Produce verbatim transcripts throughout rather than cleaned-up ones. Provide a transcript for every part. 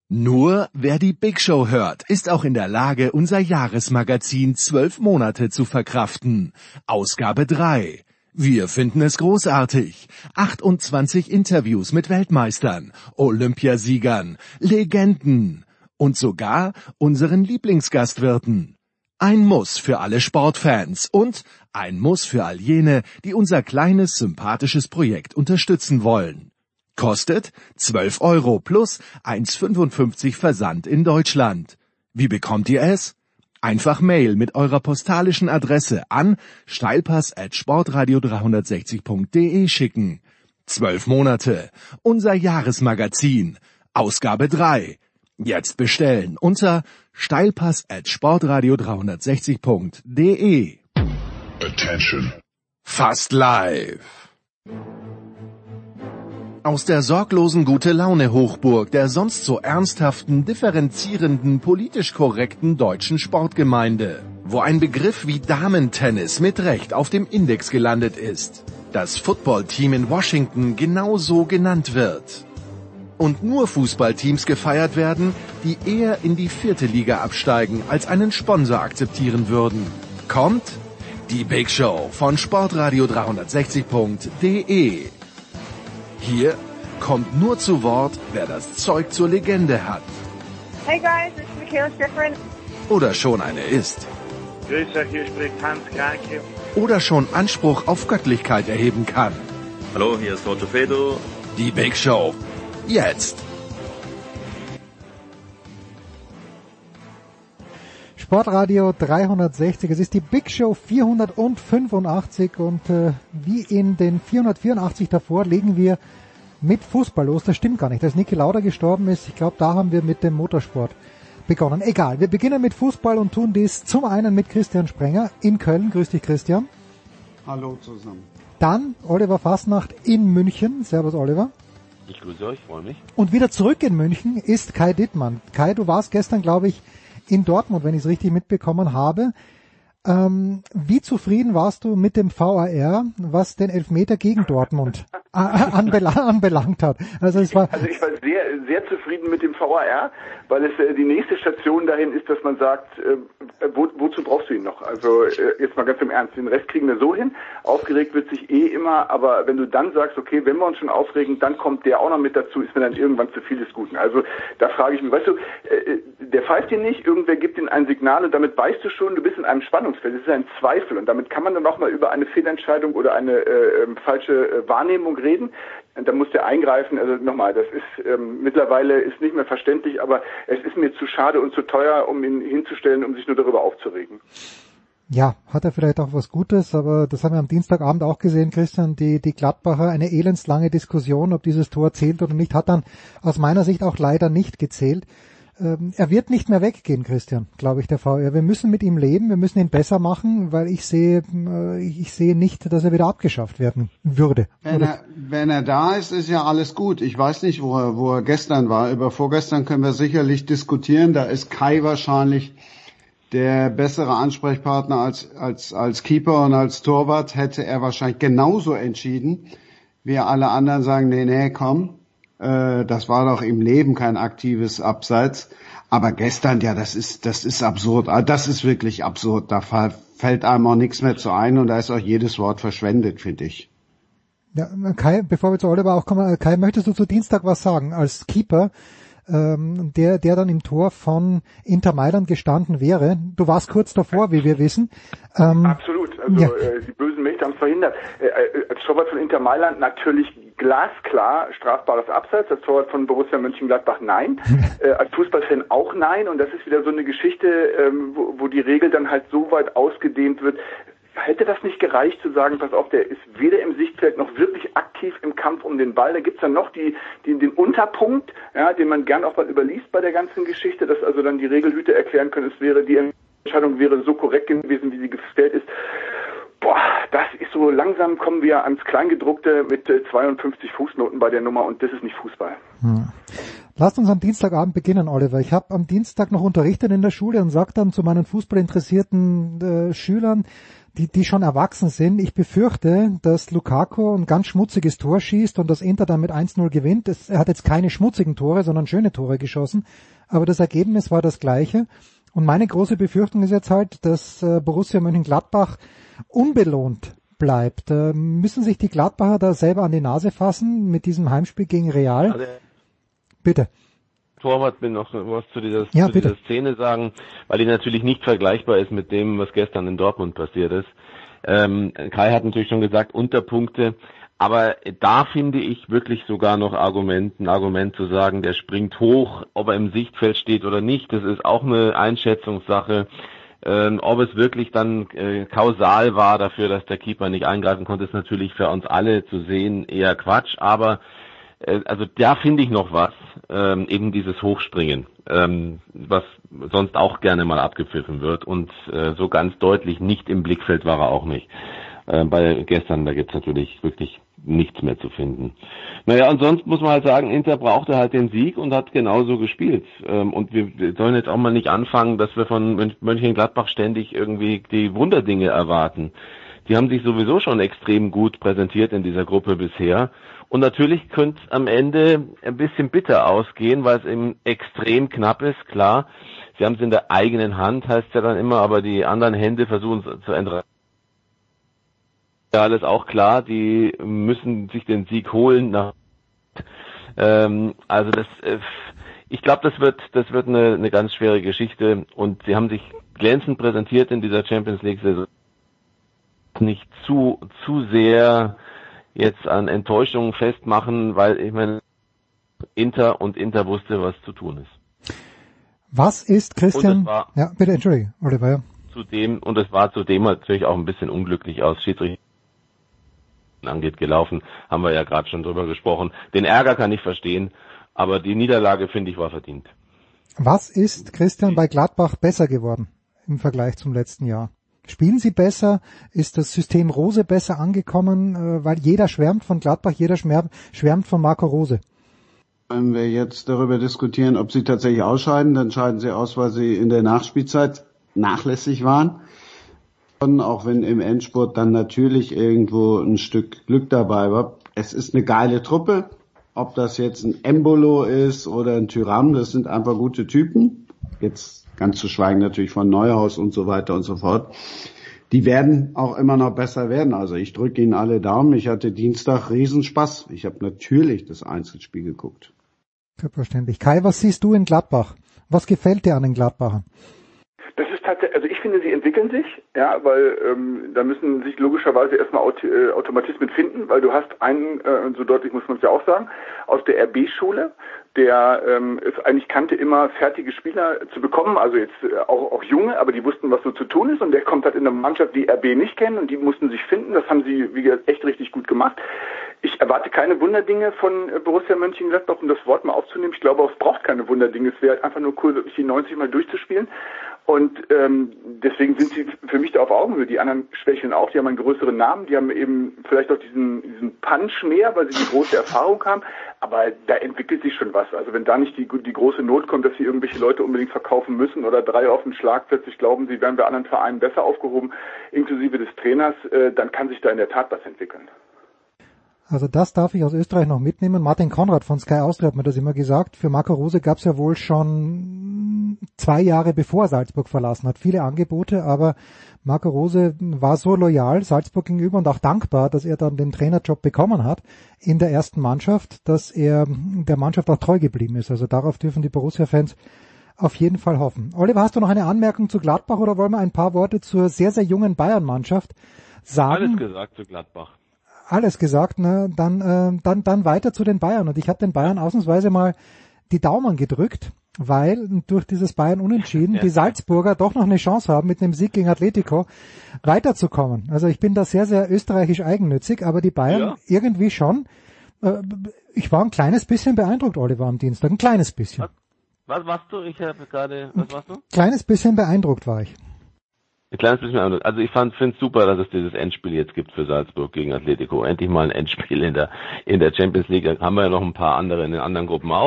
Nur wer die Big Show hört, ist auch in der Lage, unser Jahresmagazin zwölf Monate zu verkraften. Ausgabe drei. Wir finden es großartig. achtundzwanzig Interviews mit Weltmeistern, Olympiasiegern, Legenden und sogar unseren Lieblingsgastwirten. Ein Muss für alle Sportfans und ein Muss für all jene, die unser kleines, sympathisches Projekt unterstützen wollen. Kostet zwölf Euro plus eins Komma fünfundfünfzig Versand in Deutschland. Wie bekommt ihr es? Einfach Mail mit eurer postalischen Adresse an steilpass at sportradio dreihundertsechzig punkt de schicken. Zwölf Monate. Unser Jahresmagazin. Ausgabe drei. Jetzt bestellen unter steilpass at sportradio dreihundertsechzig punkt de. Attention. Fast live. Aus der sorglosen Gute-Laune-Hochburg der sonst so ernsthaften, differenzierenden, politisch korrekten deutschen Sportgemeinde, wo ein Begriff wie Damentennis mit Recht auf dem Index gelandet ist, das Footballteam in Washington genau so genannt wird. Und nur Fußballteams gefeiert werden, die eher in die vierte Liga absteigen, als einen Sponsor akzeptieren würden. Kommt die Big Show von sportradio dreihundertsechzig punkt de. Hier kommt nur zu Wort, wer das Zeug zur Legende hat. Hey guys, it's Michaela Schifrin. Oder schon eine ist. Grüß euch, hier spricht Hans Kranke. Oder schon Anspruch auf Göttlichkeit erheben kann. Hallo, hier ist Roger Fedor. Die Big Show. Jetzt. Sportradio dreihundertsechzig, es ist die Big Show vierhundertfünfundachtzig und äh, wie in den vierhundertvierundachtzig davor legen wir mit Fußball los. Das stimmt gar nicht, als Niki Lauda gestorben ist, ich glaube, da haben wir mit dem Motorsport begonnen. Egal, wir beginnen mit Fußball und tun dies zum einen mit Christian Sprenger in Köln. Grüß dich, Christian. Hallo zusammen. Dann Oliver Fasnacht in München. Servus, Oliver. Ich grüße euch, freue mich. Und wieder zurück in München ist Kai Dittmann. Kai, du warst gestern, glaube ich, in Dortmund, wenn ich es richtig mitbekommen habe. Ähm, wie zufrieden warst du mit dem V A R, was den Elfmeter gegen Dortmund anbelang, anbelangt hat? Also es war also ich war sehr sehr zufrieden mit dem V A R, weil es äh, die nächste Station dahin ist, dass man sagt, äh, wo, wozu brauchst du ihn noch? Also äh, jetzt mal ganz im Ernst, den Rest kriegen wir so hin. Aufgeregt wird sich eh immer, aber wenn du dann sagst, okay, wenn wir uns schon aufregen, dann kommt der auch noch mit dazu, ist mir dann irgendwann zu viel des Guten. Also da frage ich mich, weißt du, äh, der pfeift dir nicht, irgendwer gibt ihm ein Signal und damit weißt du schon, du bist in einem Spannungsfeld. Das ist ein Zweifel und damit kann man dann auch mal über eine Fehlentscheidung oder eine äh, falsche äh, Wahrnehmung reden. Und da muss der eingreifen. Also nochmal, das ist ähm, mittlerweile ist nicht mehr verständlich, aber es ist mir zu schade und zu teuer, um ihn hinzustellen, um sich nur darüber aufzuregen. Ja, hat er vielleicht auch was Gutes, aber das haben wir am Dienstagabend auch gesehen, Christian, die, die Gladbacher, eine elendslange Diskussion, ob dieses Tor zählt oder nicht, hat dann aus meiner Sicht auch leider nicht gezählt. Ähm, er wird nicht mehr weggehen, Christian, glaube ich, der V R. Wir müssen mit ihm leben, wir müssen ihn besser machen, weil ich sehe, äh, ich sehe nicht, dass er wieder abgeschafft werden würde. Wenn er, wenn er da ist, ist ja alles gut. Ich weiß nicht, wo er, wo er gestern war. Über vorgestern können wir sicherlich diskutieren. Da ist Kai wahrscheinlich der bessere Ansprechpartner als, als, als Keeper und als Torwart hätte er wahrscheinlich genauso entschieden, wie alle anderen sagen, nee, nee, komm. Das war doch im Leben kein aktives Abseits. Aber gestern, ja, das ist, das ist absurd. Das ist wirklich absurd. Da fällt einem auch nichts mehr zu ein und da ist auch jedes Wort verschwendet, finde ich. Ja, Kai, bevor wir zu Oliver auch kommen, Kai, möchtest du zu Dienstag was sagen? Als Keeper, ähm, der, der dann im Tor von Inter Mailand gestanden wäre. Du warst kurz davor, wie wir wissen. Ähm, Absolut. Also, ja. äh, die bösen Mächte haben es verhindert. Äh, als Torwart von Inter Mailand natürlich glasklar strafbares Abseits, als Torwart von Borussia Mönchengladbach nein, äh, als Fußballfan auch nein und das ist wieder so eine Geschichte, ähm, wo, wo die Regel dann halt so weit ausgedehnt wird. Hätte das nicht gereicht zu sagen, pass auf, der ist weder im Sichtfeld noch wirklich aktiv im Kampf um den Ball, da gibt's dann noch die, die den Unterpunkt, ja, den man gern auch mal überliest bei der ganzen Geschichte, dass also dann die Regelhüter erklären können, es wäre die Entscheidung wäre so korrekt gewesen, wie sie gestellt ist. Boah, das ist so, langsam kommen wir ans Kleingedruckte mit zweiundfünfzig Fußnoten bei der Nummer und das ist nicht Fußball. Hm. Lasst uns am Dienstagabend beginnen, Oliver. Ich habe am Dienstag noch unterrichtet in der Schule und sage dann zu meinen fußballinteressierten äh, Schülern, die die schon erwachsen sind, ich befürchte, dass Lukaku ein ganz schmutziges Tor schießt und dass Inter dann mit eins null gewinnt. Es, er hat jetzt keine schmutzigen Tore, sondern schöne Tore geschossen, aber das Ergebnis war das gleiche. Und meine große Befürchtung ist jetzt halt, dass äh, Borussia Mönchengladbach unbelohnt bleibt. Äh, müssen sich die Gladbacher da selber an die Nase fassen mit diesem Heimspiel gegen Real? Also, bitte. Torwart will noch was zu dieser, ja, zu dieser Szene sagen, weil die natürlich nicht vergleichbar ist mit dem, was gestern in Dortmund passiert ist. Ähm, Kai hat natürlich schon gesagt, Unterpunkte, aber da finde ich wirklich sogar noch Argument, ein Argument zu sagen, der springt hoch, ob er im Sichtfeld steht oder nicht, das ist auch eine Einschätzungssache. Ähm, ob es wirklich dann äh, kausal war dafür, dass der Keeper nicht eingreifen konnte, ist natürlich für uns alle zu sehen eher Quatsch, aber äh, also da finde ich noch was, ähm, eben dieses Hochspringen, ähm, was sonst auch gerne mal abgepfiffen wird und äh, so ganz deutlich nicht im Blickfeld war er auch nicht. Äh, bei gestern, da gibt's natürlich wirklich nichts mehr zu finden. Naja, und sonst muss man halt sagen, Inter brauchte halt den Sieg und hat genauso gespielt. Ähm, und wir, wir sollen jetzt auch mal nicht anfangen, dass wir von Mönchengladbach ständig irgendwie die Wunderdinge erwarten. Die haben sich sowieso schon extrem gut präsentiert in dieser Gruppe bisher. Und natürlich könnte es am Ende ein bisschen bitter ausgehen, weil es eben extrem knapp ist, klar. Sie haben es in der eigenen Hand, heißt es ja dann immer, aber die anderen Hände versuchen es zu entreißen. Ja, alles auch klar, die müssen sich den Sieg holen. Nach, ähm, also das, äh, ich glaube, das wird, das wird eine, eine ganz schwere Geschichte und sie haben sich glänzend präsentiert in dieser Champions League-Saison. Nicht zu, zu sehr jetzt an Enttäuschungen festmachen, weil ich meine, Inter und Inter wusste, was zu tun ist. Was ist Christian? War, ja, bitte entschuldige, Oliver. Ja. Zudem, und es war zudem natürlich auch ein bisschen unglücklich aus Schiedsrichter angeht gelaufen, haben wir ja gerade schon drüber gesprochen. Den Ärger kann ich verstehen, aber die Niederlage, finde ich, war verdient. Was ist, Christian, bei Gladbach besser geworden im Vergleich zum letzten Jahr? Spielen sie besser? Ist das System Rose besser angekommen? Weil jeder schwärmt von Gladbach, jeder schwärmt von Marco Rose. Wenn wir jetzt darüber diskutieren, ob sie tatsächlich ausscheiden, dann scheiden sie aus, weil sie in der Nachspielzeit nachlässig waren. Auch wenn im Endspurt dann natürlich irgendwo ein Stück Glück dabei war. Es ist eine geile Truppe. Ob das jetzt ein Embolo ist oder ein Thuram, das sind einfach gute Typen. Jetzt ganz zu schweigen natürlich von Neuhaus und so weiter und so fort. Die werden auch immer noch besser werden. Also ich drücke Ihnen alle Daumen. Ich hatte Dienstag Riesenspaß. Ich habe natürlich das Einzelspiel geguckt. Selbstverständlich. Kai, was siehst du in Gladbach? Was gefällt dir an den Gladbachern? Das ist tatsächlich, also ich finde, sie entwickeln sich, ja, weil ähm, da müssen sich logischerweise erstmal Aut- äh, Automatismen finden, weil du hast einen, äh, so deutlich muss man es ja auch sagen, aus der R B-Schule, der ähm, es eigentlich kannte, immer fertige Spieler zu bekommen, also jetzt äh, auch, auch junge, aber die wussten, was so zu tun ist und der kommt halt in eine Mannschaft, die R B nicht kennen und die mussten sich finden, das haben sie, wie gesagt, echt richtig gut gemacht. Ich erwarte keine Wunderdinge von Borussia Mönchengladbach, um das Wort mal aufzunehmen. Ich glaube, es braucht keine Wunderdinge. Es wäre einfach nur cool, wirklich die neunzig Mal durchzuspielen. Und ähm, deswegen sind sie für mich da auf Augenhöhe. Die anderen schwächeln auch. Die haben einen größeren Namen. Die haben eben vielleicht auch diesen, diesen Punch mehr, weil sie die große Erfahrung haben. Aber da entwickelt sich schon was. Also wenn da nicht die, die große Not kommt, dass sie irgendwelche Leute unbedingt verkaufen müssen oder drei auf den Schlag plötzlich glauben, sie wären bei anderen Vereinen besser aufgehoben, inklusive des Trainers, äh, dann kann sich da in der Tat was entwickeln. Also das darf ich aus Österreich noch mitnehmen. Martin Konrad von Sky Austria hat mir das immer gesagt. Für Marco Rose gab es ja wohl schon zwei Jahre bevor er Salzburg verlassen hat viele Angebote, aber Marco Rose war so loyal Salzburg gegenüber und auch dankbar, dass er dann den Trainerjob bekommen hat in der ersten Mannschaft, dass er der Mannschaft auch treu geblieben ist. Also darauf dürfen die Borussia-Fans auf jeden Fall hoffen. Oliver, hast du noch eine Anmerkung zu Gladbach oder wollen wir ein paar Worte zur sehr, sehr jungen Bayern-Mannschaft sagen? Alles gesagt zu Gladbach. Alles gesagt, ne? Dann, äh, dann, dann weiter zu den Bayern. Und ich habe den Bayern ausnahmsweise mal die Daumen gedrückt, weil durch dieses Bayern Unentschieden ja. die Salzburger doch noch eine Chance haben, mit einem Sieg gegen Atletico weiterzukommen. Also ich bin da sehr, sehr österreichisch eigennützig, aber die Bayern ja. irgendwie schon. Äh, ich war ein kleines bisschen beeindruckt, Oliver, am Dienstag. Ein kleines bisschen. Was, was warst du? Ich habe gerade, was warst du? Ein kleines bisschen beeindruckt war ich. Ein kleines bisschen anders. Also ich fand, finde es super, dass es dieses Endspiel jetzt gibt für Salzburg gegen Atletico. Endlich mal ein Endspiel in der in der Champions League. Da haben wir ja noch ein paar andere in den anderen Gruppen auch.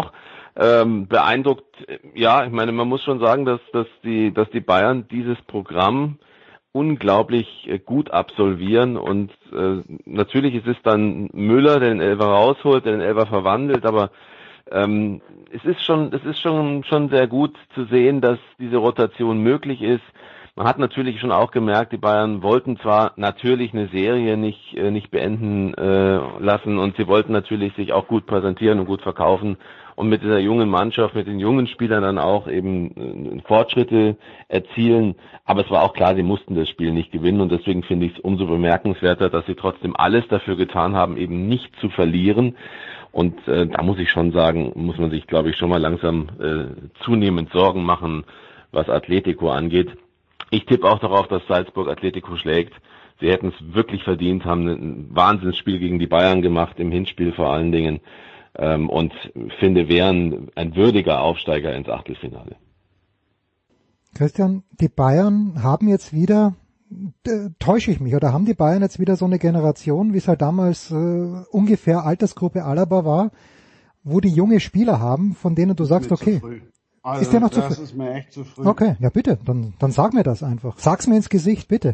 Ähm, beeindruckt, ja, ich meine, man muss schon sagen, dass, dass die, dass die Bayern dieses Programm unglaublich äh, gut absolvieren und äh, natürlich ist es dann Müller, der den Elfer rausholt, der den Elfer verwandelt, aber ähm, es ist schon, es ist schon, schon sehr gut zu sehen, dass diese Rotation möglich ist. Man hat natürlich schon auch gemerkt, die Bayern wollten zwar natürlich eine Serie nicht äh, nicht beenden äh, lassen und sie wollten natürlich sich auch gut präsentieren und gut verkaufen und mit dieser jungen Mannschaft, mit den jungen Spielern dann auch eben äh, Fortschritte erzielen. Aber es war auch klar, sie mussten das Spiel nicht gewinnen und deswegen finde ich es umso bemerkenswerter, dass sie trotzdem alles dafür getan haben, eben nicht zu verlieren. Und äh, da muss ich schon sagen, muss man sich, glaube ich, schon mal langsam äh, zunehmend Sorgen machen, was Atletico angeht. Ich tippe auch darauf, dass Salzburg Atletico schlägt. Sie hätten es wirklich verdient, haben ein Wahnsinnsspiel gegen die Bayern gemacht, im Hinspiel vor allen Dingen. Ähm, und finde, wären ein würdiger Aufsteiger ins Achtelfinale. Christian, die Bayern haben jetzt wieder, äh, täusche ich mich, oder haben die Bayern jetzt wieder so eine Generation, wie es halt damals äh, ungefähr Altersgruppe Alaba war, wo die junge Spieler haben, von denen du sagst, okay, also, ist der noch zu früh? Das ist mir echt zu früh. Okay, ja bitte, dann, dann sag mir das einfach. Sag's mir ins Gesicht, bitte.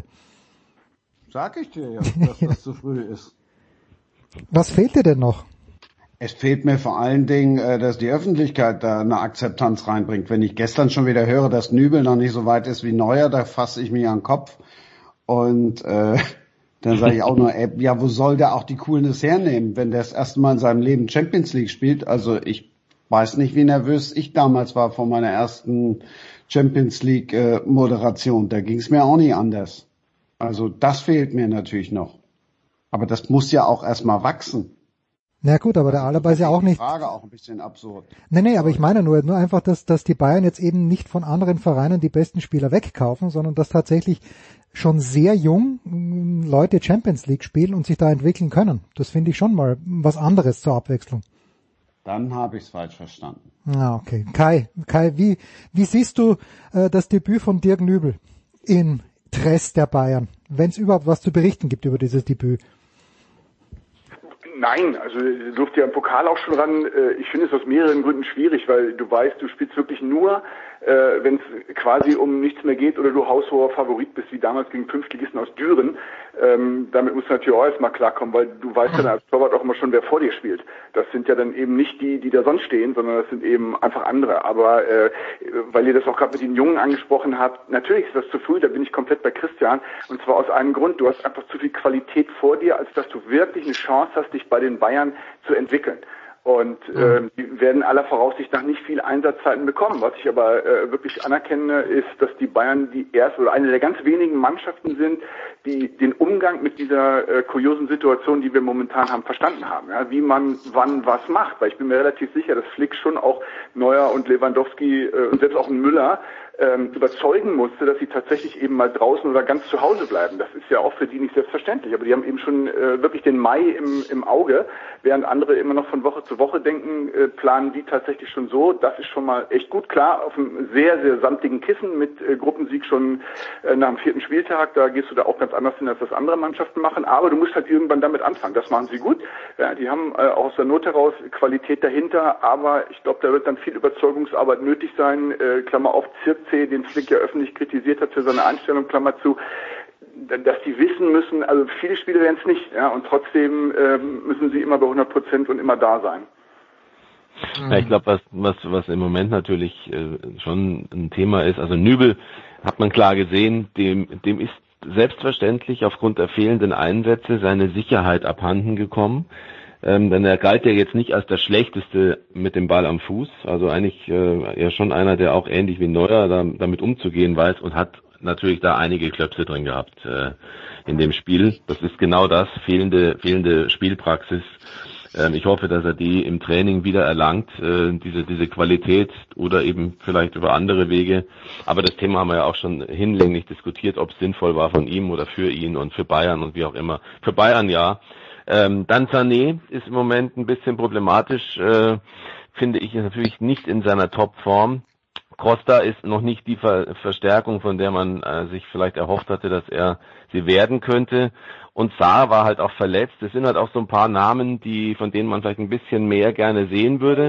Sag ich dir ja, dass das zu früh ist. Was fehlt dir denn noch? Es fehlt mir vor allen Dingen, dass die Öffentlichkeit da eine Akzeptanz reinbringt. Wenn ich gestern schon wieder höre, dass Nübel noch nicht so weit ist wie Neuer, da fasse ich mich an den Kopf. Und äh, dann sage ich auch nur, ey, ja, wo soll der auch die Coolness hernehmen, wenn der das erste Mal in seinem Leben Champions League spielt? Also ich weiß nicht, wie nervös ich damals war vor meiner ersten Champions League äh, Moderation. Da ging es mir auch nicht anders. Also das fehlt mir natürlich noch. Aber das muss ja auch erstmal wachsen. Na gut, aber der Alaba ist ja auch nicht... Die Frage auch ein bisschen absurd. Nee, nee, aber ich meine nur, nur einfach, dass, dass die Bayern jetzt eben nicht von anderen Vereinen die besten Spieler wegkaufen, sondern dass tatsächlich schon sehr jung Leute Champions League spielen und sich da entwickeln können. Das finde ich schon mal was anderes zur Abwechslung. Dann habe ich es falsch verstanden. Ah, okay. Kai, Kai, wie, wie siehst du äh, das Debüt von Dirk Nübel in Dress der Bayern, wenn es überhaupt was zu berichten gibt über dieses Debüt? Nein, also du durfte ja im Pokal auch schon ran. Ich finde es aus mehreren Gründen schwierig, weil du weißt, du spielst wirklich nur, äh, wenn es quasi um nichts mehr geht oder du haushoher Favorit bist, wie damals gegen Fünftligisten aus Düren. Ähm, damit musst du natürlich auch erstmal klarkommen, weil du weißt dann als Torwart auch immer schon, wer vor dir spielt. Das sind ja dann eben nicht die, die da sonst stehen, sondern das sind eben einfach andere. Aber äh, weil ihr das auch gerade mit den Jungen angesprochen habt, natürlich ist das zu früh, da bin ich komplett bei Christian. Und zwar aus einem Grund, du hast einfach zu viel Qualität vor dir, als dass du wirklich eine Chance hast, dich bei den Bayern zu entwickeln. Und äh, die werden aller Voraussicht nach nicht viel Einsatzzeiten bekommen. Was ich aber äh, wirklich anerkenne, ist, dass die Bayern die erste oder eine der ganz wenigen Mannschaften sind, die den Umgang mit dieser äh, kuriosen Situation, die wir momentan haben, verstanden haben. Ja, wie man wann was macht. Weil ich bin mir relativ sicher, dass Flick schon auch Neuer und Lewandowski äh, und selbst auch Müller ähm, überzeugen musste, dass sie tatsächlich eben mal draußen oder ganz zu Hause bleiben. Das ist ja auch für die nicht selbstverständlich. Aber die haben eben schon äh, wirklich den Mai im, im Auge, während andere immer noch von Woche zu Woche denken, äh, planen die tatsächlich schon so. Das ist schon mal echt gut. Klar, auf einem sehr, sehr samtigen Kissen mit äh, Gruppensieg schon äh, nach dem vierten Spieltag. Da gehst du da auch ganz anders hin, als das andere Mannschaften machen. Aber du musst halt irgendwann damit anfangen. Das machen sie gut. Ja, die haben äh, auch aus der Not heraus Qualität dahinter. Aber ich glaube, da wird dann viel Überzeugungsarbeit nötig sein. Äh, Klammer auf, Zirkzee, den Flick ja öffentlich kritisiert hat für seine Einstellung, Klammer zu, dass die wissen müssen, also viele Spieler werden es nicht, ja, und trotzdem ähm, müssen sie immer bei hundert Prozent und immer da sein. Ja, ich glaube, was, was, was im Moment natürlich äh, schon ein Thema ist, also Nübel hat man klar gesehen, dem, dem ist selbstverständlich aufgrund der fehlenden Einsätze seine Sicherheit abhanden gekommen. Ähm, denn er galt ja jetzt nicht als der Schlechteste mit dem Ball am Fuß, also eigentlich äh, ja schon einer, der auch ähnlich wie Neuer da, damit umzugehen weiß und hat natürlich da einige Klöpse drin gehabt äh, in dem Spiel. Das ist genau das, fehlende fehlende Spielpraxis. Ähm, ich hoffe, dass er die im Training wieder erlangt, äh, diese diese Qualität oder eben vielleicht über andere Wege. Aber das Thema haben wir ja auch schon hinlänglich diskutiert, ob es sinnvoll war von ihm oder für ihn und für Bayern und wie auch immer. Für Bayern ja. Ähm, dann Sané ist im Moment ein bisschen problematisch, äh, finde ich, ist natürlich nicht in seiner Topform. Costa ist noch nicht die Ver- Verstärkung, von der man äh, sich vielleicht erhofft hatte, dass er sie werden könnte. Und Sarr war halt auch verletzt. Es sind halt auch so ein paar Namen, die von denen man vielleicht ein bisschen mehr gerne sehen würde.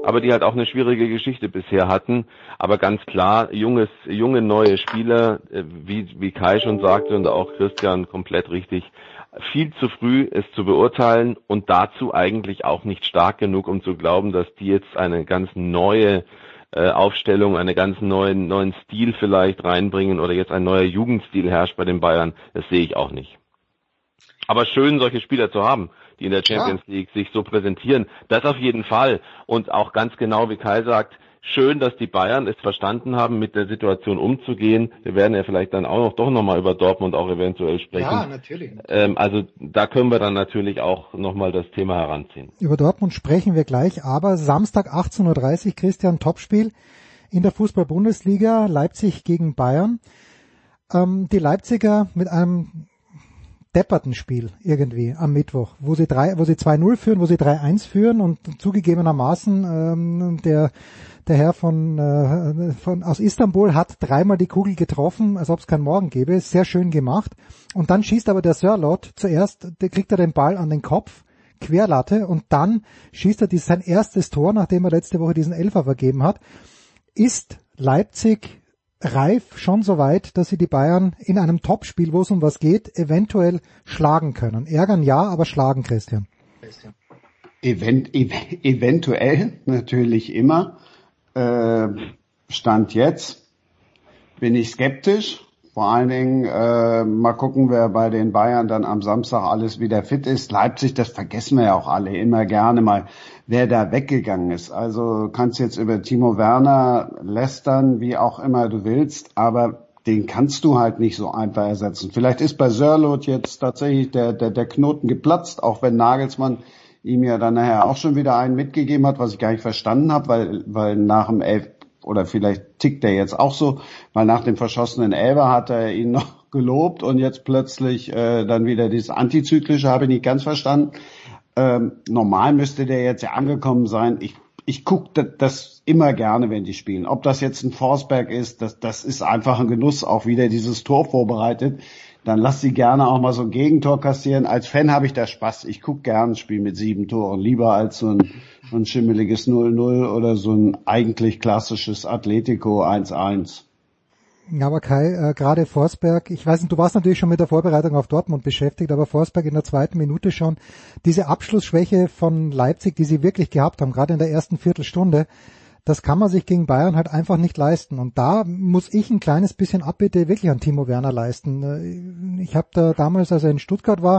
aber die halt auch eine schwierige Geschichte bisher hatten. Aber ganz klar, junges, junge, neue Spieler, wie, wie Kai schon sagte und auch Christian komplett richtig, viel zu früh es zu beurteilen und dazu eigentlich auch nicht stark genug, um zu glauben, dass die jetzt eine ganz neue äh, Aufstellung, einen ganz neuen, neuen Stil vielleicht reinbringen oder jetzt ein neuer Jugendstil herrscht bei den Bayern. Das sehe ich auch nicht. Aber schön, solche Spieler zu haben, die in der Champions ja. League sich so präsentieren. Das auf jeden Fall. Und auch ganz genau, wie Kai sagt, schön, dass die Bayern es verstanden haben, mit der Situation umzugehen. Wir werden ja vielleicht dann auch noch doch nochmal über Dortmund auch eventuell sprechen. Ja, natürlich. Ähm, also da können wir dann natürlich auch nochmal das Thema heranziehen. Über Dortmund sprechen wir gleich, aber Samstag achtzehn Uhr dreißig, Christian, Topspiel in der Fußball-Bundesliga, Leipzig gegen Bayern. Ähm, die Leipziger mit einem depperten Spiel irgendwie am Mittwoch, wo sie drei, wo sie zwei null führen, wo sie drei eins führen und zugegebenermaßen ähm, der der Herr von äh, von aus Istanbul hat dreimal die Kugel getroffen, als ob es keinen Morgen gäbe, sehr schön gemacht. Und dann schießt aber der Sörloth zuerst, der kriegt er den Ball an den Kopf, Querlatte, und dann schießt er dies, sein erstes Tor, nachdem er letzte Woche diesen Elfer vergeben hat. Ist Leipzig reif schon so weit, dass sie die Bayern in einem Topspiel, wo es um was geht, eventuell schlagen können? Ärgern ja, aber schlagen, Christian. Event, ev eventuell, natürlich immer. Äh, Stand jetzt bin ich skeptisch. Vor allen Dingen äh, mal gucken, wer bei den Bayern dann am Samstag alles wieder fit ist. Leipzig, das vergessen wir ja auch alle immer gerne mal, wer da weggegangen ist. Also kannst jetzt über Timo Werner lästern, wie auch immer du willst, aber den kannst du halt nicht so einfach ersetzen. Vielleicht ist bei Sörloth jetzt tatsächlich der, der, der Knoten geplatzt, auch wenn Nagelsmann ihm ja dann nachher auch schon wieder einen mitgegeben hat, was ich gar nicht verstanden habe, weil, weil nach dem Elf oder vielleicht tickt er jetzt auch so, weil nach dem verschossenen Elfer hat er ihn noch gelobt und jetzt plötzlich äh, dann wieder dieses Antizyklische, habe ich nicht ganz verstanden. Ähm, normal müsste der jetzt ja angekommen sein. Ich, ich gucke das, das immer gerne, wenn die spielen. Ob das jetzt ein Forsberg ist, das, das ist einfach ein Genuss, auch wieder dieses Tor vorbereitet. Dann lass sie gerne auch mal so ein Gegentor kassieren. Als Fan habe ich da Spaß. Ich gucke gerne ein Spiel mit sieben Toren. Lieber als so ein, so ein schimmeliges null null oder so ein eigentlich klassisches Atletico eins eins. Ja, aber Kai, äh, gerade Forsberg, ich weiß nicht, du warst natürlich schon mit der Vorbereitung auf Dortmund beschäftigt, aber Forsberg in der zweiten Minute schon, diese Abschlussschwäche von Leipzig, die sie wirklich gehabt haben, gerade in der ersten Viertelstunde, das kann man sich gegen Bayern halt einfach nicht leisten. Und da muss ich ein kleines bisschen Abbitte wirklich an Timo Werner leisten. Ich habe da damals, als er in Stuttgart war,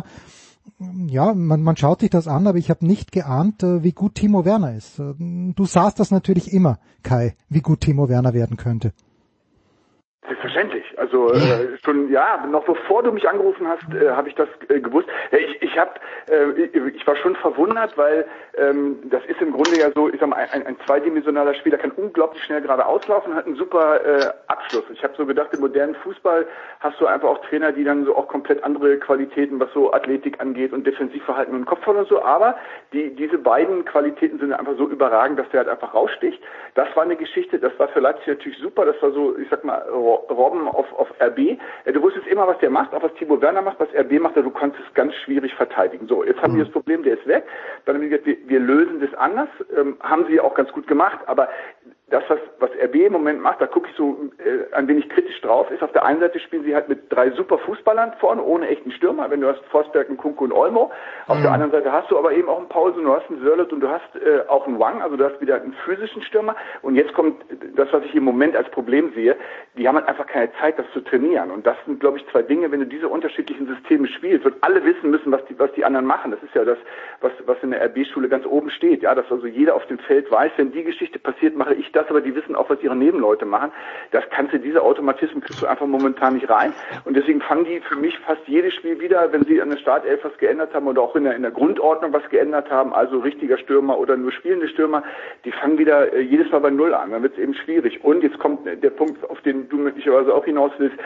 ja, man, man schaut sich das an, aber ich habe nicht geahnt, wie gut Timo Werner ist. Du sahst das natürlich immer, Kai, wie gut Timo Werner werden könnte. Selbstverständlich. Also äh, schon, ja, noch bevor du mich angerufen hast, äh, habe ich das äh, gewusst. Ja, ich ich habe, äh, ich, ich war schon verwundert, weil ähm, das ist im Grunde ja so, ich sag mal, ein, ein zweidimensionaler Spieler kann unglaublich schnell gerade auslaufen und hat einen super äh, Abschluss. Ich habe so gedacht, im modernen Fußball hast du einfach auch Trainer, die dann so auch komplett andere Qualitäten, was so Athletik angeht und Defensivverhalten und Kopfball und so, aber die diese beiden Qualitäten sind einfach so überragend, dass der halt einfach raussticht. Das war eine Geschichte, das war für Leipzig natürlich super, das war so, ich sag mal, Robben auf, auf R B. Du wusstest immer, was der macht, auch was Timo Werner macht, was R B macht, du konntest es ganz schwierig verteidigen. So, jetzt haben wir das Problem, der ist weg. Dann haben wir gesagt, wir, wir lösen das anders, ähm, haben sie auch ganz gut gemacht, aber das, was, was R B im Moment macht, da gucke ich so äh, ein wenig kritisch drauf, ist auf der einen Seite spielen sie halt mit drei super Fußballern vorne, ohne echten Stürmer, wenn du hast Forsberg, einen Kunku und Olmo. Auf mhm. der anderen Seite hast du aber eben auch einen Paulsen, du hast einen Sörloth und du hast äh, auch einen Wang, also du hast wieder einen physischen Stürmer. Und jetzt kommt das, was ich im Moment als Problem sehe, die haben halt einfach keine Zeit, das zu trainieren. Und das sind, glaube ich, zwei Dinge, wenn du diese unterschiedlichen Systeme spielst, wird alle wissen müssen, was die, was die anderen machen. Das ist ja das, was, was in der R B-Schule ganz oben steht, ja, dass also jeder auf dem Feld weiß, wenn die Geschichte passiert, mache ich das, aber die wissen auch, was ihre Nebenleute machen. Das kannst du, diese Automatismen kriegst du einfach momentan nicht rein. Und deswegen fangen die für mich fast jedes Spiel wieder, wenn sie an der Startelf was geändert haben oder auch in der, in der Grundordnung was geändert haben, also richtiger Stürmer oder nur spielende Stürmer, die fangen wieder äh, jedes Mal bei Null an. Dann wird es eben schwierig. Und jetzt kommt der Punkt, auf den du möglicherweise auch hinaus willst.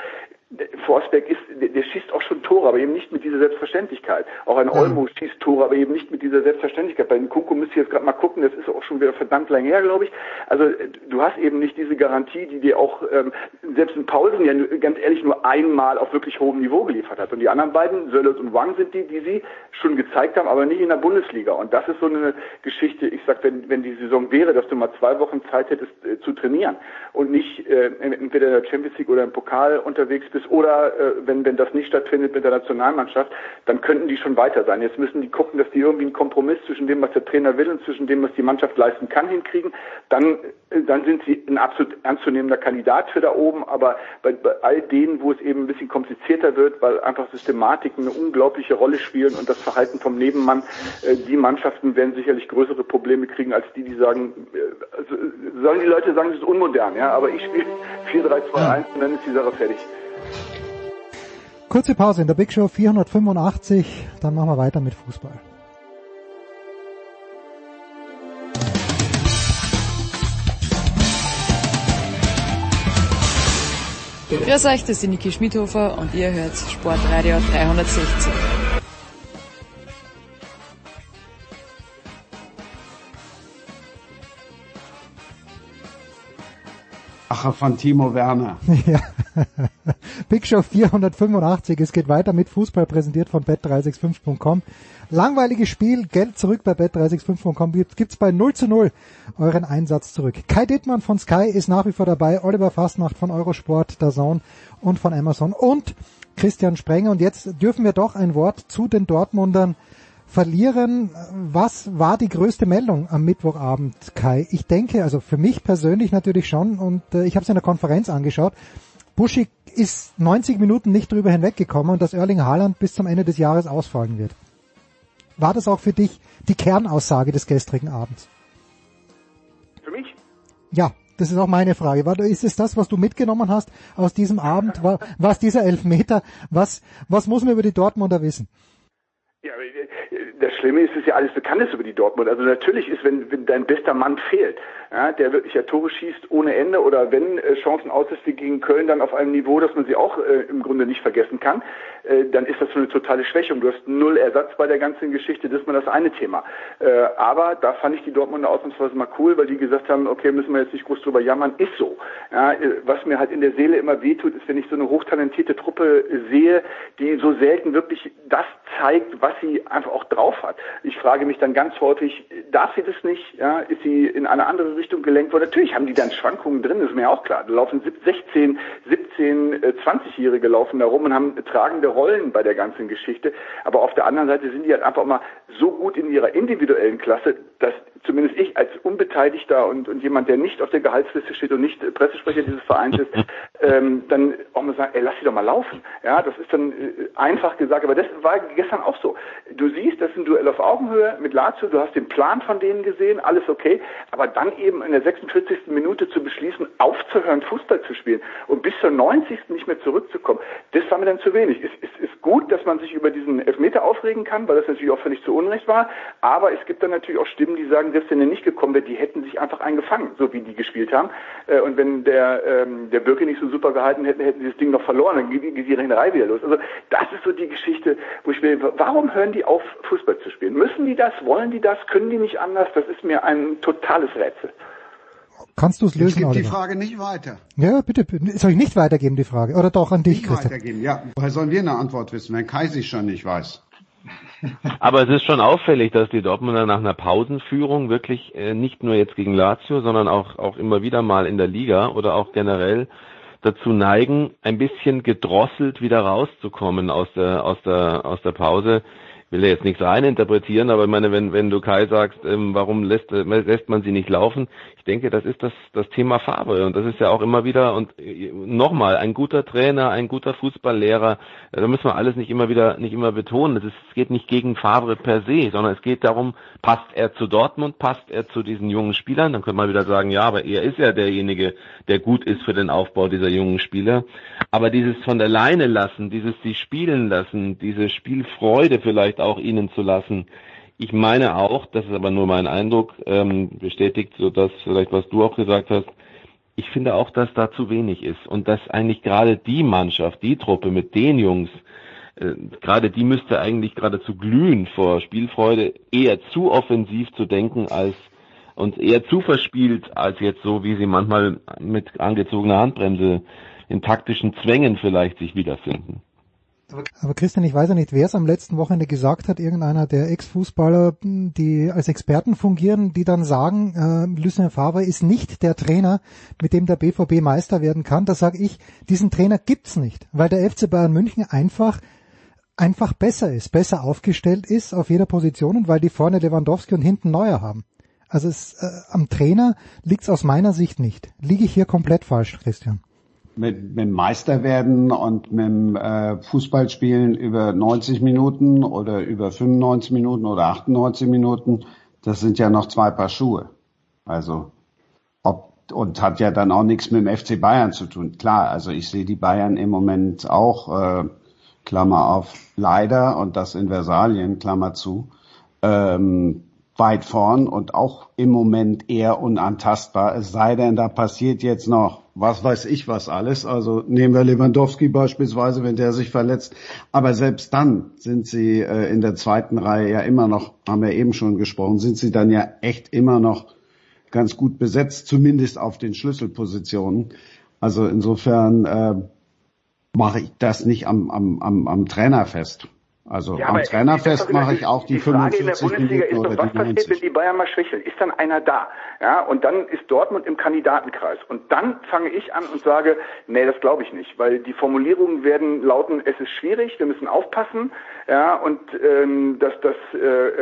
Forsberg ist, der, der schießt auch schon Tore, aber eben nicht mit dieser Selbstverständlichkeit. Auch ein Olmo schießt Tore, aber eben nicht mit dieser Selbstverständlichkeit. Bei Nkunku müsst ihr jetzt gerade mal gucken, das ist auch schon wieder verdammt lang her, glaube ich. Also du hast eben nicht diese Garantie, die dir auch ähm, selbst in Paulsen ja ganz ehrlich nur einmal auf wirklich hohem Niveau geliefert hat. Und die anderen beiden, Sörloth und Wang, sind die, die sie schon gezeigt haben, aber nicht in der Bundesliga. Und das ist so eine Geschichte, ich sag, wenn, wenn die Saison wäre, dass du mal zwei Wochen Zeit hättest äh, zu trainieren und nicht äh, entweder in der Champions League oder im Pokal unterwegs bist oder äh, wenn wenn das nicht stattfindet mit der Nationalmannschaft, dann könnten die schon weiter sein. Jetzt müssen die gucken, dass die irgendwie einen Kompromiss zwischen dem, was der Trainer will und zwischen dem, was die Mannschaft leisten kann, hinkriegen. Dann äh, dann sind sie ein absolut ernstzunehmender Kandidat für da oben, aber bei, bei all denen, wo es eben ein bisschen komplizierter wird, weil einfach Systematiken eine unglaubliche Rolle spielen und das Verhalten vom Nebenmann, äh, die Mannschaften werden sicherlich größere Probleme kriegen als die, die sagen, äh, also, sollen die Leute sagen, das ist unmodern, ja, aber ich spiele vier drei zwei eins und dann ist die Sache fertig. Kurze Pause in der Big Show vierhundertfünfundachtzig, dann machen wir weiter mit Fußball. Grüß euch, das ist die Niki Schmidhofer und ihr hört Sportradio dreihundertsechzig. Von Timo Werner. Ja. Big Show vierhundertfünfundachtzig. Es geht weiter mit Fußball, präsentiert von bet drei sechs fünf punkt com. Langweiliges Spiel, Geld zurück bei bet drei sechs fünf punkt com. Gibt's bei null zu null euren Einsatz zurück. Kai Dittmann von Sky ist nach wie vor dabei, Oliver Fastnacht von Eurosport, D A Z N und von Amazon und Christian Sprenger. Und jetzt dürfen wir doch ein Wort zu den Dortmundern verlieren. Was war die größte Meldung am Mittwochabend, Kai? Ich denke, also für mich persönlich natürlich schon, und äh, ich habe es in der Konferenz angeschaut, Buschig ist neunzig Minuten nicht drüber hinweggekommen und dass Erling Haaland bis zum Ende des Jahres ausfallen wird. War das auch für dich die Kernaussage des gestrigen Abends? Für mich? Ja, das ist auch meine Frage. War, ist es das, was du mitgenommen hast aus diesem Abend? War, war es dieser Elfmeter? Was, was muss man über die Dortmunder wissen? Ja, das Schlimme ist, es ist ja alles Bekanntes über die Dortmund. Also natürlich ist, wenn, wenn dein bester Mann fehlt, ja, der wirklich ja Tore schießt ohne Ende oder wenn äh, Chancen aus ist wie gegen Köln dann auf einem Niveau, dass man sie auch äh, im Grunde nicht vergessen kann, äh, dann ist das so eine totale Schwächung. Du hast null Ersatz bei der ganzen Geschichte, das ist mal das eine Thema. Äh, aber da fand ich die Dortmunder ausnahmsweise mal cool, weil die gesagt haben, okay, müssen wir jetzt nicht groß drüber jammern, ist so. Ja, äh, was mir halt in der Seele immer wehtut, ist, wenn ich so eine hochtalentierte Truppe sehe, die so selten wirklich das zeigt, was sie einfach auch drauf hat. Ich frage mich dann ganz häufig, darf sie das nicht? Ja, ist sie in eine andere Richtung gelenkt worden? Natürlich haben die dann Schwankungen drin, ist mir auch klar. Da laufen sechzehn, siebzehn, zwanzig-Jährige laufen da rum und haben tragende Rollen bei der ganzen Geschichte. Aber auf der anderen Seite sind die halt einfach mal so gut in ihrer individuellen Klasse, dass zumindest ich als Unbeteiligter und, und jemand, der nicht auf der Gehaltsliste steht und nicht Pressesprecher dieses Vereins ist, ähm, dann auch mal sagen, ey, lass sie doch mal laufen. Ja, das ist dann äh, einfach gesagt, aber das war gestern auch so. Du siehst, das ist ein Duell auf Augenhöhe mit Lazio, du hast den Plan von denen gesehen, alles okay, aber dann eben in der sechsundvierzigsten Minute zu beschließen, aufzuhören, Fußball zu spielen und bis zur neunzigsten nicht mehr zurückzukommen, das war mir dann zu wenig. Es ist, ist gut, dass man sich über diesen Elfmeter aufregen kann, weil das natürlich auch völlig zu Unrecht war, aber es gibt dann natürlich auch Stimmen, die sagen, selbst wenn er nicht gekommen wäre, die hätten sich einfach eingefangen, so wie die gespielt haben. Und wenn der ähm, der Birke nicht so super gehalten hätte, hätten sie das Ding noch verloren, dann geht die Rennerei wieder los. Also das ist so die Geschichte, wo ich mir, warum hören die auf, Fußball zu spielen? Müssen die das? Wollen die das? Können die nicht anders? Das ist mir ein totales Rätsel. Kannst du es lösen, Ich gebe Oliver? die Frage nicht weiter. Ja, bitte. Soll ich nicht weitergeben, die Frage? Oder doch an dich, Nicht Christian? weitergeben, ja. Woher sollen wir eine Antwort wissen, wenn Kai sich schon nicht weiß? Aber es ist schon auffällig, dass die Dortmunder nach einer Pausenführung wirklich äh, nicht nur jetzt gegen Lazio, sondern auch auch immer wieder mal in der Liga oder auch generell dazu neigen, ein bisschen gedrosselt wieder rauszukommen aus der aus der aus der Pause. Ich will ja jetzt nichts reininterpretieren, aber ich meine, wenn wenn du Kai sagst, ähm, warum lässt lässt man sie nicht laufen? Ich denke, das ist das das Thema Favre und das ist ja auch immer wieder und äh, nochmal ein guter Trainer, ein guter Fußballlehrer. Äh, da müssen wir alles nicht immer wieder nicht immer betonen. Es, ist, es geht nicht gegen Favre per se, sondern es geht darum, passt er zu Dortmund, passt er zu diesen jungen Spielern? Dann könnte man wieder sagen, ja, aber er ist ja derjenige, der gut ist für den Aufbau dieser jungen Spieler. Aber dieses von der Leine lassen, dieses sie spielen lassen, diese Spielfreude vielleicht auch ihnen zu lassen. Ich meine auch, das ist aber nur mein Eindruck, ähm, bestätigt so das vielleicht, was du auch gesagt hast, ich finde auch, dass da zu wenig ist und dass eigentlich gerade die Mannschaft, die Truppe mit den Jungs, äh, gerade die müsste eigentlich geradezu glühen vor Spielfreude, eher zu offensiv zu denken als und eher zu verspielt als jetzt so, wie sie manchmal mit angezogener Handbremse in taktischen Zwängen vielleicht sich wiederfinden. Aber Christian, ich weiß ja nicht, wer es am letzten Wochenende gesagt hat, irgendeiner der Ex-Fußballer, die als Experten fungieren, die dann sagen, äh, Lucien Favre ist nicht der Trainer, mit dem der B V B Meister werden kann. Da sage ich, diesen Trainer gibt's nicht, weil der F C Bayern München einfach einfach besser ist, besser aufgestellt ist auf jeder Position und weil die vorne Lewandowski und hinten Neuer haben. Also es, äh, am Trainer liegt's aus meiner Sicht nicht. Liege ich hier komplett falsch, Christian? Mit, mit dem Meister werden und mit dem äh, Fußballspielen über neunzig Minuten oder über fünfundneunzig Minuten oder achtundneunzig Minuten, das sind ja noch zwei Paar Schuhe. Also ob und hat ja dann auch nichts mit dem F C Bayern zu tun. Klar, also ich sehe die Bayern im Moment auch, äh, Klammer auf, leider und das in Versalien, Klammer zu, ähm, weit vorn und auch im Moment eher unantastbar, es sei denn, da passiert jetzt noch, was weiß ich was alles, also nehmen wir Lewandowski beispielsweise, wenn der sich verletzt, aber selbst dann sind sie äh, in der zweiten Reihe ja immer noch, haben wir eben schon gesprochen, sind sie dann ja echt immer noch ganz gut besetzt, zumindest auf den Schlüsselpositionen, also insofern äh, mache ich das nicht am, am, am, am Trainer fest. Also ja, am Trainerfest mache ich auch die, die Frage fünfundvierzig in der Bundesliga Minuten ist doch, was passiert, neunzig. wenn die Bayern mal schwächeln? Ist dann einer da? Ja, und dann ist Dortmund im Kandidatenkreis. Und dann fange ich an und sage, nee, das glaube ich nicht, weil die Formulierungen werden lauten, es ist schwierig, wir müssen aufpassen. Ja, und ähm, dass das äh,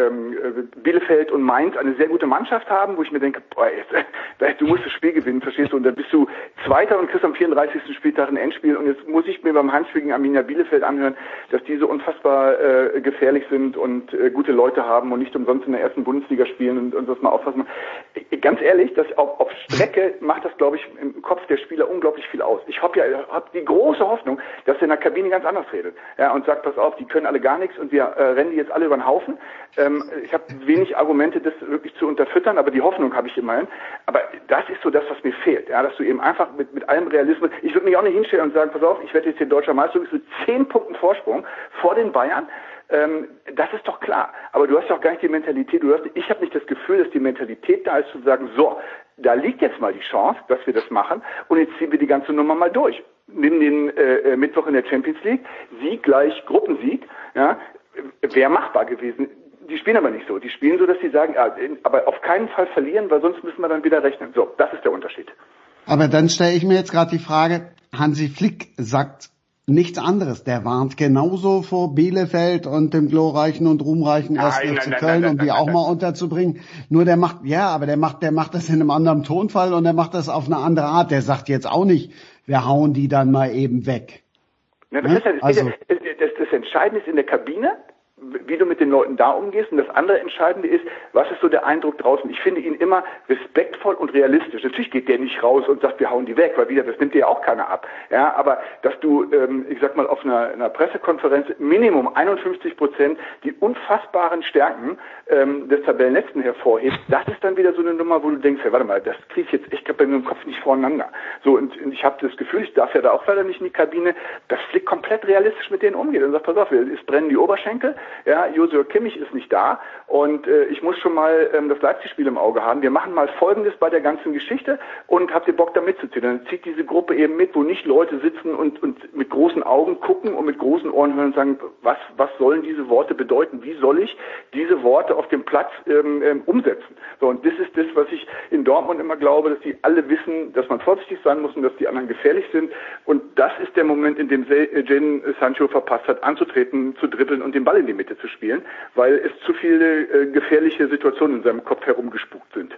äh, Bielefeld und Mainz eine sehr gute Mannschaft haben, wo ich mir denke, boah, jetzt, äh, du musst das Spiel gewinnen, verstehst du? Und dann bist du Zweiter und kriegst am vierunddreißigsten Spieltag ein Endspiel. Und jetzt muss ich mir beim Heimspiel gegen Arminia Bielefeld anhören, dass die so unfassbar äh, gefährlich sind und äh, gute Leute haben und nicht umsonst in der ersten Bundesliga spielen und, und das mal aufpassen. Ganz ehrlich, das auf, auf Strecke macht das, glaube ich, im Kopf der Spieler unglaublich viel aus. Ich habe ja hab die große Hoffnung, dass er in der Kabine ganz anders redet, ja, und sagt, pass auf, die können alle gar nichts und wir äh, rennen die jetzt alle über den Haufen. Ähm, ich habe wenig Argumente, das wirklich zu unterfüttern, aber die Hoffnung habe ich immerhin. Aber das ist so das, was mir fehlt, ja, dass du eben einfach mit, mit allem Realismus, ich würde mich auch nicht hinstellen und sagen, pass auf, ich werde jetzt hier deutscher Meister, mit zehn Punkten Vorsprung vor den Bayern. Ähm, das ist doch klar. Aber du hast doch gar nicht die Mentalität, du hast, ich habe nicht das Gefühl, dass die Mentalität da ist, zu sagen, so, da liegt jetzt mal die Chance, dass wir das machen und jetzt ziehen wir die ganze Nummer mal durch. Nimm den äh, Mittwoch in der Champions League, Sieg gleich Gruppensieg, ja, wäre machbar gewesen. Die spielen aber nicht so. Die spielen so, dass sie sagen, ja, aber auf keinen Fall verlieren, weil sonst müssen wir dann wieder rechnen. So, das ist der Unterschied. Aber dann stelle ich mir jetzt gerade die Frage, Hansi Flick sagt nichts anderes. Der warnt genauso vor Bielefeld und dem glorreichen und ruhmreichen ersten F C Köln, um die auch mal unterzubringen. Nur der macht, ja, aber der macht, der macht das in einem anderen Tonfall und der macht das auf eine andere Art. Der sagt jetzt auch nicht, wir hauen die dann mal eben weg. Ja, das, ist ja, also, das, das, das Entscheidende ist in der Kabine, wie du mit den Leuten da umgehst. Und das andere Entscheidende ist, was ist so der Eindruck draußen? Ich finde ihn immer respektvoll und realistisch. Natürlich geht der nicht raus und sagt, wir hauen die weg, weil wieder, das nimmt dir ja auch keiner ab. Ja, aber dass du, ähm, ich sag mal, auf einer, einer Pressekonferenz Minimum einundfünfzig Prozent die unfassbaren Stärken ähm, des Tabellenletzten hervorhebst, das ist dann wieder so eine Nummer, wo du denkst, hey, warte mal, das kriege ich jetzt echt bei mir im Kopf nicht voreinander. So, und, und ich habe das Gefühl, ich darf ja da auch leider nicht in die Kabine, dass Flick komplett realistisch mit denen umgeht und sagt, pass auf, es brennen die Oberschenkel. Ja, Joshua Kimmich ist nicht da und äh, ich muss schon mal ähm, das Leipzig-Spiel im Auge haben. Wir machen mal Folgendes bei der ganzen Geschichte und habt ihr Bock da mitzuziehen? Dann zieht diese Gruppe eben mit, wo nicht Leute sitzen und, und mit großen Augen gucken und mit großen Ohren hören und sagen, was, was sollen diese Worte bedeuten? Wie soll ich diese Worte auf dem Platz ähm, ähm, umsetzen? So, und das ist das, was ich in Dortmund immer glaube, dass die alle wissen, dass man vorsichtig sein muss und dass die anderen gefährlich sind. Und das ist der Moment, in dem Jadon Sancho verpasst hat, anzutreten, zu dribbeln und den Ball in die Mitte zu spielen, weil es zu viele äh, gefährliche Situationen in seinem Kopf herumgespukt sind.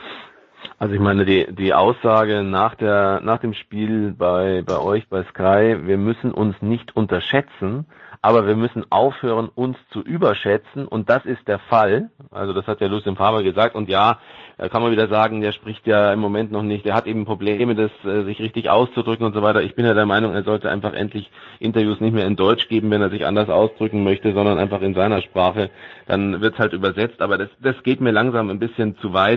Also ich meine, die die Aussage nach der nach dem Spiel bei bei euch bei Sky, wir müssen uns nicht unterschätzen, aber wir müssen aufhören, uns zu überschätzen, und das ist der Fall. Also das hat ja Lucien Favre gesagt, und ja, da kann man wieder sagen, der spricht ja im Moment noch nicht, der hat eben Probleme, das äh, sich richtig auszudrücken und so weiter. Ich bin ja der Meinung, er sollte einfach endlich Interviews nicht mehr in Deutsch geben, wenn er sich anders ausdrücken möchte, sondern einfach in seiner Sprache. Dann wird's halt übersetzt, aber das das geht mir langsam ein bisschen zu weit.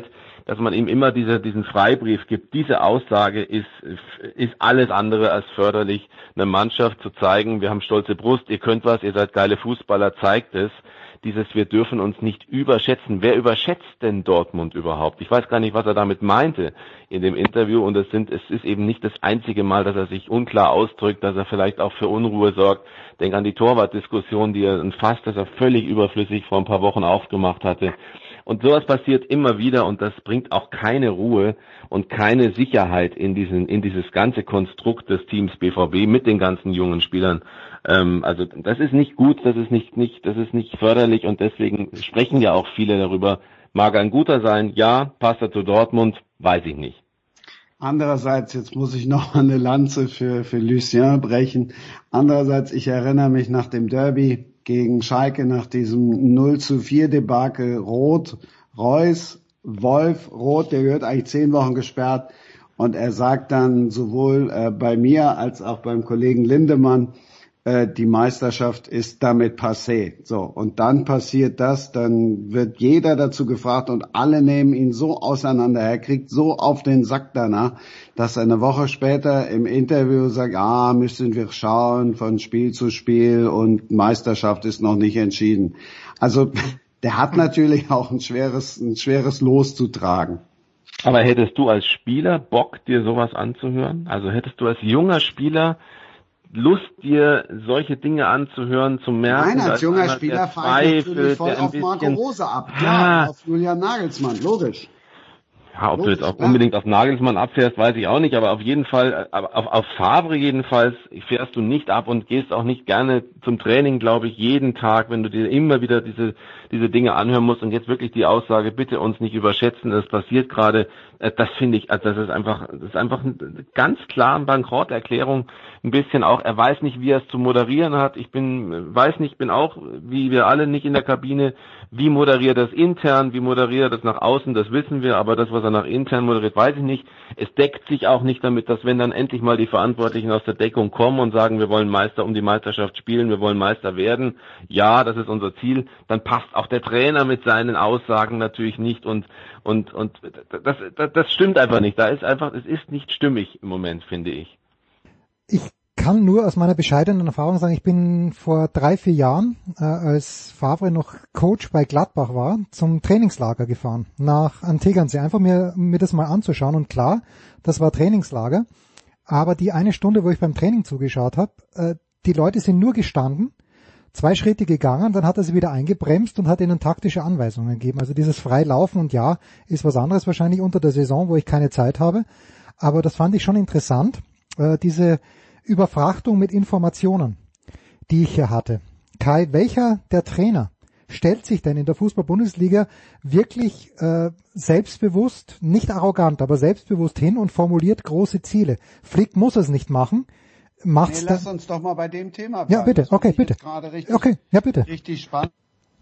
dass man ihm immer diese, diesen Freibrief gibt. Diese Aussage ist, ist alles andere als förderlich, einer Mannschaft zu zeigen, wir haben stolze Brust, ihr könnt was, ihr seid geile Fußballer, zeigt es. Dieses, wir dürfen uns nicht überschätzen. Wer überschätzt denn Dortmund überhaupt? Ich weiß gar nicht, was er damit meinte in dem Interview, und es sind, es ist eben nicht das einzige Mal, dass er sich unklar ausdrückt, dass er vielleicht auch für Unruhe sorgt. Denk an die Torwartdiskussion, die er, ein Fass, das er völlig überflüssig vor ein paar Wochen aufgemacht hatte. Und sowas passiert immer wieder, und das bringt auch keine Ruhe und keine Sicherheit in diesen, in dieses ganze Konstrukt des Teams B V B mit den ganzen jungen Spielern. Ähm, also das ist nicht gut, das ist nicht, nicht, das ist nicht förderlich, und deswegen sprechen ja auch viele darüber. Mag ein guter sein, ja, passt er zu Dortmund, weiß ich nicht. Andererseits, jetzt muss ich noch eine Lanze für, für Lucien brechen. Andererseits, ich erinnere mich nach dem Derby gegen Schalke, nach diesem null zu vier Debakel, Roth, Reus, Wolf, Roth, der gehört eigentlich zehn Wochen gesperrt. Und er sagt dann sowohl äh, bei mir als auch beim Kollegen Lindemann, äh, die Meisterschaft ist damit passé. So, und dann passiert das, dann wird jeder dazu gefragt und alle nehmen ihn so auseinander. Er kriegt so auf den Sack danach, dass er eine Woche später im Interview sagt, ah, müssen wir schauen von Spiel zu Spiel und Meisterschaft ist noch nicht entschieden. Also der hat natürlich auch ein schweres, ein schweres Los zu tragen. Aber hättest du als Spieler Bock, dir sowas anzuhören? Also hättest du als junger Spieler Lust, dir solche Dinge anzuhören, zu merken? Nein, als junger Spieler fahre ich natürlich voll auf Marco Rose ab. Klar, ah. auf Julian Nagelsmann, logisch. Ja, ob logisch, du jetzt auch klar. unbedingt auf Nagelsmann abfährst, weiß ich auch nicht, aber auf jeden Fall, auf, auf Favre jedenfalls fährst du nicht ab und gehst auch nicht gerne zum Training, glaube ich, jeden Tag, wenn du dir immer wieder diese diese Dinge anhören musst. Und jetzt wirklich die Aussage, bitte uns nicht überschätzen, das passiert gerade, das finde ich, also das ist einfach, das ist einfach eine ganz klare Bankrotterklärung, ein bisschen auch, er weiß nicht, wie er es zu moderieren hat, ich bin, weiß nicht, bin auch, wie wir alle, nicht in der Kabine, wie moderiert er das intern, wie moderiert er das nach außen, das wissen wir, aber das, was er nach intern moderiert, weiß ich nicht. Es deckt sich auch nicht damit, dass wenn dann endlich mal die Verantwortlichen aus der Deckung kommen und sagen, wir wollen Meister um die Meisterschaft spielen, wir wollen Meister werden, ja, das ist unser Ziel, dann passt auch der Trainer mit seinen Aussagen natürlich nicht, und und und das das, das stimmt einfach nicht. Da ist einfach, es ist nicht stimmig im Moment, finde ich. Ich kann nur aus meiner bescheidenen Erfahrung sagen, ich bin vor drei, vier Jahren, äh, als Favre noch Coach bei Gladbach war, zum Trainingslager gefahren, nach an Tegernsee, einfach mir, mir das mal anzuschauen. Und klar, das war Trainingslager, aber die eine Stunde, wo ich beim Training zugeschaut habe, äh, die Leute sind nur gestanden, zwei Schritte gegangen, dann hat er sie wieder eingebremst und hat ihnen taktische Anweisungen gegeben. Also dieses Freilaufen, und ja, ist was anderes wahrscheinlich unter der Saison, wo ich keine Zeit habe, aber das fand ich schon interessant, äh, diese Überfrachtung mit Informationen, die ich hier hatte. Kai, welcher der Trainer stellt sich denn in der Fußball-Bundesliga wirklich äh, selbstbewusst, nicht arrogant, aber selbstbewusst hin und formuliert große Ziele? Flick muss es nicht machen. Macht's nee, lass uns doch mal bei dem Thema bleiben. Ja, bitte, okay, bitte. Richtig, okay, ja, bitte. Richtig spannend.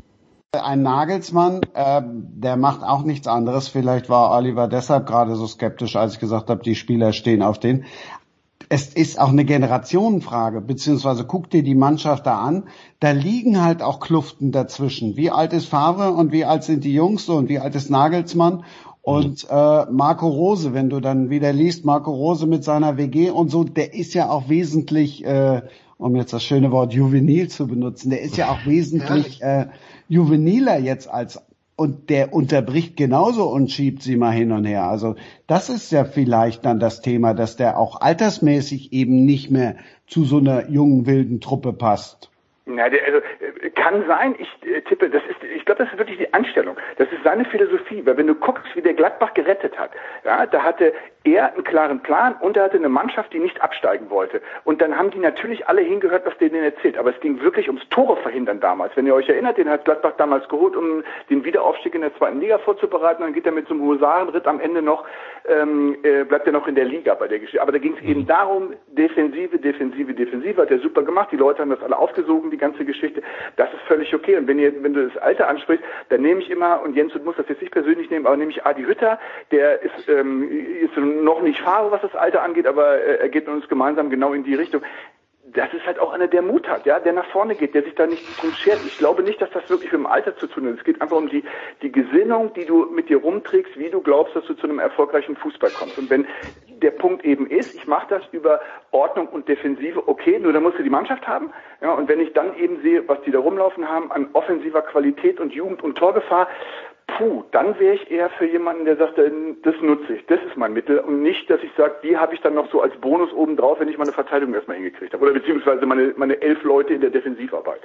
Ein Nagelsmann, äh, der macht auch nichts anderes. Vielleicht war Oliver deshalb gerade so skeptisch, als ich gesagt habe, die Spieler stehen auf den. Es ist auch eine Generationenfrage, beziehungsweise guck dir die Mannschaft da an, da liegen halt auch Kluften dazwischen. Wie alt ist Favre und wie alt sind die Jungs und wie alt ist Nagelsmann? Und äh, Marco Rose, wenn du dann wieder liest, Marco Rose mit seiner W G und so, der ist ja auch wesentlich, äh, um jetzt das schöne Wort juvenil zu benutzen, der ist ja auch wesentlich äh, juveniler jetzt als, und der unterbricht genauso und schiebt sie mal hin und her. Also das ist ja vielleicht dann das Thema, dass der auch altersmäßig eben nicht mehr zu so einer jungen, wilden Truppe passt. Na, der, also kann sein, ich äh, tippe, das ist, ich glaube, das ist wirklich die Anstellung. Das ist seine Philosophie, weil wenn du guckst, wie der Gladbach gerettet hat, ja, da hatte er einen klaren Plan und er hatte eine Mannschaft, die nicht absteigen wollte. Und dann haben die natürlich alle hingehört, was der denen erzählt. Aber es ging wirklich ums Tore verhindern damals. Wenn ihr euch erinnert, den hat Gladbach damals geholt, um den Wiederaufstieg in der zweiten Liga vorzubereiten. Dann geht er mit so einem Husarenritt am Ende noch, ähm, äh, bleibt er noch in der Liga bei der Geschichte. Aber da ging es eben darum, Defensive, Defensive, Defensive, hat er super gemacht. Die Leute haben das alle aufgesogen, die ganze Geschichte. Das ist völlig okay. Und wenn ihr, wenn du das Alter ansprichst, dann nehme ich immer, und Jens, du musst das jetzt nicht persönlich nehmen, aber nehme ich Adi Hütter, der ist, ähm, ist noch nicht Fahrer, was das Alter angeht, aber äh, er geht mit uns gemeinsam genau in die Richtung. das ist halt auch einer, der Mut hat, ja, der nach vorne geht, der sich da nicht drum schert. Ich glaube nicht, dass das wirklich mit dem Alter zu tun hat. Es geht einfach um die, die Gesinnung, die du mit dir rumträgst, wie du glaubst, dass du zu einem erfolgreichen Fußball kommst. Und wenn der Punkt eben ist, ich mache das über Ordnung und Defensive, okay, nur dann musst du die Mannschaft haben. Ja, und wenn ich dann eben sehe, was die da rumlaufen haben an offensiver Qualität und Jugend- und Torgefahr, puh, dann wäre ich eher für jemanden, der sagt, das nutze ich, das ist mein Mittel und nicht, dass ich sage, die habe ich dann noch so als Bonus obendrauf, wenn ich meine Verteidigung erstmal hingekriegt habe oder beziehungsweise meine, meine elf Leute in der Defensivarbeit.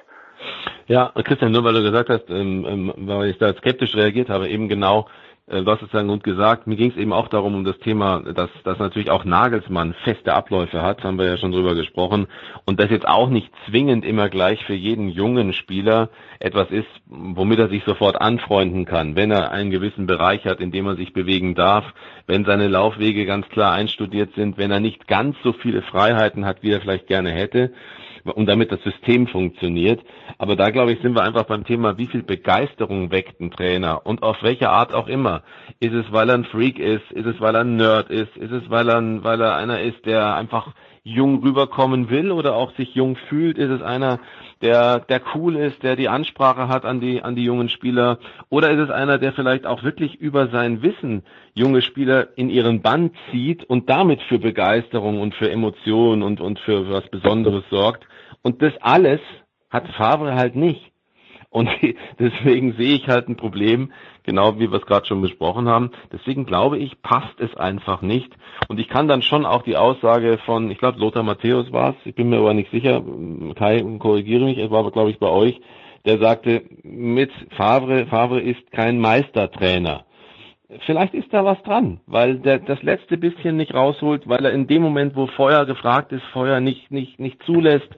Ja, Christian, nur weil du gesagt hast, ähm, ähm, weil ich da skeptisch reagiert habe, eben genau, äh, du hast es dann gut gesagt, mir ging es eben auch darum, um das Thema, dass, dass natürlich auch Nagelsmann feste Abläufe hat, haben wir ja schon drüber gesprochen, und das jetzt auch nicht zwingend immer gleich für jeden jungen Spieler etwas ist, womit er sich sofort anfreunden kann, wenn er einen gewissen Bereich hat, in dem er sich bewegen darf, wenn seine Laufwege ganz klar einstudiert sind, wenn er nicht ganz so viele Freiheiten hat, wie er vielleicht gerne hätte, und damit das System funktioniert. Aber da, glaube ich, sind wir einfach beim Thema, wie viel Begeisterung weckt ein Trainer und auf welche Art auch immer. Ist es, weil er ein Freak ist? Ist es, weil er ein Nerd ist? Ist es, weil er, weil er einer ist, der einfach jung rüberkommen will oder auch sich jung fühlt? Ist es einer, der, der cool ist, der die Ansprache hat an die, an die jungen Spieler? Oder ist es einer, der vielleicht auch wirklich über sein Wissen junge Spieler in ihren Bann zieht und damit für Begeisterung und für Emotionen und, und für was Besonderes sorgt? Und das alles hat Favre halt nicht. Und deswegen sehe ich halt ein Problem, genau wie wir es gerade schon besprochen haben. Deswegen glaube ich, passt es einfach nicht. Und ich kann dann schon auch die Aussage von, ich glaube, Lothar Matthäus war es, ich bin mir aber nicht sicher, Kai, korrigiere mich, es war aber, glaube ich, bei euch, der sagte, mit Favre, Favre ist kein Meistertrainer. Vielleicht ist da was dran, weil der das letzte bisschen nicht rausholt, weil er in dem Moment, wo Feuer gefragt ist, Feuer nicht nicht nicht zulässt,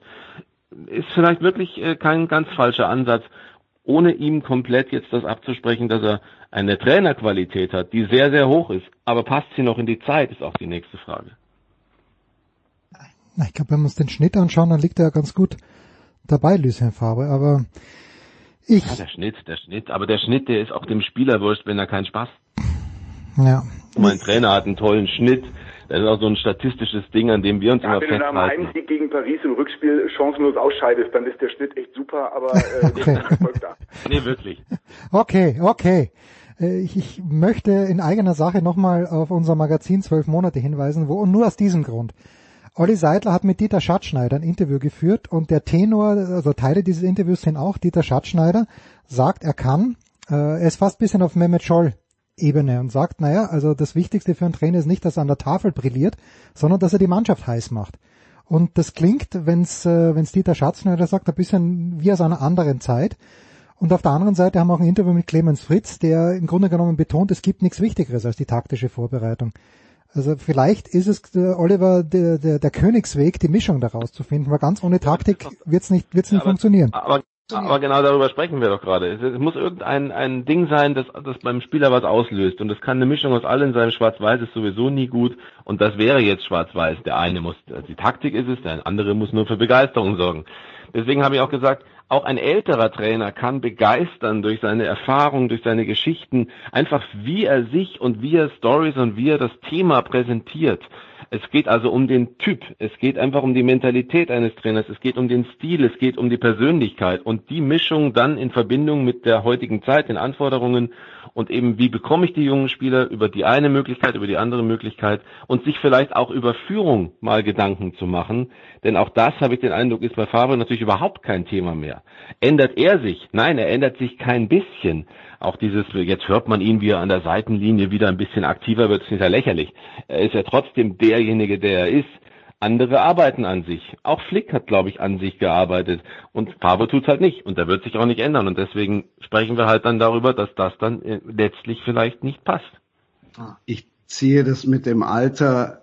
ist vielleicht wirklich äh, kein ganz falscher Ansatz, ohne ihm komplett jetzt das abzusprechen, dass er eine Trainerqualität hat, die sehr, sehr hoch ist. Aber passt sie noch in die Zeit, ist auch die nächste Frage. Ich glaube, wenn wir uns den Schnitt anschauen, dann liegt er ja ganz gut dabei, Lucien Favre, aber ich... Ja, der Schnitt, der Schnitt, aber der Schnitt, der ist auch dem Spieler wurscht, wenn er keinen Spaß. Ja. Mein Trainer hat einen tollen Schnitt. Das ist auch so ein statistisches Ding, an dem wir uns ja, immer festhalten. Wenn du nach einem Heimsieg gegen Paris im Rückspiel chancenlos ausscheidest, dann ist der Schnitt echt super, aber äh, okay. Der Erfolg da. Nee, wirklich. Okay, okay. Ich, ich möchte in eigener Sache nochmal auf unser Magazin zwölf Monate hinweisen, wo und nur aus diesem Grund. Olli Seidler hat mit Dieter Schatzschneider ein Interview geführt und der Tenor, also Teile dieses Interviews sind auch, Dieter Schatzschneider sagt, er kann, äh, er ist fast ein bisschen auf Mehmet Scholl Ebene und sagt, naja, also das Wichtigste für einen Trainer ist nicht, dass er an der Tafel brilliert, sondern dass er die Mannschaft heiß macht. Und das klingt, wenn's, äh, wenn's Dieter Schatzschneider sagt, ein bisschen wie aus einer anderen Zeit. Und auf der anderen Seite haben wir auch ein Interview mit Clemens Fritz, der im Grunde genommen betont, es gibt nichts Wichtigeres als die taktische Vorbereitung. Also vielleicht ist es, äh, Oliver, der, der, der Königsweg, die Mischung daraus zu finden, weil ganz ohne Taktik wird's nicht, wird's nicht aber, funktionieren. Aber, aber genau darüber sprechen wir doch gerade. Es, es muss irgendein ein Ding sein, das, das beim Spieler was auslöst. Und das kann eine Mischung aus allem sein. Schwarz-Weiß ist sowieso nie gut. Und das wäre jetzt Schwarz-Weiß. Der eine muss, die Taktik ist es, der andere muss nur für Begeisterung sorgen. Deswegen habe ich auch gesagt, auch ein älterer Trainer kann begeistern durch seine Erfahrung, durch seine Geschichten, einfach wie er sich und wie er Stories und wie er das Thema präsentiert. Es geht also um den Typ, es geht einfach um die Mentalität eines Trainers, es geht um den Stil, es geht um die Persönlichkeit und die Mischung dann in Verbindung mit der heutigen Zeit, den Anforderungen und eben wie bekomme ich die jungen Spieler über die eine Möglichkeit, über die andere Möglichkeit und sich vielleicht auch über Führung mal Gedanken zu machen, denn auch das, habe ich den Eindruck, ist bei Favre natürlich überhaupt kein Thema mehr. Ändert er sich? Nein, er ändert sich kein bisschen. Auch dieses, jetzt hört man ihn, wie er an der Seitenlinie wieder ein bisschen aktiver wird, ist nicht ja lächerlich. Er ist ja trotzdem derjenige, der er ist. Andere arbeiten an sich. Auch Flick hat, glaube ich, an sich gearbeitet. Und Favre tut's halt nicht. Und der wird sich auch nicht ändern. Und deswegen sprechen wir halt dann darüber, dass das dann letztlich vielleicht nicht passt. Ich ziehe das mit dem Alter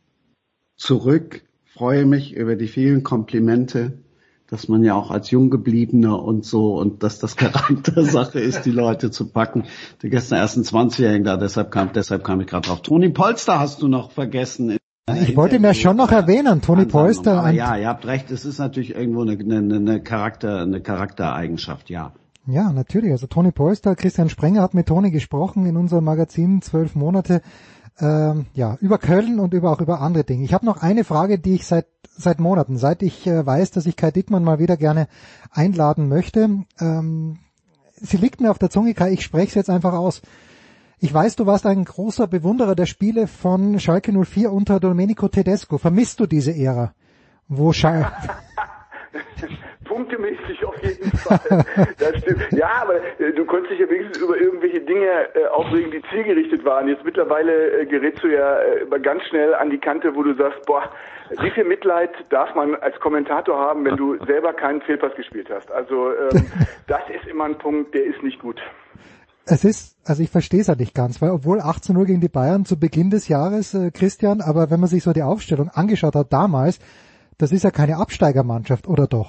zurück, freue mich über die vielen Komplimente, dass man ja auch als Junggebliebener und so und dass das Charaktersache ist, die Leute zu packen. Der gestern erst ein zwanzigjährigen da, deshalb kam, deshalb kam ich gerade drauf. Toni Polster hast du noch vergessen. Ich wollte ihn ja schon noch erwähnen, Toni Polster. Aber ja, ihr habt recht, es ist natürlich irgendwo eine, eine, eine Charakter, eine Charaktereigenschaft, ja. Ja, natürlich. Also Toni Polster, Christian Sprenger hat mit Toni gesprochen in unserem Magazin zwölf Monate. ähm, ja, über Köln und über auch über andere Dinge. Ich habe noch eine Frage, die ich seit seit Monaten, seit ich äh, weiß, dass ich Kai Dittmann mal wieder gerne einladen möchte. Ähm, sie liegt mir auf der Zunge, Kai, ich spreche es jetzt einfach aus. Ich weiß, du warst ein großer Bewunderer der Spiele von Schalke null vier unter Domenico Tedesco. Vermisst du diese Ära? Wo Schalke... Punktemäßig auf jeden Fall. Das stimmt. Ja, aber äh, du konntest dich ja wenigstens über irgendwelche Dinge äh, aufregen, die zielgerichtet waren. Jetzt mittlerweile äh, gerätst du ja äh, ganz schnell an die Kante, wo du sagst, boah, wie viel Mitleid darf man als Kommentator haben, wenn du selber keinen Fehlpass gespielt hast? Also ähm, das ist immer ein Punkt, der ist nicht gut. Es ist, also ich verstehe es ja nicht ganz, weil obwohl achtzehn null gegen die Bayern zu Beginn des Jahres, äh, Christian, aber wenn man sich so die Aufstellung angeschaut hat damals, das ist ja keine Absteigermannschaft, oder doch?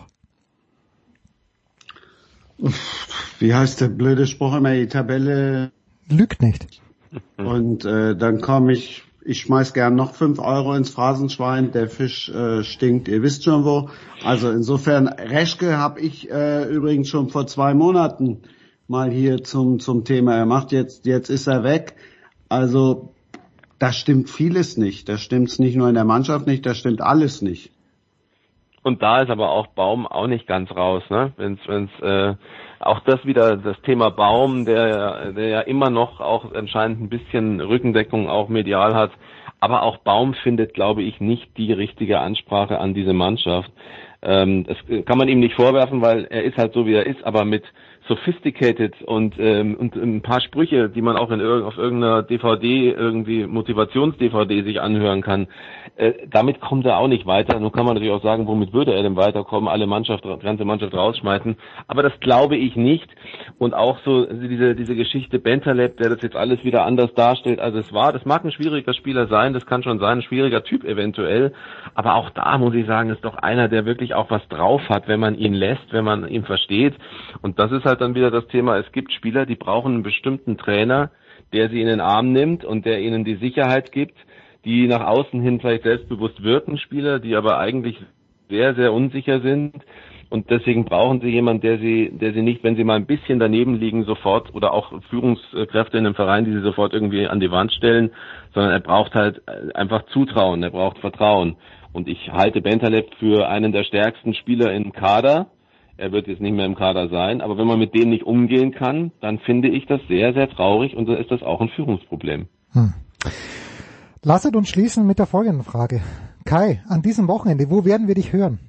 Wie heißt der blöde Spruch immer, die Tabelle lügt nicht. Und äh, dann komme ich, ich schmeiß gern noch fünf Euro ins Phrasenschwein, der Fisch äh, stinkt, ihr wisst schon wo. Also insofern, Reschke habe ich äh, übrigens schon vor zwei Monaten mal hier zum zum Thema gemacht. Jetzt jetzt ist er weg. Also da stimmt vieles nicht. Da stimmt's nicht nur in der Mannschaft nicht, da stimmt alles nicht. Und da ist aber auch Baum auch nicht ganz raus, ne? Wenn's, wenn's, äh, auch das wieder, das Thema Baum, der, der ja immer noch auch anscheinend ein bisschen Rückendeckung auch medial hat. Aber auch Baum findet, glaube ich, nicht die richtige Ansprache an diese Mannschaft. Ähm, das kann man ihm nicht vorwerfen, weil er ist halt so, wie er ist, aber mit sophisticated und ähm, und ein paar Sprüche, die man auch in irg- auf irgendeiner D V D, irgendwie Motivations-D V D sich anhören kann, äh, damit kommt er auch nicht weiter. Nun kann man natürlich auch sagen, womit würde er denn weiterkommen, alle Mannschaft, die ganze Mannschaft rausschmeißen, aber das glaube ich nicht. Und auch so diese diese Geschichte Bentaleb, der das jetzt alles wieder anders darstellt, als es war, das mag ein schwieriger Spieler sein, das kann schon sein, ein schwieriger Typ eventuell, aber auch da muss ich sagen, ist doch einer, der wirklich auch was drauf hat, wenn man ihn lässt, wenn man ihn versteht. Und das ist halt dann wieder das Thema, es gibt Spieler, die brauchen einen bestimmten Trainer, der sie in den Arm nimmt und der ihnen die Sicherheit gibt, die nach außen hin vielleicht selbstbewusst wirken, Spieler, die aber eigentlich sehr, sehr unsicher sind. Und deswegen brauchen sie jemanden, der sie, der sie nicht, wenn sie mal ein bisschen daneben liegen, sofort, oder auch Führungskräfte in einem Verein, die sie sofort irgendwie an die Wand stellen, sondern er braucht halt einfach Zutrauen, er braucht Vertrauen. Und ich halte Bentaleb für einen der stärksten Spieler im Kader. Er wird jetzt nicht mehr im Kader sein, aber wenn man mit dem nicht umgehen kann, dann finde ich das sehr, sehr traurig und dann ist das auch ein Führungsproblem. Hm. Lasset uns schließen mit der folgenden Frage. Kai, an diesem Wochenende, wo werden wir dich hören?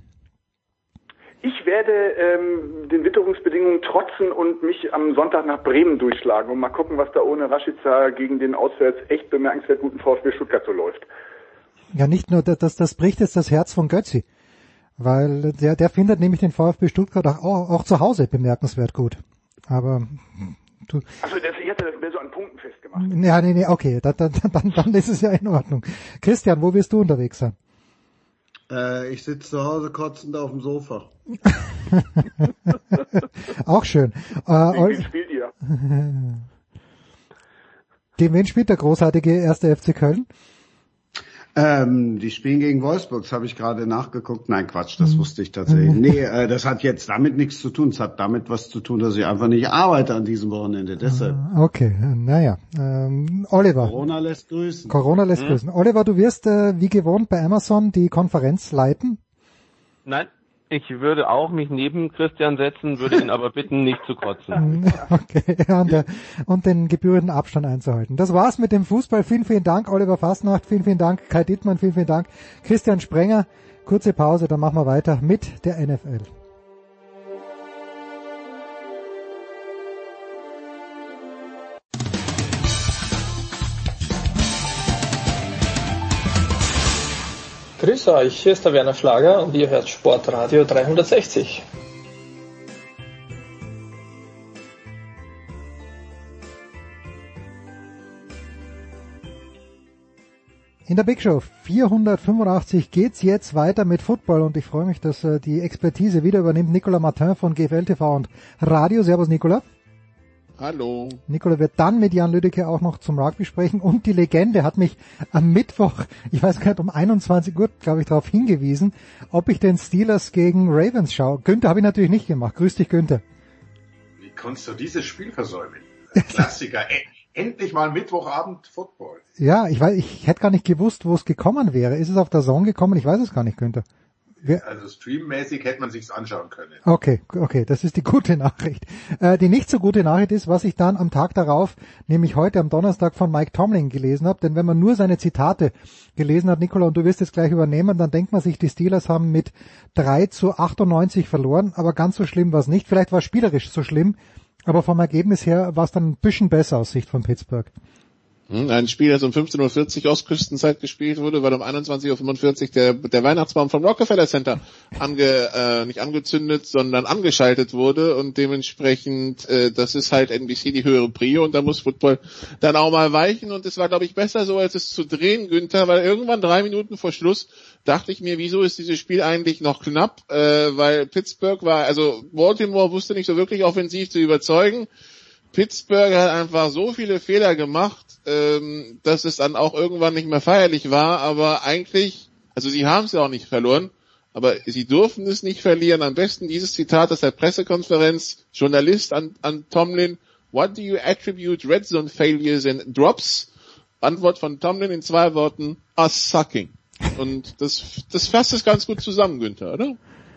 Ich werde ähm, den Witterungsbedingungen trotzen und mich am Sonntag nach Bremen durchschlagen und mal gucken, was da ohne Rashica gegen den auswärts echt bemerkenswert guten VfB Stuttgart so läuft. Ja, nicht nur, das, das bricht jetzt das Herz von Götzi. Weil der, der findet nämlich den VfB Stuttgart auch, auch zu Hause bemerkenswert gut. Aber du. Also das, ich hatte das mehr so an Punkten festgemacht. Ja, nee, nee, okay, dann, dann, dann, dann ist es ja in Ordnung. Christian, wo wirst du unterwegs sein? Äh, ich sitze zu Hause kotzend auf dem Sofa. Auch schön. Äh, Gegen wen spielt ihr? Gegen wen spielt der großartige erste F C Köln? Ähm, die spielen gegen Wolfsburg, das habe ich gerade nachgeguckt. Nein, Quatsch, das wusste ich tatsächlich. Nee, äh, das hat jetzt damit nichts zu tun. Es hat damit was zu tun, dass ich einfach nicht arbeite an diesem Wochenende. Deshalb. Okay, naja. Ähm, Oliver. Corona lässt grüßen. Corona lässt hm. grüßen. Oliver, du wirst äh, wie gewohnt bei Amazon die Konferenz leiten? Nein. Ich würde auch mich neben Christian setzen, würde ihn aber bitten, nicht zu kotzen. Okay, ja, und, der, und den gebührenden Abstand einzuhalten. Das war's mit dem Fußball. Vielen, vielen Dank, Oliver Fastnacht. Vielen, vielen Dank, Kai Dittmann. Vielen, vielen Dank, Christian Sprenger. Kurze Pause, dann machen wir weiter mit der N F L. Grüß euch, hier ist der Werner Schlager und ihr hört Sportradio dreihundertsechzig. In der Big Show vierhundertfünfundachtzig geht's jetzt weiter mit Football und ich freue mich, dass äh, die Expertise wieder übernimmt Nicolas Martin von G F L T V und Radio. Servus Nicolas. Hallo. Nicola wird dann mit Jan Lüdecke auch noch zum Rugby sprechen und die Legende hat mich am Mittwoch, ich weiß gar nicht, um einundzwanzig Uhr, glaube ich, darauf hingewiesen, ob ich den Steelers gegen Ravens schaue. Günther habe ich natürlich nicht gemacht. Grüß dich, Günther. Wie konntest du dieses Spiel versäumen? Klassiker, endlich mal Mittwochabend Football. Ja, ich weiß, ich hätte gar nicht gewusst, wo es gekommen wäre. Ist es auf der Zone gekommen? Ich weiß es gar nicht, Günther. Wir also streammäßig hätte man sich's anschauen können. Okay, okay, das ist die gute Nachricht. Äh, die nicht so gute Nachricht ist, was ich dann am Tag darauf, nämlich heute am Donnerstag von Mike Tomlin gelesen habe, denn wenn man nur seine Zitate gelesen hat, Nicola, und du wirst es gleich übernehmen, dann denkt man sich, die Steelers haben mit drei zu achtundneunzig verloren, aber ganz so schlimm war es nicht. Vielleicht war es spielerisch so schlimm, aber vom Ergebnis her war es dann ein bisschen besser aus Sicht von Pittsburgh. Ein Spiel, das um fünfzehn Uhr vierzig Ostküstenzeit gespielt wurde, weil um einundzwanzig Uhr fünfundvierzig der, der Weihnachtsbaum vom Rockefeller Center ange, äh, nicht angezündet, sondern angeschaltet wurde und dementsprechend, äh, das ist halt N B C die höhere Prio und da muss Football dann auch mal weichen und es war, glaube ich, besser so, als es zu drehen, Günther, weil irgendwann drei Minuten vor Schluss dachte ich mir, wieso ist dieses Spiel eigentlich noch knapp, äh, weil Pittsburgh war, also Baltimore wusste nicht so wirklich offensiv zu überzeugen. Pittsburgh hat einfach so viele Fehler gemacht, ähm, dass es dann auch irgendwann nicht mehr feierlich war, aber eigentlich, also sie haben es ja auch nicht verloren, aber sie durften es nicht verlieren. Am besten dieses Zitat aus der Pressekonferenz, Journalist an, an Tomlin, what do you attribute red zone failures and drops? Antwort von Tomlin in zwei Worten, us sucking. Und das, das fasst es ganz gut zusammen, Günther, oder?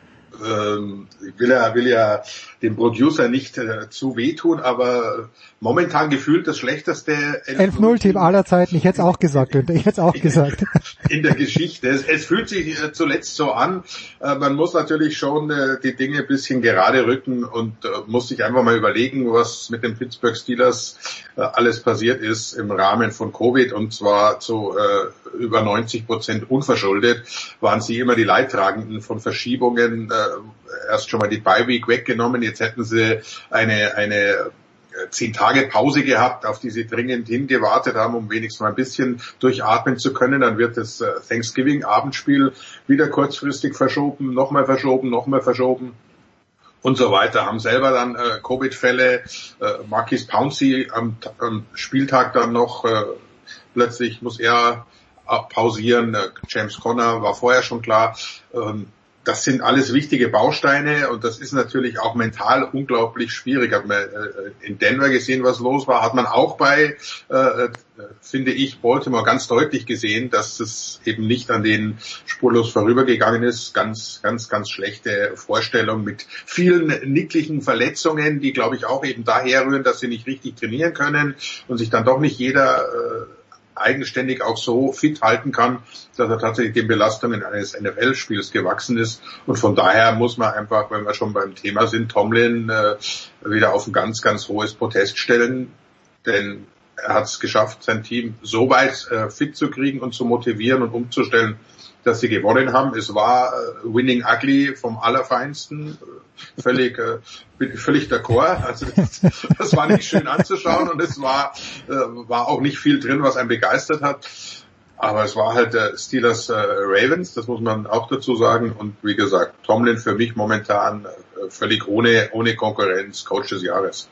Ähm, ich will ja, will ja dem Producer nicht äh, zu wehtun, aber momentan gefühlt das schlechteste elf null Team aller Zeiten. Ich hätte es auch gesagt, Günther. Ich hätte es auch gesagt. In der Geschichte. Es, es fühlt sich äh, zuletzt so an. Äh, man muss natürlich schon äh, die Dinge ein bisschen gerade rücken und äh, muss sich einfach mal überlegen, was mit den Pittsburgh Steelers äh, alles passiert ist im Rahmen von Covid, und zwar zu äh, über neunzig Prozent unverschuldet waren sie immer die Leidtragenden von Verschiebungen. Äh, erst schon mal die Bye-Week weggenommen, jetzt hätten sie eine eine zehn Tage Pause gehabt, auf die sie dringend hingewartet haben, um wenigstens mal ein bisschen durchatmen zu können. Dann wird das Thanksgiving-Abendspiel wieder kurzfristig verschoben, nochmal verschoben, nochmal verschoben und so weiter. Haben selber dann äh, Covid-Fälle, äh, Marquise Pouncey am, am Spieltag dann noch, äh, plötzlich muss er pausieren, äh, James Conner war vorher schon klar. ähm, Das sind alles wichtige Bausteine und das ist natürlich auch mental unglaublich schwierig. Hat man äh, in Denver gesehen, was los war, hat man auch bei, äh, finde ich, Baltimore ganz deutlich gesehen, dass es eben nicht an denen spurlos vorübergegangen ist. Ganz, ganz, ganz schlechte Vorstellung mit vielen nicklichen Verletzungen, die, glaube ich, auch eben daher rühren, dass sie nicht richtig trainieren können und sich dann doch nicht jeder äh, eigenständig auch so fit halten kann, dass er tatsächlich den Belastungen eines N F L-Spiels gewachsen ist. Und von daher muss man einfach, wenn wir schon beim Thema sind, Tomlin äh, wieder auf ein ganz, ganz hohes Podest stellen, denn er hat es geschafft, sein Team so weit äh, fit zu kriegen und zu motivieren und umzustellen, dass sie gewonnen haben. Es war äh, Winning Ugly vom Allerfeinsten, völlig äh, bin völlig d'accord. Also das, das war nicht schön anzuschauen und es war äh, war auch nicht viel drin, was einen begeistert hat. Aber es war halt der Steelers äh, Ravens, das muss man auch dazu sagen. Und wie gesagt, Tomlin für mich momentan äh, völlig ohne ohne Konkurrenz Coach des Jahres.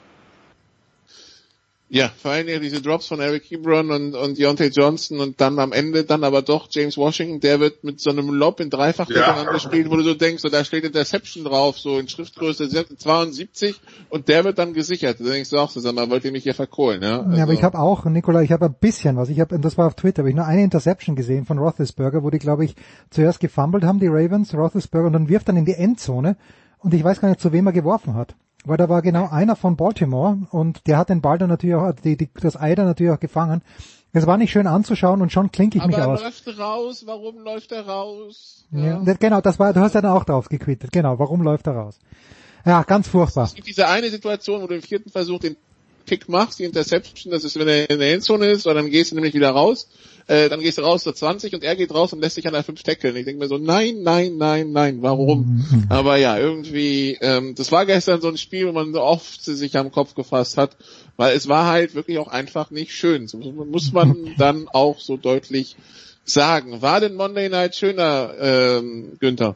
Ja, vor allem ja diese Drops von Eric Ebron und, und Deontay Johnson und dann am Ende dann aber doch James Washington, der wird mit so einem Lob in Dreifachdeckern ja. angespielt, wo du so denkst, so, da steht Interception drauf, so in Schriftgröße zweiundsiebzig und der wird dann gesichert. Da denkst du auch, sag mal, wollt ihr mich hier verkohlen, ja? Also. Ja, aber ich habe auch, Nikola, ich habe ein bisschen was, ich habe, das war auf Twitter, habe ich nur eine Interception gesehen von Roethlisberger, wo die, glaube ich, zuerst gefummelt haben, die Ravens, Roethlisberger, und dann wirft dann in die Endzone und ich weiß gar nicht, zu wem er geworfen hat. Weil da war genau einer von Baltimore und der hat den Ball dann natürlich auch, die, die, das Ei dann natürlich auch gefangen. Es war nicht schön anzuschauen und schon klinke ich aber mich aus. Aber er läuft raus, warum läuft er raus? Ja. Ja, genau, das war, du hast ja dann auch drauf gequittet, genau, warum läuft er raus? Ja, ganz furchtbar. Es gibt diese eine Situation, wo du im vierten Versuch den Pick machst, die Interception, das ist, wenn er in der Endzone ist, weil dann gehst du nämlich wieder raus, äh, dann gehst du raus zur zwanzig und er geht raus und lässt sich an der fünf tackeln. Ich denke mir so, nein, nein, nein, nein, warum? Mhm. Aber ja, irgendwie, ähm, das war gestern so ein Spiel, wo man so oft sich am Kopf gefasst hat, weil es war halt wirklich auch einfach nicht schön. So muss man dann auch so deutlich sagen. War denn Monday Night schöner, ähm, Günther?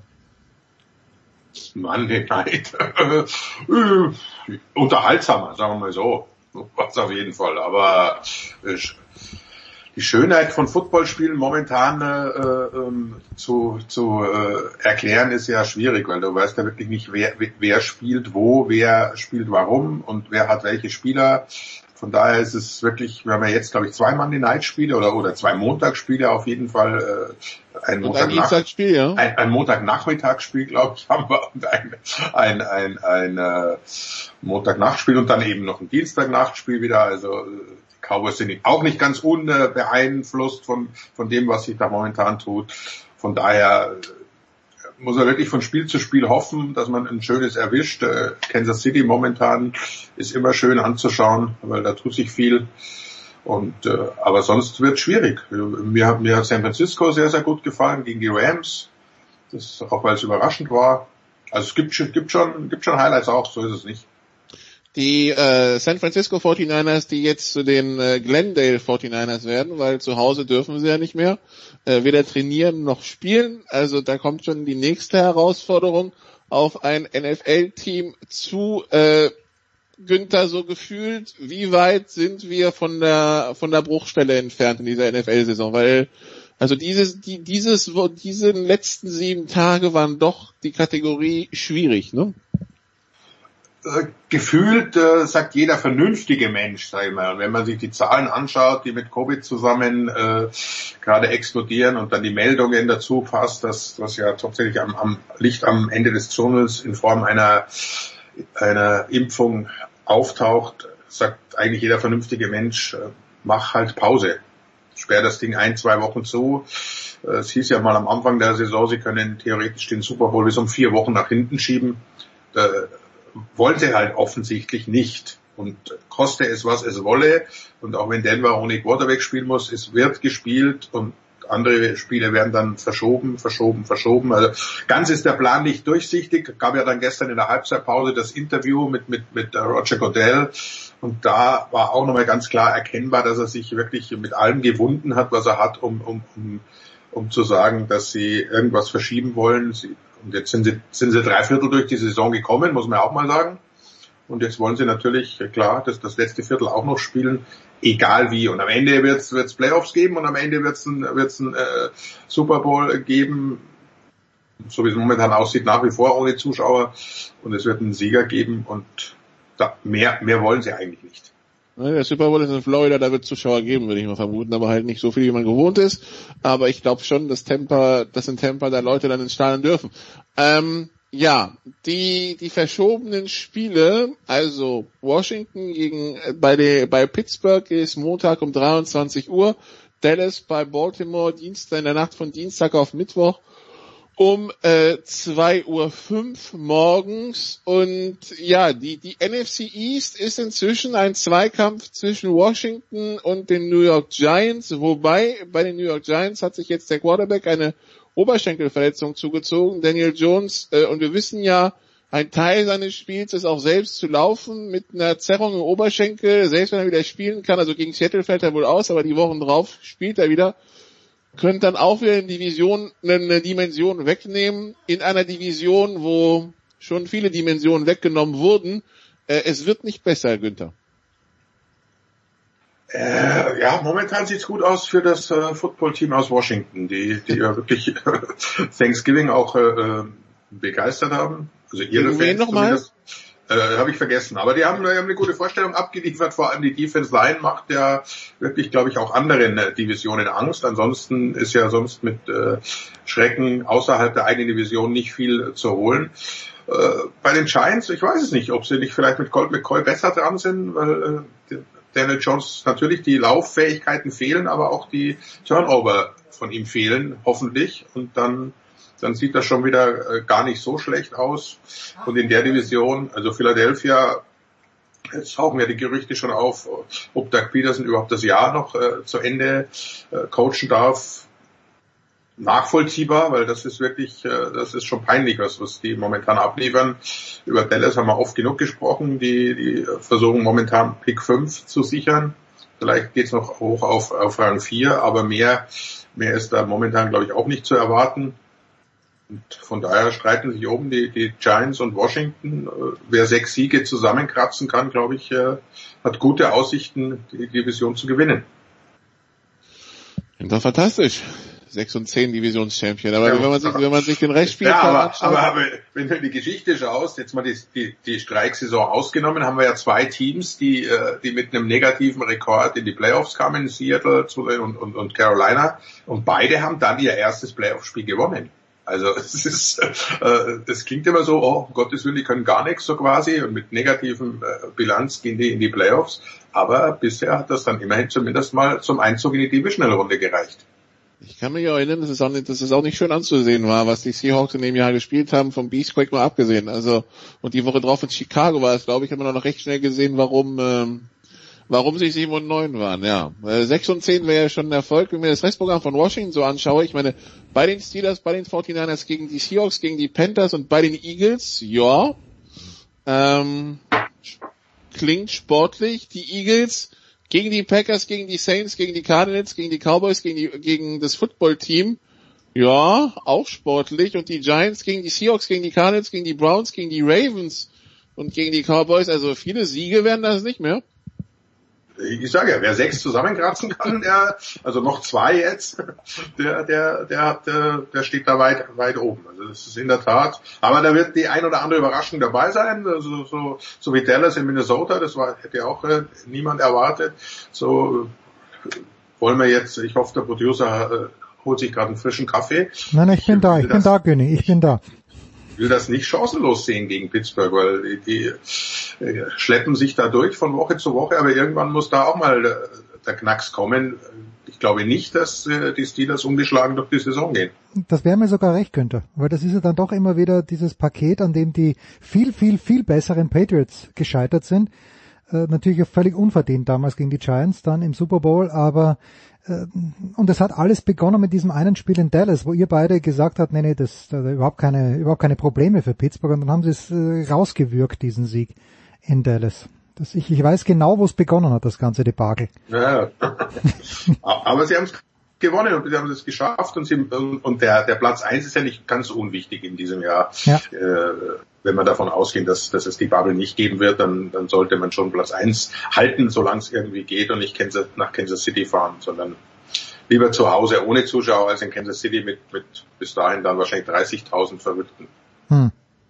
Monday Night, äh, unterhaltsamer, sagen wir mal so. Was auf jeden Fall, aber äh, die Schönheit von Footballspielen momentan äh, ähm, zu, zu äh, erklären ist ja schwierig, weil du weißt ja wirklich nicht, wer, wer spielt wo, wer spielt warum und wer hat welche Spieler von daher ist es wirklich, wir haben ja jetzt, glaube ich, zwei Monday Night Spiele oder, oder zwei Montagsspiele auf jeden Fall, äh, ein Montag- ein Dienstagsspiel, ja. Ein, ein Montagnachmittagsspiel, glaube ich, haben wir, und ein, ein, ein, ein äh, Montagnachtspiel und dann eben noch ein Dienstagnachtspiel wieder, also die Cowboys sind auch nicht ganz unbeeinflusst von, von dem, was sich da momentan tut. Von daher muss er wirklich von Spiel zu Spiel hoffen, dass man ein schönes erwischt. Äh, Kansas City momentan ist immer schön anzuschauen, weil da tut sich viel. Und äh, aber sonst wird es schwierig. Mir hat mir hat San Francisco sehr sehr gut gefallen gegen die Rams. Das auch weil es überraschend war. Also es gibt gibt schon gibt schon Highlights auch, so ist es nicht. Die äh, San Francisco forty-niners, die jetzt zu den äh, Glendale forty-niners werden, weil zu Hause dürfen sie ja nicht mehr äh, weder trainieren noch spielen. Also da kommt schon die nächste Herausforderung auf ein N F L-Team zu. Äh, Günther, so gefühlt, wie weit sind wir von der von der Bruchstelle entfernt in dieser N F L-Saison? Weil also dieses die dieses diese letzten sieben Tage waren doch die Kategorie schwierig, ne? Gefühlt äh, sagt jeder vernünftige Mensch, sag ich mal, wenn man sich die Zahlen anschaut, die mit Covid zusammen äh, gerade explodieren und dann die Meldungen dazu fasst, dass das ja tatsächlich am, am Licht am Ende des Tunnels in Form einer einer Impfung auftaucht, sagt eigentlich jeder vernünftige Mensch, äh, mach halt Pause. Sperr das Ding ein, zwei Wochen zu. Äh, es hieß ja mal am Anfang der Saison, sie können theoretisch den Super Bowl bis um vier Wochen nach hinten schieben. Äh, wollte halt offensichtlich nicht. Und koste es, was es wolle. Und auch wenn Denver ohne Quarterback spielen muss, es wird gespielt und andere Spiele werden dann verschoben, verschoben, verschoben. Also ganz ist der Plan nicht durchsichtig. Gab ja dann gestern in der Halbzeitpause das Interview mit, mit, mit Roger Goodell. Und da war auch nochmal ganz klar erkennbar, dass er sich wirklich mit allem gewunden hat, was er hat, um, um, um, um zu sagen, dass sie irgendwas verschieben wollen. Sie, Und jetzt sind sie, sind sie drei Viertel durch die Saison gekommen, muss man auch mal sagen. Und jetzt wollen sie natürlich, klar, das, das letzte Viertel auch noch spielen, egal wie. Und am Ende wird es Playoffs geben und am Ende wird es ein, wird's ein äh, Super Bowl geben, so wie es momentan aussieht, nach wie vor ohne Zuschauer. Und es wird einen Sieger geben und da, mehr, mehr wollen sie eigentlich nicht. Der Super Bowl ist in Florida, da wird Zuschauer geben, würde ich mal vermuten, aber halt nicht so viel, wie man gewohnt ist. Aber ich glaube schon, dass Tampa, dass in Tampa da Leute dann ins Stadion dürfen. Ähm, ja, die die verschobenen Spiele, also Washington gegen bei der bei Pittsburgh ist Montag um dreiundzwanzig Uhr, Dallas bei Baltimore Dienstag in der Nacht von Dienstag auf Mittwoch um äh, zwei Uhr fünf morgens. Und ja, die die N F C East ist inzwischen ein Zweikampf zwischen Washington und den New York Giants, wobei bei den New York Giants hat sich jetzt der Quarterback eine Oberschenkelverletzung zugezogen, Daniel Jones, äh, und wir wissen ja, ein Teil seines Spiels ist auch selbst zu laufen mit einer Zerrung im Oberschenkel, selbst wenn er wieder spielen kann, also gegen Seattle fällt er wohl aus, aber die Wochen drauf spielt er wieder, könnte dann auch wieder eine Division, eine Dimension wegnehmen, in einer Division, wo schon viele Dimensionen weggenommen wurden. Äh, es wird nicht besser, Günther. Äh, ja, momentan sieht's gut aus für das äh, Footballteam aus Washington, die die ja wirklich Thanksgiving auch äh, begeistert haben. Also ihre Fans nochmal? Äh, habe ich vergessen. Aber die haben, die haben eine gute Vorstellung abgeliefert. Vor allem die Defense Line macht ja wirklich, glaube ich, auch anderen äh, Divisionen Angst. Ansonsten ist ja sonst mit äh, Schrecken außerhalb der eigenen Division nicht viel äh, zu holen. Äh, bei den Giants, ich weiß es nicht, ob sie nicht vielleicht mit Colt McCoy besser dran sind, weil äh, Daniel Jones natürlich die Lauffähigkeiten fehlen, aber auch die Turnover von ihm fehlen, hoffentlich. Und dann dann sieht das schon wieder äh, gar nicht so schlecht aus. Und in der Division, also Philadelphia, jetzt tauchen ja die Gerüchte schon auf, ob Doug Peterson überhaupt das Jahr noch äh, zu Ende äh, coachen darf. Nachvollziehbar, weil das ist wirklich, äh, das ist schon peinlich, was, was die momentan abliefern. Über Dallas haben wir oft genug gesprochen, die, die versuchen momentan Pick fünf zu sichern. Vielleicht geht's noch hoch auf, auf Rang vier, aber mehr, mehr ist da momentan, glaube ich, auch nicht zu erwarten. Und von daher streiten sich oben die, die Giants und Washington. Wer sechs Siege zusammenkratzen kann, glaube ich, hat gute Aussichten, die Division zu gewinnen. Das ist fantastisch. sechs und zehn Divisionschampion. Aber ja, wenn man sich, wenn man sich den Restspielplan ja, aber, anschaut. Aber, aber wenn du die Geschichte schaust, jetzt mal die, die, die Streiksaison ausgenommen, haben wir ja zwei Teams, die, die mit einem negativen Rekord in die Playoffs kamen, Seattle und, und, und Carolina. Und beide haben dann ihr erstes Playoff-Spiel gewonnen. Also es ist, äh, das klingt immer so, oh, um Gottes Willen, die können gar nichts so quasi und mit negativen äh, Bilanz gehen die in die Playoffs. Aber bisher hat das dann immerhin zumindest mal zum Einzug in die Divisional-Runde gereicht. Ich kann mich erinnern, dass es auch nicht, dass es auch nicht schön anzusehen war, was die Seahawks in dem Jahr gespielt haben, vom Beastquake mal abgesehen. Also, und die Woche drauf in Chicago war es, glaube ich, hat man auch noch recht schnell gesehen, warum, ähm, warum sie sieben und neun waren, ja. Äh, sechs und zehn wäre ja schon ein Erfolg. Wenn ich mir das Restprogramm von Washington so anschaue, ich meine, bei den Steelers, bei den forty-niners gegen die Seahawks, gegen die Panthers und bei den Eagles, ja, ähm, klingt sportlich. Die Eagles gegen die Packers, gegen die Saints, gegen die Cardinals, gegen die Cowboys, gegen die, gegen das Footballteam. Ja, auch sportlich. Und die Giants gegen die Seahawks, gegen die Cardinals, gegen die Browns, gegen die Ravens und gegen die Cowboys. Also viele Siege werden das nicht mehr. Ich sage ja, wer sechs zusammenkratzen kann, der, also noch zwei jetzt, der, der, der hat, der steht da weit, weit oben. Also das ist in der Tat. Aber da wird die ein oder andere Überraschung dabei sein. Also so, so wie Dallas in Minnesota, das war, hätte auch äh, niemand erwartet. So äh, wollen wir jetzt. Ich hoffe, der Producer äh, holt sich gerade einen frischen Kaffee. Nein, ich bin da, ich bin da, Günni, ich bin da. Ich will das nicht chancenlos sehen gegen Pittsburgh, weil die, die äh, schleppen sich da durch von Woche zu Woche, aber irgendwann muss da auch mal der, der Knacks kommen. Ich glaube nicht, dass äh, die Steelers ungeschlagen durch die Saison gehen. Das wäre mir sogar recht, Günther, weil das ist ja dann doch immer wieder dieses Paket, an dem die viel, viel, viel besseren Patriots gescheitert sind. Äh, natürlich völlig unverdient damals gegen die Giants dann im Super Bowl, aber und es hat alles begonnen mit diesem einen Spiel in Dallas, wo ihr beide gesagt habt, nee, nee, das, das überhaupt keine, überhaupt keine Probleme für Pittsburgh, und dann haben sie es äh, rausgewürgt, diesen Sieg in Dallas. Das, ich, ich weiß genau, wo es begonnen hat, das ganze Debakel. Ja, aber sie haben es gewonnen und sie haben es geschafft und, sie, und der, der Platz eins ist ja nicht ganz unwichtig in diesem Jahr. Ja. Äh, wenn man davon ausgeht, dass, dass es die Bubble nicht geben wird, dann, dann sollte man schon Platz eins halten, solange es irgendwie geht und nicht Kansas, nach Kansas City fahren, sondern lieber zu Hause ohne Zuschauer als in Kansas City mit, mit bis dahin dann wahrscheinlich dreißigtausend Verrückten. Hm.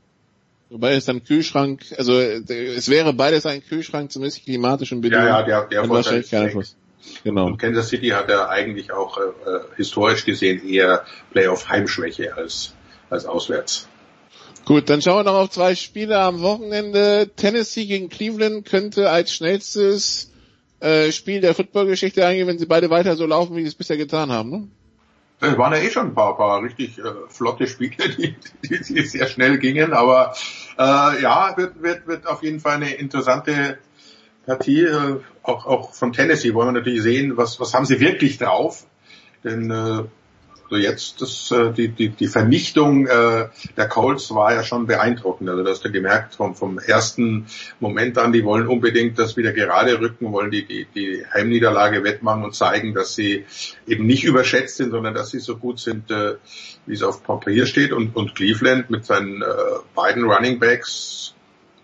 Wobei es dann Kühlschrank, also es wäre beides ein Kühlschrank, zumindest klimatischen Bedingungen. Ja, ja, der, der wahrscheinlich kein Einfluss. Genau. Und Kansas City hat ja eigentlich auch äh, historisch gesehen eher Playoff-Heimschwäche als, als auswärts. Gut, dann schauen wir noch auf zwei Spiele am Wochenende. Tennessee gegen Cleveland könnte als schnellstes äh, Spiel der Footballgeschichte eingehen, wenn sie beide weiter so laufen, wie sie es bisher getan haben, ne? Es waren ja eh schon ein paar, paar richtig äh, flotte Spiele, die, die, die sehr schnell gingen, aber äh, ja, wird, wird, wird auf jeden Fall eine interessante Partie, äh, auch, auch von Tennessee wollen wir natürlich sehen, was, was haben sie wirklich drauf, denn äh, also jetzt das, äh, die, die, die Vernichtung äh, der Colts war ja schon beeindruckend, also das hast du gemerkt vom, vom ersten Moment an, die wollen unbedingt das wieder gerade rücken, wollen die, die, die Heimniederlage wettmachen und zeigen, dass sie eben nicht überschätzt sind, sondern dass sie so gut sind, äh, wie es auf Papier steht, und, und Cleveland mit seinen äh, beiden Running Backs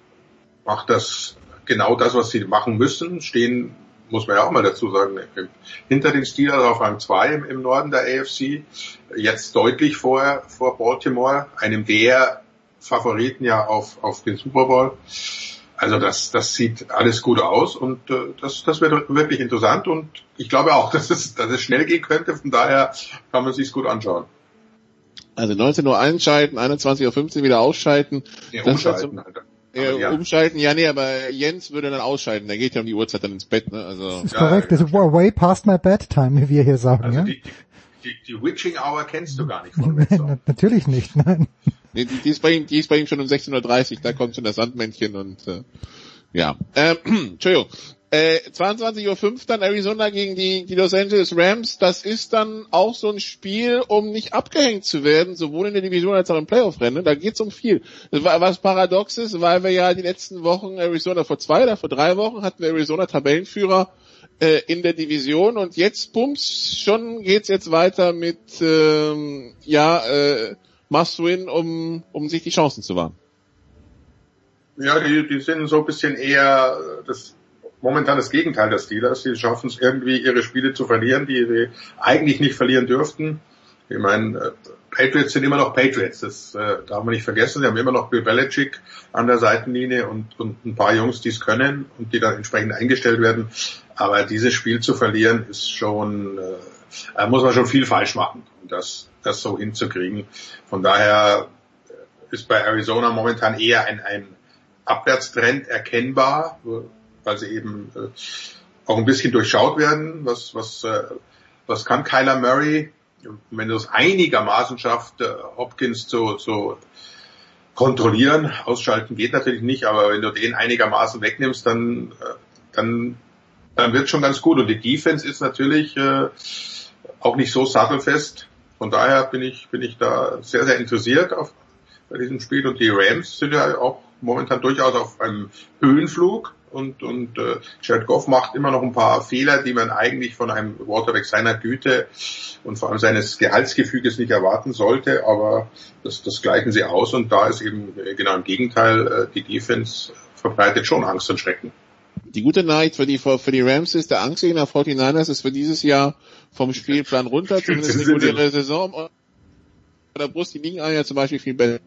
macht das genau das, was sie machen müssen, stehen, muss man ja auch mal dazu sagen, hinter den Steelers auf Rang zwei im, im Norden der A F C, jetzt deutlich vor, vor Baltimore, einem der Favoriten ja auf, auf den Super Bowl. Also das, das sieht alles gut aus und äh, das, das wird wirklich interessant und ich glaube auch, dass es, dass es schnell gehen könnte, von daher kann man sich's gut anschauen. Also neunzehn Uhr einschalten, einundzwanzig Uhr fünfzehn wieder ausschalten. Ja, umschalten, Alter. Ja, ja. Umschalten, ja nee, aber Jens würde dann ausschalten, der geht ja um die Uhrzeit dann ins Bett, ne? Also das ist korrekt, das ist way past my bedtime, wie wir hier sagen. Also ja? die, die, die Witching Hour kennst du gar nicht von Wetzau. Natürlich nicht, nein. Nee, die, die, ist bei ihm, die ist bei ihm schon um sechzehn Uhr dreißig, da kommt schon das Sandmännchen und äh, ja. Ähm, Entschuldigung. Äh, zweiundzwanzig Uhr fünf dann Arizona gegen die, die Los Angeles Rams. Das ist dann auch so ein Spiel, um nicht abgehängt zu werden, sowohl in der Division als auch im Playoff-Rennen. Da geht's um viel. Das war was Paradoxes, weil wir ja die letzten Wochen Arizona, vor zwei oder vor drei Wochen hatten wir Arizona Tabellenführer äh, in der Division und jetzt, bums, schon geht's jetzt weiter mit ähm, ja äh, Must-Win, um, um sich die Chancen zu wahren. Ja, die, die sind so ein bisschen eher das momentan das Gegenteil der Steelers. Sie schaffen es irgendwie, ihre Spiele zu verlieren, die sie eigentlich nicht verlieren dürften. Ich meine, Patriots sind immer noch Patriots, das äh, darf man nicht vergessen. Sie haben immer noch Bill Belichick an der Seitenlinie und, und ein paar Jungs, die es können und die dann entsprechend eingestellt werden. Aber dieses Spiel zu verlieren, ist schon, äh, muss man schon viel falsch machen, um das, das so hinzukriegen. Von daher ist bei Arizona momentan eher ein, ein Abwärtstrend erkennbar, weil sie eben äh, auch ein bisschen durchschaut werden. Was, was, äh, was kann Kyler Murray? Wenn du es einigermaßen schafft, äh, Hopkins zu, zu kontrollieren, ausschalten geht natürlich nicht, aber wenn du den einigermaßen wegnimmst, dann, äh, dann, dann wird schon ganz gut. Und die Defense ist natürlich äh, auch nicht so sattelfest. Von daher bin ich, bin ich da sehr, sehr interessiert auf bei diesem Spiel. Und die Rams sind ja auch momentan durchaus auf einem Höhenflug. Und, und äh, Jared Goff macht immer noch ein paar Fehler, die man eigentlich von einem Quarterback seiner Güte und vor allem seines Gehaltsgefüges nicht erwarten sollte, aber das, das gleichen sie aus und da ist eben genau im Gegenteil, äh, die Defense verbreitet schon Angst und Schrecken. Die gute Nachricht für die, für die Rams ist, der Angstgegner forty-niners ist für dieses Jahr vom Spielplan runter, zumindest eine reguläre Saison. Und bei der Brust, die liegen ja zum Beispiel viel besser.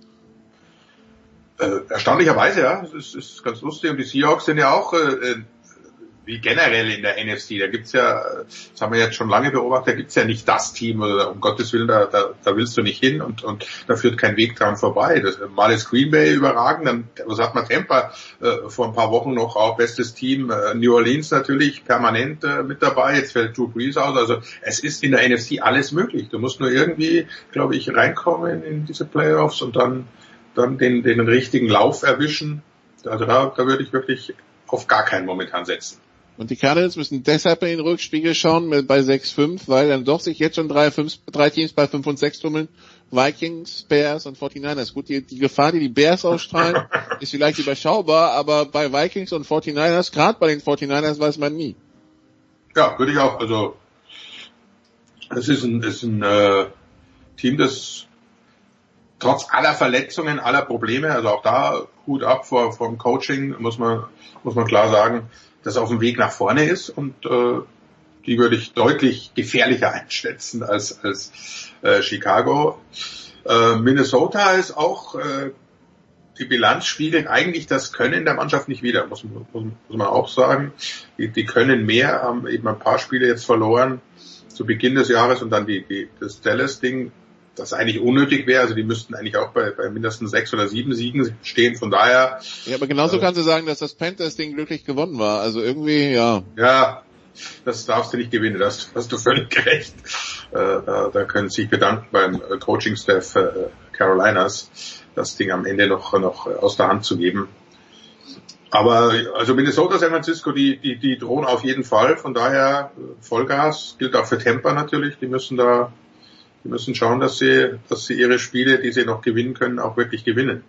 Äh, erstaunlicherweise, ja, das ist, ist ganz lustig. Und die Seahawks sind ja auch äh, wie generell in der N F C. Da gibt's ja, das haben wir jetzt schon lange beobachtet, da gibt's ja nicht das Team, oder um Gottes Willen, da, da, da willst du nicht hin und, und da führt kein Weg dran vorbei. Das, mal ist Green Bay überragend, dann was hat man Tampa äh, vor ein paar Wochen noch auch bestes Team, äh, New Orleans natürlich permanent äh, mit dabei, jetzt fällt Drew Brees aus. Also es ist in der N F C alles möglich. Du musst nur irgendwie, glaube ich, reinkommen in diese Playoffs und dann dann den, den richtigen Lauf erwischen. Also da, da würde ich wirklich auf gar keinen momentan setzen. Und die Cardinals müssen deshalb in den Rückspiegel schauen mit, bei sechs fünf, weil dann doch sich jetzt schon drei, fünf, drei Teams bei fünf und sechs tummeln. Vikings, Bears und forty-niners. Gut, die, die Gefahr, die die Bears ausstrahlen, ist vielleicht überschaubar, aber bei Vikings und forty-niners, gerade bei den forty-niners, weiß man nie. Ja, würde ich auch. Also es ist ein, ist ein äh, Team, das trotz aller Verletzungen, aller Probleme, also auch da Hut ab vor vom Coaching, muss man muss man klar sagen, dass auf dem Weg nach vorne ist und äh, die würde ich deutlich gefährlicher einschätzen als als äh, Chicago. Äh, Minnesota ist auch äh, die Bilanz spiegelt eigentlich das Können der Mannschaft nicht wider, muss, muss, muss man auch sagen. Die, die können mehr, haben eben ein paar Spiele jetzt verloren zu Beginn des Jahres und dann die, die das Dallas-Ding, das eigentlich unnötig wäre. Also die müssten eigentlich auch bei, bei mindestens sechs oder sieben Siegen stehen. Von daher. Ja, aber genauso äh, kannst du sagen, dass das Panthers-Ding glücklich gewonnen war. Also irgendwie, ja. Ja, das darfst du nicht gewinnen. Das hast du völlig recht. Äh, da, da können sich bedanken beim Coaching-Staff äh, Carolinas, das Ding am Ende noch noch aus der Hand zu geben. Aber also Minnesota, San Francisco, die die die drohen auf jeden Fall. Von daher Vollgas. Gilt auch für Tampa natürlich. Die müssen da Die müssen schauen, dass sie, dass sie ihre Spiele, die sie noch gewinnen können, auch wirklich gewinnen.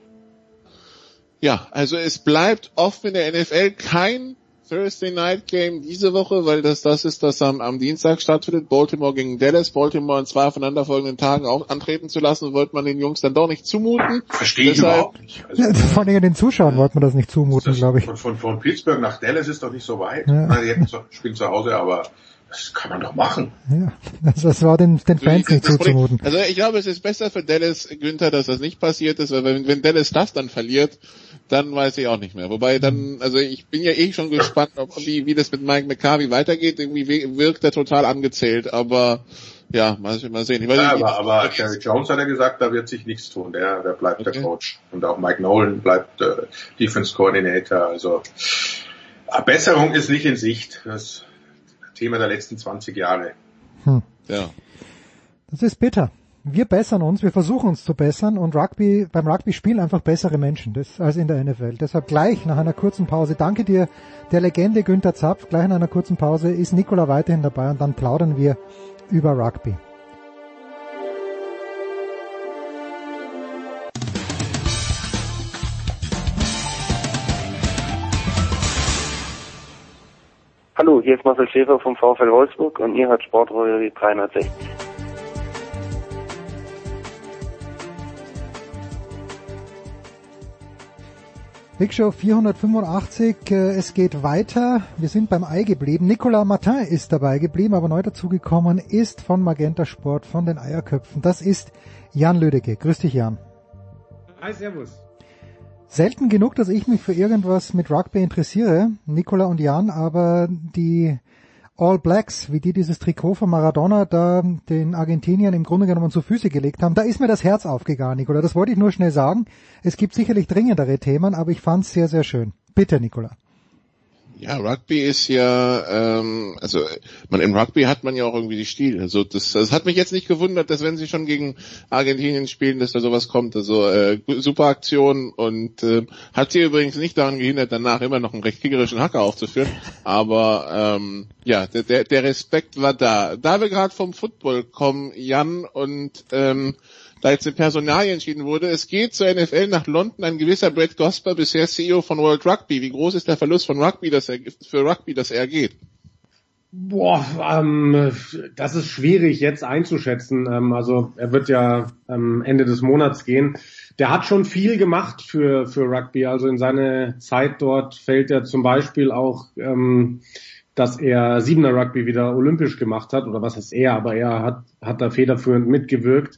Ja, also es bleibt offen in der N F L kein Thursday Night Game diese Woche, weil das das ist, das am, am Dienstag stattfindet. Baltimore gegen Dallas. Baltimore in zwei aufeinanderfolgenden Tagen auch antreten zu lassen, wollte man den Jungs dann doch nicht zumuten. Verstehe ich überhaupt nicht. Also, ja, vor allem den Zuschauern wollte man das nicht zumuten, glaube ich. Von, von, von Pittsburgh nach Dallas ist doch nicht so weit. Ja. Na, die spielen zu Hause, aber das kann man doch machen. Ja, das, das war den, den Fans nicht zuzumuten. Also ich glaube, es ist besser für Dallas, Günther, dass das nicht passiert ist, weil wenn, wenn Dallas das dann verliert, dann weiß ich auch nicht mehr. Wobei dann, also ich bin ja eh schon gespannt, ob, wie, wie das mit Mike McCarthy weitergeht. Irgendwie wirkt er total angezählt, aber ja, mal, mal sehen. Ich weiß ja, nicht, aber, aber Jerry Jones hat ja gesagt, da wird sich nichts tun. Der, der bleibt okay. Der Coach. Und auch Mike Nolan bleibt äh, Defense Coordinator. Also Besserung ist nicht in Sicht. Das Thema der letzten zwanzig Jahre. Hm. Ja. Das ist bitter. Wir bessern uns, wir versuchen uns zu bessern und Rugby, beim Rugby spielen einfach bessere Menschen das, als in der N F L. Deshalb gleich nach einer kurzen Pause, danke dir, der Legende Günther Zapf, gleich nach einer kurzen Pause ist Nicola weiterhin dabei und dann plaudern wir über Rugby. Hallo, hier ist Marcel Schäfer vom VfL Wolfsburg und ihr hört Sportradio dreihundertsechzig. Big Show vierhundertfünfundachtzig, es geht weiter. Wir sind beim Ei geblieben. Nicolas Martin ist dabei geblieben, aber neu dazugekommen ist von Magenta Sport, von den Eierköpfen. Das ist Jan Lödecke. Grüß dich, Jan. Hi, servus. Selten genug, dass ich mich für irgendwas mit Rugby interessiere, Nicola und Jan, aber die All Blacks, wie die dieses Trikot von Maradona da den Argentiniern im Grunde genommen zu Füße gelegt haben, da ist mir das Herz aufgegangen, Nicola. Das wollte ich nur schnell sagen. Es gibt sicherlich dringendere Themen, aber ich fand es sehr, sehr schön. Bitte, Nicola. Ja, Rugby ist ja, ähm, also man im Rugby hat man ja auch irgendwie die Stil. Also das, das hat mich jetzt nicht gewundert, dass wenn sie schon gegen Argentinien spielen, dass da sowas kommt. Also äh, super Aktion und äh, hat sie übrigens nicht daran gehindert, danach immer noch einen recht kriegerischen Hacker aufzuführen. Aber ähm, ja, der, der, der Respekt war da. Da wir gerade vom Football kommen, Jan, und ähm, da jetzt eine Personalie entschieden wurde. Es geht zur N F L nach London ein gewisser Brett Gosper, bisher C E O von World Rugby. Wie groß ist der Verlust von Rugby, dass er, für Rugby, dass er geht? Boah, ähm, das ist schwierig jetzt einzuschätzen. Ähm, also er wird ja ähm, Ende des Monats gehen. Der hat schon viel gemacht für für Rugby. Also in seine Zeit dort fällt er zum Beispiel auch, ähm, dass er Siebener Rugby wieder olympisch gemacht hat. Oder was heißt er? Aber er hat hat da federführend mitgewirkt.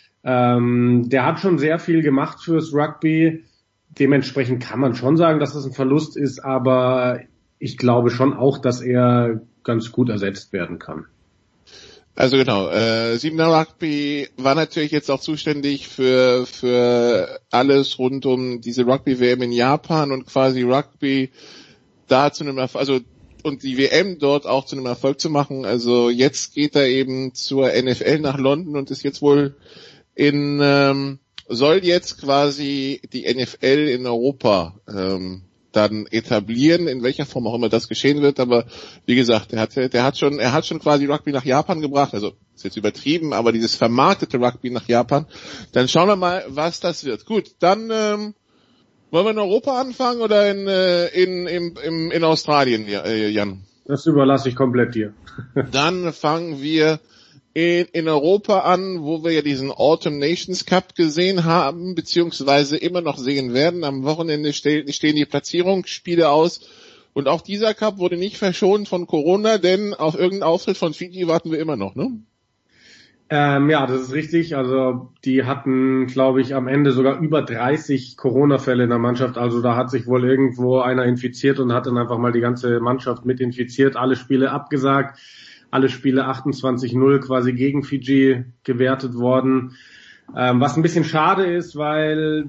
Ähm, der hat schon sehr viel gemacht fürs Rugby. Dementsprechend kann man schon sagen, dass das ein Verlust ist, aber ich glaube schon auch, dass er ganz gut ersetzt werden kann. Also genau, äh, Siebener Rugby war natürlich jetzt auch zuständig für für alles rund um diese Rugby-W M in Japan und quasi Rugby da zu einem Erfolg, also und die W M dort auch zu einem Erfolg zu machen. Also jetzt geht er eben zur N F L nach London und ist jetzt wohl in ähm, soll jetzt quasi die N F L in Europa ähm, dann etablieren, in welcher Form auch immer das geschehen wird, aber wie gesagt, der hat der hat schon er hat schon quasi Rugby nach Japan gebracht, also ist jetzt übertrieben, aber dieses vermarktete Rugby nach Japan. Dann schauen wir mal, was das wird. Gut, dann ähm, wollen wir in Europa anfangen oder in äh, in in, in, in Australien, Jan? Das überlasse ich komplett dir. Dann fangen wir In, in Europa an, wo wir ja diesen Autumn Nations Cup gesehen haben, beziehungsweise immer noch sehen werden. Am Wochenende ste- stehen die Platzierungsspiele aus. Und auch dieser Cup wurde nicht verschont von Corona, denn auf irgendeinen Auftritt von Fiji warten wir immer noch, ne? Ähm, ja, das ist richtig. Also die hatten, glaube ich, am Ende sogar über dreißig Corona-Fälle in der Mannschaft. Also da hat sich wohl irgendwo einer infiziert und hat dann einfach mal die ganze Mannschaft mit infiziert, alle Spiele abgesagt. Alle Spiele achtundzwanzig null quasi gegen Fiji gewertet worden. Ähm, was ein bisschen schade ist, weil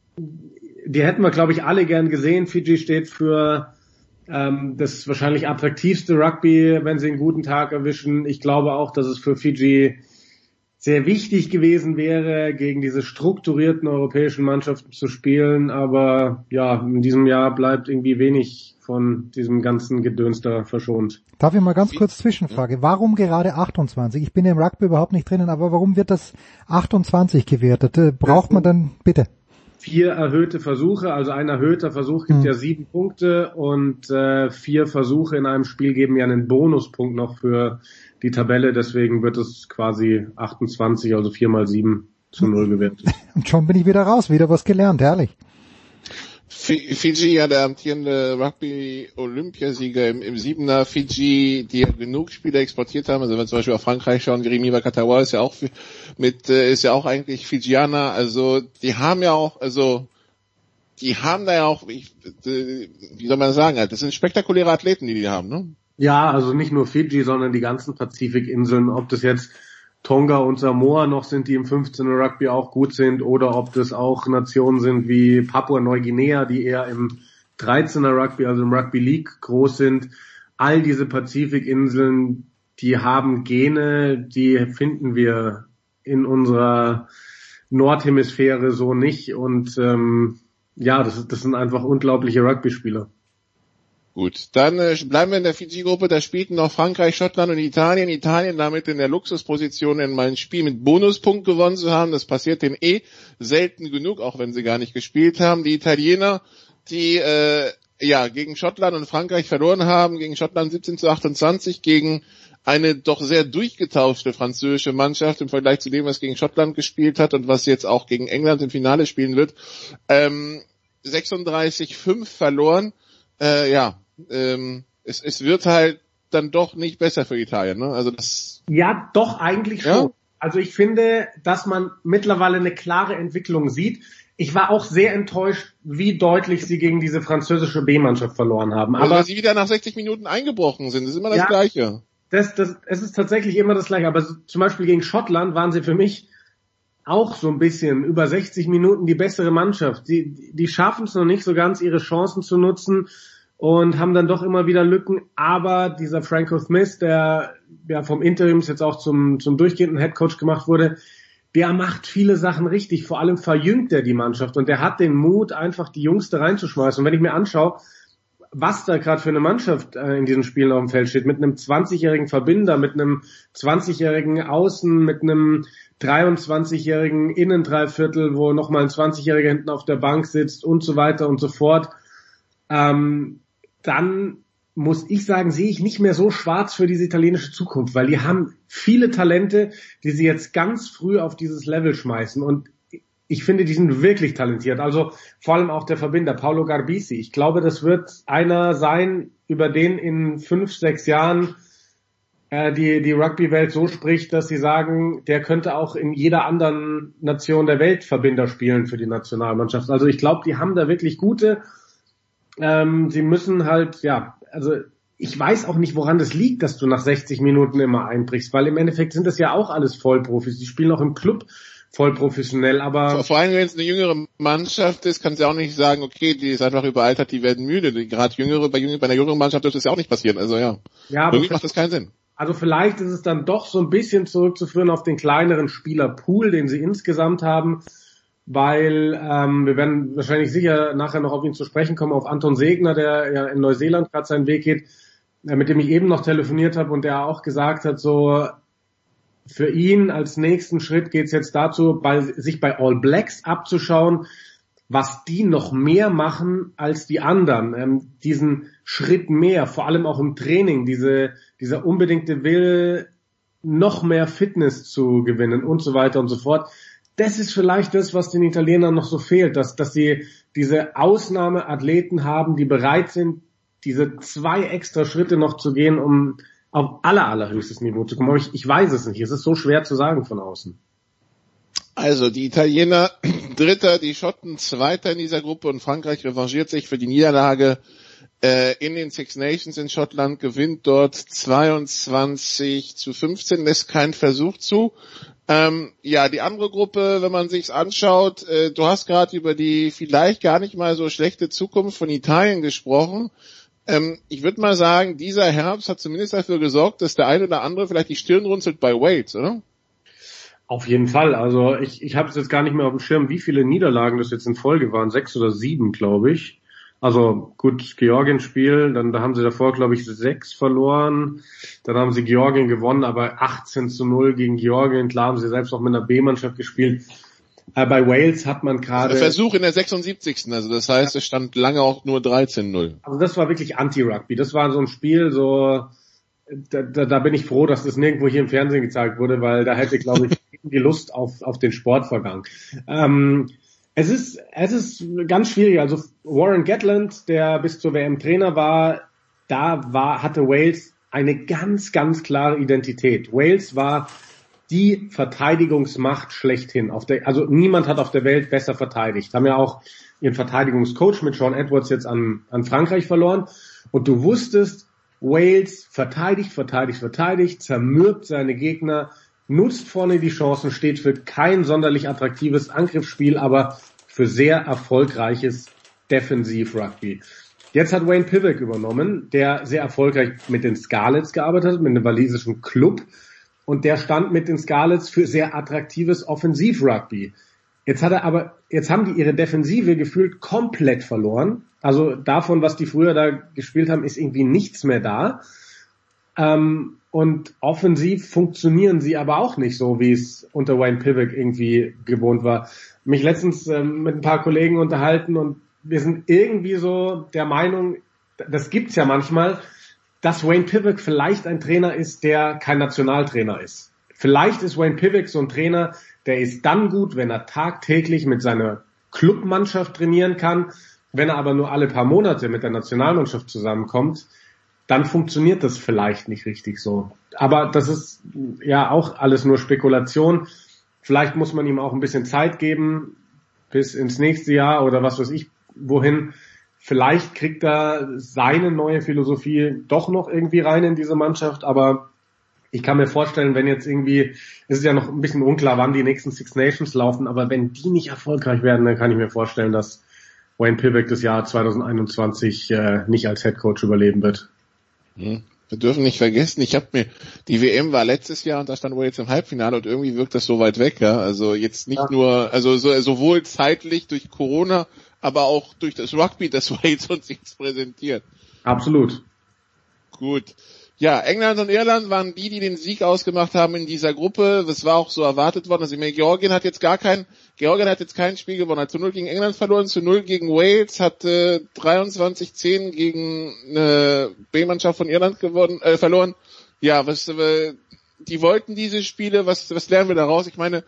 die hätten wir, glaube ich, alle gern gesehen. Fiji steht für ähm, das wahrscheinlich attraktivste Rugby, wenn sie einen guten Tag erwischen. Ich glaube auch, dass es für Fiji sehr wichtig gewesen wäre, gegen diese strukturierten europäischen Mannschaften zu spielen. Aber ja, in diesem Jahr bleibt irgendwie wenig von diesem ganzen Gedöns da verschont. Darf ich mal ganz kurz Zwischenfrage? Warum gerade achtundzwanzig? Ich bin im Rugby überhaupt nicht drinnen, aber warum wird das achtundzwanzig gewertet? Braucht man dann, bitte? Vier erhöhte Versuche, also ein erhöhter Versuch gibt hm. ja sieben Punkte und äh, vier Versuche in einem Spiel geben ja einen Bonuspunkt noch für die Tabelle, deswegen wird es quasi achtundzwanzig, also vier mal sieben zu null gewertet. Und schon bin ich wieder raus, wieder was gelernt, herrlich. Fiji, ja, der amtierende Rugby-Olympiasieger im, im Siebener. Fiji, die ja genug Spieler exportiert haben. Also wenn wir zum Beispiel auf Frankreich schauen, Jeremy Wakatawa ist ja auch mit, ist ja auch eigentlich Fijianer. Also die haben ja auch, also die haben da ja auch, wie, wie soll man sagen, das sind spektakuläre Athleten, die die haben, ne? Ja, also nicht nur Fiji, sondern die ganzen Pazifikinseln. Ob das jetzt Tonga und Samoa noch sind, die im fünfzehner Rugby auch gut sind, oder ob das auch Nationen sind wie Papua-Neuguinea, die eher im dreizehner Rugby, also im Rugby League groß sind. All diese Pazifikinseln, die haben Gene, die finden wir in unserer Nordhemisphäre so nicht. Und ähm, ja, das, das sind einfach unglaubliche Rugby-Spieler. Gut, dann äh, bleiben wir in der Fiji-Gruppe, da spielten noch Frankreich, Schottland und Italien. Italien damit in der Luxusposition, in mein Spiel mit Bonuspunkt gewonnen zu haben. Das passiert denen eh selten genug, auch wenn sie gar nicht gespielt haben. Die Italiener, die äh, ja gegen Schottland und Frankreich verloren haben, gegen Schottland siebzehn zu achtundzwanzig, gegen eine doch sehr durchgetauschte französische Mannschaft im Vergleich zu dem, was gegen Schottland gespielt hat und was jetzt auch gegen England im Finale spielen wird. Ähm, sechsunddreißig fünf verloren. Äh, ja, ähm, es, es wird halt dann doch nicht besser für Italien, ne? Also das. Ja, doch eigentlich schon. Ja? Also ich finde, dass man mittlerweile eine klare Entwicklung sieht. Ich war auch sehr enttäuscht, wie deutlich sie gegen diese französische B-Mannschaft verloren haben. Aber weil sie wieder nach sechzig Minuten eingebrochen sind. Das ist immer das ja, Gleiche. Das, das, es ist tatsächlich immer das Gleiche. Aber zum Beispiel gegen Schottland waren sie für mich auch so ein bisschen über sechzig Minuten die bessere Mannschaft. Die, die schaffen es noch nicht so ganz, ihre Chancen zu nutzen und haben dann doch immer wieder Lücken. Aber dieser Franco Smith, der ja vom Interims jetzt auch zum, zum durchgehenden Headcoach gemacht wurde, der macht viele Sachen richtig. Vor allem verjüngt er die Mannschaft und der hat den Mut, einfach die Jungs da reinzuschmeißen. Und wenn ich mir anschaue, was da gerade für eine Mannschaft äh, in diesen Spielen auf dem Feld steht, mit einem zwanzigjährigen Verbinder, mit einem zwanzigjährigen Außen, mit einem dreiundzwanzigjährigen Innendreiviertel, wo nochmal ein zwanzigjähriger hinten auf der Bank sitzt und so weiter und so fort, ähm, dann muss ich sagen, sehe ich nicht mehr so schwarz für diese italienische Zukunft, weil die haben viele Talente, die sie jetzt ganz früh auf dieses Level schmeißen und ich finde, die sind wirklich talentiert. Also vor allem auch der Verbinder, Paolo Garbisi. Ich glaube, das wird einer sein, über den in fünf, sechs Jahren äh, die, die Rugby-Welt so spricht, dass sie sagen, der könnte auch in jeder anderen Nation der Welt Verbinder spielen für die Nationalmannschaft. Also ich glaube, die haben da wirklich gute. Ähm, sie müssen halt, ja, also ich weiß auch nicht, woran das liegt, dass du nach sechzig Minuten immer einbrichst, weil im Endeffekt sind das ja auch alles Vollprofis. Die spielen auch im Club voll professionell, aber... Vor, vor allem, wenn es eine jüngere Mannschaft ist, kannst du ja auch nicht sagen, okay, die ist einfach überaltert, die werden müde. Gerade jüngere, bei, jüngere, bei einer jüngeren Mannschaft dürfte das ja auch nicht passieren, also ja. Ja, aber irgendwie macht das keinen Sinn. Also vielleicht ist es dann doch so ein bisschen zurückzuführen auf den kleineren Spielerpool, den sie insgesamt haben, weil ähm, wir werden wahrscheinlich sicher nachher noch auf ihn zu sprechen kommen, auf Anton Segner, der ja in Neuseeland gerade seinen Weg geht, äh, mit dem ich eben noch telefoniert habe und der auch gesagt hat, so... Für ihn als nächsten Schritt geht es jetzt dazu, bei, sich bei All Blacks abzuschauen, was die noch mehr machen als die anderen. Ähm, diesen Schritt mehr, vor allem auch im Training, diese, dieser unbedingte Wille, noch mehr Fitness zu gewinnen und so weiter und so fort. Das ist vielleicht das, was den Italienern noch so fehlt, dass, dass sie diese Ausnahmeathleten haben, die bereit sind, diese zwei extra Schritte noch zu gehen, um auf aller, allerhöchstes Niveau zu kommen. Aber ich, ich weiß es nicht. Es ist so schwer zu sagen von außen. Also die Italiener Dritter, die Schotten Zweiter in dieser Gruppe und Frankreich revanchiert sich für die Niederlage äh, in den Six Nations in Schottland, gewinnt dort zweiundzwanzig zu fünfzehn, lässt keinen Versuch zu. Ähm, ja, die andere Gruppe, wenn man sich's anschaut, äh, du hast gerade über die vielleicht gar nicht mal so schlechte Zukunft von Italien gesprochen. Ähm, ich würde mal sagen, dieser Herbst hat zumindest dafür gesorgt, dass der eine oder andere vielleicht die Stirn runzelt bei Wales, oder? Auf jeden Fall. Also ich, ich habe es jetzt gar nicht mehr auf dem Schirm, wie viele Niederlagen das jetzt in Folge waren. Sechs oder sieben, glaube ich. Also gut, Georgien-Spiel, dann da haben sie davor, glaube ich, sechs verloren. Dann haben sie Georgien gewonnen, aber achtzehn zu null gegen Georgien. Klar haben sie selbst auch mit einer B-Mannschaft gespielt. Äh, bei Wales hat man gerade... Der Versuch in der sechsundsiebzigsten Also das heißt, es stand lange auch nur dreizehn null. Also das war wirklich Anti-Rugby. Das war so ein Spiel, so... Da, da, da bin ich froh, dass das nirgendwo hier im Fernsehen gezeigt wurde, weil da hätte, glaube ich, die Lust auf, auf den Sport vergangen. Ähm, es ist, es ist ganz schwierig. Also Warren Gatland, der bis zur W M Trainer war, da war, hatte Wales eine ganz, ganz klare Identität. Wales war die Verteidigungsmacht schlechthin. Auf der, also niemand hat auf der Welt besser verteidigt. Haben ja auch ihren Verteidigungscoach mit Sean Edwards jetzt an, an Frankreich verloren. Und du wusstest, Wales verteidigt, verteidigt, verteidigt, zermürbt seine Gegner, nutzt vorne die Chancen, steht für kein sonderlich attraktives Angriffsspiel, aber für sehr erfolgreiches Defensiv-Rugby. Jetzt hat Wayne Pivac übernommen, der sehr erfolgreich mit den Scarlets gearbeitet hat, mit einem walisischen Club, und der stand mit den Scarlets für sehr attraktives Offensiv-Rugby. Jetzt hat er aber, jetzt haben die ihre Defensive gefühlt komplett verloren. Also davon, was die früher da gespielt haben, ist irgendwie nichts mehr da. Ähm, und offensiv funktionieren sie aber auch nicht so, wie es unter Wayne Pivac irgendwie gewohnt war. Mich letztens ähm, mit ein paar Kollegen unterhalten und wir sind irgendwie so der Meinung, das gibt's ja manchmal, dass Wayne Pivac vielleicht ein Trainer ist, der kein Nationaltrainer ist. Vielleicht ist Wayne Pivac so ein Trainer, der ist dann gut, wenn er tagtäglich mit seiner Clubmannschaft trainieren kann, Wenn er aber nur alle paar Monate mit der Nationalmannschaft zusammenkommt, dann funktioniert das vielleicht nicht richtig so. Aber das ist ja auch alles nur Spekulation. Vielleicht muss man ihm auch ein bisschen Zeit geben, bis ins nächste Jahr oder was weiß ich wohin. Vielleicht kriegt er seine neue Philosophie doch noch irgendwie rein in diese Mannschaft, aber ich kann mir vorstellen, wenn jetzt irgendwie, es ist ja noch ein bisschen unklar, wann die nächsten Six Nations laufen, aber wenn die nicht erfolgreich werden, dann kann ich mir vorstellen, dass Wayne Pivac das Jahr zwanzig einundzwanzig äh, nicht als Headcoach überleben wird. Hm. Wir dürfen nicht vergessen, ich habe mir, die W M war letztes Jahr und da stand Wales im Halbfinale und irgendwie wirkt das so weit weg, ja. Also jetzt nicht ja. nur, also so, sowohl zeitlich durch Corona, aber auch durch das Rugby, das Wales uns jetzt präsentiert. Absolut. Gut. Ja, England und Irland waren die, die den Sieg ausgemacht haben in dieser Gruppe. Das war auch so erwartet worden. Also ich meine, Georgien hat jetzt gar kein, Georgien hat jetzt kein Spiel gewonnen, hat zu null gegen England verloren, zu null gegen Wales, hat äh, dreiundzwanzig zehn gegen eine B-Mannschaft von Irland gewonnen, äh, verloren. Ja, was, äh, die wollten diese Spiele, was, was lernen wir daraus? Ich meine,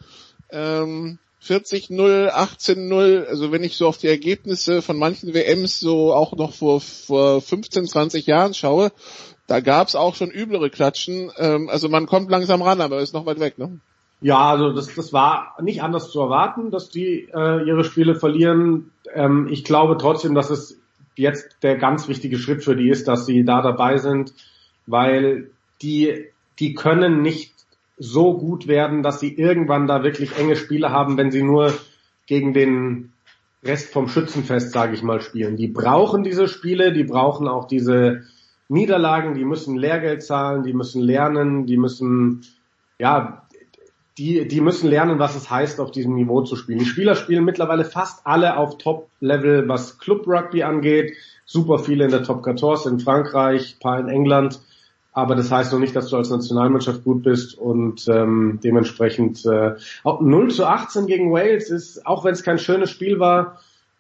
ähm, vierzig null, achtzehn null, also wenn ich so auf die Ergebnisse von manchen W Ms so auch noch vor, vor fünfzehn, zwanzig Jahren schaue, da gab's auch schon üblere Klatschen. Ähm, also man kommt langsam ran, aber ist noch weit weg, ne? Ja, also das, das war nicht anders zu erwarten, dass die äh, ihre Spiele verlieren. Ähm, ich glaube trotzdem, dass es jetzt der ganz wichtige Schritt für die ist, dass sie da dabei sind, weil die die können nicht so gut werden, dass sie irgendwann da wirklich enge Spiele haben, wenn sie nur gegen den Rest vom Schützenfest, sage ich mal, spielen. Die brauchen diese Spiele, die brauchen auch diese Niederlagen, die müssen Lehrgeld zahlen, die müssen lernen, die müssen, ja, die, die müssen lernen, was es heißt, auf diesem Niveau zu spielen. Die Spieler spielen mittlerweile fast alle auf Top-Level, was Club-Rugby angeht. Super viele in der Top vierzehn in Frankreich, paar in England. Aber das heißt noch nicht, dass du als Nationalmannschaft gut bist und ähm, dementsprechend äh, auch null zu achtzehn gegen Wales ist, auch wenn es kein schönes Spiel war,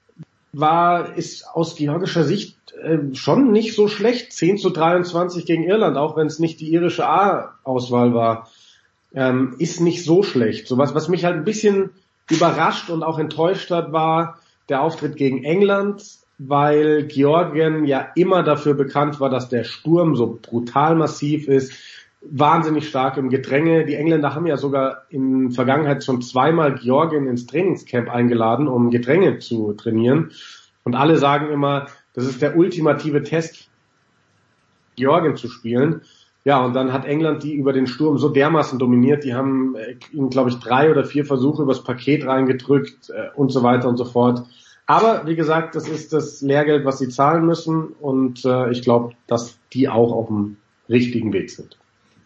war ist aus georgischer Sicht äh, schon nicht so schlecht. zehn zu dreiundzwanzig gegen Irland, auch wenn es nicht die irische A-Auswahl war, ähm, ist nicht so schlecht. So was, was mich halt ein bisschen überrascht und auch enttäuscht hat, war der Auftritt gegen England, weil Georgien ja immer dafür bekannt war, dass der Sturm so brutal massiv ist, wahnsinnig stark im Gedränge. Die Engländer haben ja sogar in Vergangenheit schon zweimal Georgien ins Trainingscamp eingeladen, um Gedränge zu trainieren. Und alle sagen immer, das ist der ultimative Test, Georgien zu spielen. Ja, und dann hat England die über den Sturm so dermaßen dominiert, die haben ihnen, glaube ich, drei oder vier Versuche übers Paket reingedrückt äh, und so weiter und so fort. Aber wie gesagt, das ist das Lehrgeld, was sie zahlen müssen und äh, ich glaube, dass die auch auf dem richtigen Weg sind.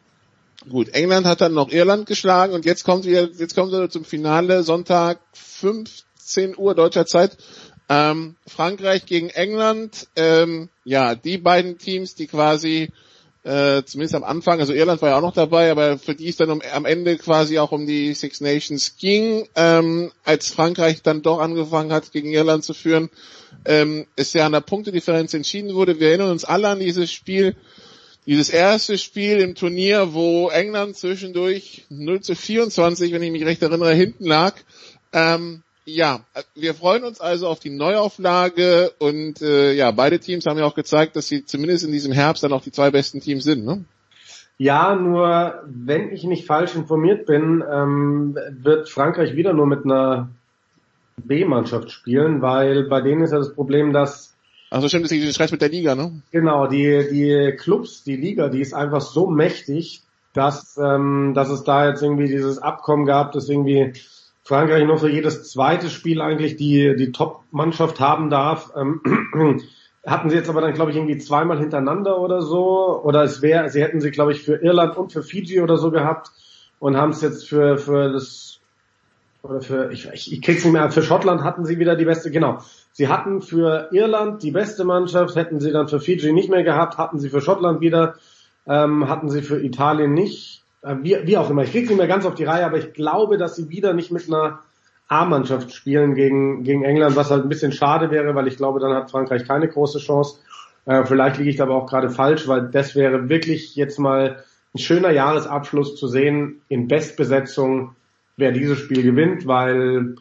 Gut, England hat dann noch Irland geschlagen und jetzt kommt wieder, jetzt kommt wir zum Finale, Sonntag fünfzehn Uhr deutscher Zeit. Ähm, Frankreich gegen England, ähm, ja, die beiden Teams, die quasi äh, zumindest am Anfang, also Irland war ja auch noch dabei, aber für die es dann um, am Ende quasi auch um die Six Nations ging, ähm, als Frankreich dann doch angefangen hat, gegen Irland zu führen, ähm, ist ja an der Punktedifferenz entschieden wurde. Wir erinnern uns alle an dieses Spiel, dieses erste Spiel im Turnier, wo England zwischendurch null zu vierundzwanzig, wenn ich mich recht erinnere, hinten lag. Ähm, ja, wir freuen uns also auf die Neuauflage und äh, ja, beide Teams haben ja auch gezeigt, dass sie zumindest in diesem Herbst dann auch die zwei besten Teams sind, ne? Ja, nur wenn ich nicht falsch informiert bin, ähm, wird Frankreich wieder nur mit einer B-Mannschaft spielen, weil bei denen ist ja das Problem, dass Also stimmt, das ist Stress mit der Liga, ne? Genau, die die Clubs, die Liga, die ist einfach so mächtig, dass ähm, dass es da jetzt irgendwie dieses Abkommen gab, dass irgendwie Frankreich nur für jedes zweite Spiel eigentlich die die Top-Mannschaft haben darf. Ähm, hatten sie jetzt aber dann, glaube ich, irgendwie zweimal hintereinander oder so. Oder es wäre, sie hätten sie, glaube ich, für Irland und für Fiji oder so gehabt und haben es jetzt für für das oder für ich, ich, ich krieg's nicht mehr, für Schottland hatten sie wieder die beste, genau. Sie hatten für Irland die beste Mannschaft, hätten sie dann für Fiji nicht mehr gehabt, hatten sie für Schottland wieder, ähm, hatten sie für Italien nicht. Wie, wie auch immer, ich krieg's nicht mehr ganz auf die Reihe, aber ich glaube, dass sie wieder nicht mit einer A-Mannschaft spielen gegen gegen England, was halt ein bisschen schade wäre, weil ich glaube, dann hat Frankreich keine große Chance. Äh, vielleicht liege ich da aber auch gerade falsch, weil das wäre wirklich jetzt mal ein schöner Jahresabschluss zu sehen in Bestbesetzung, wer dieses Spiel gewinnt, weil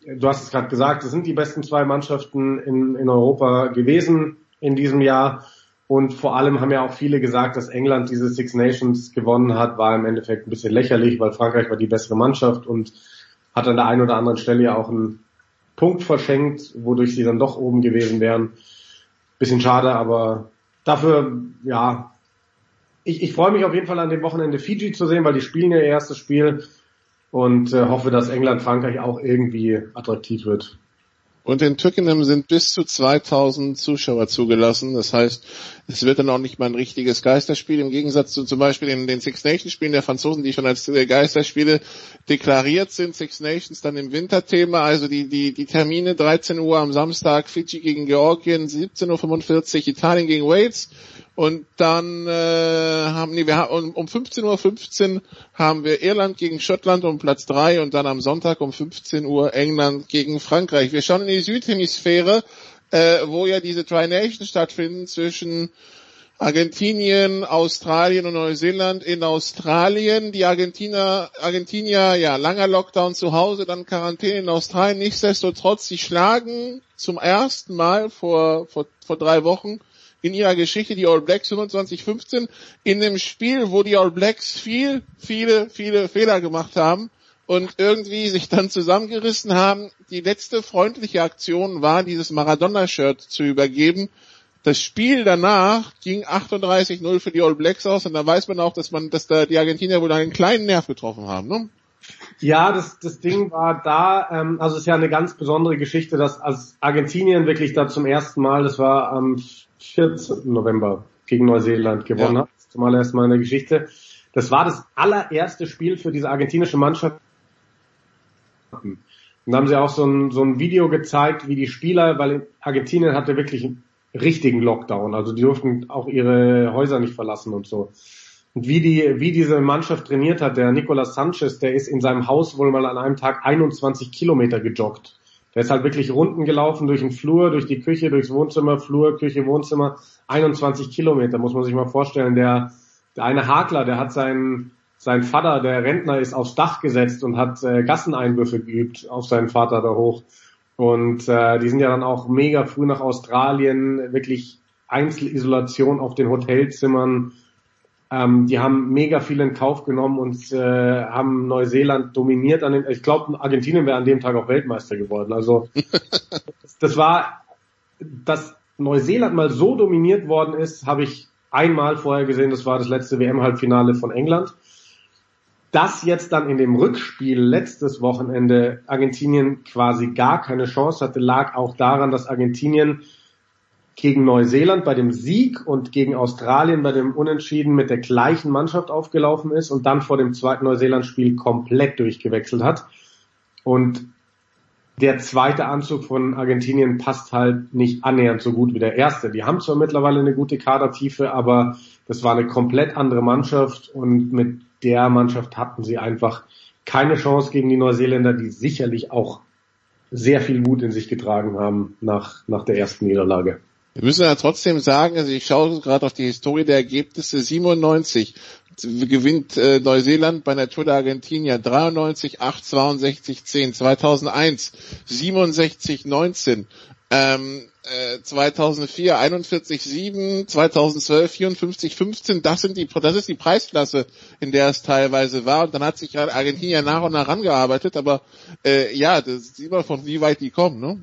du hast es gerade gesagt, es sind die besten zwei Mannschaften in, in Europa gewesen in diesem Jahr. Und vor allem haben ja auch viele gesagt, dass England diese Six Nations gewonnen hat, war im Endeffekt ein bisschen lächerlich, weil Frankreich war die bessere Mannschaft und hat an der einen oder anderen Stelle ja auch einen Punkt verschenkt, wodurch sie dann doch oben gewesen wären. Bisschen schade, aber dafür, ja, ich, ich freue mich auf jeden Fall an dem Wochenende Fiji zu sehen, weil die spielen ja ihr erstes Spiel und äh, hoffe, dass England Frankreich auch irgendwie attraktiv wird. Und in Twickenham sind bis zu zweitausend Zuschauer zugelassen. Das heißt, es wird dann auch nicht mal ein richtiges Geisterspiel, im Gegensatz zu zum Beispiel in den Six Nations Spielen der Franzosen, die schon als Geisterspiele deklariert sind. Six Nations dann im Winterthema, also die, die, die Termine dreizehn Uhr am Samstag, Fidschi gegen Georgien, siebzehn Uhr fünfundvierzig, Italien gegen Wales. Und dann äh, haben nee, wir haben um fünfzehn Uhr fünfzehn haben wir Irland gegen Schottland um Platz drei und dann am Sonntag um fünfzehn Uhr England gegen Frankreich. Wir schauen in die Südhemisphäre, äh, wo ja diese Tri-Nations stattfinden zwischen Argentinien, Australien und Neuseeland. In Australien, die Argentinier, Argentinier, ja, langer Lockdown zu Hause, dann Quarantäne in Australien. Nichtsdestotrotz, sie schlagen zum ersten Mal vor, vor, vor drei Wochen in ihrer Geschichte die All Blacks fünfundzwanzig fünfzehn in dem Spiel, wo die All Blacks viel, viele, viele Fehler gemacht haben und irgendwie sich dann zusammengerissen haben. Die letzte freundliche Aktion war, dieses Maradona-Shirt zu übergeben. Das Spiel danach ging achtunddreißig null für die All Blacks aus und da weiß man auch, dass man, dass da die Argentinier wohl einen kleinen Nerv getroffen haben, ne? Ja, das, das Ding war da, ähm, also es ist ja eine ganz besondere Geschichte, dass als Argentinien wirklich da zum ersten Mal, das war am vierzehnten November gegen Neuseeland gewonnen ja. hat, zum allerersten Mal in der Geschichte. Das war das allererste Spiel für diese argentinische Mannschaft. Und da haben sie auch so ein, so ein Video gezeigt, wie die Spieler, weil Argentinien hatte wirklich einen richtigen Lockdown, also die durften auch ihre Häuser nicht verlassen und so. Und wie die, wie diese Mannschaft trainiert hat, der Nicolas Sanchez, der ist in seinem Haus wohl mal an einem Tag einundzwanzig Kilometer gejoggt. Der ist halt wirklich Runden gelaufen durch den Flur, durch die Küche, durchs Wohnzimmer, Flur, Küche, Wohnzimmer. einundzwanzig Kilometer, muss man sich mal vorstellen. Der, der eine Hakler, der hat seinen, sein Vater, der Rentner, ist aufs Dach gesetzt und hat äh, Gasseneinwürfe geübt auf seinen Vater da hoch. Und äh, die sind ja dann auch mega früh nach Australien, wirklich Einzelisolation auf den Hotelzimmern. Ähm, die haben mega viel in Kauf genommen und äh, haben Neuseeland dominiert. An dem, ich glaube, Argentinien wäre an dem Tag auch Weltmeister geworden. Also das war, dass Neuseeland mal so dominiert worden ist, habe ich einmal vorher gesehen. Das war das letzte W M-Halbfinale von England. Dass jetzt dann in dem Rückspiel letztes Wochenende Argentinien quasi gar keine Chance hatte, lag auch daran, dass Argentinien gegen Neuseeland bei dem Sieg und gegen Australien bei dem Unentschieden mit der gleichen Mannschaft aufgelaufen ist und dann vor dem zweiten Neuseeland-Spiel komplett durchgewechselt hat. Und der zweite Anzug von Argentinien passt halt nicht annähernd so gut wie der erste. Die haben zwar mittlerweile eine gute Kadertiefe, aber das war eine komplett andere Mannschaft und mit der Mannschaft hatten sie einfach keine Chance gegen die Neuseeländer, die sicherlich auch sehr viel Wut in sich getragen haben nach, nach der ersten Niederlage. Wir müssen ja trotzdem sagen, also ich schaue gerade auf die Historie der Ergebnisse, siebenundneunzig gewinnt äh, Neuseeland bei Natur der Argentinier, dreiundneunzig, acht, zweiundsechzig, zehn, zweitausendeins, siebenundsechzig, neunzehn, ähm, äh, zweitausendvier, einundvierzig, sieben, zweitausendzwölf, vierundfünfzig, fünfzehn, das sind die, das ist die Preisklasse, in der es teilweise war und dann hat sich Argentinien nach und nach rangearbeitet, aber äh, ja, das sieht man von wie weit die kommen, ne?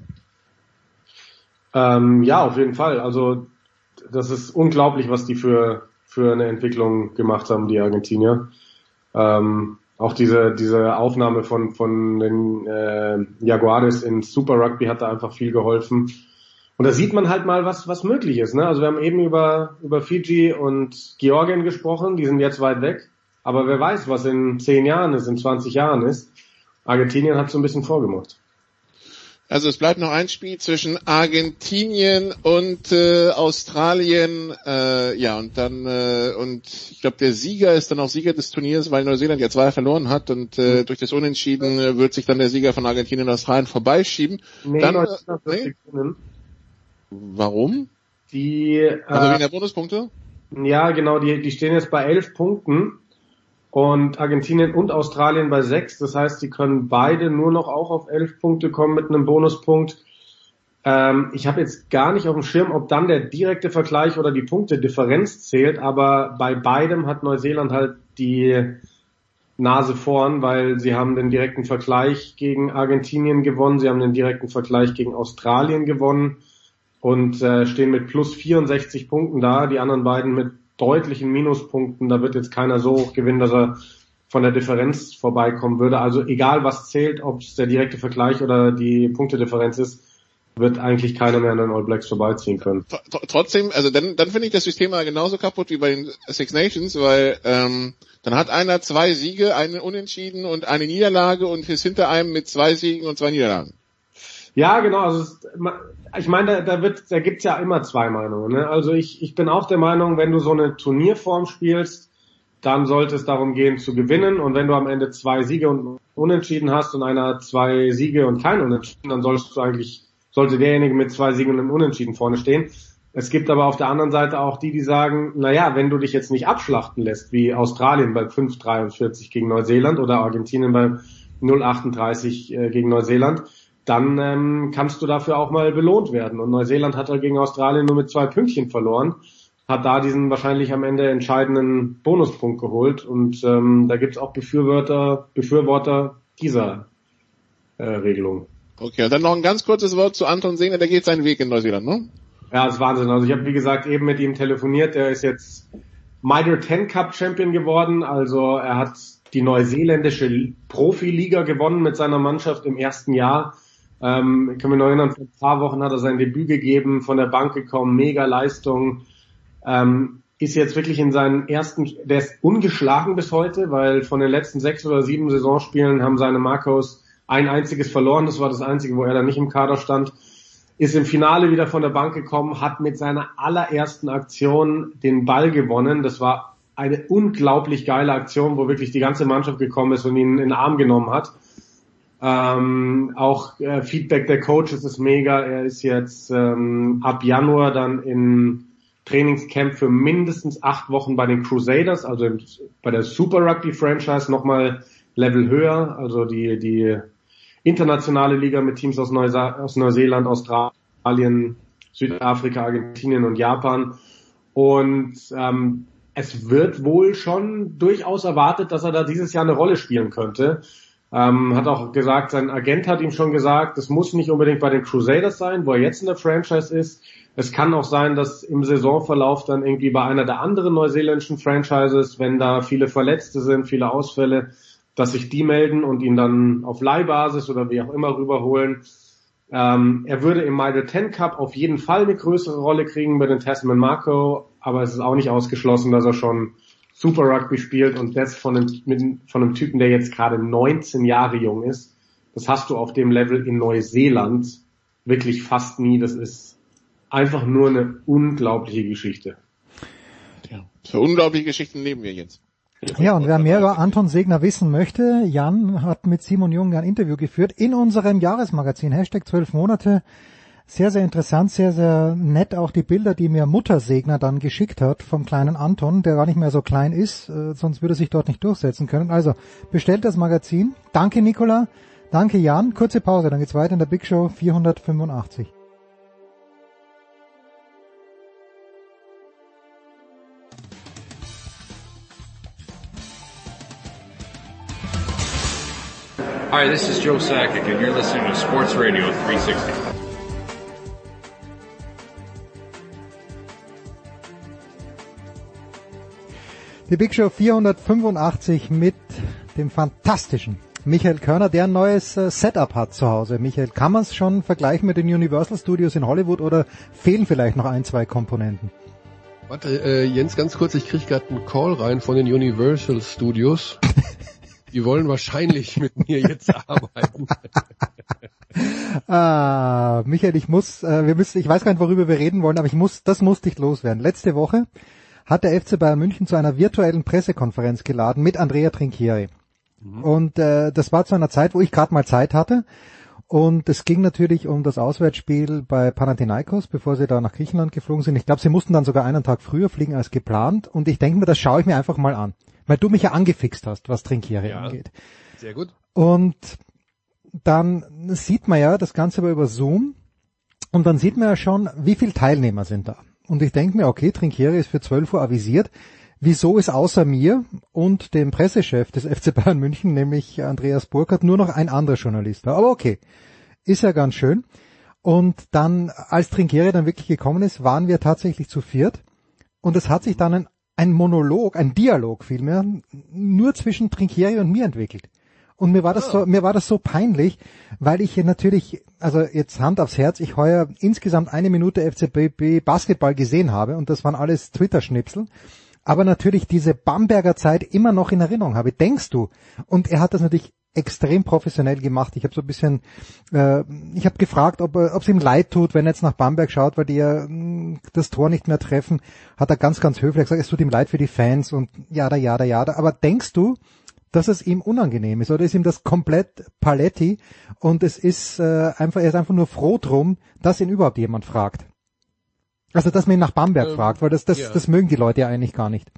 Ähm, ja, auf jeden Fall. Also das ist unglaublich, was die für für eine Entwicklung gemacht haben, die Argentinier. Ähm, auch diese diese Aufnahme von von den äh, Jaguares in Super Rugby hat da einfach viel geholfen. Und da sieht man halt mal, was was möglich ist. Ne? Also wir haben eben über über Fiji und Georgien gesprochen, die sind jetzt weit weg. Aber wer weiß, was in zehn Jahren ist, in zwanzig Jahren ist. Argentinien hat so ein bisschen vorgemacht. Also es bleibt noch ein Spiel zwischen Argentinien und äh, Australien, äh, ja und dann äh, und ich glaube der Sieger ist dann auch Sieger des Turniers, weil Neuseeland ja zwei verloren hat und äh, durch das Unentschieden äh, wird sich dann der Sieger von Argentinien und Australien vorbeischieben. Nee, dann, Neuseeland äh, nee. gewinnen. Warum? Die also äh, wegen der Bonuspunkte? Ja, genau, die die stehen jetzt bei elf Punkten und Argentinien und Australien bei sechs. Das heißt, die können beide nur noch auch auf elf Punkte kommen mit einem Bonuspunkt. Ähm, ich habe jetzt gar nicht auf dem Schirm, ob dann der direkte Vergleich oder die Punktedifferenz zählt, aber bei beidem hat Neuseeland halt die Nase vorn, weil sie haben den direkten Vergleich gegen Argentinien gewonnen, sie haben den direkten Vergleich gegen Australien gewonnen und äh, stehen mit plus vierundsechzig Punkten da, die anderen beiden mit deutlichen Minuspunkten. Da wird jetzt keiner so hoch gewinnen, dass er von der Differenz vorbeikommen würde. Also egal was zählt, ob es der direkte Vergleich oder die Punktedifferenz ist, wird eigentlich keiner mehr an den All Blacks vorbeiziehen können. Trotzdem, also dann, dann finde ich das System mal genauso kaputt wie bei den Six Nations, weil ähm, dann hat einer zwei Siege, einen Unentschieden und eine Niederlage und ist hinter einem mit zwei Siegen und zwei Niederlagen. Ja, genau. Also es, ich meine, da, da wird, da gibt's ja immer zwei Meinungen. Ne? Also ich, ich bin auch der Meinung, wenn du so eine Turnierform spielst, dann sollte es darum gehen zu gewinnen. Und wenn du am Ende zwei Siege und Unentschieden hast und einer zwei Siege und kein Unentschieden, dann sollst du eigentlich sollte derjenige mit zwei Siegen und einem Unentschieden vorne stehen. Es gibt aber auf der anderen Seite auch die, die sagen, naja, wenn du dich jetzt nicht abschlachten lässt, wie Australien bei fünf dreiundvierzig gegen Neuseeland oder Argentinien bei null achtunddreißig äh, gegen Neuseeland, dann ähm, kannst du dafür auch mal belohnt werden. Und Neuseeland hat halt gegen Australien nur mit zwei Pünktchen verloren, hat da diesen wahrscheinlich am Ende entscheidenden Bonuspunkt geholt. Und ähm, da gibt's auch Befürworter, Befürworter dieser äh, Regelung. Okay, und dann noch ein ganz kurzes Wort zu Anton Segner, der geht seinen Weg in Neuseeland, ne? Ja, das ist Wahnsinn. Also ich habe, wie gesagt, eben mit ihm telefoniert. Der ist jetzt Mitre zehn Cup Champion geworden. Also er hat die neuseeländische Profiliga gewonnen mit seiner Mannschaft im ersten Jahr. Ähm, ich kann mich noch erinnern, vor ein paar Wochen hat er sein Debüt gegeben, von der Bank gekommen, mega Leistung. Ähm, ist jetzt wirklich in seinen ersten, der ist ungeschlagen bis heute, weil von den letzten sechs oder sieben Saisonspielen haben seine Marcos ein einziges verloren, das war das einzige, wo er dann nicht im Kader stand, ist im Finale wieder von der Bank gekommen, hat mit seiner allerersten Aktion den Ball gewonnen. Das war eine unglaublich geile Aktion, wo wirklich die ganze Mannschaft gekommen ist und ihn in den Arm genommen hat. Ähm, auch äh, Feedback der Coaches ist mega. Er ist jetzt ähm, ab Januar dann in Trainingscamp für mindestens acht Wochen bei den Crusaders, also bei der Super Rugby Franchise nochmal Level höher, also die die internationale Liga mit Teams aus, Neusa- aus Neuseeland, Australien, Südafrika, Argentinien und Japan. Und ähm, es wird wohl schon durchaus erwartet, dass er da dieses Jahr eine Rolle spielen könnte. Ähm, hat auch gesagt, sein Agent hat ihm schon gesagt, es muss nicht unbedingt bei den Crusaders sein, wo er jetzt in der Franchise ist. Es kann auch sein, dass im Saisonverlauf dann irgendwie bei einer der anderen neuseeländischen Franchises, wenn da viele Verletzte sind, viele Ausfälle, dass sich die melden und ihn dann auf Leihbasis oder wie auch immer rüberholen. Ähm, er würde im Mitre zehn Cup auf jeden Fall eine größere Rolle kriegen bei den Tasman Mako, aber es ist auch nicht ausgeschlossen, dass er schon Super Rugby spielt und das von einem, mit, von einem Typen, der jetzt gerade neunzehn Jahre jung ist. Das hast du auf dem Level in Neuseeland wirklich fast nie. Das ist einfach nur eine unglaubliche Geschichte. Ja, für unglaubliche Geschichten leben wir jetzt. Ja, und wer mehr über Anton Segner wissen möchte, Jan hat mit Simon Jung ein Interview geführt in unserem Jahresmagazin, Hashtag zwölf Monate. Sehr, sehr interessant, sehr, sehr nett auch die Bilder, die mir Mutter Segner dann geschickt hat vom kleinen Anton, der gar nicht mehr so klein ist, äh, sonst würde er sich dort nicht durchsetzen können. Also, bestellt das Magazin. Danke Nicola, danke Jan. Kurze Pause, dann geht's weiter in der Big Show vierhundertfünfundachtzig. Hi, this is Joe Sakic, and you're listening to Sports Radio three sixty. Die Big Show vierhundertfünfundachtzig mit dem fantastischen Michael Körner, der ein neues äh, Setup hat zu Hause. Michael, kann man es schon vergleichen mit den Universal Studios in Hollywood oder fehlen vielleicht noch ein, zwei Komponenten? Warte, äh, Jens, ganz kurz, ich kriege gerade einen Call rein von den Universal Studios. Die wollen wahrscheinlich mit mir jetzt arbeiten. ah, Michael, ich muss, äh, wir müssen, ich weiß gar nicht, worüber wir reden wollen, aber ich muss, das musste ich loswerden. Letzte Woche hat der F C Bayern München zu einer virtuellen Pressekonferenz geladen mit Andrea Trinchieri. Mhm. Und äh, das war zu einer Zeit, wo ich gerade mal Zeit hatte. Und es ging natürlich um das Auswärtsspiel bei Panathinaikos, bevor sie da nach Griechenland geflogen sind. Ich glaube, sie mussten dann sogar einen Tag früher fliegen als geplant. Und ich denke mir, das schaue ich mir einfach mal an. weil du mich ja angefixt hast, was Trinkieri ja. angeht. Sehr gut. Und dann sieht man ja das Ganze aber über Zoom und dann sieht man ja schon, wie viele Teilnehmer sind da. Und ich denke mir, okay, Trinkieri ist für zwölf Uhr avisiert. Wieso ist außer mir und dem Pressechef des F C Bayern München, nämlich Andreas Burkhardt, nur noch ein anderer Journalist da? Aber okay, ist ja ganz schön. Und dann, als Trinkieri dann wirklich gekommen ist, waren wir tatsächlich zu viert. Und es hat sich dann ein, ein Monolog, ein Dialog vielmehr, nur zwischen Trinkieri und mir entwickelt. Und mir war das so, mir war das so peinlich, weil ich hier natürlich, also jetzt Hand aufs Herz, ich heuer insgesamt eine Minute F C B Basketball gesehen habe und das waren alles Twitter-Schnipsel, aber natürlich diese Bamberger Zeit immer noch in Erinnerung habe. Denkst du? Und er hat das natürlich extrem professionell gemacht. Ich habe so ein bisschen, äh, ich habe gefragt, ob ob es ihm leid tut, wenn er jetzt nach Bamberg schaut, weil die ja mh, das Tor nicht mehr treffen. Hat er ganz, ganz höflich gesagt, es tut ihm leid für die Fans und jada, jada, jada. Aber denkst du, dass es ihm unangenehm ist oder ist ihm das komplett Paletti und es ist äh, einfach, er ist einfach nur froh drum, dass ihn überhaupt jemand fragt. Also, dass man ihn nach Bamberg ähm, fragt, weil das, das, ja. das mögen die Leute ja eigentlich gar nicht.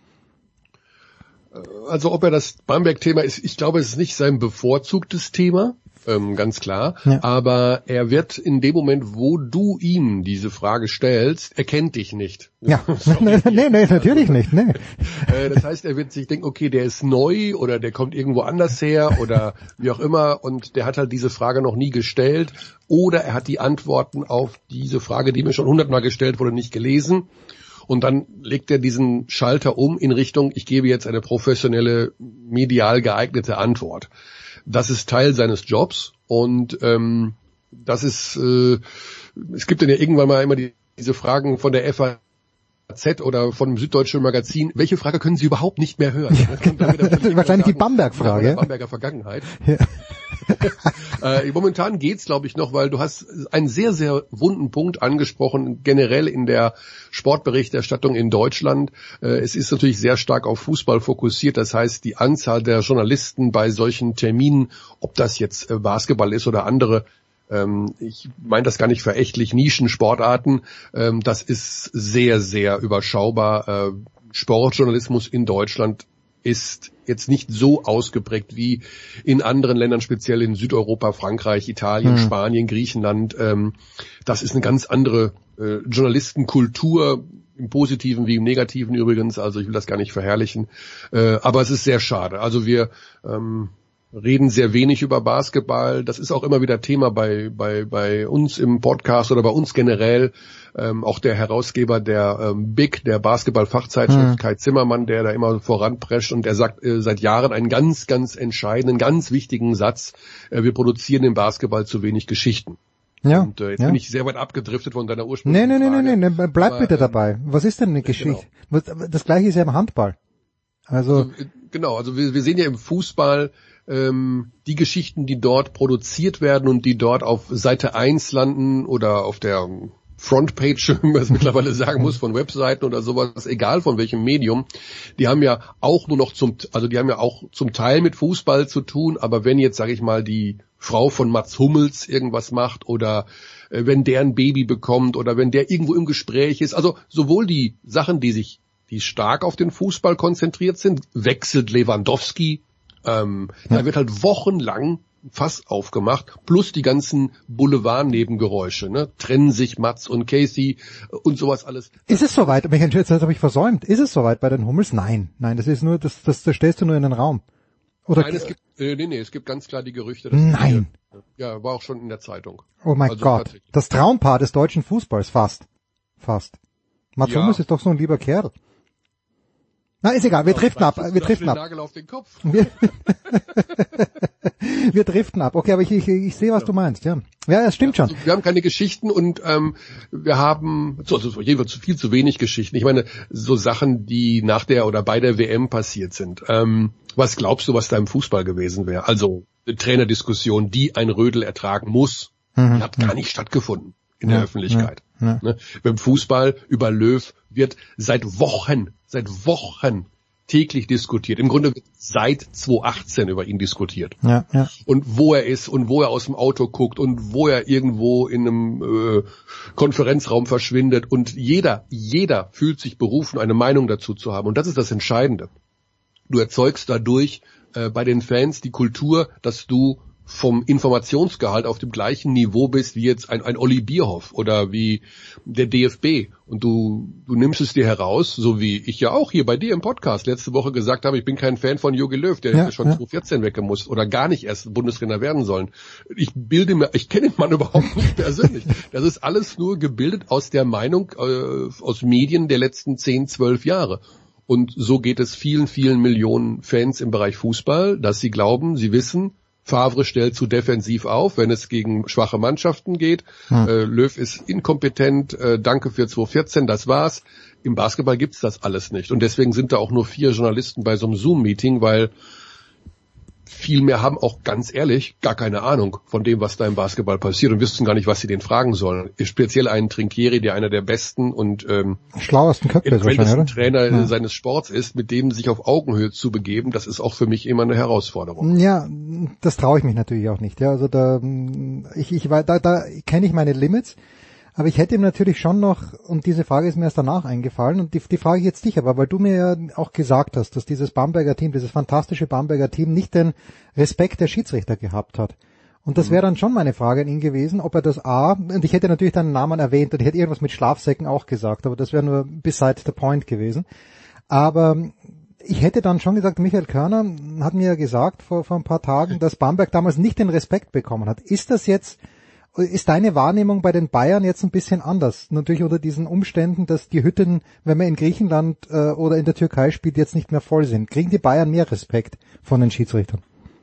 Also, ob er das Bamberg-Thema ist, ich glaube, es ist nicht sein bevorzugtes Thema. Ähm, ganz klar, ja. Aber er wird in dem Moment, wo du ihm diese Frage stellst, er kennt dich nicht. Ja, nee, nee, nee, natürlich also, nicht, nee. Äh, das heißt, er wird sich denken, okay, der ist neu oder der kommt irgendwo anders her oder wie auch immer und der hat halt diese Frage noch nie gestellt oder er hat die Antworten auf diese Frage, die mir schon hundertmal gestellt wurde, nicht gelesen. Und dann legt er diesen Schalter um in Richtung, ich gebe jetzt eine professionelle, medial geeignete Antwort. Das ist Teil seines Jobs und ähm, das ist, äh, es gibt dann ja irgendwann mal immer die, diese Fragen von der F A Z oder von dem Süddeutschen Magazin, welche Frage können Sie überhaupt nicht mehr hören? Ja, genau. Das ist wahrscheinlich die Bamberg-Frage. Die Bamberger Vergangenheit. Ja. äh, momentan geht's, glaube ich, noch, weil du hast einen sehr, sehr wunden Punkt angesprochen, generell in der Sportberichterstattung in Deutschland. Äh, es ist natürlich sehr stark auf Fußball fokussiert, das heißt, die Anzahl der Journalisten bei solchen Terminen, ob das jetzt äh, Basketball ist oder andere, ähm, ich meine das gar nicht verächtlich, Nischensportarten, ähm, das ist sehr, sehr überschaubar. Äh, Sportjournalismus in Deutschland ist jetzt nicht so ausgeprägt wie in anderen Ländern, speziell in Südeuropa, Frankreich, Italien, hm. Spanien, Griechenland. Ähm, das ist eine ganz andere äh, Journalistenkultur, im Positiven wie im Negativen übrigens. Also ich will das gar nicht verherrlichen. Äh, aber es ist sehr schade. Also wir ähm, reden sehr wenig über Basketball. Das ist auch immer wieder Thema bei bei bei uns im Podcast oder bei uns generell. Ähm, auch der Herausgeber der ähm, Big, der Basketball-Fachzeitschrift, mhm. Kai Zimmermann, der da immer voranprescht und der sagt äh, seit Jahren einen ganz, ganz entscheidenden, ganz wichtigen Satz, äh, wir produzieren im Basketball zu wenig Geschichten. Ja, und äh, jetzt ja. bin ich sehr weit abgedriftet von deiner ursprünglichen nee, nee, Frage. Nee, nee, nee, bleib bitte dabei. Was ist denn eine Geschichte? Genau. Das Gleiche ist ja im Handball. Also, also genau, also wir, wir sehen ja im Fußball ähm, die Geschichten, die dort produziert werden und die dort auf Seite eins landen oder auf der Frontpage, wie man es mittlerweile sagen muss, von Webseiten oder sowas, egal von welchem Medium, die haben ja auch nur noch zum, also die haben ja auch zum Teil mit Fußball zu tun, aber wenn jetzt, sage ich mal, die Frau von Mats Hummels irgendwas macht oder äh, wenn der ein Baby bekommt oder wenn der irgendwo im Gespräch ist, also sowohl die Sachen, die sich, die stark auf den Fußball konzentriert sind, wechselt Lewandowski, ähm, ja. da wird halt wochenlang Fass aufgemacht, plus die ganzen Boulevard-Nebengeräusche, ne? Trennen sich Mats und Casey und sowas alles. Ist es soweit? Jetzt habe ich versäumt. Ist es soweit bei den Hummels? Nein, nein, das ist nur, das, das, das stellst du nur in den Raum. Oder Nein, es gibt, äh, nee, nee, es gibt ganz klar die Gerüchte. Dass Nein. Die, ja, war auch schon in der Zeitung. Oh mein also Gott. Das Traumpaar des deutschen Fußballs, fast. Fast. Mats ja. Hummels ist doch so ein lieber Kerl. Na, ist egal, wir driften ab, wir driften ab. Nagel auf den Kopf. Wir, wir driften ab. Okay, aber ich, ich, ich sehe, was ja. du meinst, ja. Ja, das stimmt ja, also schon. Wir haben keine Geschichten und ähm, wir haben also jedenfalls viel zu wenig Geschichten. Ich meine, so Sachen, die nach der oder bei der W M passiert sind. Ähm, was glaubst du, was da im Fußball gewesen wäre? Also eine Trainerdiskussion, die ein Rödel ertragen muss, mhm. die hat gar nicht stattgefunden in ja. der Öffentlichkeit. Ja. Ja. Ne? Beim Fußball über Löw wird seit Wochen, seit Wochen täglich diskutiert. Im Grunde wird seit zweitausendachtzehn über ihn diskutiert. Ja, ja. Und wo er ist und wo er aus dem Auto guckt und wo er irgendwo in einem äh, Konferenzraum verschwindet. Und jeder, jeder fühlt sich berufen, eine Meinung dazu zu haben. Und das ist das Entscheidende. Du erzeugst dadurch äh, bei den Fans die Kultur, dass du vom Informationsgehalt auf dem gleichen Niveau bist wie jetzt ein, ein Olli Bierhoff oder wie der D F B. Und du, du nimmst es dir heraus, so wie ich ja auch hier bei dir im Podcast letzte Woche gesagt habe, ich bin kein Fan von Jogi Löw, der ja, hätte schon ja. zwanzig vierzehn weggemusst oder gar nicht erst Bundestrainer werden sollen. Ich bilde mir, ich kenne den Mann überhaupt nicht persönlich. Das ist alles nur gebildet aus der Meinung, äh, aus Medien der letzten zehn, zwölf Jahre. Und so geht es vielen, vielen Millionen Fans im Bereich Fußball, dass sie glauben, sie wissen, Favre stellt zu defensiv auf, wenn es gegen schwache Mannschaften geht. Hm. Äh, Löw ist inkompetent, äh, danke für zwanzig vierzehn, das war's. Im Basketball gibt's das alles nicht. Und deswegen sind da auch nur vier Journalisten bei so einem Zoom-Meeting, weil viel mehr haben auch ganz ehrlich gar keine Ahnung von dem, was da im Basketball passiert und wissen gar nicht, was sie den fragen sollen. Speziell einen Trinkieri, der einer der besten und ähm, schlauesten Köpfe Trainer ja. seines Sports ist, mit dem sich auf Augenhöhe zu begeben, das ist auch für mich immer eine Herausforderung. Ja, das traue ich mich natürlich auch nicht. Ja, also da ich ich da da kenne ich meine Limits. Aber ich hätte ihm natürlich schon noch, und diese Frage ist mir erst danach eingefallen, und die, die frage ich jetzt dich aber, weil du mir ja auch gesagt hast, dass dieses Bamberger Team, dieses fantastische Bamberger Team nicht den Respekt der Schiedsrichter gehabt hat. Und das wäre dann schon meine Frage an ihn gewesen, ob er das A, und ich hätte natürlich deinen Namen erwähnt, und ich hätte irgendwas mit Schlafsäcken auch gesagt, aber das wäre nur beside the point gewesen. Aber ich hätte dann schon gesagt, Michael Körner hat mir ja gesagt vor, vor ein paar Tagen, dass Bamberg damals nicht den Respekt bekommen hat. Ist das jetzt... Ist deine Wahrnehmung bei den Bayern jetzt ein bisschen anders? Natürlich unter diesen Umständen, dass die Hütten, wenn man in Griechenland äh, oder in der Türkei spielt, jetzt nicht mehr voll sind. Kriegen die Bayern mehr Respekt von den Schiedsrichtern?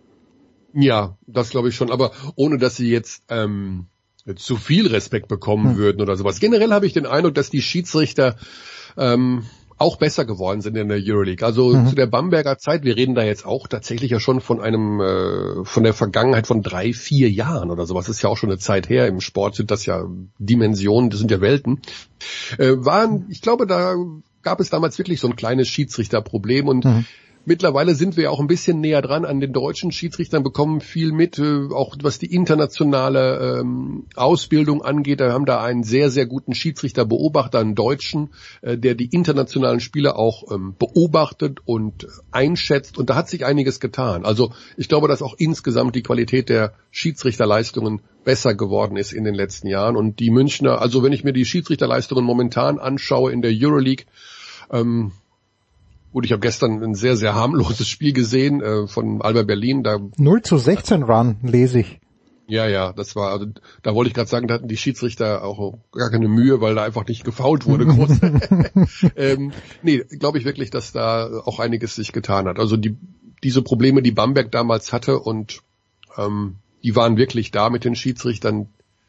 Ja, das glaube ich schon, aber ohne dass sie jetzt ähm, zu viel Respekt bekommen hm. würden oder sowas. Generell habe ich den Eindruck, dass die Schiedsrichter ähm, auch besser geworden sind in der Euroleague. Also mhm. zu der Bamberger Zeit, wir reden da jetzt auch tatsächlich ja schon von einem, äh, von der Vergangenheit von drei, vier Jahren oder sowas. Das ist ja auch schon eine Zeit her. Im Sport sind das ja Dimensionen, das sind ja Welten. Äh, waren, ich glaube, da gab es damals wirklich so ein kleines Schiedsrichterproblem und mhm. mittlerweile sind wir ja auch ein bisschen näher dran an den deutschen Schiedsrichtern, bekommen viel mit, äh, auch was die internationale ähm, Ausbildung angeht. Wir haben da einen sehr, sehr guten Schiedsrichterbeobachter, einen Deutschen, äh, der die internationalen Spiele auch ähm, beobachtet und einschätzt. Und da hat sich einiges getan. Also ich glaube, dass auch insgesamt die Qualität der Schiedsrichterleistungen besser geworden ist in den letzten Jahren. Und die Münchner, also wenn ich mir die Schiedsrichterleistungen momentan anschaue in der Euroleague, ähm, Gut, ich habe gestern ein sehr, sehr harmloses Spiel gesehen äh, von Alba Berlin. Da null zu sechzehn Run, lese ich. Ja, ja, das war, also da wollte ich gerade sagen, da hatten die Schiedsrichter auch gar keine Mühe, weil da einfach nicht gefoult wurde. Groß. ähm, nee, glaube ich wirklich, dass da auch einiges sich getan hat. Also die diese Probleme, die Bamberg damals hatte und ähm, die waren wirklich da mit den Schiedsrichtern,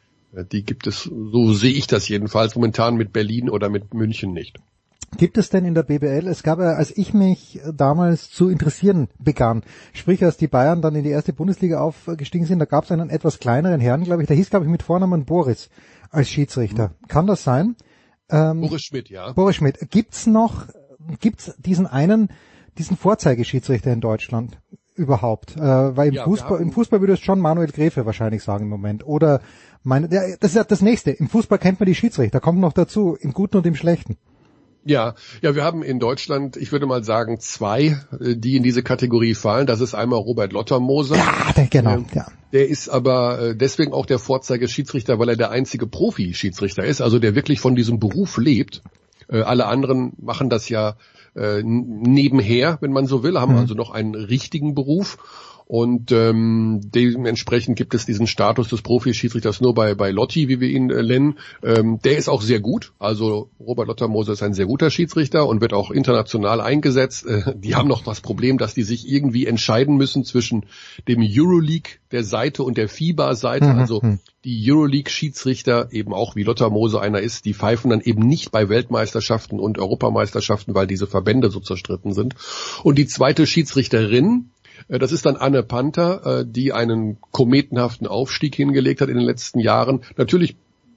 die gibt es, so sehe ich das jedenfalls, momentan mit Berlin oder mit München nicht. Gibt es denn in der B B L, es gab ja, als ich mich damals zu interessieren begann, sprich als die Bayern dann in die erste Bundesliga aufgestiegen sind, da gab es einen etwas kleineren Herrn, glaube ich, der hieß, glaube ich, mit Vornamen Boris als Schiedsrichter. Mhm. Kann das sein? Ähm, Boris Schmidt, ja. Boris Schmidt. Gibt's noch, gibt's diesen einen, diesen Vorzeigeschiedsrichter in Deutschland überhaupt? Äh, weil im ja, Fußball, im Fußball würde es schon Manuel Gräfe wahrscheinlich sagen im Moment. Oder meine, ja, das ist ja das Nächste. Im Fußball kennt man die Schiedsrichter, kommt noch dazu, im Guten und im Schlechten. Ja, ja, wir haben in Deutschland, ich würde mal sagen, zwei, die in diese Kategorie fallen. Das ist einmal Robert Lottermoser. Ja, der, genau. Ähm, ja. Der ist aber deswegen auch der Vorzeigeschiedsrichter, weil er der einzige Profi-Schiedsrichter ist, also der wirklich von diesem Beruf lebt. Äh, alle anderen machen das ja äh, nebenher, wenn man so will, haben mhm. also noch einen richtigen Beruf. Und ähm, dementsprechend gibt es diesen Status des Profi-Schiedsrichters nur bei bei Lotti, wie wir ihn äh, nennen. Ähm, der ist auch sehr gut. Also Robert Lottermoser ist ein sehr guter Schiedsrichter und wird auch international eingesetzt. Äh, die haben noch das Problem, dass die sich irgendwie entscheiden müssen zwischen dem Euroleague der Seite und der FIBA-Seite. Mhm. Also die Euroleague-Schiedsrichter, eben auch wie Lottermoser einer ist, die pfeifen dann eben nicht bei Weltmeisterschaften und Europameisterschaften, weil diese Verbände so zerstritten sind. Und die zweite Schiedsrichterin, das ist dann Anne Panther, die einen kometenhaften Aufstieg hingelegt hat in den letzten Jahren. Natürlich,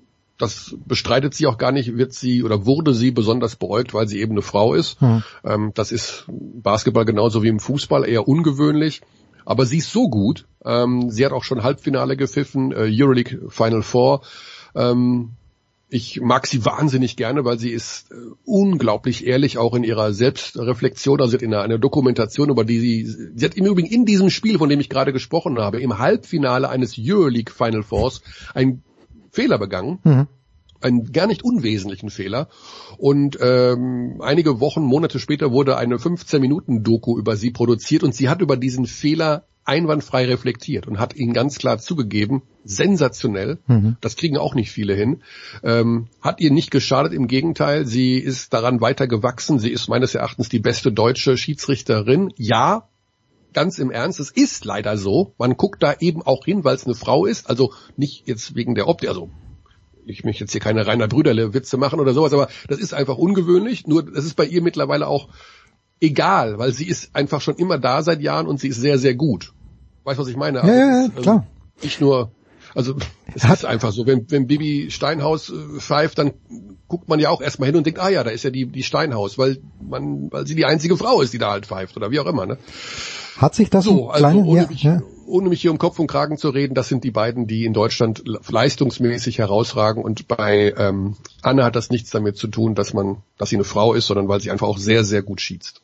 das bestreitet sie auch gar nicht, wird sie oder wurde sie besonders beäugt, weil sie eben eine Frau ist. Hm. Das ist im Basketball genauso wie im Fußball eher ungewöhnlich. Aber sie ist so gut. Sie hat auch schon Halbfinale gepfiffen, Euroleague Final Four. Ich mag sie wahnsinnig gerne, weil sie ist äh, unglaublich ehrlich, auch in ihrer Selbstreflexion. Also sie hat in einer, einer Dokumentation, über die sie, sie hat im Übrigen in diesem Spiel, von dem ich gerade gesprochen habe, im Halbfinale eines Euroleague Final Fours einen Fehler begangen. Mhm. Einen gar nicht unwesentlichen Fehler. Und ähm, einige Wochen, Monate später wurde eine fünfzehn-Minuten-Doku über sie produziert und sie hat über diesen Fehler einwandfrei reflektiert und hat ihn ganz klar zugegeben, sensationell, mhm. das kriegen auch nicht viele hin, ähm, hat ihr nicht geschadet, im Gegenteil, sie ist daran weiter gewachsen, sie ist meines Erachtens die beste deutsche Schiedsrichterin, ja, ganz im Ernst, es ist leider so, man guckt da eben auch hin, weil es eine Frau ist, also nicht jetzt wegen der Optik, also ich möchte jetzt hier keine Rainer Brüderle-Witze machen oder sowas, aber das ist einfach ungewöhnlich, nur das ist bei ihr mittlerweile auch egal, weil sie ist einfach schon immer da seit Jahren und sie ist sehr, sehr gut. Weißt du, was ich meine? Ja, ja, ja, klar. Also nicht nur, also es ist einfach so, wenn, wenn Bibi Steinhaus äh, pfeift, dann guckt man ja auch erstmal hin und denkt, ah ja, da ist ja die, die Steinhaus, weil man, weil sie die einzige Frau ist, die da halt pfeift oder wie auch immer, ne? Hat sich das so, also kleine, ohne, ja, mich, ja. ohne mich hier um Kopf und Kragen zu reden, das sind die beiden, die in Deutschland leistungsmäßig herausragen und bei ähm, Anne hat das nichts damit zu tun, dass man, dass sie eine Frau ist, sondern weil sie einfach auch sehr, sehr gut schießt.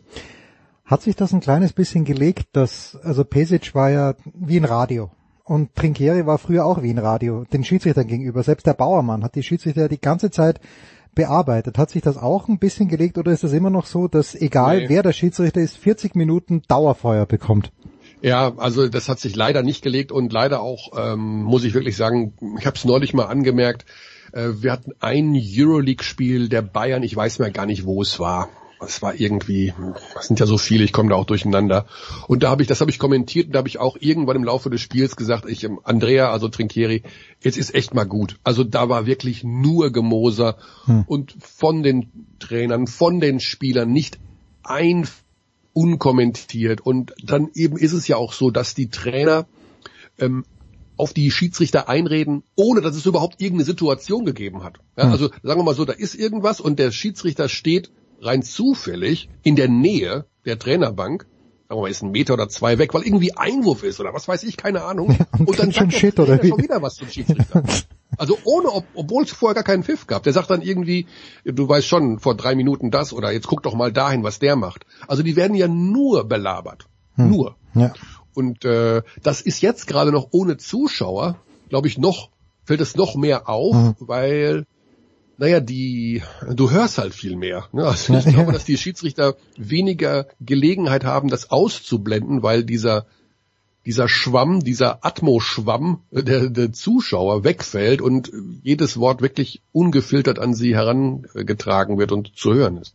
Hat sich das ein kleines bisschen gelegt, dass, also Pesic war ja wie ein Radio und Trinchieri war früher auch wie ein Radio, den Schiedsrichtern gegenüber. Selbst der Bauermann hat die Schiedsrichter die ganze Zeit bearbeitet. Hat sich das auch ein bisschen gelegt oder ist das immer noch so, dass egal nee. wer der Schiedsrichter ist, vierzig Minuten Dauerfeuer bekommt? Ja, also das hat sich leider nicht gelegt und leider auch, ähm, muss ich wirklich sagen, ich habe es neulich mal angemerkt, äh, wir hatten ein Euroleague-Spiel der Bayern, ich weiß mehr gar nicht, wo es war. Es war irgendwie, das sind ja so viele, ich komme da auch durcheinander. Und da habe ich, das habe ich kommentiert und da habe ich auch irgendwann im Laufe des Spiels gesagt, ich, Andrea, also Trinchieri, jetzt ist echt mal gut. Also da war wirklich nur Gemoser hm. und von den Trainern, von den Spielern nicht ein unkommentiert. Und dann eben ist es ja auch so, dass die Trainer ähm, auf die Schiedsrichter einreden, ohne dass es überhaupt irgendeine Situation gegeben hat. Ja, hm. Also sagen wir mal so, da ist irgendwas und der Schiedsrichter steht rein zufällig in der Nähe der Trainerbank, sagen wir mal, ist ein Meter oder zwei weg, weil irgendwie Einwurf ist oder was weiß ich, keine Ahnung. Ja, und, und dann sagt der Trainer schon wieder was zum Schiedsrichter. Also ohne, ob, obwohl es vorher gar keinen Pfiff gab. Der sagt dann irgendwie, du weißt schon, vor drei Minuten das oder jetzt guck doch mal dahin, was der macht. Also die werden ja nur belabert. Hm. Nur. Ja. Und äh, das ist jetzt gerade noch ohne Zuschauer, glaube ich, noch, fällt es noch mehr auf, hm. weil naja, die, du hörst halt viel mehr. Ne? Also ich glaube, dass die Schiedsrichter weniger Gelegenheit haben, das auszublenden, weil dieser, dieser Schwamm, dieser Atmo-Schwamm der, der Zuschauer wegfällt und jedes Wort wirklich ungefiltert an sie herangetragen wird und zu hören ist.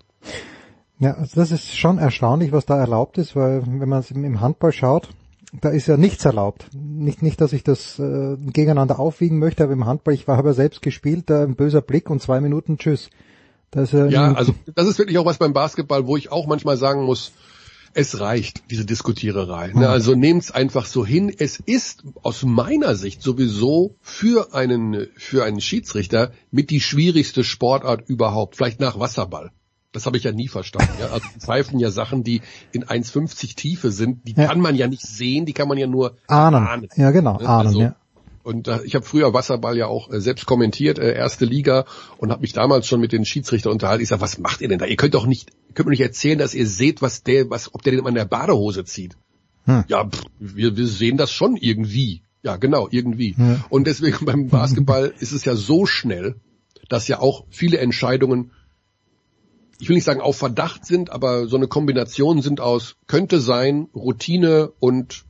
Ja, also das ist schon erstaunlich, was da erlaubt ist, weil wenn man im Handball schaut, da ist ja nichts erlaubt. Nicht, nicht, dass ich das äh, gegeneinander aufwiegen möchte, aber im Handball, ich habe ja selbst gespielt, da ein böser Blick und zwei Minuten Tschüss. Das ist, äh, ja, also das ist wirklich auch was beim Basketball, wo ich auch manchmal sagen muss, es reicht, diese Diskutiererei. Mhm. Ne? Also nehmt's einfach so hin. Es ist aus meiner Sicht sowieso für einen, für einen Schiedsrichter mit die schwierigste Sportart überhaupt, vielleicht nach Wasserball. Das habe ich ja nie verstanden. Ja? Also die pfeifen ja Sachen, die in eins fünfzig Tiefe sind, die ja. kann man ja nicht sehen, die kann man ja nur ahnen. ahnen. Ja, genau, ne? ahnen, also, ja. Und äh, ich habe früher Wasserball ja auch äh, selbst kommentiert, äh, erste Liga, und habe mich damals schon mit den Schiedsrichtern unterhalten. Ich sage, was macht ihr denn da? Ihr könnt doch nicht, könnt mir nicht erzählen, dass ihr seht, was der, was, ob der den an der Badehose zieht. Hm. Ja, pff, wir, wir sehen das schon irgendwie. Ja, genau, irgendwie. Ja. Und deswegen beim Basketball ist es ja so schnell, dass ja auch viele Entscheidungen, ich will nicht sagen auf Verdacht sind, aber so eine Kombination sind aus könnte sein, Routine und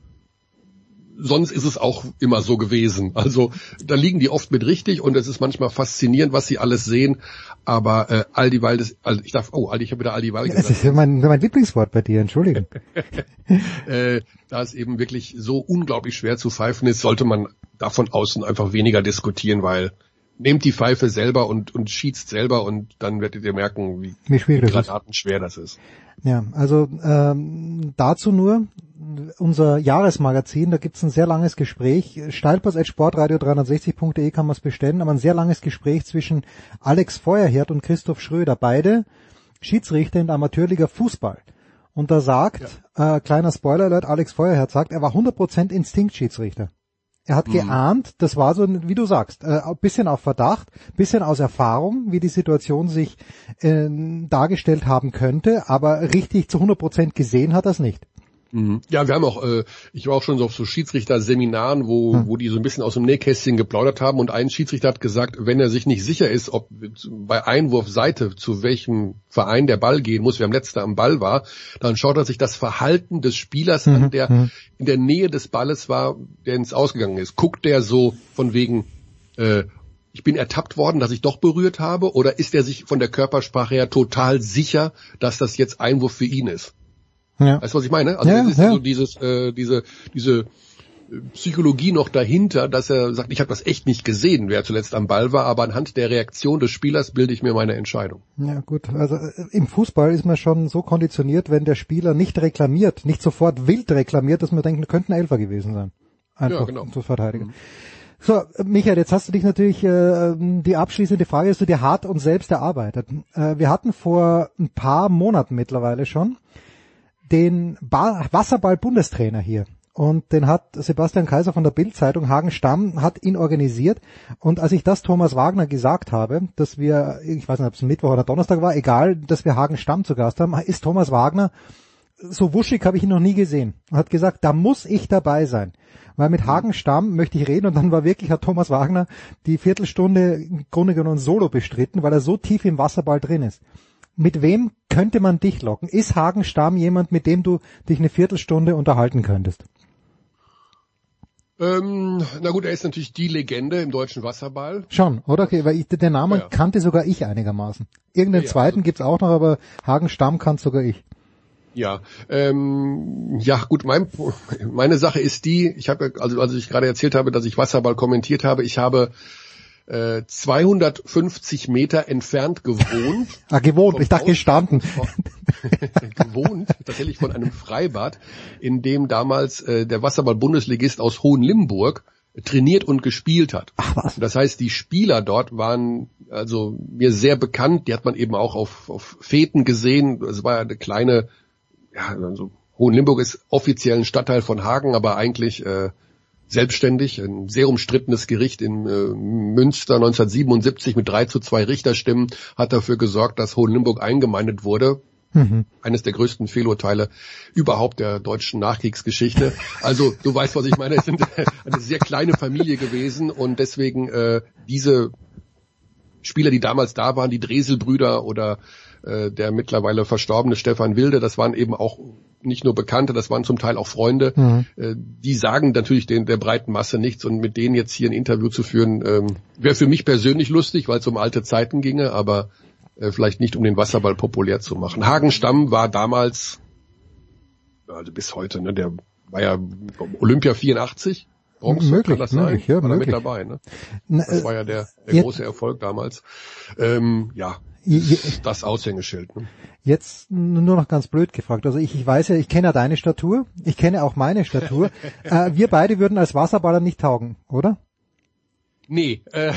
sonst ist es auch immer so gewesen. Also da liegen die oft mit richtig und es ist manchmal faszinierend, was sie alles sehen. Aber äh, Aldiwald ist, also ich darf, oh, Aldi, ich habe wieder Aldiwald gesagt. Das ist mein, mein Lieblingswort bei dir, Entschuldigung. äh, da es eben wirklich so unglaublich schwer zu pfeifen ist, sollte man da von außen einfach weniger diskutieren, weil nehmt die Pfeife selber und, und schießt selber und dann werdet ihr merken, wie, wie schwierig granaten schwer das ist. Ja, also ähm, dazu nur unser Jahresmagazin, da gibt's ein sehr langes Gespräch. Steilpass at sportradio dreihundertsechzig punkt de kann man es bestellen, aber ein sehr langes Gespräch zwischen Alex Feuerherd und Christoph Schröder, beide Schiedsrichter in der Amateurliga Fußball. Und da sagt, ja. äh, kleiner Spoiler-Alert, Alex Feuerherd sagt, er war hundert Prozent Instinktschiedsrichter. Er hat mhm. geahnt, das war so, wie du sagst, äh, ein bisschen auf Verdacht, ein bisschen aus Erfahrung, wie die Situation sich äh, dargestellt haben könnte, aber richtig zu hundert Prozent gesehen hat er es nicht. Ja, wir haben auch, äh, ich war auch schon so auf so Schiedsrichter-Seminaren, wo, hm. wo die so ein bisschen aus dem Nähkästchen geplaudert haben und ein Schiedsrichter hat gesagt, wenn er sich nicht sicher ist, ob bei Einwurfseite zu welchem Verein der Ball gehen muss, wer am letzten am Ball war, dann schaut er sich das Verhalten des Spielers hm. an, der hm. in der Nähe des Balles war, der ins Ausgegangen ist. Guckt der so von wegen, äh, ich bin ertappt worden, dass ich doch berührt habe, oder ist er sich von der Körpersprache her total sicher, dass das jetzt Einwurf für ihn ist? Ja. Weißt du, was ich meine? Also ja, es ist ja. so dieses, äh, diese, diese Psychologie noch dahinter, dass er sagt, ich habe das echt nicht gesehen, wer zuletzt am Ball war, aber anhand der Reaktion des Spielers bilde ich mir meine Entscheidung. Ja gut, also im Fußball ist man schon so konditioniert, wenn der Spieler nicht reklamiert, nicht sofort wild reklamiert, dass man denkt, könnte ein Elfer gewesen sein. Einfach ja, genau. zu verteidigen. Mhm. So, Michael, jetzt hast du dich natürlich, äh, die abschließende Frage hast du dir hart und selbst erarbeitet. Äh, wir hatten vor ein paar Monaten mittlerweile schon den ba- Wasserball-Bundestrainer hier. Und den hat Sebastian Kaiser von der Bild-Zeitung, Hagen Stamm, hat ihn organisiert. Und als ich das Thomas Wagner gesagt habe, dass wir, ich weiß nicht, ob es Mittwoch oder Donnerstag war, egal, dass wir Hagen Stamm zu Gast haben, ist Thomas Wagner, so wuschig habe ich ihn noch nie gesehen. Und hat gesagt, da muss ich dabei sein. Weil mit Hagen Stamm möchte ich reden. Und dann war wirklich, hat Thomas Wagner die Viertelstunde im Grunde genommen solo bestritten, weil er so tief im Wasserball drin ist. Mit wem könnte man dich locken? Ist Hagen Stamm jemand, mit dem du dich eine Viertelstunde unterhalten könntest? Ähm, na gut, er ist natürlich die Legende im deutschen Wasserball. Schon, oder? Okay, weil ich, den Namen ja. kannte sogar ich einigermaßen. Irgendeinen ja, zweiten also, gibt's auch noch, aber Hagen Stamm kannte sogar ich. Ja, ähm, ja gut, mein, meine Sache ist die, ich habe, also als ich gerade erzählt habe, dass ich Wasserball kommentiert habe, ich habe äh, zweihundertfünfzig Meter entfernt gewohnt. Ah, gewohnt, ich dachte gestanden. gewohnt, tatsächlich von einem Freibad, in dem damals äh, der Wasserball-Bundesligist aus Hohenlimburg trainiert und gespielt hat. Ach was. Das heißt, die Spieler dort waren also mir sehr bekannt, die hat man eben auch auf, auf Feten gesehen. Es war ja eine kleine, ja, also Hohenlimburg ist offiziell ein Stadtteil von Hagen, aber eigentlich äh, selbstständig, ein sehr umstrittenes Gericht in äh, Münster neunzehnhundertsiebenundsiebzig mit drei zu zwei Richterstimmen hat dafür gesorgt, dass Hohenlimburg eingemeindet wurde. Mhm. Eines der größten Fehlurteile überhaupt der deutschen Nachkriegsgeschichte. Also du weißt, was ich meine. Es sind eine sehr kleine Familie gewesen und deswegen äh, diese Spieler, die damals da waren, die Dreselbrüder oder äh, der mittlerweile verstorbene Stefan Wilde, das waren eben auch nicht nur Bekannte, das waren zum Teil auch Freunde. Mhm. Äh, die sagen natürlich den, der breiten Masse nichts und mit denen jetzt hier ein Interview zu führen, ähm, wäre für mich persönlich lustig, weil es um alte Zeiten ginge, aber äh, vielleicht nicht, um den Wasserball populär zu machen. Hagen Stamm war damals, also bis heute, ne, der war ja Olympia vierundachtzig. Bronze, möglich, kann das möglich, sein? ja, war möglich. Mit dabei, ne? Das war ja der, der jetzt, große Erfolg damals. Ähm, ja, je, das Aushängeschild. Ne? Jetzt nur noch ganz blöd gefragt. Also ich, ich weiß ja, ich kenne ja deine Statur, ich kenne auch meine Statur. äh, wir beide würden als Wasserballer nicht taugen, oder? Nee. Äh,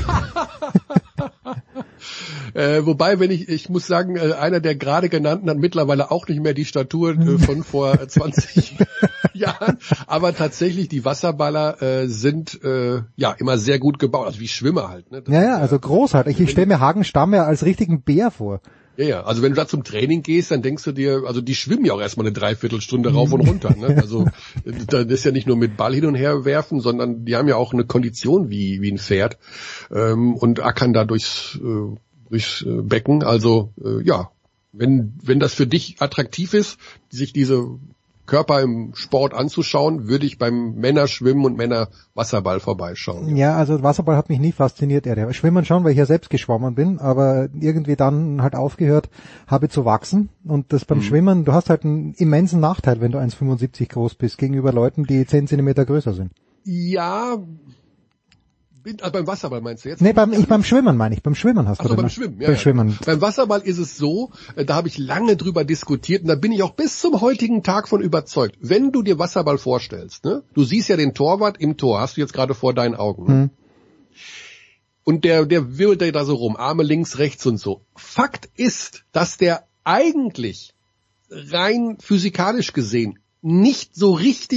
äh, wobei, wenn ich, ich muss sagen, äh, einer der gerade genannten hat mittlerweile auch nicht mehr die Statur äh, von vor zwanzig Jahren, aber tatsächlich die Wasserballer äh, sind äh, ja immer sehr gut gebaut, also wie Schwimmer halt. Ne? Ja, ja, also groß halt. Ich, ich stelle mir Hagen Stamm ja als richtigen Bär vor. Ja, ja, also wenn du da zum Training gehst, dann denkst du dir, also die schwimmen ja auch erstmal eine Dreiviertelstunde rauf und runter. Ne? Also das ist ja nicht nur mit Ball hin und her werfen, sondern die haben ja auch eine Kondition wie wie ein Pferd ähm, und ackern da durchs, äh, durchs Becken. Also äh, ja, wenn wenn das für dich attraktiv ist, sich diese Körper im Sport anzuschauen, würde ich beim Männerschwimmen und Männerwasserball vorbeischauen. Ja, also Wasserball hat mich nie fasziniert. Ja, Schwimmen schon, weil ich ja selbst geschwommen bin, aber irgendwie dann halt aufgehört habe zu wachsen. Und das beim mhm. Schwimmen, du hast halt einen immensen Nachteil, wenn du eins Komma fünfundsiebzig groß bist, gegenüber Leuten, die zehn Zentimeter größer sind. Ja, also beim Wasserball meinst du jetzt? Nee, beim, ich beim Schwimmen meine ich. Beim Schwimmen hast also du beim Schwimmen, ja, beim ja. Schwimmen. Beim Wasserball ist es so, da habe ich lange drüber diskutiert und da bin ich auch bis zum heutigen Tag von überzeugt. Wenn du dir Wasserball vorstellst, ne, du siehst ja den Torwart im Tor, hast du jetzt gerade vor deinen Augen. Ne? Hm. Und der, der wirbelt da so rum, Arme links, rechts und so. Fakt ist, dass der eigentlich rein physikalisch gesehen nicht so richtig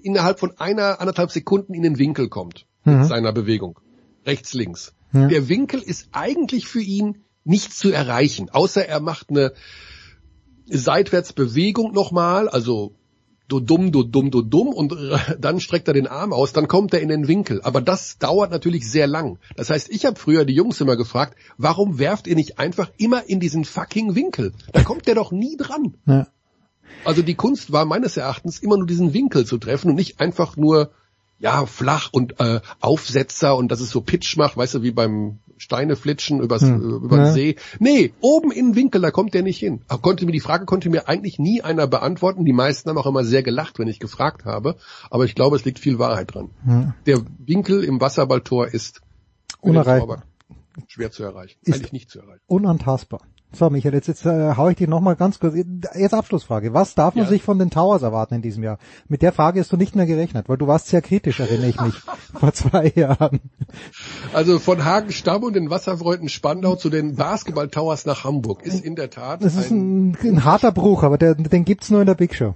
innerhalb von einer, anderthalb Sekunden in den Winkel kommt mit Mhm. seiner Bewegung. Rechts, links. Ja. Der Winkel ist eigentlich für ihn nicht zu erreichen, außer er macht eine Seitwärtsbewegung nochmal, also do dumm, do dumm, do dumm und dann streckt er den Arm aus, dann kommt er in den Winkel. Aber das dauert natürlich sehr lang. Das heißt, ich habe früher die Jungs immer gefragt, warum werft ihr nicht einfach immer in diesen fucking Winkel? Da kommt der doch nie dran. Ja. Also die Kunst war meines Erachtens immer nur diesen Winkel zu treffen und nicht einfach nur ja flach und äh, Aufsetzer und dass es so Pitch macht, weißt du, wie beim Steineflitschen übers, Hm. äh, über den Ja. See. Nee, oben in den Winkel, da kommt der nicht hin. Aber konnte mir die Frage konnte mir eigentlich nie einer beantworten. Die meisten haben auch immer sehr gelacht, wenn ich gefragt habe. Aber ich glaube, es liegt viel Wahrheit dran. Ja. Der Winkel im Wasserballtor ist für den Unerreichbar. Torwart schwer zu erreichen. Ist Eigentlich nicht zu erreichen. Unantastbar. So, Michael, jetzt, jetzt äh, hau ich dir nochmal ganz kurz, jetzt Abschlussfrage. Was darf man Ja. sich von den Towers erwarten in diesem Jahr? Mit der Frage hast du nicht mehr gerechnet, weil du warst sehr kritisch, erinnere ich mich, vor zwei Jahren. Also von Hagen-Stamm und den Wasserfreunden Spandau zu den Basketball-Towers nach Hamburg ist in der Tat Das ist ein, ein, ein harter Bruch, aber der, den gibt's nur in der Big Show.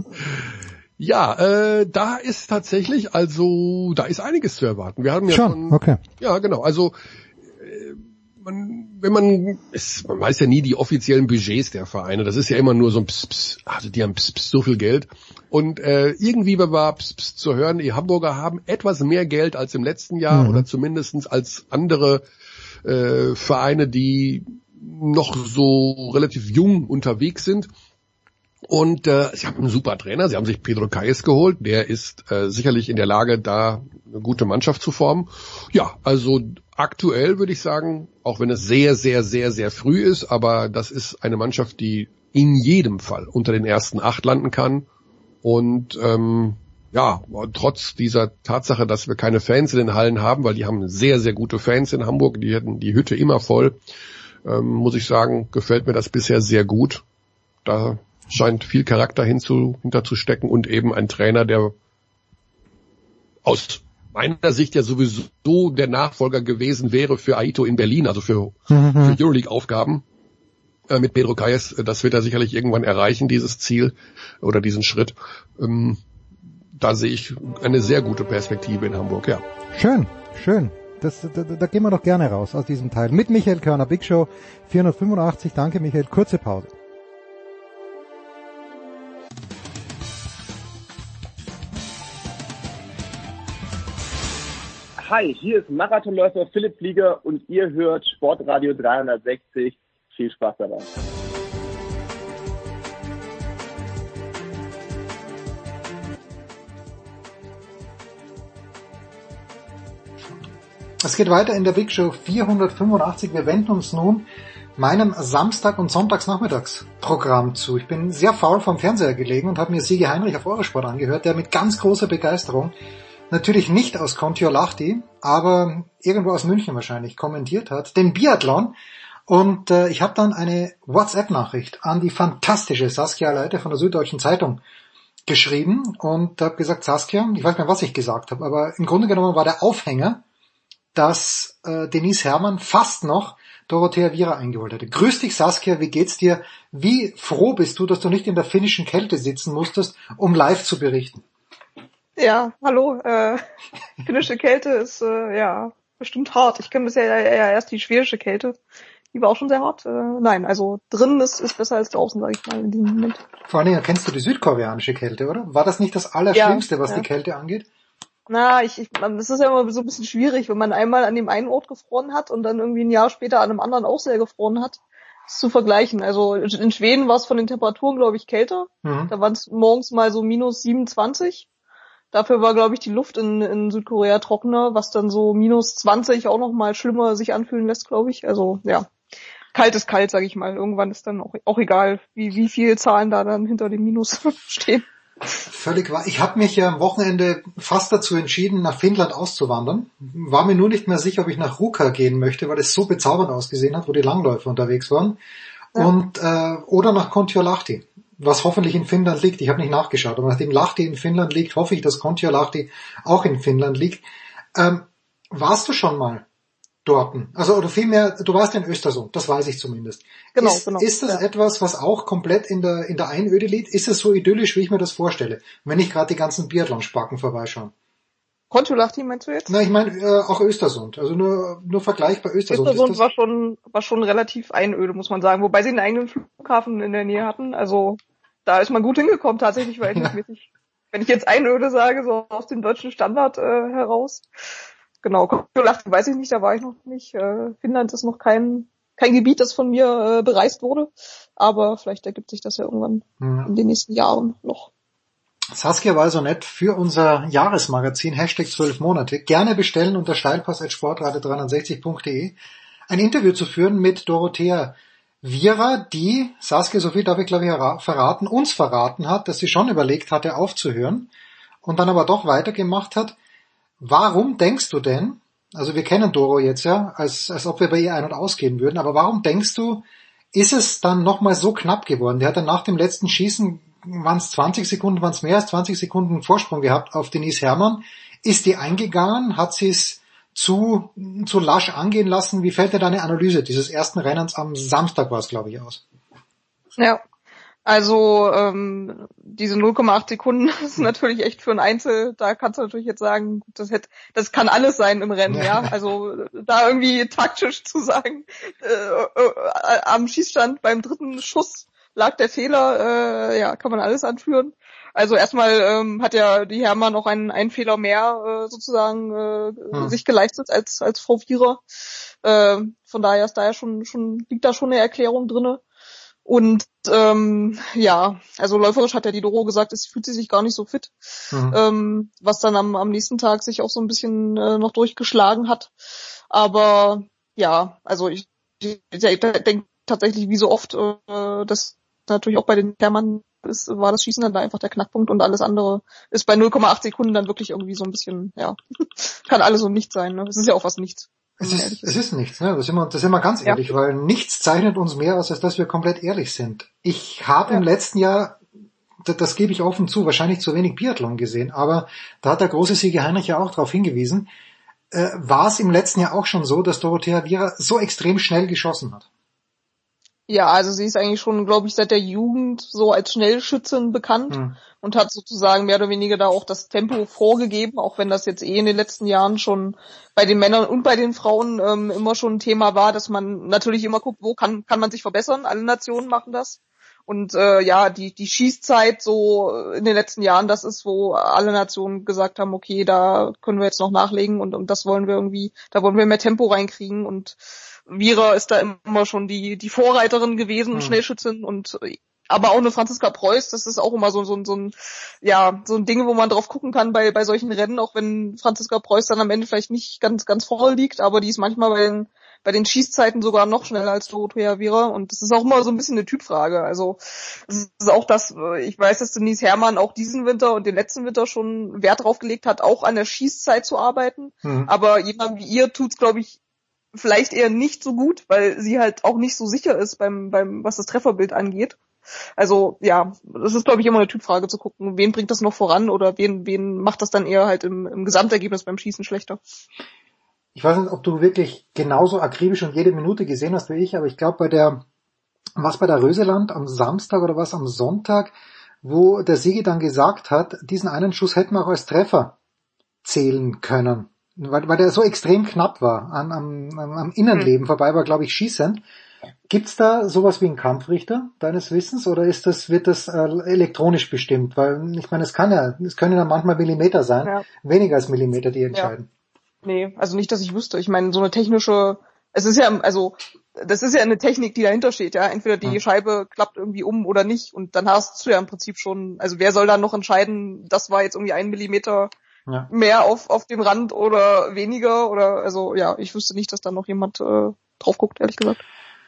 ja, äh, da ist tatsächlich, also da ist einiges zu erwarten. Wir haben ja Schon, schon, okay. ja genau, also äh, man, wenn man, es, man weiß ja nie die offiziellen Budgets der Vereine, das ist ja immer nur so ein Pss, Pss, also die haben Pss, Pss, so viel Geld und äh, irgendwie war Pss, Pss zu hören, die Hamburger haben etwas mehr Geld als im letzten Jahr Mhm. oder zumindestens als andere äh, Vereine, die noch so relativ jung unterwegs sind. Und äh, sie haben einen super Trainer, sie haben sich Pedro Kayes geholt, der ist äh, sicherlich in der Lage, da eine gute Mannschaft zu formen. Ja, also aktuell würde ich sagen, auch wenn es sehr, sehr, sehr, sehr früh ist, aber das ist eine Mannschaft, die in jedem Fall unter den ersten acht landen kann. Und ähm, ja, trotz dieser Tatsache, dass wir keine Fans in den Hallen haben, weil die haben sehr, sehr gute Fans in Hamburg, die hätten die Hütte immer voll, ähm, muss ich sagen, gefällt mir das bisher sehr gut. Da scheint viel Charakter hinzu, hinterzustecken und eben ein Trainer, der aus meiner Sicht ja sowieso der Nachfolger gewesen wäre für Aito in Berlin, also für, Mhm. für Euroleague-Aufgaben äh, mit Pedro Kayes. Das wird er sicherlich irgendwann erreichen, dieses Ziel oder diesen Schritt. Ähm, da sehe ich eine sehr gute Perspektive in Hamburg, ja. Schön, schön. Das, da, da gehen wir doch gerne raus aus diesem Teil. Mit Michael Körner, Big Show vierhundertfünfundachtzig. Danke, Michael. Kurze Pause. Hi, hier ist Marathonläufer Philipp Flieger und ihr hört Sportradio dreihundertsechzig. Viel Spaß dabei. Es geht weiter in der Big Show vierhundertfünfundachtzig. Wir wenden uns nun meinem Samstag- und Sonntagsnachmittagsprogramm zu. Ich bin sehr faul vom Fernseher gelegen und habe mir Sigi Heinrich auf Eurosport angehört, der mit ganz großer Begeisterung, natürlich nicht aus Kontiolahti, aber irgendwo aus München wahrscheinlich, kommentiert hat, den Biathlon. Und äh, ich habe dann eine WhatsApp-Nachricht an die fantastische Saskia Leite von der Süddeutschen Zeitung geschrieben und habe gesagt, Saskia, ich weiß nicht mehr, was ich gesagt habe, aber im Grunde genommen war der Aufhänger, dass äh, Denise Herrmann fast noch Dorothea Viera eingeholt hätte. Grüß dich, Saskia, wie geht's dir? Wie froh bist du, dass du nicht in der finnischen Kälte sitzen musstest, um live zu berichten? Ja, hallo. Äh, finnische Kälte ist äh, ja bestimmt hart. Ich kenne bisher ja, ja erst die schwedische Kälte. Die war auch schon sehr hart. Äh, nein, also drinnen ist, ist besser als draußen, sage ich mal, in diesem Moment. Vor allem kennst du die südkoreanische Kälte, oder? War das nicht das Allerschlimmste, ja, was ja. die Kälte angeht? Na, ich, ich, es ist ja immer so ein bisschen schwierig, wenn man einmal an dem einen Ort gefroren hat und dann irgendwie ein Jahr später an einem anderen auch sehr gefroren hat, das zu vergleichen. Also in Schweden war es von den Temperaturen, glaube ich, kälter. Mhm. Da waren es morgens mal so minus siebenundzwanzig. Dafür war, glaube ich, die Luft in, in Südkorea trockener, was dann so minus zwanzig auch noch mal schlimmer sich anfühlen lässt, glaube ich. Also ja, kalt ist kalt, sage ich mal. Irgendwann ist dann auch, auch egal, wie, wie viele Zahlen da dann hinter dem Minus stehen. Völlig wahr. Ich habe mich ja am Wochenende fast dazu entschieden, nach Finnland auszuwandern. War mir nur nicht mehr sicher, ob ich nach Ruka gehen möchte, weil es so bezaubernd ausgesehen hat, wo die Langläufer unterwegs waren. Ja. Und äh, oder nach Kontiolahti, was hoffentlich in Finnland liegt. Ich habe nicht nachgeschaut, aber nachdem Lahti in Finnland liegt, hoffe ich, dass Kontiolahti auch in Finnland liegt. Ähm, warst du schon mal dorten? Also oder vielmehr, du warst in Östersund, das weiß ich zumindest. Genau, ist, genau. Ist das ja. etwas, was auch komplett in der in der Einöde liegt? Ist es so idyllisch, wie ich mir das vorstelle, wenn ich gerade die ganzen Biathlon-Spacken vorbeischauen? Kontiolahti meinst du jetzt? Na, ich meine äh, auch Östersund, also nur nur vergleichbar Östersund. Östersund war schon war schon relativ einöde, muss man sagen, wobei sie einen eigenen Flughafen in der Nähe hatten. Also da ist man gut hingekommen tatsächlich, verhältnismäßig. Wenn ich jetzt Einöde sage, so aus dem deutschen Standard äh, heraus. Genau, Kontiolahti weiß ich nicht, da war ich noch nicht. Äh, Finnland ist noch kein kein Gebiet, das von mir äh, bereist wurde, aber vielleicht ergibt sich das ja irgendwann ja. in den nächsten Jahren noch. Saskia war also nett für unser Jahresmagazin, Hashtag zwölf Monate. Gerne bestellen unter steilpass at sportradio dreihundertsechzig punkt de. Ein Interview zu führen mit Dorothea Viera, die, Saskia, so viel darf ich glaube ich verraten, uns verraten hat, dass sie schon überlegt hatte aufzuhören und dann aber doch weitergemacht hat. Warum denkst du denn, also wir kennen Doro jetzt ja, als, als ob wir bei ihr ein- und ausgehen würden, aber warum denkst du, ist es dann nochmal so knapp geworden? Der hat dann nach dem letzten Schießen, waren es zwanzig Sekunden, waren es mehr als zwanzig Sekunden Vorsprung gehabt auf Denise Herrmann. Ist die eingegangen? Hat sie es zu, zu lasch angehen lassen? Wie fällt dir deine Analyse dieses ersten Rennens am Samstag war es, glaube ich, aus? Ja, also ähm, diese null Komma acht Sekunden ist natürlich echt für ein Einzel, da kannst du natürlich jetzt sagen, das hätte, das kann alles sein im Rennen, ja. Also da irgendwie taktisch zu sagen, äh, äh, am Schießstand beim dritten Schuss lag der Fehler, äh, ja, kann man alles anführen. Also erstmal ähm, hat ja die Herrmann auch einen, einen Fehler mehr äh, sozusagen äh, hm. sich geleistet als als Frau Vierer. Äh, von daher ist da ja schon schon liegt da schon eine Erklärung drinne. Und ähm, ja, also läuferisch hat ja die Doro gesagt, es fühlt sie sich gar nicht so fit, mhm. ähm, was dann am, am nächsten Tag sich auch so ein bisschen äh, noch durchgeschlagen hat. Aber ja, also ich, ich, ich denke tatsächlich, wie so oft, äh, dass natürlich auch bei den Herrmann ist, war das Schießen dann da einfach der Knackpunkt und alles andere ist bei null Komma acht Sekunden dann wirklich irgendwie so ein bisschen, ja, kann alles und nichts sein. Ne? Es ist ja auch was nichts. Es ist, es ist nichts, ne? Das sind wir, das sind wir ganz ehrlich, ja. Weil nichts zeichnet uns mehr aus, als dass wir komplett ehrlich sind. Ich habe ja. im letzten Jahr, das, das gebe ich offen zu, wahrscheinlich zu wenig Biathlon gesehen, aber da hat der große Sieger Heinrich ja auch darauf hingewiesen, äh, war es im letzten Jahr auch schon so, dass Dorothea Viera so extrem schnell geschossen hat. Ja, also sie ist eigentlich schon, glaube ich, seit der Jugend so als Schnellschützin bekannt hm. und hat sozusagen mehr oder weniger da auch das Tempo vorgegeben, auch wenn das jetzt eh in den letzten Jahren schon bei den Männern und bei den Frauen ähm, immer schon ein Thema war, dass man natürlich immer guckt, wo kann kann man sich verbessern. Alle Nationen machen das. Und äh, ja, die die Schießzeit so in den letzten Jahren, das ist, wo alle Nationen gesagt haben, okay, da können wir jetzt noch nachlegen und, und das wollen wir irgendwie, da wollen wir mehr Tempo reinkriegen und Viera ist da immer schon die die Vorreiterin gewesen, hm. Schnellschützin und aber auch eine Franziska Preuß, das ist auch immer so so so ein ja so ein Ding, wo man drauf gucken kann bei bei solchen Rennen, auch wenn Franziska Preuß dann am Ende vielleicht nicht ganz ganz vorne liegt, aber die ist manchmal bei den bei den Schießzeiten sogar noch schneller als Dorothea Viera und das ist auch immer so ein bisschen eine Typfrage. Also es ist auch das, ich weiß, dass Denise Herrmann auch diesen Winter und den letzten Winter schon Wert drauf gelegt hat, auch an der Schießzeit zu arbeiten, hm. aber jemand wie ihr tut's, glaube ich, vielleicht eher nicht so gut, weil sie halt auch nicht so sicher ist beim, beim, was das Trefferbild angeht. Also, ja, das ist, glaube ich, immer eine Typfrage zu gucken, wen bringt das noch voran oder wen, wen macht das dann eher halt im, im Gesamtergebnis beim Schießen schlechter. Ich weiß nicht, ob du wirklich genauso akribisch und jede Minute gesehen hast wie ich, aber ich glaube bei der, was bei der Röseland am Samstag oder was am Sonntag, wo der Sigi dann gesagt hat, diesen einen Schuss hätten wir auch als Treffer zählen können. Weil, weil der so extrem knapp war, an, am, am Innenleben mhm. vorbei war, glaube ich, schießend. Gibt's da sowas wie einen Kampfrichter, deines Wissens, oder ist das, wird das äh, elektronisch bestimmt? Weil, ich meine, es kann ja, es können ja manchmal Millimeter sein, ja. weniger als Millimeter, die entscheiden. Ja. Nee, also nicht, dass ich wüsste. Ich meine, so eine technische, es ist ja, also, das ist ja eine Technik, die dahinter steht, ja. Entweder die hm. Scheibe klappt irgendwie um oder nicht, und dann hast du ja im Prinzip schon, also wer soll dann noch entscheiden, das war jetzt irgendwie ein Millimeter ja. mehr auf, auf dem Rand oder weniger, oder, also, ja, ich wüsste nicht, dass da noch jemand äh, drauf guckt, ehrlich gesagt.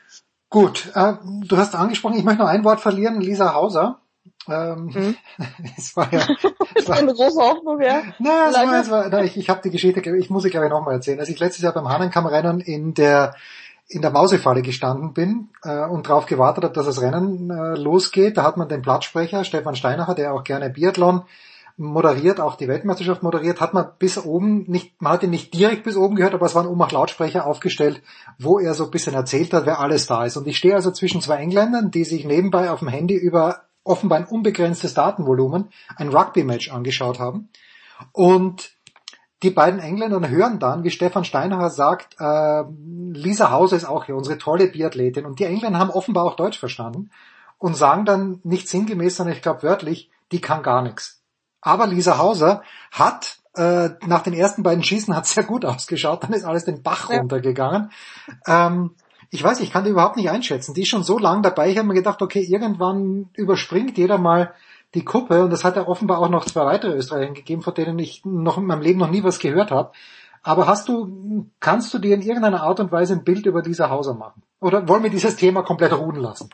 Gut, äh, du hast angesprochen, ich möchte noch ein Wort verlieren, Lisa Hauser. Ähm, mhm. Es war ja, es war eine große Hoffnung, ja. Na, es war, es war, na, ich, ich habe die Geschichte, ich muss sie glaube ich nochmal erzählen. Als ich letztes Jahr beim Hahnenkammrennen in der in der Mausefalle gestanden bin äh, und darauf gewartet habe, dass das Rennen äh, losgeht, da hat man den Plattsprecher Stefan Steinacher, der auch gerne Biathlon moderiert, auch die Weltmeisterschaft moderiert, hat man bis oben nicht, man hat ihn nicht direkt bis oben gehört, aber es waren oben auch Lautsprecher aufgestellt, wo er so ein bisschen erzählt hat, wer alles da ist. Und ich stehe also zwischen zwei Engländern, die sich nebenbei auf dem Handy über offenbar ein unbegrenztes Datenvolumen ein Rugby-Match angeschaut haben. Und die beiden Engländer hören dann, wie Stefan Steinhacher sagt, äh, Lisa Hauser ist auch hier, unsere tolle Biathletin. Und die Engländer haben offenbar auch Deutsch verstanden und sagen dann nicht sinngemäß, sondern ich glaube wörtlich, die kann gar nichts. Aber Lisa Hauser hat äh, nach den ersten beiden Schießen hat sehr gut ausgeschaut, dann ist alles den Bach ja. runtergegangen. Ähm, ich weiß, ich kann die überhaupt nicht einschätzen. Die ist schon so lang dabei, ich habe mir gedacht, okay, irgendwann überspringt jeder mal die Kuppe, und das hat ja offenbar auch noch zwei weitere Österreicher gegeben, von denen ich noch in meinem Leben noch nie was gehört habe. Aber hast du, kannst du dir in irgendeiner Art und Weise ein Bild über Lisa Hauser machen? Oder wollen wir dieses Thema komplett ruhen lassen?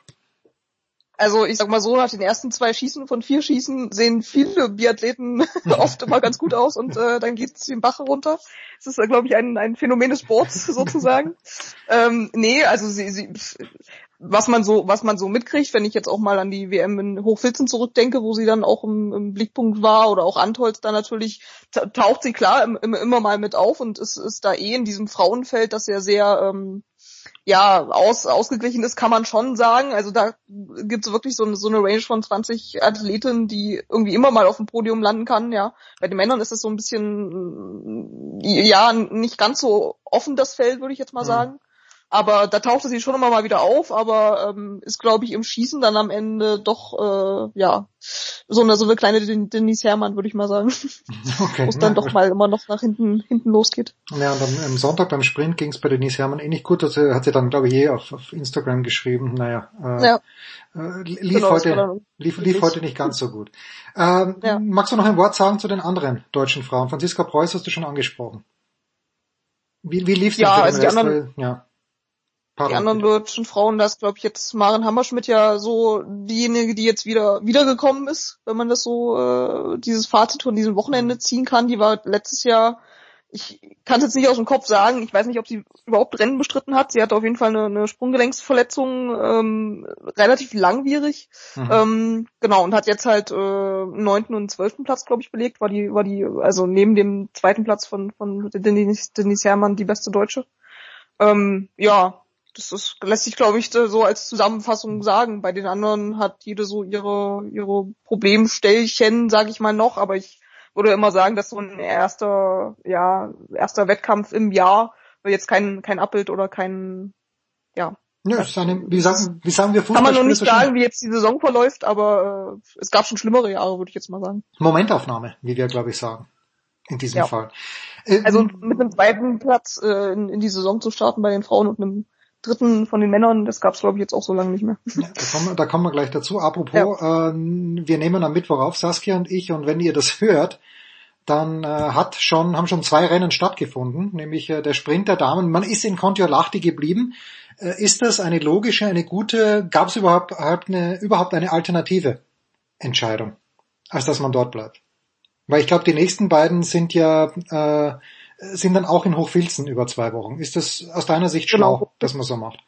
Also ich sag mal so, nach den ersten zwei Schießen von vier Schießen sehen viele Biathleten oft immer ganz gut aus und äh, dann geht's den Bach runter. Das ist, äh, glaube ich, ein, ein Phänomen des Sports sozusagen. ähm, nee, also sie, sie was man so was man so mitkriegt, wenn ich jetzt auch mal an die W M in Hochfilzen zurückdenke, wo sie dann auch im, im Blickpunkt war, oder auch Antolz, dann natürlich taucht sie klar im, im, immer mal mit auf und es ist da eh in diesem Frauenfeld, das ja sehr ähm, ja aus, ausgeglichen ist, kann man schon sagen. Also da gibt's wirklich so eine, so eine Range von zwanzig Athletinnen, die irgendwie immer mal auf dem Podium landen kann. Ja, bei den Männern ist es so ein bisschen ja nicht ganz so offen, das Feld, würde ich jetzt mal sagen. Mhm. Aber da tauchte sie schon immer mal wieder auf, aber ähm, ist, glaube ich, im Schießen dann am Ende doch, äh, ja, so eine so eine kleine Denise Herrmann, würde ich mal sagen. Okay, wo es dann ja, doch mal immer noch nach hinten hinten losgeht. Ja, und am, am Sonntag beim Sprint ging es bei Denise Herrmann eh nicht gut. Das hat sie dann, glaube ich, eh auf, auf Instagram geschrieben. Naja, äh, ja. äh, lief, genau, heute, lief, lief heute nicht ganz so gut. Ähm, ja. Magst du noch ein Wort sagen zu den anderen deutschen Frauen? Franziska Preuß hast du schon angesprochen. Wie, wie lief's denn ja, für den also Rest? Die anderen, ja. Pardon, die anderen bitte. Deutschen Frauen, da ist, glaube ich, jetzt Maren Hammerschmidt ja so diejenige, die jetzt wieder wiedergekommen ist, wenn man das so, äh, dieses Fazit von diesem Wochenende ziehen kann. Die war letztes Jahr, ich kann es jetzt nicht aus dem Kopf sagen, ich weiß nicht, ob sie überhaupt Rennen bestritten hat. Sie hatte auf jeden Fall eine, eine Sprunggelenksverletzung, ähm, relativ langwierig. Mhm. Ähm, genau, und hat jetzt halt äh, neunten und zwölften Platz, glaube ich, belegt. War die, war die, also neben dem zweiten Platz von, von Denise, Denise Herrmann die beste Deutsche. Ähm, ja, das ist, lässt sich, glaube ich, so als Zusammenfassung sagen. Bei den anderen hat jede so ihre ihre Problemstellchen, sage ich mal noch, aber ich würde immer sagen, dass so ein erster ja erster Wettkampf im Jahr jetzt kein kein Abbild oder kein ja. Ja, ist eine, wie sagen wie sagen wir Fußball? Kann man noch nicht sagen, wie jetzt die Saison verläuft, aber äh, es gab schon schlimmere Jahre, würde ich jetzt mal sagen. Momentaufnahme, wie wir, glaube ich, sagen. In diesem ja. Fall. Also mit einem zweiten Platz äh, in, in die Saison zu starten bei den Frauen und einem dritten von den Männern, das gab's, glaube ich, jetzt auch so lange nicht mehr. Ja, da, kommen, da kommen wir gleich dazu. Apropos, ja. äh, wir nehmen am Mittwoch auf, Saskia und ich, und wenn ihr das hört, dann äh, hat schon haben schon zwei Rennen stattgefunden, nämlich äh, der Sprint der Damen. Man ist in Kontiolahti geblieben. Äh, ist das eine logische, eine gute, gab's überhaupt, eine, überhaupt eine alternative Entscheidung, als dass man dort bleibt? Weil ich glaube, die nächsten beiden sind ja äh, sind dann auch in Hochfilzen über zwei Wochen. Ist das aus deiner Sicht schlau, genau, dass man so macht?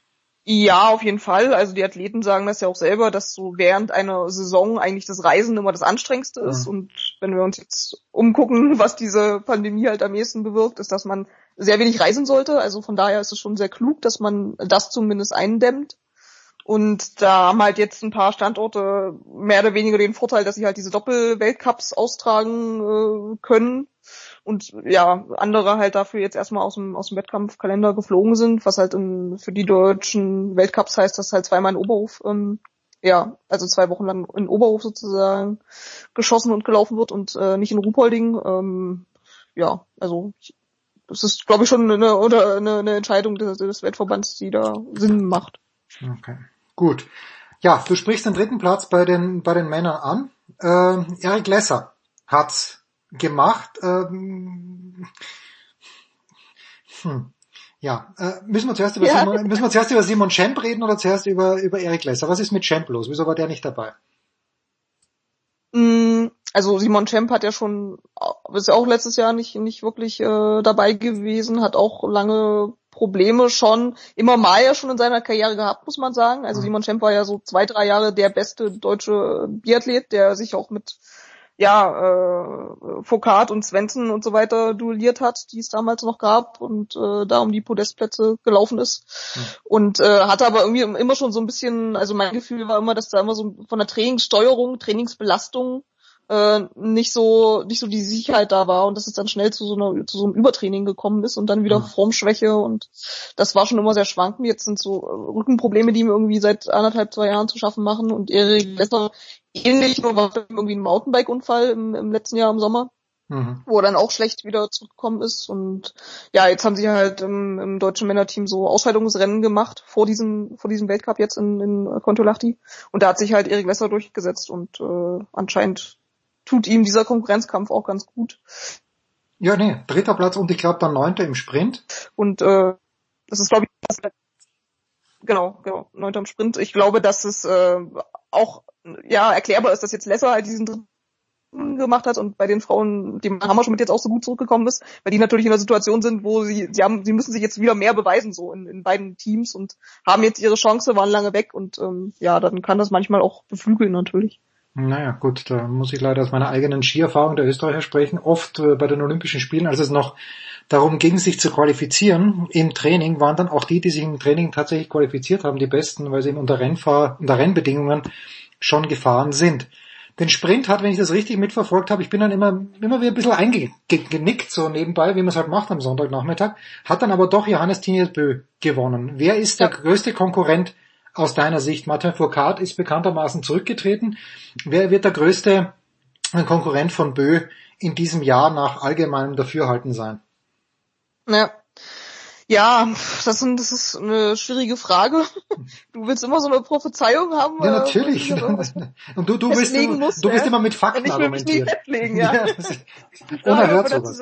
Ja, auf jeden Fall. Also die Athleten sagen das ja auch selber, dass so während einer Saison eigentlich das Reisen immer das Anstrengendste ist. Mhm. Und wenn wir uns jetzt umgucken, was diese Pandemie halt am ehesten bewirkt, ist, dass man sehr wenig reisen sollte. Also von daher ist es schon sehr klug, dass man das zumindest eindämmt. Und da haben halt jetzt ein paar Standorte mehr oder weniger den Vorteil, dass sie halt diese Doppel-Weltcups austragen äh, können. Und ja, andere halt dafür jetzt erstmal aus dem aus dem Wettkampfkalender geflogen sind, was halt in, für die deutschen Weltcups heißt, dass halt zweimal in Oberhof, ähm, ja, also zwei Wochen lang in Oberhof sozusagen geschossen und gelaufen wird und äh, nicht in Ruhpolding. Ähm, ja, also ich, das ist, glaube ich, schon eine oder eine, eine Entscheidung des, des Weltverbands, die da Sinn macht. Okay, gut. Ja, du sprichst den dritten Platz bei den bei den Männern an. Äh, Eric Lesser hat's gemacht. Ähm, hm. Ja, äh, müssen wir zuerst über ja. Simon, müssen wir zuerst über Simon Schemp reden oder zuerst über über Eric Lesser? Was ist mit Schemp los? Wieso war der nicht dabei? Also Simon Schemp hat ja schon, ist ja auch letztes Jahr nicht nicht wirklich äh, dabei gewesen, hat auch lange Probleme schon, immer mal ja schon in seiner Karriere gehabt, muss man sagen. Also mhm. Simon Schemp war ja so zwei, drei Jahre der beste deutsche Biathlet, der sich auch mit ja, äh, Foucault und Svensson und so weiter duelliert hat, die es damals noch gab und äh, da um die Podestplätze gelaufen ist. Mhm. Und äh, hatte aber irgendwie immer schon so ein bisschen, also mein Gefühl war immer, dass da immer so von der Trainingssteuerung, Trainingsbelastung äh, nicht so nicht so die Sicherheit da war und dass es dann schnell zu so einer zu so einem Übertraining gekommen ist und dann wieder mhm. Formschwäche und das war schon immer sehr schwankend. Jetzt sind so Rückenprobleme, die mir irgendwie seit anderthalb, zwei Jahren zu schaffen machen und Erik Lesser ähnlich, nur war irgendwie ein Mountainbike-Unfall im, im letzten Jahr im Sommer, mhm. wo er dann auch schlecht wieder zurückgekommen ist und ja, jetzt haben sie halt im, im deutschen Männerteam so Ausscheidungsrennen gemacht vor diesem vor diesem Weltcup jetzt in, in Kontiolahti und da hat sich halt Erik Lesser durchgesetzt und äh, anscheinend tut ihm dieser Konkurrenzkampf auch ganz gut. Ja, nee, dritter Platz und ich glaube dann neunter im Sprint. Und äh, das ist, glaube ich, das, genau, genau, neunter im Sprint. Ich glaube, dass es äh, auch ja erklärbar ist, dass jetzt Lesser halt diesen dritten gemacht hat und bei den Frauen, die Hammerschmidt jetzt auch so gut zurückgekommen ist, weil die natürlich in einer Situation sind, wo sie, sie haben, sie müssen sich jetzt wieder mehr beweisen, so in, in beiden Teams und haben jetzt ihre Chance, waren lange weg und ähm, ja, dann kann das manchmal auch beflügeln natürlich. Naja, gut, da muss ich leider aus meiner eigenen Skierfahrung der Österreicher sprechen. Oft äh, bei den Olympischen Spielen, als es noch darum ging, sich zu qualifizieren im Training, waren dann auch die, die sich im Training tatsächlich qualifiziert haben, die Besten, weil sie eben unter Rennfahr- unter Rennbedingungen schon gefahren sind. Den Sprint hat, wenn ich das richtig mitverfolgt habe, ich bin dann immer immer wieder ein bisschen eingenickt, so nebenbei, wie man es halt macht am Sonntagnachmittag, hat dann aber doch Johannes Tinius Bö gewonnen. Wer ist der größte Konkurrent aus deiner Sicht? Martin Fourcade ist bekanntermaßen zurückgetreten. Wer wird der größte Konkurrent von Bö in diesem Jahr nach allgemeinem Dafürhalten sein? Ja, ja das, sind, das ist eine schwierige Frage. Du willst immer so eine Prophezeiung haben. Ja, natürlich. Und du, du, bist, du, muss, du bist immer mit Fakten argumentieren. Ich will mich nicht festlegen, ja. ja unerhört sowas.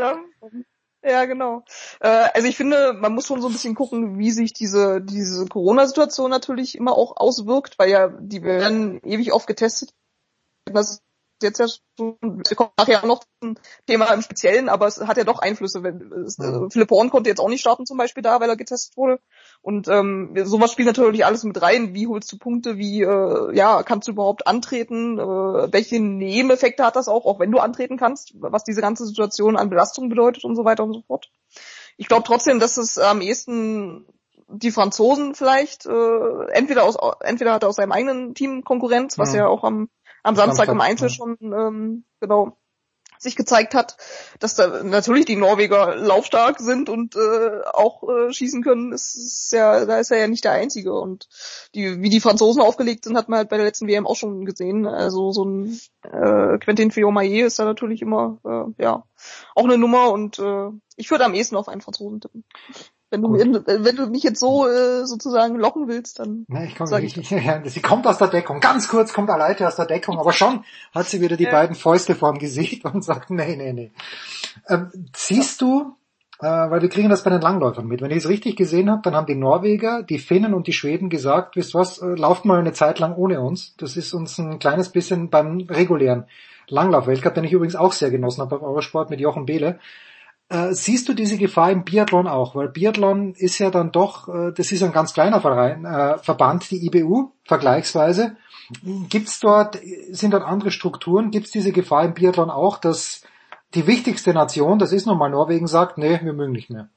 Ja, genau. Äh, also ich finde, man muss schon so ein bisschen gucken, wie sich diese diese Corona-Situation natürlich immer auch auswirkt, weil ja die werden ewig oft getestet. Das ist jetzt ja schon, wir kommen nachher noch zum Thema im Speziellen, aber es hat ja doch Einflüsse. Wenn, es, äh, Philipp Horn konnte jetzt auch nicht starten zum Beispiel da, weil er getestet wurde. Und ähm, sowas spielt natürlich alles mit rein. Wie holst du Punkte? Wie äh, ja kannst du überhaupt antreten? Äh, welche Nebeneffekte hat das auch, auch wenn du antreten kannst? Was diese ganze Situation an Belastung bedeutet und so weiter und so fort. Ich glaube trotzdem, dass es am ehesten die Franzosen vielleicht äh, entweder aus entweder hat er aus seinem eigenen Team Konkurrenz, was ja, ja auch am am Samstag, Samstag im Einzel ja. schon ähm, genau sich gezeigt hat, dass da natürlich die Norweger laufstark sind und äh, auch äh, schießen können. Ist, ist ja, da ist er ja nicht der Einzige und die, wie die Franzosen aufgelegt sind, hat man halt bei der letzten W M auch schon gesehen. Also so ein äh, Quentin Fillon-Maillet ist da natürlich immer äh, ja auch eine Nummer und äh, ich würde am ehesten auf einen Franzosen tippen. Wenn du, mir, wenn du mich jetzt so äh, sozusagen locken willst, dann nee, ich komme nicht. Ich, ja, sie kommt aus der Deckung. Ganz kurz kommt Aleite aus der Deckung, aber schon hat sie wieder die ja. beiden Fäuste vorm Gesicht und sagt, nee, nee, nee. Ähm, siehst du, äh, weil wir kriegen das bei den Langläufern mit, wenn ich es richtig gesehen habe, dann haben die Norweger, die Finnen und die Schweden gesagt, wisst was, äh, lauft mal eine Zeit lang ohne uns. Das ist uns ein kleines bisschen beim regulären Langlauf-Weltcup, den ich übrigens auch sehr genossen habe beim Eurosport mit Jochen Behle. Äh, siehst du diese Gefahr im Biathlon auch? Weil Biathlon ist ja dann doch, äh, das ist ein ganz kleiner Verein, äh, Verband, die I B U, vergleichsweise. Gibt's dort, sind dort andere Strukturen? Gibt's diese Gefahr im Biathlon auch, dass die wichtigste Nation, das ist nochmal Norwegen, sagt, nee, wir mögen nicht mehr?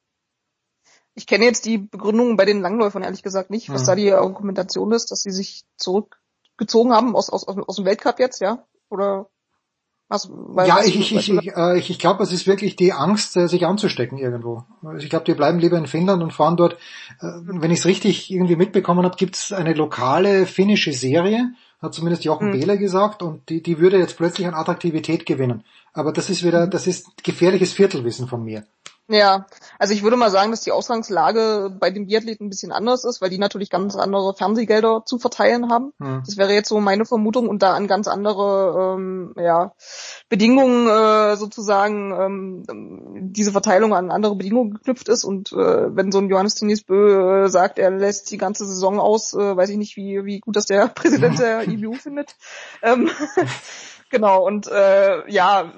Ich kenne jetzt die Begründung bei den Langläufern ehrlich gesagt nicht, was hm. da die Argumentation ist, dass sie sich zurückgezogen haben aus, aus, aus dem Weltcup jetzt, ja? Oder... Also, weil ja, ich ich ich ich, äh, ich, ich glaube, es ist wirklich die Angst, äh, sich anzustecken irgendwo. Also ich glaube, die bleiben lieber in Finnland und fahren dort. Äh, wenn ich es richtig irgendwie mitbekommen habe, gibt es eine lokale finnische Serie, hat zumindest Jochen mhm. Behle gesagt, und die die würde jetzt plötzlich an Attraktivität gewinnen. Aber das ist wieder, das ist gefährliches Viertelwissen von mir. Ja, also ich würde mal sagen, dass die Ausgangslage bei den Biathleten ein bisschen anders ist, weil die natürlich ganz andere Fernsehgelder zu verteilen haben. Hm. Das wäre jetzt so meine Vermutung und da an ganz andere ähm, ja, Bedingungen äh, sozusagen ähm, diese Verteilung an andere Bedingungen geknüpft ist und äh, wenn so ein Johannes Tinius Bö äh, sagt, er lässt die ganze Saison aus, äh, weiß ich nicht, wie wie gut das der Präsident der I B U findet. Ähm, genau, und äh, ja,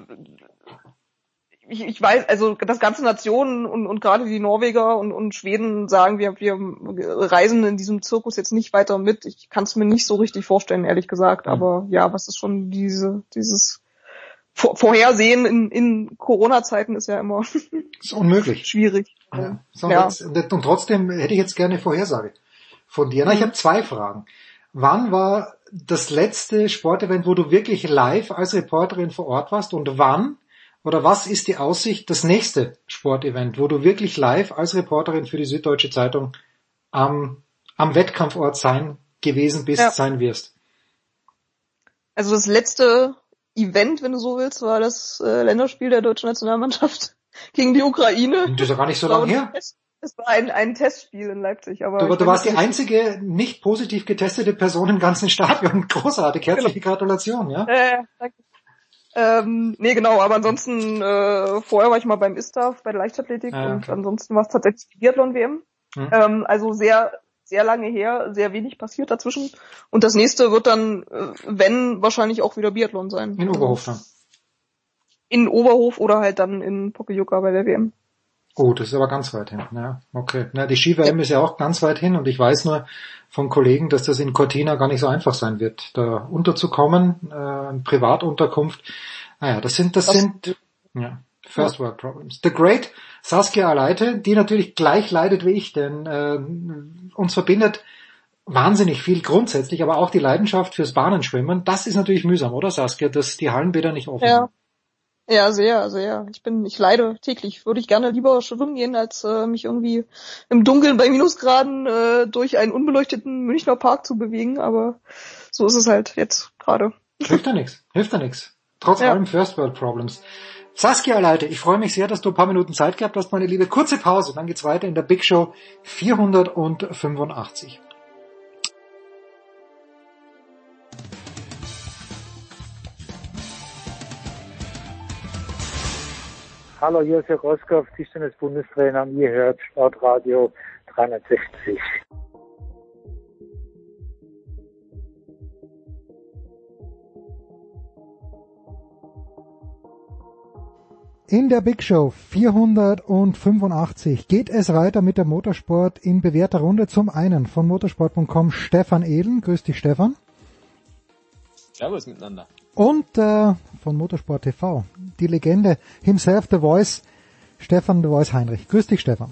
Ich, ich weiß, also das ganze Nationen und, und gerade die Norweger und, und Schweden sagen, wir, wir reisen in diesem Zirkus jetzt nicht weiter mit. Ich kann es mir nicht so richtig vorstellen, ehrlich gesagt. Aber ja, was ist schon diese dieses vor, vorhersehen in, in Corona-Zeiten ist ja immer ist unmöglich. Schwierig. Ja. So, ja. Jetzt, und trotzdem hätte ich jetzt gerne eine Vorhersage von dir. Na, ich habe zwei Fragen. Wann war das letzte Sportevent, wo du wirklich live als Reporterin vor Ort warst, und wann oder was ist die Aussicht, das nächste Sportevent, wo du wirklich live als Reporterin für die Süddeutsche Zeitung am, am Wettkampfort sein gewesen bist, ja. sein wirst? Also das letzte Event, wenn du so willst, war das äh, Länderspiel der deutschen Nationalmannschaft gegen die Ukraine. Und das ist ja gar nicht so lange her. Es war ein, ein Testspiel in Leipzig. Aber du, du warst die einzige nicht positiv getestete Person im ganzen Stadion. Großartig, herzliche genau. Gratulation, ja? Äh, danke. Ähm, nee, genau, aber ansonsten, äh, vorher war ich mal beim ISTAF, bei der Leichtathletik, ah, okay. und ansonsten war es tatsächlich die Biathlon-W M. Hm. Ähm, also sehr, sehr lange her, sehr wenig passiert dazwischen. Und das nächste wird dann, äh, wenn, wahrscheinlich auch wieder Biathlon sein. In Oberhof dann? In Oberhof oder halt dann in Pokljuka bei der W M. Oh, das ist aber ganz weit hin. Ja, okay. Na, die Ski-W M ja. ist ja auch ganz weit hin, und ich weiß nur von Kollegen, dass das in Cortina gar nicht so einfach sein wird, da unterzukommen, äh, in Privatunterkunft. Naja, das sind, das, das sind, ja, First World Problems. The Great Saskia Aleite, die natürlich gleich leidet wie ich, denn äh, uns verbindet wahnsinnig viel grundsätzlich, aber auch die Leidenschaft fürs Bahnenschwimmen. Das ist natürlich mühsam, oder Saskia, dass die Hallenbäder nicht offen ja. sind? Ja, sehr, sehr. Ich bin, ich leide täglich. Würde ich gerne lieber schwimmen gehen, als äh, mich irgendwie im Dunkeln bei Minusgraden äh, durch einen unbeleuchteten Münchner Park zu bewegen. Aber so ist es halt jetzt gerade. Hilft ja nichts, hilft ja nichts. Trotz ja. allem First World Problems. Saskia Aleite, ich freue mich sehr, dass du ein paar Minuten Zeit gehabt hast, meine Liebe. Kurze Pause, dann geht's weiter in der Big Show vierhundertfünfundachtzig. Hallo, hier ist Herr Roskopf, Tischtennis-Bundestrainer, und ihr hört Sportradio dreihundertsechzig. In der Big Show vierhundertfünfundachtzig geht es weiter mit der Motorsport in bewährter Runde. Zum einen von motorsport punkt com Stefan Ehlen. Grüß dich, Stefan. Servus miteinander. Und äh, von Motorsport T V, die Legende himself, The Voice, Stefan The Voice Heinrich. Grüß dich, Stefan.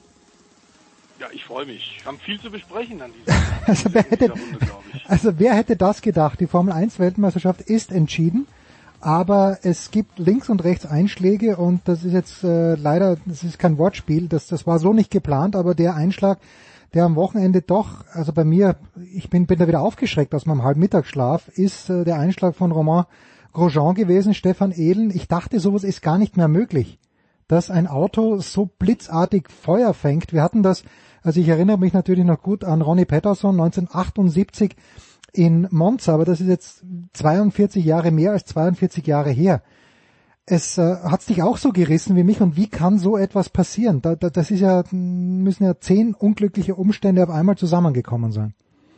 Ja, ich freue mich. Wir haben viel zu besprechen an dieser, also wer hätte, Runde, glaube ich. Also wer hätte das gedacht? Die Formel eins Weltmeisterschaft ist entschieden, aber es gibt links und rechts Einschläge, und das ist jetzt äh, leider, das ist kein Wortspiel, das, das war so nicht geplant, aber der Einschlag, der am Wochenende doch, also bei mir, ich bin, bin da wieder aufgeschreckt aus meinem Halbmittagsschlaf, ist äh, der Einschlag von Romain Grosjean gewesen, Stefan Ehlen. Ich dachte, sowas ist gar nicht mehr möglich, dass ein Auto so blitzartig Feuer fängt. Wir hatten das, also ich erinnere mich natürlich noch gut an Ronnie Peterson neunzehnhundertachtundsiebzig in Monza, aber das ist jetzt zweiundvierzig Jahre, mehr als zweiundvierzig Jahre her. Es äh, hat's dich auch so gerissen wie mich, und wie kann so etwas passieren? Da, da, das ist ja, müssen ja zehn unglückliche Umstände auf einmal zusammengekommen sein.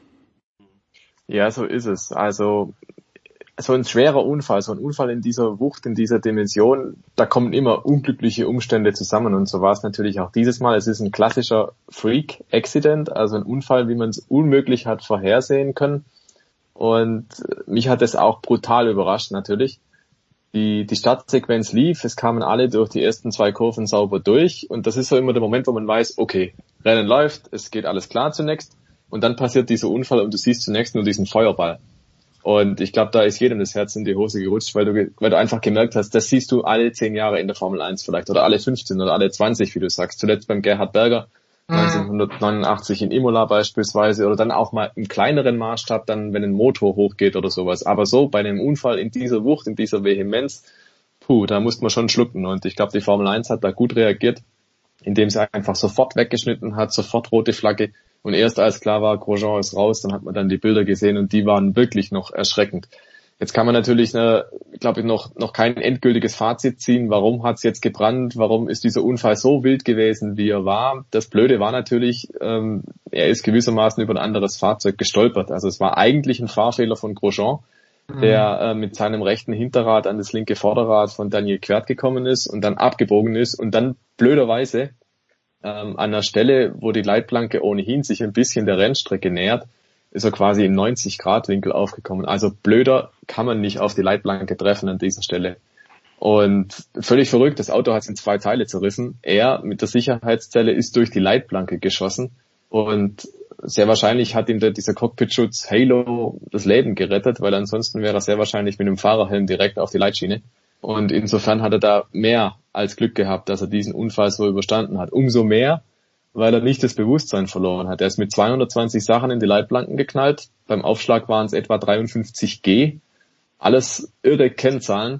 Ja, so ist es. Also so ein schwerer Unfall, so ein Unfall in dieser Wucht, in dieser Dimension, da kommen immer unglückliche Umstände zusammen, und so war es natürlich auch dieses Mal. Es ist ein klassischer Freak-Accident, also ein Unfall, wie man es unmöglich hat vorhersehen können, und mich hat es auch brutal überrascht natürlich. Die, die Startsequenz lief, es kamen alle durch die ersten zwei Kurven sauber durch, und das ist so immer der Moment, wo man weiß, okay, Rennen läuft, es geht alles klar zunächst, und dann passiert dieser Unfall und du siehst zunächst nur diesen Feuerball. Und ich glaube, da ist jedem das Herz in die Hose gerutscht, weil du, weil du einfach gemerkt hast, das siehst du alle zehn Jahre in der Formel eins vielleicht, oder alle fünfzehn oder alle zwanzig, wie du sagst. Zuletzt beim Gerhard Berger, neunzehnhundertneunundachtzig in Imola beispielsweise, oder dann auch mal im kleineren Maßstab, dann wenn ein Motor hochgeht oder sowas. Aber so bei einem Unfall in dieser Wucht, in dieser Vehemenz, puh, da musste man schon schlucken. Und ich glaube, die Formel eins hat da gut reagiert, indem sie einfach sofort weggeschnitten hat, sofort rote Flagge. Und erst als klar war, Grosjean ist raus, dann hat man dann die Bilder gesehen, und die waren wirklich noch erschreckend. Jetzt kann man natürlich, ne, glaube ich, noch noch kein endgültiges Fazit ziehen. Warum hat es jetzt gebrannt? Warum ist dieser Unfall so wild gewesen, wie er war? Das Blöde war natürlich, ähm, er ist gewissermaßen über ein anderes Fahrzeug gestolpert. Also es war eigentlich ein Fahrfehler von Grosjean, mhm. der äh, mit seinem rechten Hinterrad an das linke Vorderrad von Daniel Quert gekommen ist und dann abgebogen ist und dann blöderweise ähm, an der Stelle, wo die Leitplanke ohnehin sich ein bisschen der Rennstrecke nähert, ist er quasi im neunzig Grad Winkel aufgekommen. Also blöder kann man nicht auf die Leitplanke treffen an dieser Stelle. Und völlig verrückt, das Auto hat es in zwei Teile zerrissen. Er mit der Sicherheitszelle ist durch die Leitplanke geschossen und sehr wahrscheinlich hat ihm der, dieser Cockpitschutz Halo das Leben gerettet, weil ansonsten wäre er sehr wahrscheinlich mit dem Fahrerhelm direkt auf die Leitschiene. Und insofern hat er da mehr als Glück gehabt, dass er diesen Unfall so überstanden hat. Umso mehr, weil er nicht das Bewusstsein verloren hat. Er ist mit zweihundertzwanzig Sachen in die Leitplanken geknallt. Beim Aufschlag waren es etwa dreiundfünfzig G. Alles irre Kennzahlen.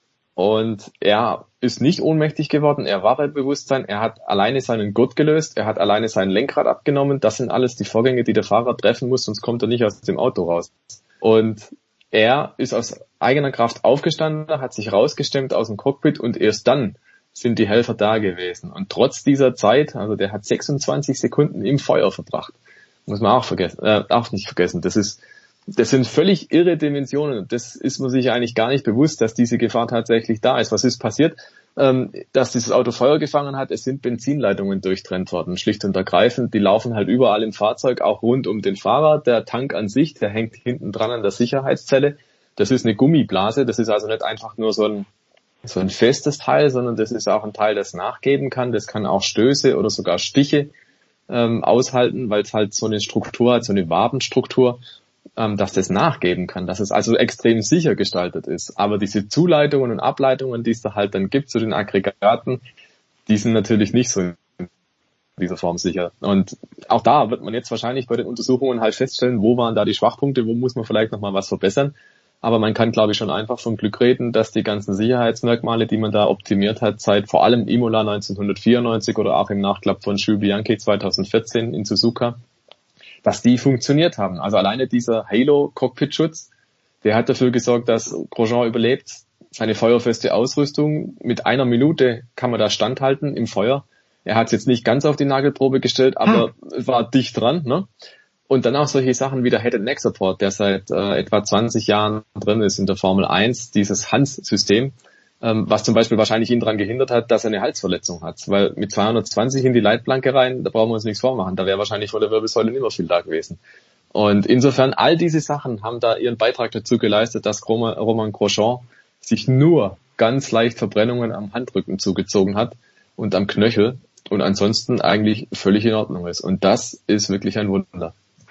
Und er ist nicht ohnmächtig geworden, er war bei Bewusstsein, er hat alleine seinen Gurt gelöst, er hat alleine sein Lenkrad abgenommen. Das sind alles die Vorgänge, die der Fahrer treffen muss, sonst kommt er nicht aus dem Auto raus. Und er ist aus eigener Kraft aufgestanden, hat sich rausgestemmt aus dem Cockpit und erst dann sind die Helfer da gewesen. Und trotz dieser Zeit, also der hat sechsundzwanzig Sekunden im Feuer verbracht, muss man auch vergessen, äh, auch nicht vergessen. Das ist Das sind völlig irre Dimensionen. Das ist man sich eigentlich gar nicht bewusst, dass diese Gefahr tatsächlich da ist. Was ist passiert? Ähm, dass dieses Auto Feuer gefangen hat. Es sind Benzinleitungen durchtrennt worden, schlicht und ergreifend. Die laufen halt überall im Fahrzeug, auch rund um den Fahrer. Der Tank an sich, der hängt hinten dran an der Sicherheitszelle. Das ist eine Gummiblase. Das ist also nicht einfach nur so ein, so ein festes Teil, sondern das ist auch ein Teil, das nachgeben kann. Das kann auch Stöße oder sogar Stiche ähm, aushalten, weil es halt so eine Struktur hat, so eine Wabenstruktur, dass das nachgeben kann, dass es also extrem sicher gestaltet ist. Aber diese Zuleitungen und Ableitungen, die es da halt dann gibt zu den Aggregaten, die sind natürlich nicht so in dieser Form sicher. Und auch da wird man jetzt wahrscheinlich bei den Untersuchungen halt feststellen, wo waren da die Schwachpunkte, wo muss man vielleicht nochmal was verbessern. Aber man kann, glaube ich, schon einfach vom Glück reden, dass die ganzen Sicherheitsmerkmale, die man da optimiert hat, seit vor allem Imola neunzehnhundertvierundneunzig oder auch im Nachklapp von Jules Bianchi zweitausendvierzehn in Suzuka, dass die funktioniert haben. Also alleine dieser Halo-Cockpitschutz, der hat dafür gesorgt, dass Grosjean überlebt. Seine feuerfeste Ausrüstung, mit einer Minute kann man da standhalten im Feuer. Er hat es jetzt nicht ganz auf die Nagelprobe gestellt, aber hm. war dicht dran. Ne? Und dann auch solche Sachen wie der Head-and-Neck-Support, der seit äh, etwa zwanzig Jahren drin ist in der Formel eins, dieses Hans-System, ähm, was zum Beispiel wahrscheinlich ihn daran gehindert hat, dass er eine Halsverletzung hat. Weil mit zweihundertzwanzig in die Leitplanke rein, da brauchen wir uns nichts vormachen. Da wäre wahrscheinlich vor der Wirbelsäule nicht mehr viel da gewesen. Und insofern, all diese Sachen haben da ihren Beitrag dazu geleistet, dass Romain Grosjean sich nur ganz leicht Verbrennungen am Handrücken zugezogen hat und am Knöchel und ansonsten eigentlich völlig in Ordnung ist. Und das ist wirklich ein Wunder.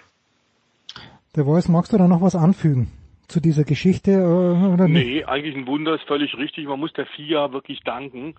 Der Voice, magst du da noch was anfügen zu dieser Geschichte? Oder nicht? Nee, eigentlich ein Wunder, ist völlig richtig. Man muss der F I A wirklich danken,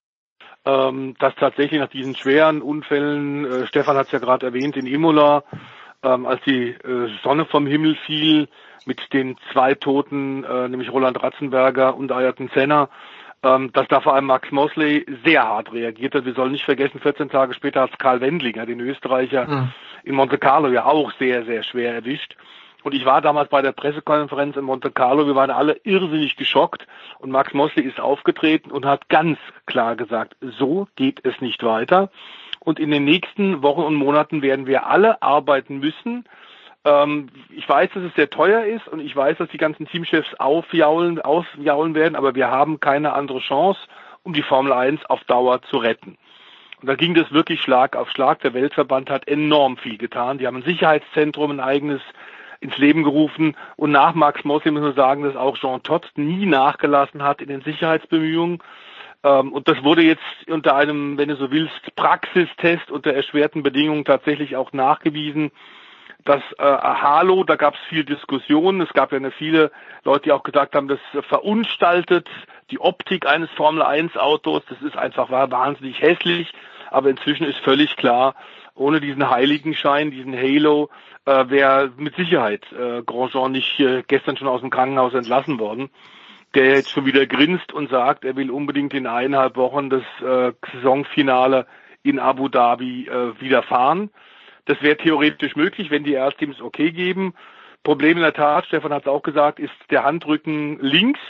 ähm, dass tatsächlich nach diesen schweren Unfällen, äh, Stefan hat es ja gerade erwähnt, in Imola, ähm, als die äh, Sonne vom Himmel fiel, mit den zwei Toten, äh, nämlich Roland Ratzenberger und Ayrton Senna, ähm, dass da vor allem Max Mosley sehr hart reagiert hat. Wir sollen nicht vergessen, vierzehn Tage später hat Karl Wendlinger, den Österreicher, mhm. in Monte Carlo ja auch sehr, sehr schwer erwischt. Und ich war damals bei der Pressekonferenz in Monte Carlo, wir waren alle irrsinnig geschockt und Max Mosley ist aufgetreten und hat ganz klar gesagt, so geht es nicht weiter. Und in den nächsten Wochen und Monaten werden wir alle arbeiten müssen. Ähm, ich weiß, dass es sehr teuer ist und ich weiß, dass die ganzen Teamchefs aufjaulen, ausjaulen werden, aber wir haben keine andere Chance, um die Formel eins auf Dauer zu retten. Und da ging das wirklich Schlag auf Schlag. Der Weltverband hat enorm viel getan. Die haben ein Sicherheitszentrum, ein eigenes, ins Leben gerufen. Und nach Max Mosley muss man sagen, dass auch Jean Todt nie nachgelassen hat in den Sicherheitsbemühungen. Ähm, und das wurde jetzt unter einem, wenn du so willst, Praxistest unter erschwerten Bedingungen tatsächlich auch nachgewiesen. Das äh, Halo, da gab es viel Diskussion. Es gab ja eine viele Leute, die auch gesagt haben, das verunstaltet die Optik eines Formel eins Autos. Das ist einfach wahnsinnig hässlich. Aber inzwischen ist völlig klar, ohne diesen Heiligenschein, diesen Halo, äh, wäre mit Sicherheit äh, Grosjean nicht äh, gestern schon aus dem Krankenhaus entlassen worden, der jetzt schon wieder grinst und sagt, er will unbedingt in eineinhalb Wochen das äh, Saisonfinale in Abu Dhabi äh, wieder fahren. Das wäre theoretisch möglich, wenn die Ärzte okay geben. Problem in der Tat, Stefan hat es auch gesagt, ist der Handrücken links.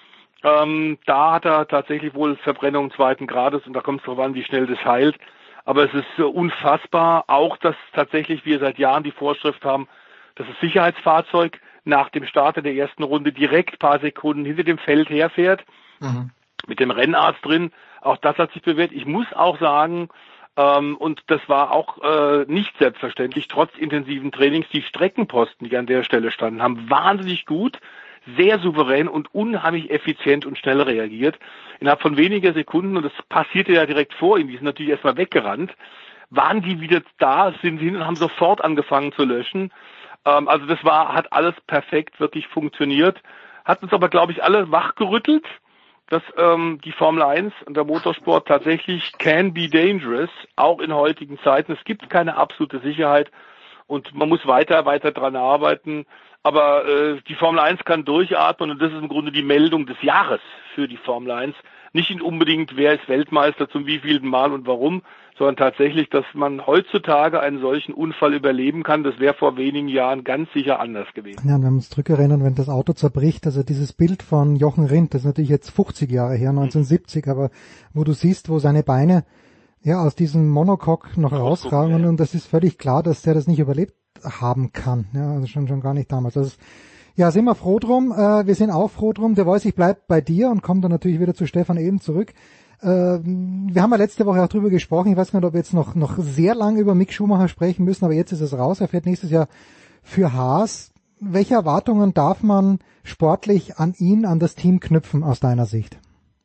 Ähm, da hat er tatsächlich wohl Verbrennung zweiten Grades und da kommt es darauf an, wie schnell das heilt. Aber es ist uh, unfassbar, auch dass tatsächlich wir seit Jahren die Vorschrift haben, dass das Sicherheitsfahrzeug nach dem Start in der ersten Runde direkt ein paar Sekunden hinter dem Feld herfährt, mhm. mit dem Rennarzt drin. Auch das hat sich bewährt. Ich muss auch sagen, ähm, und das war auch äh, nicht selbstverständlich, trotz intensiven Trainings, die Streckenposten, die an der Stelle standen, haben wahnsinnig gut sehr souverän und unheimlich effizient und schnell reagiert. Innerhalb von weniger Sekunden, und das passierte ja direkt vor ihm, die sind natürlich erstmal weggerannt, waren die wieder da, sind hin und haben sofort angefangen zu löschen. Ähm, also das war, hat alles perfekt wirklich funktioniert. Hat uns aber, glaube ich, alle wachgerüttelt, dass ähm, die Formel eins und der Motorsport tatsächlich can be dangerous, auch in heutigen Zeiten. Es gibt keine absolute Sicherheit und man muss weiter, weiter dran arbeiten. Aber äh, die Formel eins kann durchatmen und das ist im Grunde die Meldung des Jahres für die Formel eins. Nicht unbedingt, wer ist Weltmeister, zum wievielten Mal und warum, sondern tatsächlich, dass man heutzutage einen solchen Unfall überleben kann. Das wäre vor wenigen Jahren ganz sicher anders gewesen. Ja, und wenn wir uns zurückerinnern, wenn das Auto zerbricht, also dieses Bild von Jochen Rindt, das ist natürlich jetzt fünfzig Jahre her, neunzehnhundertsiebzig, aber wo du siehst, wo seine Beine ja aus diesem Monocoque noch rausragen, ja. Und das ist völlig klar, dass der das nicht überlebt haben kann. Ja, also schon schon gar nicht damals. Also ja, sind wir froh drum. Äh, wir sind auch froh drum. Der Voice, ich bleib bei dir und komme dann natürlich wieder zu Stefan Ehlen zurück. Äh, wir haben ja letzte Woche auch drüber gesprochen. Ich weiß gar nicht, ob wir jetzt noch noch sehr lang über Mick Schumacher sprechen müssen, aber jetzt ist es raus. Er fährt nächstes Jahr für Haas. Welche Erwartungen darf man sportlich an ihn, an das Team knüpfen aus deiner Sicht?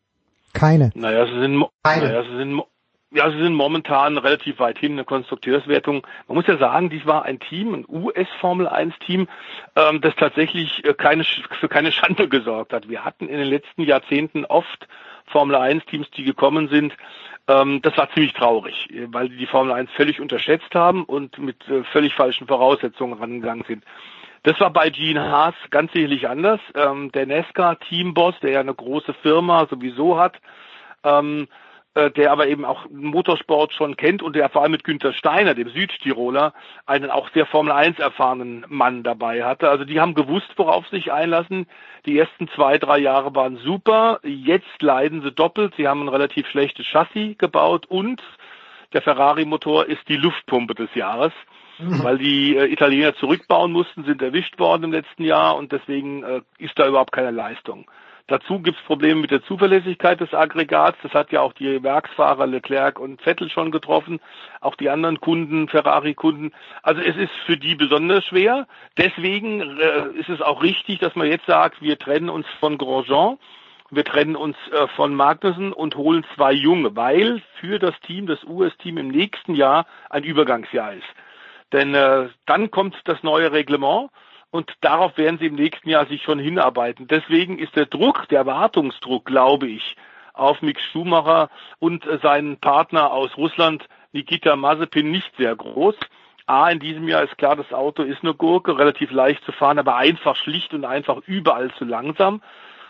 Keine. Naja, sie sind, Keine. Naja, sie sind Ja, sie sind momentan relativ weit hin in der Konstrukteurswertung. Man muss ja sagen, dies war ein Team, ein U S-Formel eins Team, ähm, das tatsächlich äh, keine, für keine Schande gesorgt hat. Wir hatten in den letzten Jahrzehnten oft Formel eins Teams, die gekommen sind. Ähm, das war ziemlich traurig, weil die die Formel eins völlig unterschätzt haben und mit äh, völlig falschen Voraussetzungen rangegangen sind. Das war bei Gene Haas ganz sicherlich anders. Ähm, der NASCAR-Teamboss, der ja eine große Firma sowieso hat, ähm, der aber eben auch Motorsport schon kennt und der vor allem mit Günther Steiner, dem Südtiroler, einen auch sehr Formel eins erfahrenen Mann dabei hatte. Also die haben gewusst, worauf sie sich einlassen. Die ersten zwei, drei Jahre waren super. Jetzt leiden sie doppelt. Sie haben ein relativ schlechtes Chassis gebaut und der Ferrari-Motor ist die Luftpumpe des Jahres. Mhm. Weil die äh, Italiener zurückbauen mussten, sind erwischt worden im letzten Jahr und deswegen äh, ist da überhaupt keine Leistung. Dazu gibt es Probleme mit der Zuverlässigkeit des Aggregats. Das hat ja auch die Werksfahrer Leclerc und Vettel schon getroffen, auch die anderen Kunden, Ferrari-Kunden. Also es ist für die besonders schwer. Deswegen äh, ist es auch richtig, dass man jetzt sagt, wir trennen uns von Grosjean, wir trennen uns äh, von Magnussen und holen zwei Junge, weil für das Team, das U S-Team im nächsten Jahr ein Übergangsjahr ist. Denn äh, dann kommt das neue Reglement. Und darauf werden sie im nächsten Jahr sich schon hinarbeiten. Deswegen ist der Druck, der Erwartungsdruck, glaube ich, auf Mick Schumacher und seinen Partner aus Russland, Nikita Mazepin, nicht sehr groß. A, in diesem Jahr ist klar, das Auto ist eine Gurke, relativ leicht zu fahren, aber einfach schlicht und einfach überall zu langsam.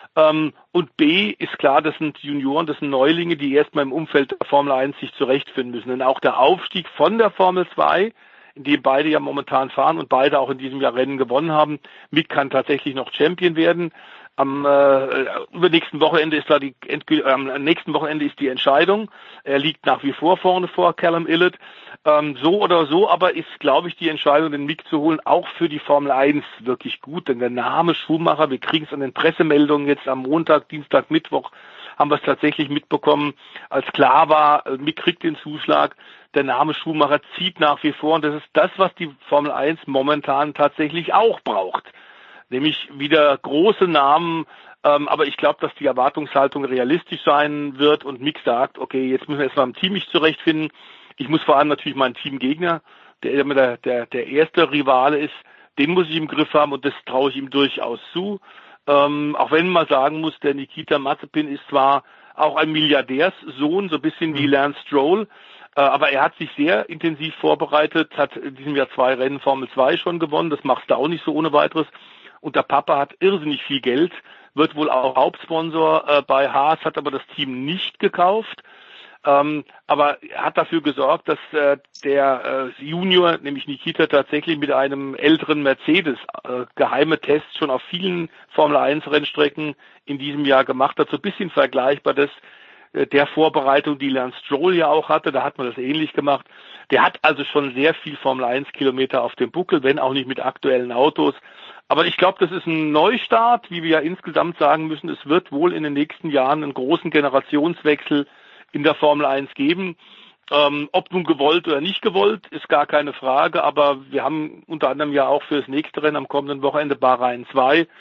Und B, ist klar, das sind Junioren, das sind Neulinge, die erstmal im Umfeld der Formel eins sich zurechtfinden müssen. Denn auch der Aufstieg von der Formel zwei, in dem beide ja momentan fahren und beide auch in diesem Jahr Rennen gewonnen haben. Mick kann tatsächlich noch Champion werden. Am äh, übernächsten Wochenende ist da die endgül- äh, am nächsten Wochenende ist die Entscheidung. Er liegt nach wie vor vorne vor Callum Ilott. Ähm, so oder so, aber ist, glaube ich, die Entscheidung, den Mick zu holen, auch für die Formel eins wirklich gut. Denn der Name Schumacher, wir kriegen es an den Pressemeldungen jetzt am Montag, Dienstag, Mittwoch, haben wir es tatsächlich mitbekommen, als klar war, Mick kriegt den Zuschlag. Der Name Schumacher zieht nach wie vor und das ist das, was die Formel eins momentan tatsächlich auch braucht. Nämlich wieder große Namen, ähm, aber ich glaube, dass die Erwartungshaltung realistisch sein wird und Mick sagt, okay, jetzt müssen wir erstmal im Team mich zurechtfinden. Ich muss vor allem natürlich meinen Teamgegner, der der, der der erste Rivale ist, den muss ich im Griff haben und das traue ich ihm durchaus zu. Ähm, auch wenn man sagen muss, der Nikita Mazepin ist zwar auch ein Milliardärssohn, so ein bisschen wie Lance Stroll, aber er hat sich sehr intensiv vorbereitet, hat in diesem Jahr zwei Rennen Formel zwei schon gewonnen, das machst du auch nicht so ohne weiteres. Und der Papa hat irrsinnig viel Geld, wird wohl auch Hauptsponsor äh, bei Haas, hat aber das Team nicht gekauft. Ähm, aber er hat dafür gesorgt, dass äh, der äh, Junior, nämlich Nikita, tatsächlich mit einem älteren Mercedes äh, geheime Tests schon auf vielen Formel eins Rennstrecken in diesem Jahr gemacht hat. So ein bisschen vergleichbar das der Vorbereitung, die Lance Stroll ja auch hatte, da hat man das ähnlich gemacht. Der hat also schon sehr viel Formel eins Kilometer auf dem Buckel, wenn auch nicht mit aktuellen Autos. Aber ich glaube, das ist ein Neustart, wie wir ja insgesamt sagen müssen. Es wird wohl in den nächsten Jahren einen großen Generationswechsel in der Formel eins geben. Ähm, ob nun gewollt oder nicht gewollt, ist gar keine Frage. Aber wir haben unter anderem ja auch für das nächste Rennen am kommenden Wochenende Bahrain zwei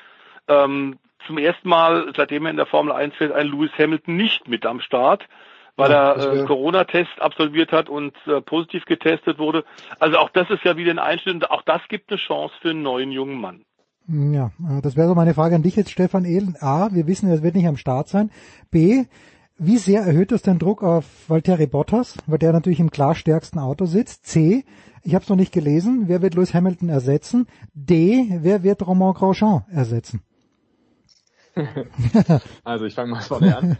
Ähm, zum ersten Mal, seitdem er in der Formel eins fährt, ein Lewis Hamilton nicht mit am Start, weil ja, er äh, Corona-Test absolviert hat und äh, positiv getestet wurde. Also auch das ist ja wieder ein Einschnitt, auch das gibt eine Chance für einen neuen jungen Mann. Ja, das wäre so meine Frage an dich jetzt, Stefan Ehlen. A, wir wissen, er wird nicht am Start sein. B, wie sehr erhöht das den Druck auf Valtteri Bottas, weil der natürlich im klar stärksten Auto sitzt? C, ich habe es noch nicht gelesen, wer wird Lewis Hamilton ersetzen? D, wer wird Romain Grosjean ersetzen? Also ich fange mal vorne an.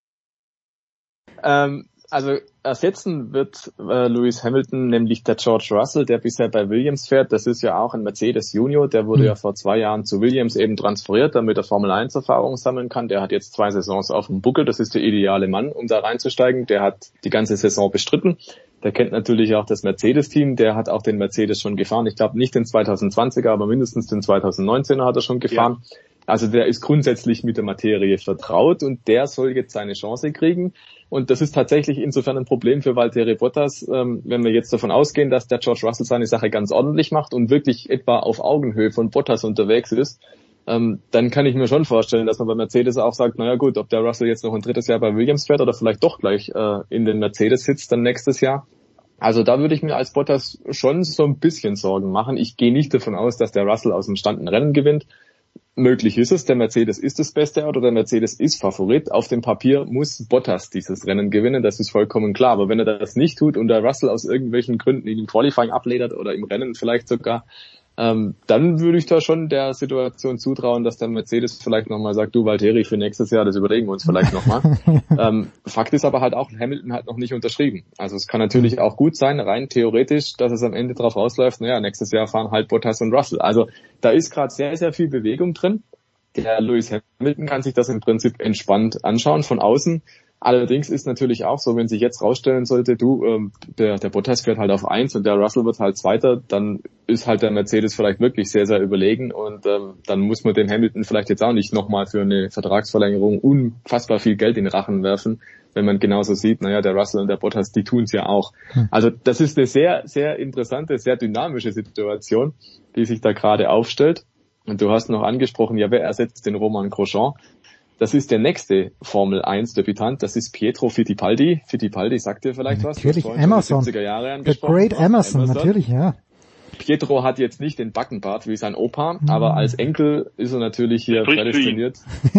ähm, also ersetzen wird äh, Lewis Hamilton nämlich der George Russell, der bisher bei Williams fährt. Das ist ja auch ein Mercedes Junior, der wurde mhm. ja vor zwei Jahren zu Williams eben transferiert, damit er Formel eins Erfahrung sammeln kann. Der hat jetzt zwei Saisons auf dem Buckel, das ist der ideale Mann, um da reinzusteigen. Der hat die ganze Saison bestritten. Der kennt natürlich auch das Mercedes-Team, der hat auch den Mercedes schon gefahren. Ich glaube nicht den zwanzig zwanziger, aber mindestens den zwanzig neunzehner hat er schon gefahren. Ja. Also der ist grundsätzlich mit der Materie vertraut und der soll jetzt seine Chance kriegen. Und das ist tatsächlich insofern ein Problem für Valtteri Bottas, ähm, wenn wir jetzt davon ausgehen, dass der George Russell seine Sache ganz ordentlich macht und wirklich etwa auf Augenhöhe von Bottas unterwegs ist, ähm, dann kann ich mir schon vorstellen, dass man bei Mercedes auch sagt, naja gut, ob der Russell jetzt noch ein drittes Jahr bei Williams fährt oder vielleicht doch gleich äh, in den Mercedes sitzt dann nächstes Jahr. Also da würde ich mir als Bottas schon so ein bisschen Sorgen machen. Ich gehe nicht davon aus, dass der Russell aus dem Stand ein Rennen gewinnt. Möglich ist es, der Mercedes ist das beste Auto, der Mercedes ist Favorit. Auf dem Papier muss Bottas dieses Rennen gewinnen, das ist vollkommen klar. Aber wenn er das nicht tut und der Russell aus irgendwelchen Gründen ihn im Qualifying abledert oder im Rennen vielleicht sogar, ähm, dann würde ich da schon der Situation zutrauen, dass der Mercedes vielleicht nochmal sagt, du Valtteri, für nächstes Jahr, das überlegen wir uns vielleicht nochmal. ähm, Fakt ist aber halt auch, Hamilton hat noch nicht unterschrieben. Also es kann natürlich auch gut sein, rein theoretisch, dass es am Ende drauf rausläuft, naja, nächstes Jahr fahren halt Bottas und Russell. Also da ist gerade sehr, sehr viel Bewegung drin. Der Lewis Hamilton kann sich das im Prinzip entspannt anschauen von außen. Allerdings ist natürlich auch so, wenn sich jetzt rausstellen sollte, du, ähm, der, der Bottas fährt halt auf eins und der Russell wird halt Zweiter, dann ist halt der Mercedes vielleicht wirklich sehr, sehr überlegen und ähm, dann muss man dem Hamilton vielleicht jetzt auch nicht nochmal für eine Vertragsverlängerung unfassbar viel Geld in den Rachen werfen, wenn man genauso sieht, naja, der Russell und der Bottas, die tun's ja auch. Hm. Also das ist eine sehr, sehr interessante, sehr dynamische Situation, die sich da gerade aufstellt. Und du hast noch angesprochen, ja, wer ersetzt den Romain Grosjean? Das ist der nächste Formel eins Debütant, das ist Pietro Fittipaldi. Fittipaldi sagt dir vielleicht was? Natürlich, Emerson. siebziger Jahre The Great Emerson, Emerson, natürlich, ja. Pietro hat jetzt nicht den Backenbart wie sein Opa, mhm. aber als Enkel ist er natürlich hier prädestiniert.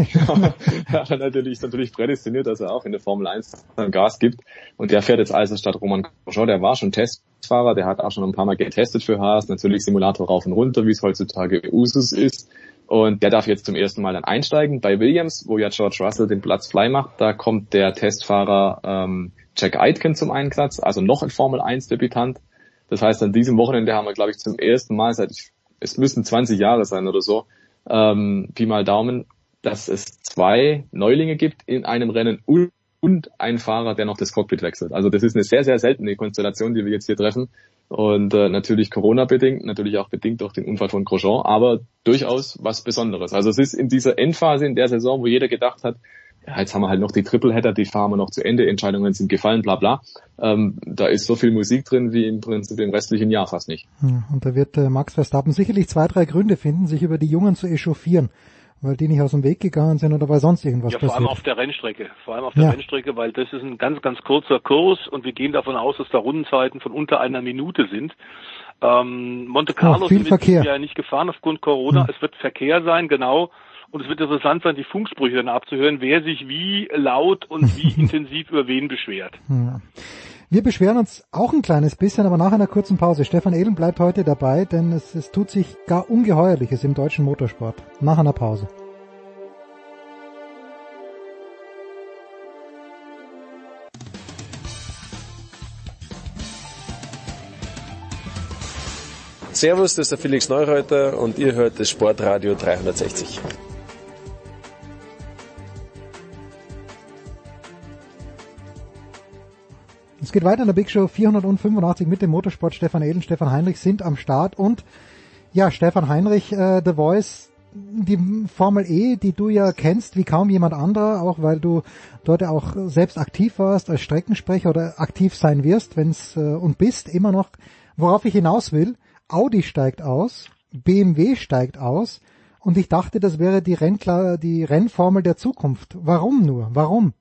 Er hat natürlich, ist natürlich prädestiniert, dass er auch in der Formel eins Gas gibt. Und der fährt jetzt also statt Romain Grosjean, der war schon Testfahrer, der hat auch schon ein paar Mal getestet für Haas, natürlich Simulator rauf und runter, wie es heutzutage Usus ist. Und der darf jetzt zum ersten Mal dann einsteigen bei Williams, wo ja George Russell den Platz frei macht. Da kommt der Testfahrer ähm, Jack Aitken zum Einsatz, also noch ein Formel eins Debütant. Das heißt, an diesem Wochenende haben wir, glaube ich, zum ersten Mal seit, es müssen zwanzig Jahre sein oder so, ähm, Pi mal Daumen, dass es zwei Neulinge gibt in einem Rennen und, und einen Fahrer, der noch das Cockpit wechselt. Also das ist eine sehr, sehr seltene Konstellation, die wir jetzt hier treffen. Und äh, natürlich Corona-bedingt, natürlich auch bedingt durch den Unfall von Grosjean, aber durchaus was Besonderes. Also es ist in dieser Endphase in der Saison, wo jeder gedacht hat, ja, jetzt haben wir halt noch die Tripleheader, die fahren wir noch zu Ende, Entscheidungen sind gefallen, bla bla. Ähm, da ist so viel Musik drin wie im Prinzip im restlichen Jahr fast nicht. Und da wird äh, Max Verstappen sicherlich zwei, drei Gründe finden, sich über die Jungen zu echauffieren, weil die nicht aus dem Weg gegangen sind oder weil sonst irgendwas ja, passiert. Ja, vor allem auf der Rennstrecke. Vor allem auf der ja. Rennstrecke, weil das ist ein ganz, ganz kurzer Kurs und wir gehen davon aus, dass da Rundenzeiten von unter einer Minute sind. Ähm, Monte Carlo oh, viel sind wir ja nicht gefahren aufgrund Corona. Hm. Es wird Verkehr sein, genau. Und es wird interessant sein, die Funksprüche dann abzuhören, wer sich wie laut und wie intensiv über wen beschwert. Ja. Wir beschweren uns auch ein kleines bisschen, aber nach einer kurzen Pause. Stefan Ehlen bleibt heute dabei, denn es, es tut sich gar Ungeheuerliches im deutschen Motorsport. Nach einer Pause. Servus, das ist der Felix Neureuter und ihr hört das Sportradio dreihundertsechzig. Es geht weiter in der Big Show vierhundertfünfundachtzig mit dem Motorsport. Stefan Ehlen, Stefan Heinrich sind am Start und ja, Stefan Heinrich, äh, The Voice, die Formel E, die du ja kennst wie kaum jemand anderer, auch weil du dort auch selbst aktiv warst als Streckensprecher oder aktiv sein wirst, wenn's äh, und bist immer noch. Worauf ich hinaus will, Audi steigt aus, B M W steigt aus und ich dachte, das wäre die, Rennkla- die Rennformel der Zukunft. Warum nur? Warum?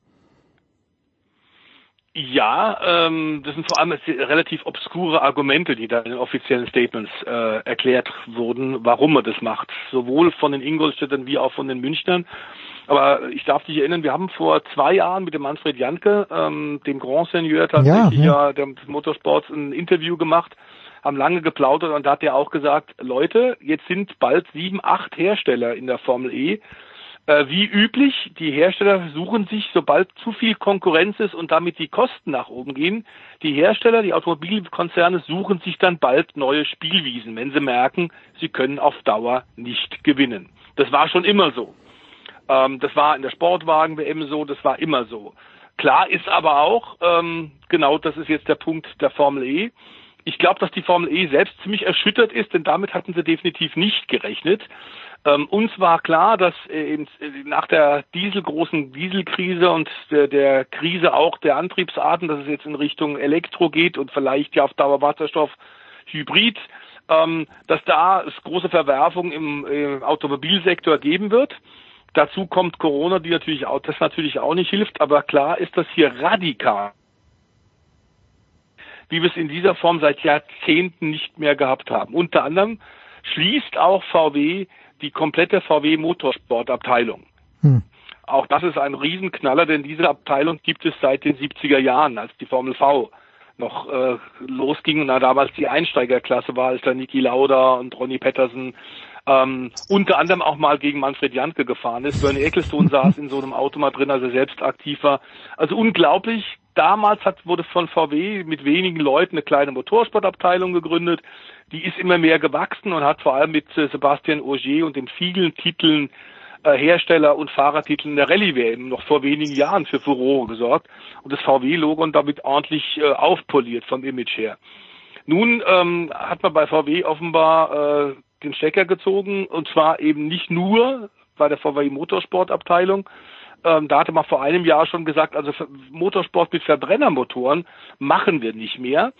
Ja, ähm, das sind vor allem relativ obskure Argumente, die da in den offiziellen Statements äh, erklärt wurden, warum man das macht. Sowohl von den Ingolstädtern wie auch von den Münchnern. Aber ich darf dich erinnern, wir haben vor zwei Jahren mit dem Manfred Janke, ähm, dem Grand Seigneur tatsächlich ja, ja. ja des Motorsports, ein Interview gemacht, haben lange geplaudert und da hat er auch gesagt, Leute, jetzt sind bald sieben, acht Hersteller in der Formel E. Äh, wie üblich, die Hersteller suchen sich, sobald zu viel Konkurrenz ist und damit die Kosten nach oben gehen, die Hersteller, die Automobilkonzerne suchen sich dann bald neue Spielwiesen, wenn sie merken, sie können auf Dauer nicht gewinnen. Das war schon immer so. Ähm, das war in der Sportwagen-W M so, das war immer so. Klar ist aber auch, ähm, genau das ist jetzt der Punkt der Formel E, ich glaube, dass die Formel E selbst ziemlich erschüttert ist, denn damit hatten sie definitiv nicht gerechnet. Ähm, uns war klar, dass äh, eben, äh, nach der Diesel, großen Dieselkrise und der, der Krise auch der Antriebsarten, dass es jetzt in Richtung Elektro geht und vielleicht ja auf Dauer Wasserstoff, Hybrid, ähm, dass da es große Verwerfungen im äh, Automobilsektor geben wird. Dazu kommt Corona, die natürlich auch, das natürlich auch nicht hilft, aber klar ist das hier radikal, wie wir es in dieser Form seit Jahrzehnten nicht mehr gehabt haben. Unter anderem schließt auch V W die komplette V W Motorsportabteilung. Hm. Auch das ist ein Riesenknaller, denn diese Abteilung gibt es seit den siebziger Jahren, als die Formel V noch äh, losging und da damals die Einsteigerklasse war, als da Niki Lauda und Ronnie Peterson ähm, unter anderem auch mal gegen Manfred Janke gefahren ist. Bernie Ecclestone saß in so einem Auto mal drin, als er selbst aktiv war. Also unglaublich. Damals hat, wurde von V W mit wenigen Leuten eine kleine Motorsportabteilung gegründet. Die ist immer mehr gewachsen und hat vor allem mit äh, Sebastian Ogier und den vielen Titeln, äh, Hersteller- und Fahrertiteln der Rallye-W M noch vor wenigen Jahren für Furore gesorgt und das V W-Logo und damit ordentlich äh, aufpoliert vom Image her. Nun ähm, hat man bei V W offenbar äh, den Stecker gezogen und zwar eben nicht nur bei der V W Motorsportabteilung. Ähm, da hatte man vor einem Jahr schon gesagt, also Motorsport mit Verbrennermotoren machen wir nicht mehr.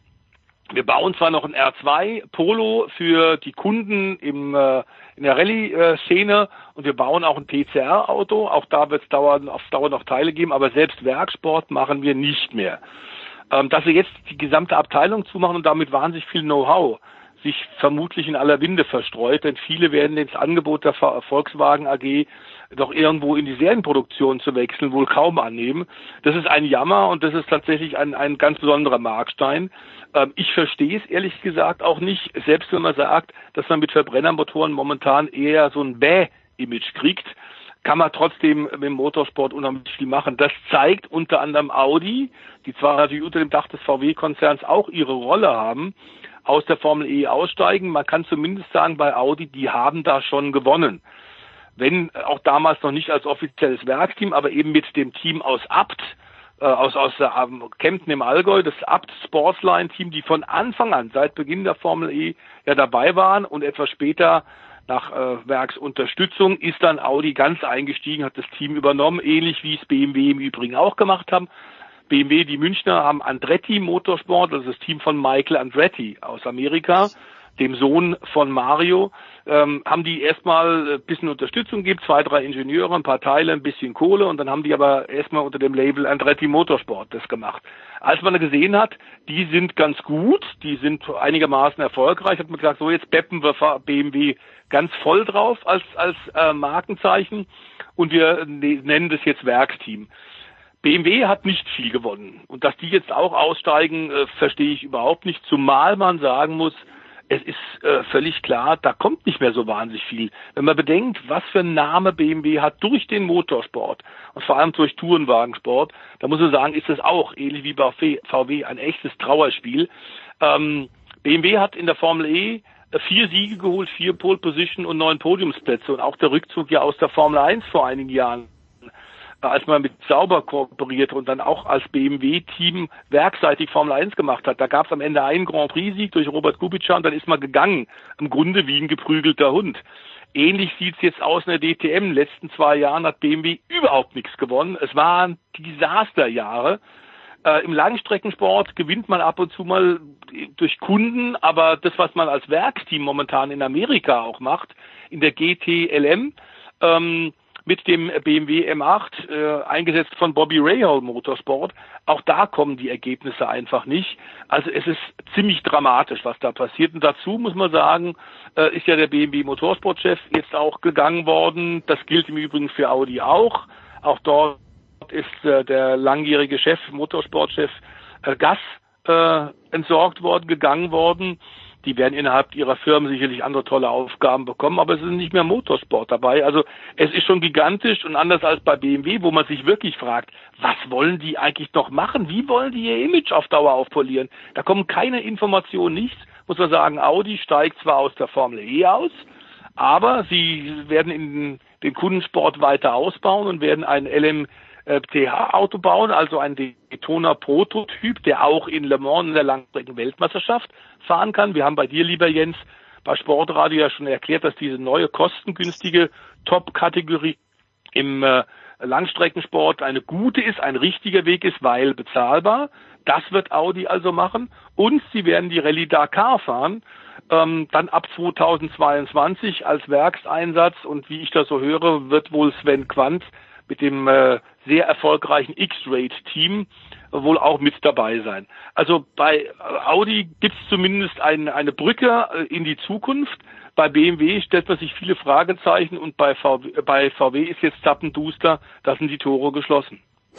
Wir bauen zwar noch ein R zwei Polo für die Kunden im, äh, in der Rallye-Szene und wir bauen auch ein T C R-Auto. Auch da wird es dauern, auf Dauer noch Teile geben, aber selbst Werksport machen wir nicht mehr. Ähm, dass wir jetzt die gesamte Abteilung zumachen und damit wahnsinnig viel Know-how sich vermutlich in aller Winde verstreut, denn viele werden das Angebot der Volkswagen A G doch irgendwo in die Serienproduktion zu wechseln wohl kaum annehmen. Das ist ein Jammer und das ist tatsächlich ein, ein ganz besonderer Markstein. Ähm, ich verstehe es ehrlich gesagt auch nicht, selbst wenn man sagt, dass man mit Verbrennermotoren momentan eher so ein Bäh-Image kriegt, kann man trotzdem mit dem Motorsport unheimlich viel machen. Das zeigt unter anderem Audi, die zwar natürlich unter dem Dach des V W-Konzerns auch ihre Rolle haben, aus der Formel E aussteigen. Man kann zumindest sagen, bei Audi, die haben da schon gewonnen. Wenn auch damals noch nicht als offizielles Werksteam, aber eben mit dem Team aus Abt, äh, aus, aus der, ähm, Kempten im Allgäu, das Abt Sportsline-Team, die von Anfang an, seit Beginn der Formel E ja dabei waren und etwas später nach äh, Werksunterstützung ist dann Audi ganz eingestiegen, hat das Team übernommen, ähnlich wie es B M W im Übrigen auch gemacht haben. B M W, die Münchner, haben Andretti Motorsport, also das Team von Michael Andretti aus Amerika, dem Sohn von Mario, ähm, haben die erstmal ein bisschen Unterstützung gegeben, zwei, drei Ingenieure, ein paar Teile, ein bisschen Kohle und dann haben die aber erstmal unter dem Label Andretti Motorsport das gemacht. Als man gesehen hat, die sind ganz gut, die sind einigermaßen erfolgreich, hat man gesagt, so jetzt peppen wir B M W ganz voll drauf als als äh, Markenzeichen und wir ne, nennen das jetzt Werksteam. B M W hat nicht viel gewonnen und dass die jetzt auch aussteigen, äh, verstehe ich überhaupt nicht, zumal man sagen muss, es ist äh, völlig klar, da kommt nicht mehr so wahnsinnig viel. Wenn man bedenkt, was für ein Name B M W hat durch den Motorsport und vor allem durch Tourenwagensport, da muss man sagen, ist es auch, ähnlich wie bei V W, ein echtes Trauerspiel. Ähm, B M W hat in der Formel E vier Siege geholt, vier Pole Position und neun Podiumsplätze und auch der Rückzug ja aus der Formel eins vor einigen Jahren, als man mit Sauber kooperierte und dann auch als B M W-Team werkseitig Formel eins gemacht hat. Da gab es am Ende einen Grand Prix-Sieg durch Robert Kubica und dann ist man gegangen, im Grunde wie ein geprügelter Hund. Ähnlich sieht's jetzt aus in der D T M. In den letzten zwei Jahren hat B M W überhaupt nichts gewonnen. Es waren Desasterjahre. Äh, Im Langstreckensport gewinnt man ab und zu mal durch Kunden, aber das, was man als Werksteam momentan in Amerika auch macht, in der G T L M, ähm, mit dem B M W M acht, äh, eingesetzt von Bobby Rahal Motorsport, auch da kommen die Ergebnisse einfach nicht. Also es ist ziemlich dramatisch, was da passiert. Und dazu muss man sagen, äh, ist ja der B M W Motorsportchef jetzt auch gegangen worden. Das gilt im Übrigen für Audi auch. Auch dort ist äh, der langjährige Chef, Motorsportchef äh, Gass, äh, entsorgt worden, gegangen worden. Die werden innerhalb ihrer Firmen sicherlich andere tolle Aufgaben bekommen, aber es ist nicht mehr Motorsport dabei. Also es ist schon gigantisch und anders als bei B M W, wo man sich wirklich fragt, was wollen die eigentlich noch machen? Wie wollen die ihr Image auf Dauer aufpolieren? Da kommen keine Informationen, nichts. Muss man sagen, Audi steigt zwar aus der Formel E aus, aber sie werden in den Kundensport weiter ausbauen und werden ein L M T H-Auto bauen, also ein Daytona-Prototyp, der auch in Le Mans in der Langstrecken-Weltmeisterschaft fahren kann. Wir haben bei dir, lieber Jens, bei Sportradio ja schon erklärt, dass diese neue kostengünstige Top-Kategorie im äh, Langstreckensport eine gute ist, ein richtiger Weg ist, weil bezahlbar. Das wird Audi also machen. Und sie werden die Rallye Dakar fahren, ähm, dann ab zweitausendzweiundzwanzig als Werkseinsatz. Und wie ich das so höre, wird wohl Sven Quandt mit dem äh, sehr erfolgreichen X-Rate-Team wohl auch mit dabei sein. Also bei Audi gibt es zumindest ein, eine Brücke äh, in die Zukunft. Bei B M W stellt man sich viele Fragezeichen und bei V W, bei V W ist jetzt zappenduster, da sind die Tore geschlossen.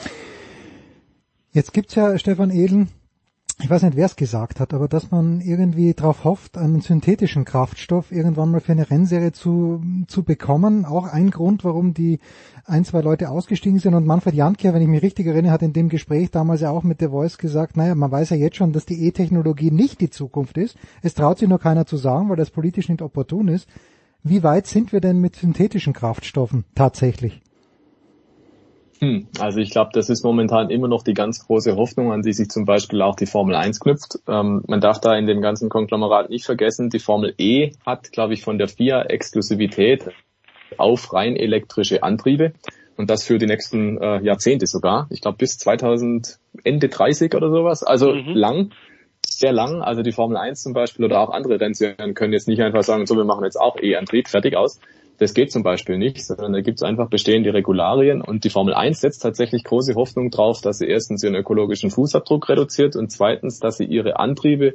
Jetzt gibt's ja, Stefan Ehlen, ich weiß nicht, wer es gesagt hat, aber dass man irgendwie darauf hofft, einen synthetischen Kraftstoff irgendwann mal für eine Rennserie zu zu bekommen. Auch ein Grund, warum die ein, zwei Leute ausgestiegen sind. Und Manfred Janke, wenn ich mich richtig erinnere, hat in dem Gespräch damals ja auch mit The Voice gesagt, naja, man weiß ja jetzt schon, dass die E-Technologie nicht die Zukunft ist. Es traut sich nur keiner zu sagen, weil das politisch nicht opportun ist. Wie weit sind wir denn mit synthetischen Kraftstoffen tatsächlich? Hm, also ich glaube, das ist momentan immer noch die ganz große Hoffnung, an die sich zum Beispiel auch die Formel eins knüpft. Ähm, man darf da in dem ganzen Konglomerat nicht vergessen, die Formel E hat, glaube ich, von der F I A Exklusivität auf rein elektrische Antriebe und das für die nächsten äh, Jahrzehnte sogar. Ich glaube bis zweitausend, Ende dreißig oder sowas, also mhm. lang, sehr lang. Also die Formel eins zum Beispiel oder auch andere Rennserien können jetzt nicht einfach sagen, so, wir machen jetzt auch E-Antrieb, fertig aus. Das geht zum Beispiel nicht, sondern da gibt es einfach bestehende Regularien und die Formel eins setzt tatsächlich große Hoffnung drauf, dass sie erstens ihren ökologischen Fußabdruck reduziert und zweitens, dass sie ihre Antriebe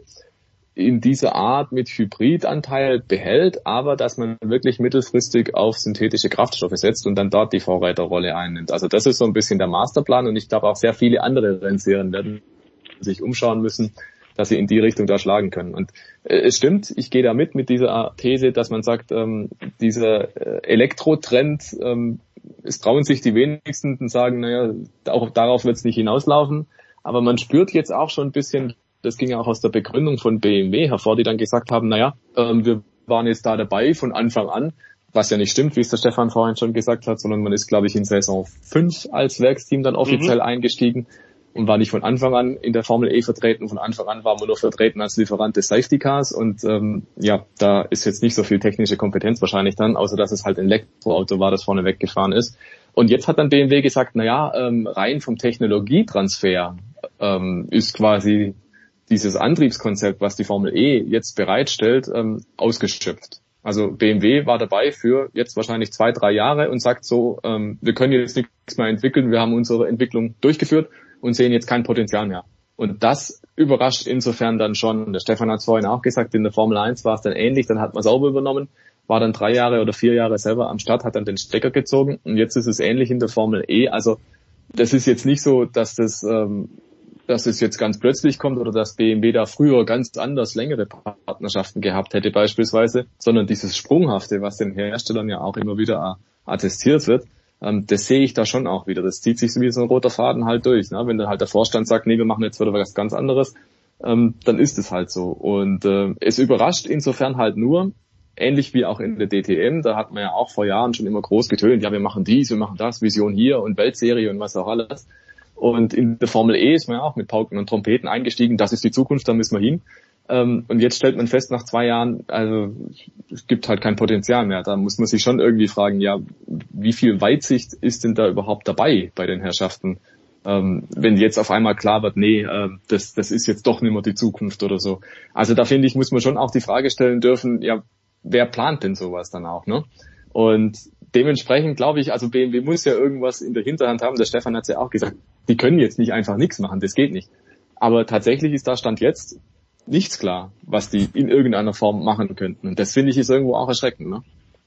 in dieser Art mit Hybridanteil behält, aber dass man wirklich mittelfristig auf synthetische Kraftstoffe setzt und dann dort die Vorreiterrolle einnimmt. Also das ist so ein bisschen der Masterplan und ich glaube auch sehr viele andere Rennserien werden sich umschauen müssen, dass sie in die Richtung da schlagen können. Und äh, es stimmt, ich gehe da mit mit dieser These, dass man sagt, ähm, dieser äh, Elektrotrend, ähm, es trauen sich die wenigsten und sagen, naja, auch darauf wird es nicht hinauslaufen. Aber man spürt jetzt auch schon ein bisschen, das ging ja auch aus der Begründung von B M W hervor, die dann gesagt haben, naja, ähm, wir waren jetzt da dabei von Anfang an, was ja nicht stimmt, wie es der Stefan vorhin schon gesagt hat, sondern man ist, glaube ich, in Saison fünf als Werksteam dann offiziell mhm. eingestiegen. Und war nicht von Anfang an in der Formel E vertreten. Von Anfang an war man nur vertreten als Lieferant des Safety Cars. Und ähm, ja, da ist jetzt nicht so viel technische Kompetenz wahrscheinlich dann, außer dass es halt ein Elektroauto war, das vorne weggefahren ist. Und jetzt hat dann B M W gesagt, na ja, ähm, rein vom Technologietransfer ähm, ist quasi dieses Antriebskonzept, was die Formel E jetzt bereitstellt, ähm, ausgeschöpft. Also B M W war dabei für jetzt wahrscheinlich zwei, drei Jahre und sagt so, ähm, wir können jetzt nichts mehr entwickeln, wir haben unsere Entwicklung durchgeführt und sehen jetzt kein Potenzial mehr. Und das überrascht insofern dann schon. Der Stefan hat es vorhin auch gesagt, in der Formel eins war es dann ähnlich, dann hat man sauber übernommen, war dann drei Jahre oder vier Jahre selber am Start, hat dann den Stecker gezogen und jetzt ist es ähnlich in der Formel E. Also das ist jetzt nicht so, dass das, ähm, dass es jetzt ganz plötzlich kommt oder dass B M W da früher ganz anders längere Partnerschaften gehabt hätte beispielsweise, sondern dieses Sprunghafte, was den Herstellern ja auch immer wieder attestiert wird, das sehe ich da schon auch wieder. Das zieht sich so wie so ein roter Faden halt durch. Ne? Wenn dann halt der Vorstand sagt, nee, wir machen jetzt wieder was ganz anderes, ähm, dann ist es halt so. Und äh, es überrascht insofern halt nur, ähnlich wie auch in der D T M, da hat man ja auch vor Jahren schon immer groß getönt, ja, wir machen dies, wir machen das, Vision hier und Weltserie und was auch alles. Und in der Formel E ist man ja auch mit Pauken und Trompeten eingestiegen, das ist die Zukunft, da müssen wir hin. Und jetzt stellt man fest, nach zwei Jahren, also es gibt halt kein Potenzial mehr. Da muss man sich schon irgendwie fragen, ja, wie viel Weitsicht ist denn da überhaupt dabei bei den Herrschaften? Ähm, wenn jetzt auf einmal klar wird, nee, äh, das, das ist jetzt doch nicht mehr die Zukunft oder so. Also da finde ich, muss man schon auch die Frage stellen dürfen, ja, wer plant denn sowas dann auch, ne? Und dementsprechend glaube ich, also B M W muss ja irgendwas in der Hinterhand haben. Der Stefan hat es ja auch gesagt, die können jetzt nicht einfach nichts machen, das geht nicht. Aber tatsächlich ist da Stand jetzt nichts klar, was die in irgendeiner Form machen könnten. Und das finde ich ist irgendwo auch erschreckend, ne?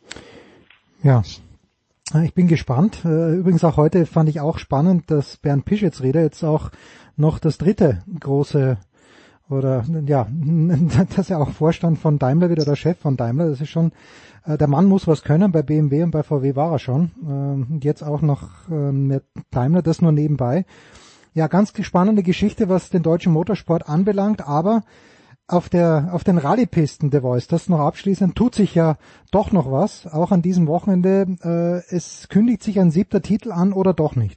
Ja. Ich bin gespannt. Übrigens auch heute fand ich auch spannend, dass Bernd Pischetsrieder jetzt auch noch das dritte große oder ja, dass er auch Vorstand von Daimler wieder, der Chef von Daimler, das ist schon, der Mann muss was können, bei B M W und bei V W war er schon. Und jetzt auch noch mit Daimler, das nur nebenbei. Ja, ganz spannende Geschichte, was den deutschen Motorsport anbelangt, aber auf der, auf den Rallyepisten, der Voice, das noch abschließend, tut sich ja doch noch was, auch an diesem Wochenende. Äh, es kündigt sich ein siebter Titel an oder doch nicht?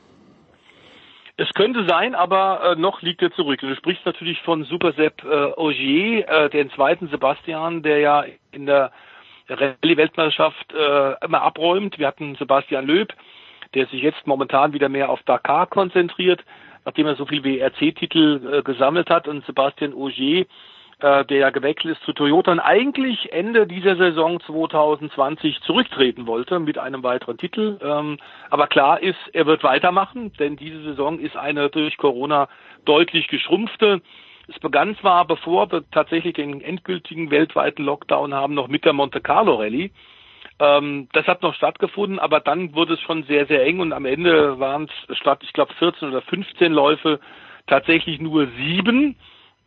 Es könnte sein, aber äh, noch liegt er zurück. Du sprichst natürlich von Super Sepp äh, Ogier, äh, den zweiten Sebastian, der ja in der Rallye-Weltmeisterschaft äh, immer abräumt. Wir hatten Sebastian Loeb, der sich jetzt momentan wieder mehr auf Dakar konzentriert, nachdem er so viel W R C-Titel äh, gesammelt hat, und Sebastian Ogier, äh, der ja gewechselt ist zu Toyota und eigentlich Ende dieser Saison zwanzig zwanzig zurücktreten wollte mit einem weiteren Titel. Ähm, aber klar ist, er wird weitermachen, denn diese Saison ist eine durch Corona deutlich geschrumpfte. Es begann zwar, bevor wir tatsächlich den endgültigen weltweiten Lockdown haben, noch mit der Monte Carlo Rallye. Ähm, das hat noch stattgefunden, aber dann wurde es schon sehr, sehr eng und am Ende waren es statt, ich glaube, vierzehn oder fünfzehn Läufe tatsächlich nur sieben.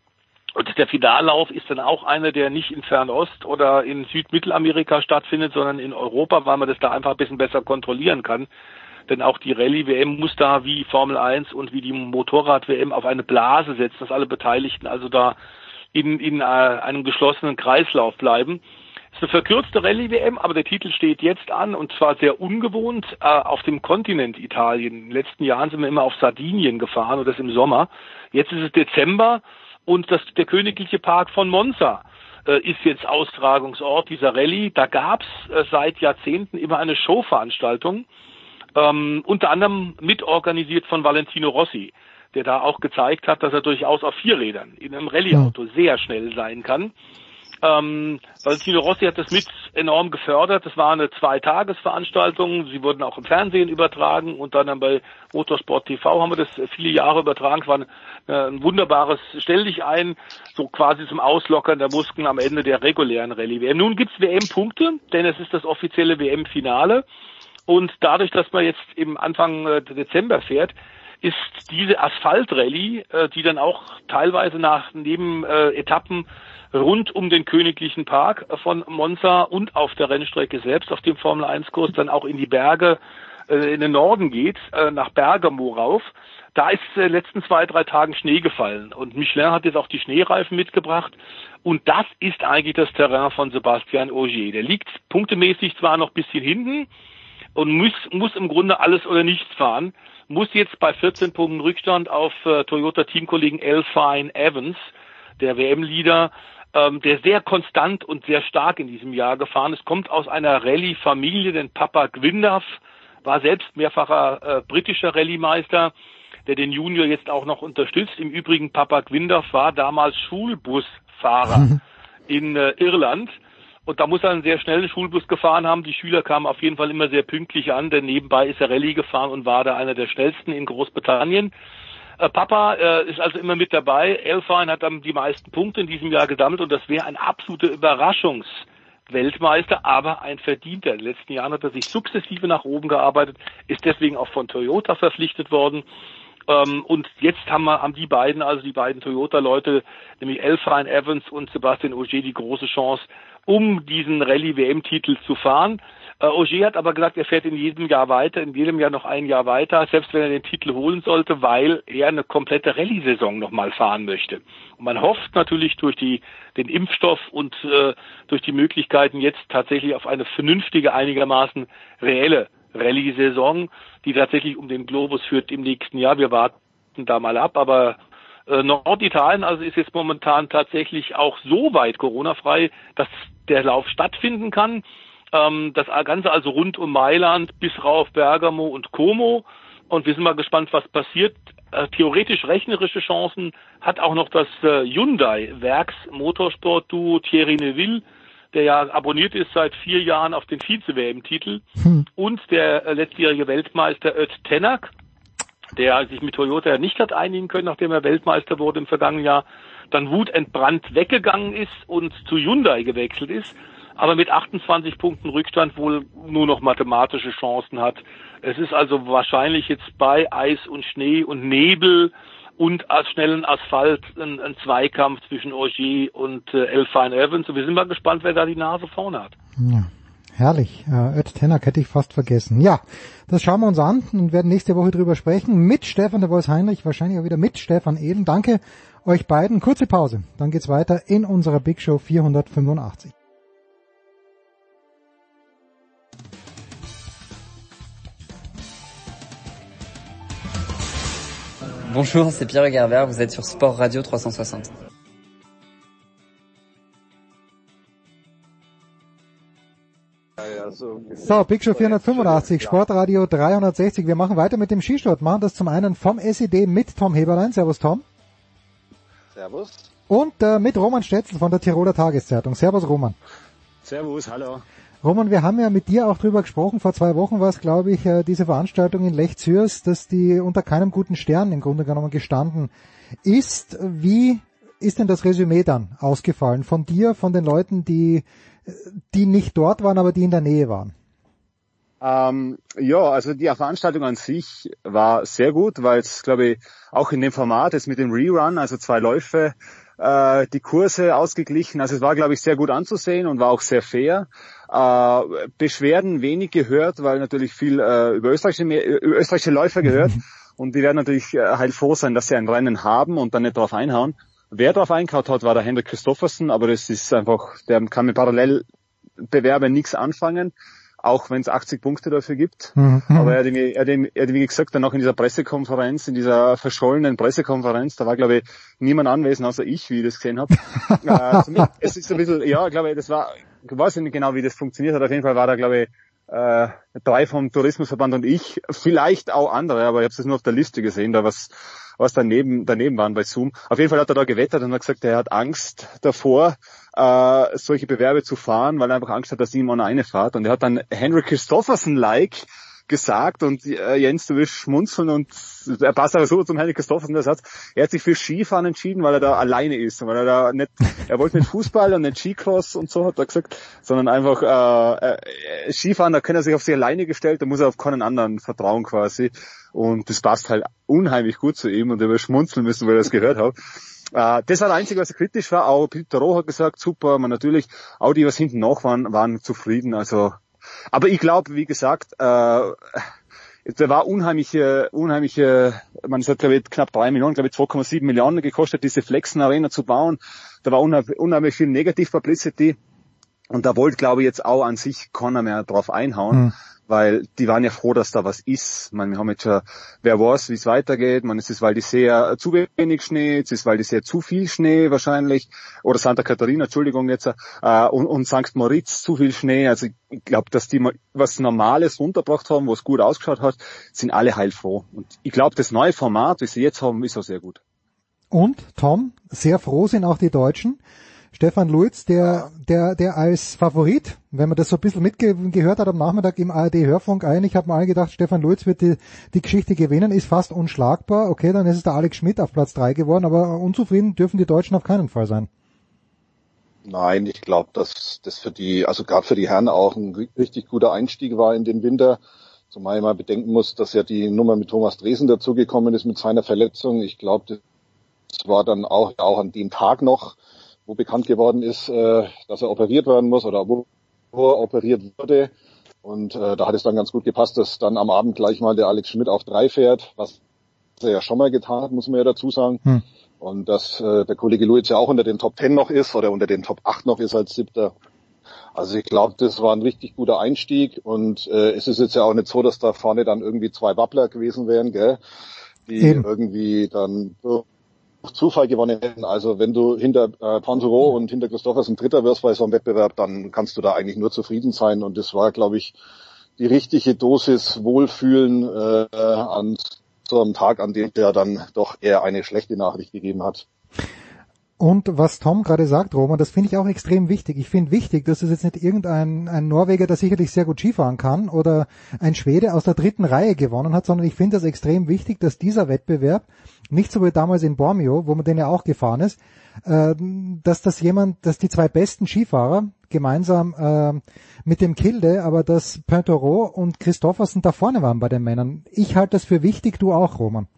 Und der Finallauf ist dann auch einer, der nicht in Fernost oder in Südmittelamerika stattfindet, sondern in Europa, weil man das da einfach ein bisschen besser kontrollieren kann. Denn auch die Rallye-W M muss da wie Formel eins und wie die Motorrad-W M auf eine Blase setzen, dass alle Beteiligten also da in, in äh, einem geschlossenen Kreislauf bleiben. Es ist eine verkürzte Rallye-W M, aber der Titel steht jetzt an und zwar sehr ungewohnt äh, auf dem Kontinent Italien. In den letzten Jahren sind wir immer auf Sardinien gefahren und das im Sommer. Jetzt ist es Dezember und das, der königliche Park von Monza äh, ist jetzt Austragungsort dieser Rallye. Da gab es äh, seit Jahrzehnten immer eine Showveranstaltung, ähm, unter anderem mitorganisiert von Valentino Rossi, der da auch gezeigt hat, dass er durchaus auf vier Rädern in einem Rallye-Auto sehr schnell sein kann. Ähm, Valentino Rossi hat das mit enorm gefördert. Das war eine Zweitagesveranstaltung. Sie wurden auch im Fernsehen übertragen und dann bei Motorsport T V haben wir das viele Jahre übertragen. Es war ein, ein wunderbares Stell dich ein, so quasi zum Auslockern der Muskeln am Ende der regulären Rallye-W M. Nun gibt's W M-Punkte, denn es ist das offizielle W M-Finale. Und dadurch, dass man jetzt im Anfang Dezember fährt, ist diese Asphalt-Rallye, die dann auch teilweise nach Nebenetappen rund um den königlichen Park von Monza und auf der Rennstrecke selbst, auf dem Formel eins Kurs, dann auch in die Berge, äh, in den Norden geht, äh, nach Bergamo rauf. Da ist in den letzten zwei, drei Tagen Schnee gefallen und Michelin hat jetzt auch die Schneereifen mitgebracht und das ist eigentlich das Terrain von Sebastian Ogier. Der liegt punktemäßig zwar noch ein bisschen hinten und muss, muss im Grunde alles oder nichts fahren, muss jetzt bei vierzehn Punkten Rückstand auf äh, Toyota-Teamkollegen Alpine Evans, der W M-Leader, ähm, der sehr konstant und sehr stark in diesem Jahr gefahren ist, kommt aus einer Rallye-Familie, denn Papa Gwyndaf war selbst mehrfacher äh, britischer Rallye-Meister, der den Junior jetzt auch noch unterstützt. Im Übrigen, Papa Gwyndaf war damals Schulbusfahrer in äh, Irland. Und da muss er einen sehr schnellen Schulbus gefahren haben. Die Schüler kamen auf jeden Fall immer sehr pünktlich an, denn nebenbei ist er Rallye gefahren und war da einer der schnellsten in Großbritannien. Äh, Papa äh, ist also immer mit dabei. Alpine hat dann die meisten Punkte in diesem Jahr gesammelt und das wäre ein absoluter Überraschungsweltmeister, aber ein Verdienter. In den letzten Jahren hat er sich sukzessive nach oben gearbeitet, ist deswegen auch von Toyota verpflichtet worden. Ähm, und jetzt haben wir, haben die beiden, also die beiden Toyota-Leute, nämlich Alpine Evans und Sebastian Ogier, die große Chance, um diesen Rallye-W M-Titel zu fahren. Äh, Ogier hat aber gesagt, er fährt in jedem Jahr weiter, in jedem Jahr noch ein Jahr weiter, selbst wenn er den Titel holen sollte, weil er eine komplette Rallye-Saison nochmal fahren möchte. Und man hofft natürlich durch die, den Impfstoff und äh, durch die Möglichkeiten jetzt tatsächlich auf eine vernünftige, einigermaßen reelle Rallye-Saison, die tatsächlich um den Globus führt im nächsten Jahr. Wir warten da mal ab, aber äh, Norditalien also ist jetzt momentan tatsächlich auch so weit Corona-frei, dass der Lauf stattfinden kann. Ähm, das Ganze also rund um Mailand bis rauf Bergamo und Como. Und wir sind mal gespannt, was passiert. Äh, theoretisch rechnerische Chancen hat auch noch das äh, Hyundai-Werks-Motorsport-Duo Thierry Neuville, der ja abonniert ist seit vier Jahren auf den Vize-W M-Titel, hm. und der äh, letztjährige Weltmeister Öt Tenak, der sich mit Toyota nicht hat einigen können, nachdem er Weltmeister wurde im vergangenen Jahr, dann wutentbrannt weggegangen ist und zu Hyundai gewechselt ist, aber mit achtundzwanzig Punkten Rückstand wohl nur noch mathematische Chancen hat. Es ist also wahrscheinlich jetzt bei Eis und Schnee und Nebel und als schnellen Asphalt ein, ein Zweikampf zwischen Ogier und äh, Elfyn Evans. Und wir sind mal gespannt, wer da die Nase vorne hat. Ja, herrlich. Äh, Öt Tenak hätte ich fast vergessen. Ja, das schauen wir uns an und werden nächste Woche drüber sprechen mit Stefan de Vois-Heinrich, wahrscheinlich auch wieder mit Stefan Ehlen. Danke euch beiden. Kurze Pause, dann geht's weiter in unserer Big Show vierhundertfünfundachtzig. Bonjour, c'est Pierre Gerber, vous êtes sur Sport Radio trois cent soixante. So, Big Show vierhundertfünfundachtzig, Sportradio dreihundertsechzig. Wir machen weiter mit dem Skisport, machen das zum einen vom S E D mit Tom Heberlein. Servus Tom. Servus. Und äh, mit Roman Stetzel von der Tiroler Tageszeitung. Servus Roman. Servus, hallo. Roman, wir haben ja mit dir auch drüber gesprochen, vor zwei Wochen war es, glaube ich, diese Veranstaltung in Lech Zürs, dass die unter keinem guten Stern im Grunde genommen gestanden ist. Wie ist denn das Resümee dann ausgefallen von dir, von den Leuten, die die nicht dort waren, aber die in der Nähe waren? Ähm, ja, also die Veranstaltung an sich war sehr gut, weil es, glaube ich, auch in dem Format ist mit dem Rerun, also zwei Läufe, äh, die Kurse ausgeglichen. Also es war, glaube ich, sehr gut anzusehen und war auch sehr fair. Äh, Beschwerden wenig gehört, weil natürlich viel äh, über österreichische, über österreichische Läufer gehört. Und die werden natürlich äh, halt froh sein, dass sie ein Rennen haben und dann nicht drauf einhauen. Wer drauf eingehaut hat, war der Henrik Christoffersen, aber das ist einfach, der kann mit Parallelbewerben nichts anfangen, auch wenn es achtzig Punkte dafür gibt. Mhm. Aber er hat, irgendwie, er, hat irgendwie, er hat wie gesagt dann auch in dieser Pressekonferenz, in dieser verschollenen Pressekonferenz, da war glaube ich niemand anwesend, außer ich, wie ich das gesehen habe. äh, es ist ein bisschen, ja, glaube ich, das war, ich weiß nicht genau, wie das funktioniert hat. Auf jeden Fall war da glaube ich äh, drei vom Tourismusverband und ich, vielleicht auch andere, aber ich habe es nur auf der Liste gesehen, da was was daneben daneben waren bei Zoom. Auf jeden Fall hat er da gewettert und hat gesagt, er hat Angst davor, äh, solche Bewerbe zu fahren, weil er einfach Angst hat, dass ihm eine fahrt. Und er hat dann Henrik Christoffersen-like gesagt und äh, Jens, du willst schmunzeln und er passt aber so zum Henrik Christoffersen, der Satz, er hat sich für Skifahren entschieden, weil er da alleine ist, weil er da nicht, er wollte nicht Fußball und nicht Skicross und so, hat er gesagt, sondern einfach äh, äh, Skifahren, da kann er sich auf sich alleine gestellt, da muss er auf keinen anderen vertrauen quasi und das passt halt unheimlich gut zu ihm und er wird schmunzeln müssen, weil er das gehört hat. Uh, das war das Einzige, was kritisch war. Auch Peter Roh hat gesagt, super, man natürlich, auch die, was hinten nach waren, waren zufrieden. Also, aber ich glaube, wie gesagt, äh, da war unheimliche, unheimliche, man hat glaube ich knapp drei Millionen, glaube ich zwei Komma sieben Millionen gekostet, diese Flexen Arena zu bauen. Da war unheimlich, unheimlich viel Negativ-Publicity und da wollte, glaube ich, jetzt auch an sich keiner mehr drauf einhauen. Mhm. Weil die waren ja froh, dass da was ist. Man, wir haben jetzt schon, wer weiß, wie es weitergeht. Man, es ist weil die sehr zu wenig Schnee, es ist weil die sehr zu viel Schnee wahrscheinlich, oder Santa Catarina, Entschuldigung jetzt, äh, und, und Sankt Moritz zu viel Schnee. Also ich glaube, dass die mal was Normales runtergebracht haben, wo es gut ausgeschaut hat, sind alle heilfroh. Und ich glaube, das neue Format, wie sie jetzt haben, ist auch sehr gut. Und Tom, sehr froh sind auch die Deutschen. Stefan Luiz, der, der, der als Favorit, wenn man das so ein bisschen mitgehört hat am Nachmittag im A R D-Hörfunk ein, ich habe mal gedacht, Stefan Luiz wird die, die Geschichte gewinnen, ist fast unschlagbar. Okay, dann ist es der Alex Schmidt auf Platz drei geworden, aber unzufrieden dürfen die Deutschen auf keinen Fall sein. Nein, ich glaube, dass das für die, also gerade für die Herren auch ein richtig guter Einstieg war in den Winter. Zumal man bedenken muss, dass ja die Nummer mit Thomas Dresen dazugekommen ist mit seiner Verletzung. Ich glaube, das war dann auch, auch an dem Tag noch, wo bekannt geworden ist, äh, dass er operiert werden muss oder wo, wo er operiert wurde. Und äh, da hat es dann ganz gut gepasst, dass dann am Abend gleich mal der Alex Schmidt auf drei fährt, was er ja schon mal getan hat, muss man ja dazu sagen. Hm. Und dass äh, der Kollege Luiz ja auch unter den Top Ten noch ist oder unter den Top acht noch ist als Siebter. Also ich glaube, das war ein richtig guter Einstieg. Und äh, es ist jetzt ja auch nicht so, dass da vorne dann irgendwie zwei Wappler gewesen wären, gell, die Eben. irgendwie dann Zufall gewonnen hätten. Also wenn du hinter äh, Pansero und hinter Christoffersen Dritter wirst bei so einem Wettbewerb, dann kannst du da eigentlich nur zufrieden sein. Und das war, glaube ich, die richtige Dosis Wohlfühlen äh, an so einem Tag, an dem der dann doch eher eine schlechte Nachricht gegeben hat. Und was Tom gerade sagt, Roman, das finde ich auch extrem wichtig. Ich finde wichtig, dass es jetzt nicht irgendein ein Norweger, der sicherlich sehr gut Skifahren kann, oder ein Schwede aus der dritten Reihe gewonnen hat, sondern ich finde das extrem wichtig, dass dieser Wettbewerb, nicht so wie damals in Bormio, wo man den ja auch gefahren ist, äh, dass das jemand, dass die zwei besten Skifahrer gemeinsam äh, mit dem Kilde, aber dass Pointerot und Christoffersen da vorne waren bei den Männern. Ich halte das für wichtig, du auch, Roman.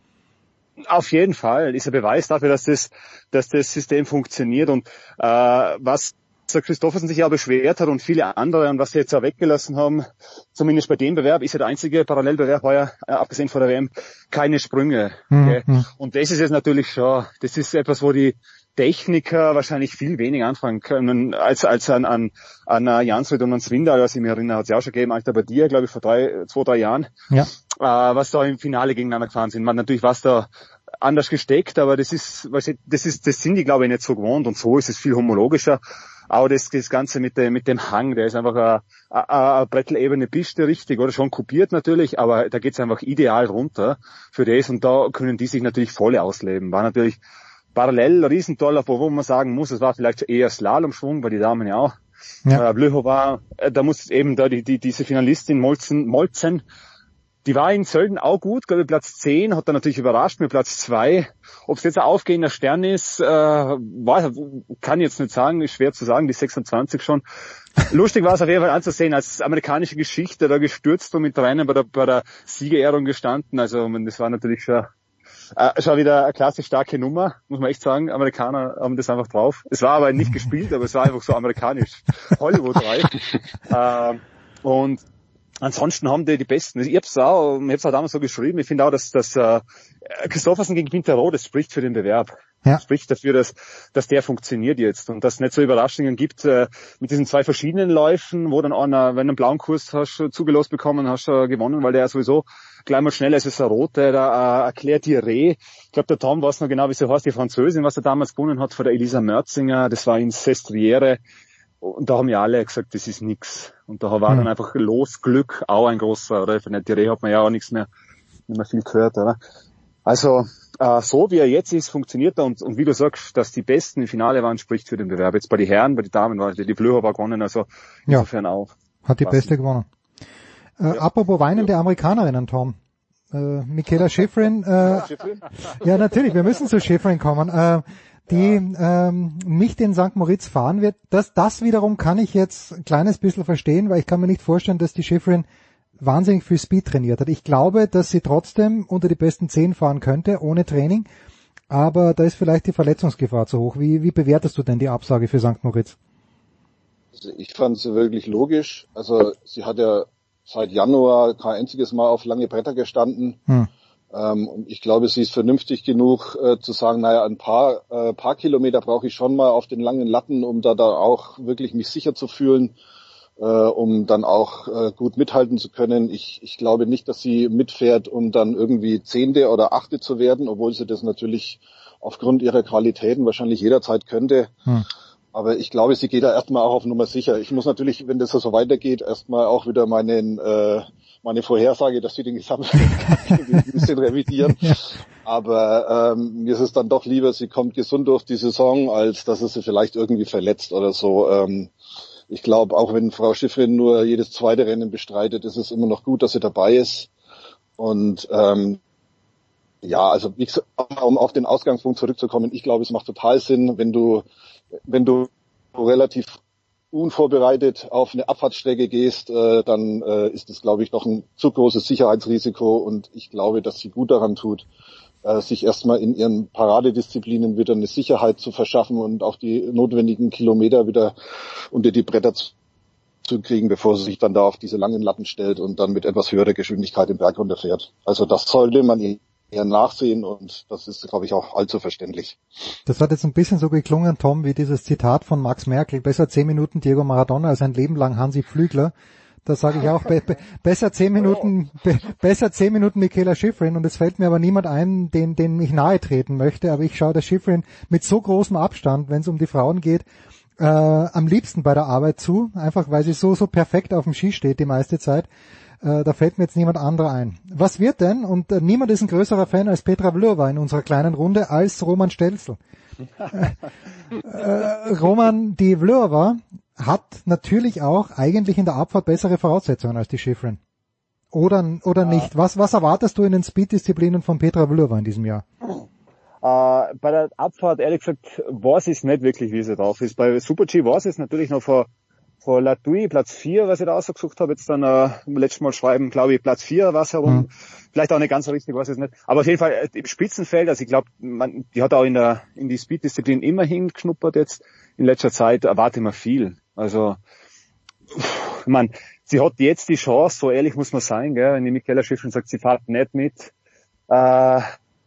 Auf jeden Fall ist ein Beweis dafür, dass das, dass das System funktioniert. Und äh, was der Christoffersen sich ja beschwert hat und viele andere und was sie jetzt auch weggelassen haben, zumindest bei dem Bewerb, ist ja der einzige Parallelbewerb, war ja, äh, abgesehen von der W M, keine Sprünge. Okay? Mhm. Und das ist jetzt natürlich schon, das ist etwas, wo die Techniker wahrscheinlich viel weniger anfangen können als als an an an Jansrud und an Svindal, was ich mich erinnere, hat es ja auch schon gegeben, Alter bei dir, glaube ich, vor drei, zwei, drei Jahren, ja. äh, was da im Finale gegeneinander gefahren sind. Man natürlich was da anders gesteckt, aber das ist, was ich, das ist, das sind die, glaube ich, nicht so gewohnt und so ist es viel homologischer. Aber das, das Ganze mit dem, mit dem Hang, der ist einfach eine, eine, eine brettelebene Piste, richtig, oder schon kopiert natürlich, aber da geht's einfach ideal runter für das und da können die sich natürlich voll ausleben. War natürlich parallel riesentoll, wo man sagen muss, es war vielleicht eher Slalomschwung, bei die Damen ja auch. Ja. Äh, Blöho war, äh, da muss eben da die, die, diese Finalistin Molzen, Molzen, die war in Sölden auch gut, glaube ich, Platz zehn, hat dann natürlich überrascht mit Platz zwei. Ob es jetzt ein aufgehender Stern ist, äh, war, kann ich jetzt nicht sagen, ist schwer zu sagen, die sechsundzwanzig schon. Lustig war es auf jeden Fall anzusehen, als amerikanische Geschichte da gestürzt und mit Rennen bei der, bei der Siegerehrung gestanden. Also das war natürlich schon Äh, schon wieder eine klasse starke Nummer, muss man echt sagen. Amerikaner haben das einfach drauf. Es war aber nicht gespielt, aber es war einfach so amerikanisch. Hollywood-reif. äh, und ansonsten haben die die Besten. Ich hab's auch, ich hab's auch damals so geschrieben. Ich finde auch, dass, dass äh, Christoffersen gegen Pointerot, das spricht für den Bewerb. Ja. Das spricht dafür, dass, dass der funktioniert jetzt und dass es nicht so Überraschungen gibt äh, mit diesen zwei verschiedenen Läufen, wo dann einer, wenn du einen blauen Kurs hast, zugelost bekommen, hast du gewonnen, weil der sowieso gleich mal schneller ist als der Rote. Da äh, erklärt die Reh. Ich glaube, der Tom weiß noch genau, wie sie heißt, die Französin, was er damals gewonnen hat, von der Elisa Mörzinger. Das war in Sestriere. Und da haben ja alle gesagt, das ist nix. Und da war hm. dann einfach Losglück auch ein großer, oder? Von der die Reh hat man ja auch nichts mehr, nicht mehr viel gehört, oder? Also, äh, so wie er jetzt ist, funktioniert er. Und, und wie du sagst, dass die Besten im Finale waren, spricht für den Bewerb. Jetzt bei den Herren, bei den Damen war die Flöher war gewonnen, also insofern ja. auch. Hat die passend. Beste gewonnen. Äh, ja. Apropos weinende ja. Amerikanerinnen, Tom. Äh, Michaela Schifrin, äh, ja natürlich, wir müssen zu Schifrin kommen, äh, die ja. ähm, nicht in Sankt Moritz fahren wird. Das, das wiederum kann ich jetzt ein kleines bisschen verstehen, weil ich kann mir nicht vorstellen, dass die Schifrin wahnsinnig viel Speed trainiert hat. Ich glaube, dass sie trotzdem unter die besten zehn fahren könnte, ohne Training, aber da ist vielleicht die Verletzungsgefahr zu hoch. Wie, wie bewertest du denn die Absage für Sankt Moritz? Also ich fand sie wirklich logisch. Also sie hat ja seit Januar kein einziges Mal auf lange Bretter gestanden. Hm. Ähm, und ich glaube, sie ist vernünftig genug äh, zu sagen, naja, ein paar, äh, paar Kilometer brauche ich schon mal auf den langen Latten, um da, da auch wirklich mich sicher zu fühlen, äh, um dann auch äh, gut mithalten zu können. Ich, ich glaube nicht, dass sie mitfährt, um dann irgendwie Zehnte oder Achte zu werden, obwohl sie das natürlich aufgrund ihrer Qualitäten wahrscheinlich jederzeit könnte. Hm. Aber ich glaube, sie geht da erstmal auch auf Nummer sicher. Ich muss natürlich, wenn das so weitergeht, erstmal auch wieder meinen, äh, meine Vorhersage, dass sie den Gesamtwert ein bisschen revidieren. Ja. Aber ähm, mir ist es dann doch lieber, sie kommt gesund durch die Saison, als dass es sie vielleicht irgendwie verletzt oder so. Ähm, ich glaube, auch wenn Frau Schifrin nur jedes zweite Rennen bestreitet, ist es immer noch gut, dass sie dabei ist. Und ähm, ja, also wie gesagt, um auf den Ausgangspunkt zurückzukommen, ich glaube, es macht total Sinn, wenn du wenn du relativ unvorbereitet auf eine Abfahrtsstrecke gehst, äh, dann äh, ist es, glaube ich, noch ein zu großes Sicherheitsrisiko und ich glaube, dass sie gut daran tut, äh, sich erstmal in ihren Paradedisziplinen wieder eine Sicherheit zu verschaffen und auch die notwendigen Kilometer wieder unter die Bretter zu, zu kriegen, bevor sie sich dann da auf diese langen Latten stellt und dann mit etwas höherer Geschwindigkeit den Berg runterfährt. Also das sollte man eher nachsehen und das ist, glaube ich, auch allzu verständlich. Das hat jetzt ein bisschen so geklungen, Tom, wie dieses Zitat von Max Merkel, besser zehn Minuten Diego Maradona als ein Leben lang Hansi Flügler. Da sage ich auch, be- be- besser zehn Minuten be- besser zehn Minuten Michaela Schifrin und es fällt mir aber niemand ein, den, den ich nahe treten möchte, aber ich schaue der Schifrin mit so großem Abstand, wenn es um die Frauen geht, äh, am liebsten bei der Arbeit zu, einfach weil sie so, so perfekt auf dem Ski steht die meiste Zeit. Äh, da fällt mir jetzt niemand anderer ein. Was wird denn, und äh, niemand ist ein größerer Fan als Petra Vlhova in unserer kleinen Runde, als Roman Stelzl. äh, Roman, die Vlhova hat natürlich auch eigentlich in der Abfahrt bessere Voraussetzungen als die Schifrin. Oder, oder ja. nicht? Was, was erwartest du in den Speed-Disziplinen von Petra Vlhova in diesem Jahr? Äh, bei der Abfahrt, ehrlich gesagt, weiß ich nicht wirklich, wie sie drauf ist. Bei Super-G weiß ich es natürlich noch vor, vor Latouille, Platz vier, was ich da ausgesucht habe, jetzt dann äh, letztes Mal schreiben, glaube ich, Platz vier war es herum. Mhm. Vielleicht auch nicht ganz so richtig, weiß ich es nicht. Aber auf jeden Fall äh, im Spitzenfeld, also ich glaube, man, die hat auch in der in die Speed-Disziplin immer hingeschnuppert jetzt. In letzter Zeit erwarte ich mir viel. Also, pff, man, sie hat jetzt die Chance, so ehrlich muss man sein, gell, wenn die Michaela Schifrin sagt, sie fährt nicht mit, äh,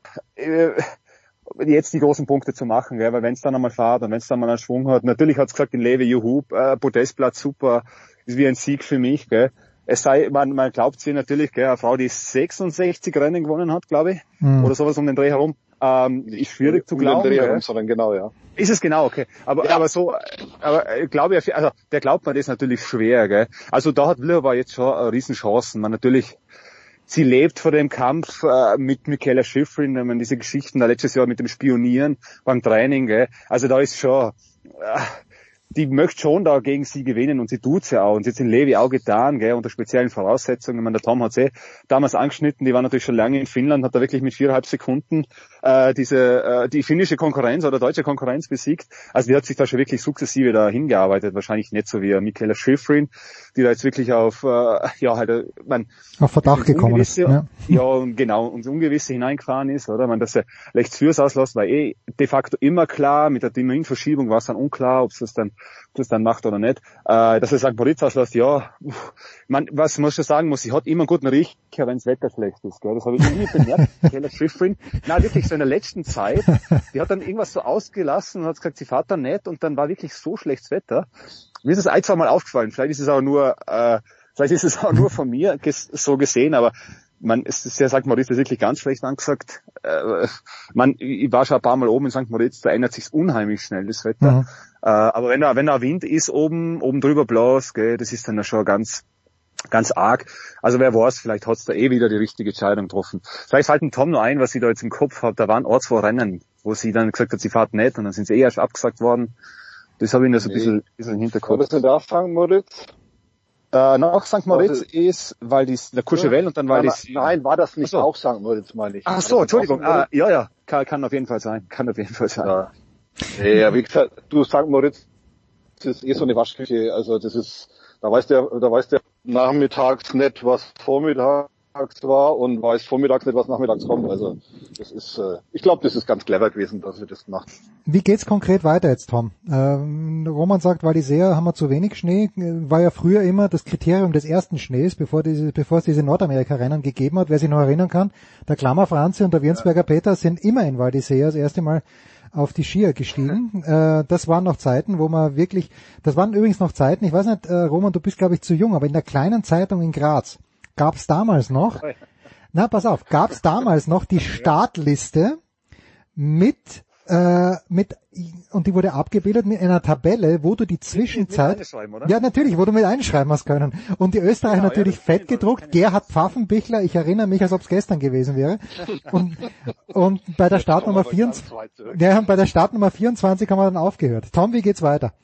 äh jetzt die großen Punkte zu machen, gell? Weil wenn es dann einmal fährt und wenn es dann mal einen Schwung hat, natürlich hat es gesagt, in Lewe, juhu, äh, Podestplatz, super, ist wie ein Sieg für mich, gell? Es sei, man, man glaubt sie natürlich, gell, eine Frau, die sechsundsechzig Rennen gewonnen hat, glaube ich, mhm. oder sowas um den Dreh herum, ähm, ist schwierig um zu glauben. Den Dreh herum, sondern genau, ja. Ist es genau, okay. Aber, ja. aber so, aber ich glaube, also, der glaubt man das natürlich schwer, gell? Also da hat Vlhova jetzt schon äh, Riesenchancen. Man natürlich, sie lebt vor dem Kampf äh, mit Michaela Schifrin, wenn man diese Geschichten da letztes Jahr mit dem Spionieren beim Training, gell? Also da ist schon, äh, die möchte schon da gegen sie gewinnen und sie tut's ja auch und sie hat es in Levi auch getan, gell, unter speziellen Voraussetzungen. Ich meine, der Tom hat's eh damals angeschnitten, die war natürlich schon lange in Finnland, hat da wirklich mit viereinhalb Sekunden äh, diese äh, die finnische Konkurrenz oder deutsche Konkurrenz besiegt. Also die hat sich da schon wirklich sukzessive da hingearbeitet, wahrscheinlich nicht so wie Michaela Schifrin, die da jetzt wirklich auf äh, ja halt man auf Verdacht gekommen ist. Ja. ja, genau, ins Ungewisse hineingefahren ist, oder? Man, dass er rechts fürs auslässt, war eh de facto immer klar, mit der Terminverschiebung war es dann unklar, ob es das dann ob das dann macht oder nicht. Äh, dass er Sankt Moritz auslässt, ja, man, was man schon sagen muss, sie hat immer einen guten Riecher, wenn das Wetter schlecht ist, gell? Das habe ich nie bemerkt, Michaela Schifrin. Nein, wirklich so in der letzten Zeit, die hat dann irgendwas so ausgelassen und hat gesagt, sie fährt dann nicht und dann war wirklich so schlechtes Wetter. Mir ist es ein, zwei Mal aufgefallen, vielleicht ist es auch nur, äh, vielleicht ist es auch nur von mir ges- so gesehen, aber man, es ist ja Sankt Moritz ist wirklich ganz schlecht angesagt. Äh, man, ich war schon ein paar Mal oben in Sankt Moritz, da ändert sich unheimlich schnell das Wetter. Mhm. Äh, aber wenn da, wenn da Wind ist oben, oben drüber blaust, gell, das ist dann schon ganz, ganz arg. Also wer weiß, vielleicht hat's da eh wieder die richtige Entscheidung getroffen. Vielleicht fällt dem Tom nur ein, was ich da jetzt im Kopf habe. Da waren auch zwei Rennen, wo sie dann gesagt hat, sie fährt nicht und dann sind sie eh erst abgesagt worden. Das habe ich noch so ein bisschen, bisschen im Hinterkopf. Was ist denn da Sankt Moritz? Äh, nach Sankt Moritz ist, ist, weil die der Courchevel und dann weil nein, die nein, war das nicht so. Auch Sankt Moritz, meine ich. Ach so, Entschuldigung. Ah, ja, ja, kann, kann auf jeden Fall sein. Kann auf jeden Fall sein. Ja. Ja, wie gesagt, du, Sankt Moritz, das ist eh so eine Waschküche. Also das ist, da weiß der, da weiß der nachmittags nicht, was vormittags war und weiß vormittags nicht, was nachmittags kommt. Also das ist, äh, ich glaube, das ist ganz clever gewesen, dass wir das gemacht haben. Wie geht's konkret weiter jetzt, Tom? Ähm, Roman sagt, weil die Seher haben wir zu wenig Schnee, war ja früher immer das Kriterium des ersten Schnees, bevor diese, bevor es diese Nordamerika-Rennen gegeben hat. Wer sich noch erinnern kann, der Klammer Franzi und der Wirnsberger ja. Peter sind immer in Val d'Isère das erste Mal auf die Skier gestiegen. äh, das waren noch Zeiten, wo man wirklich, das waren übrigens noch Zeiten, ich weiß nicht, äh, Roman, du bist glaube ich zu jung, aber in der kleinen Zeitung in Graz gab's damals noch, na pass auf, gab's damals noch die Startliste mit äh, mit und die wurde abgebildet mit einer Tabelle, wo du die Zwischenzeit, mit ja natürlich, wo du mit einschreiben hast können. Und die Österreicher genau, natürlich ja, fett gedruckt, Gerhard Pfaffenbichler, ich erinnere mich, als ob es gestern gewesen wäre. Und und bei der Startnummer vierundzwanzig, ja, bei der Startnummer vierundzwanzig haben wir dann aufgehört. Tom, wie geht's weiter?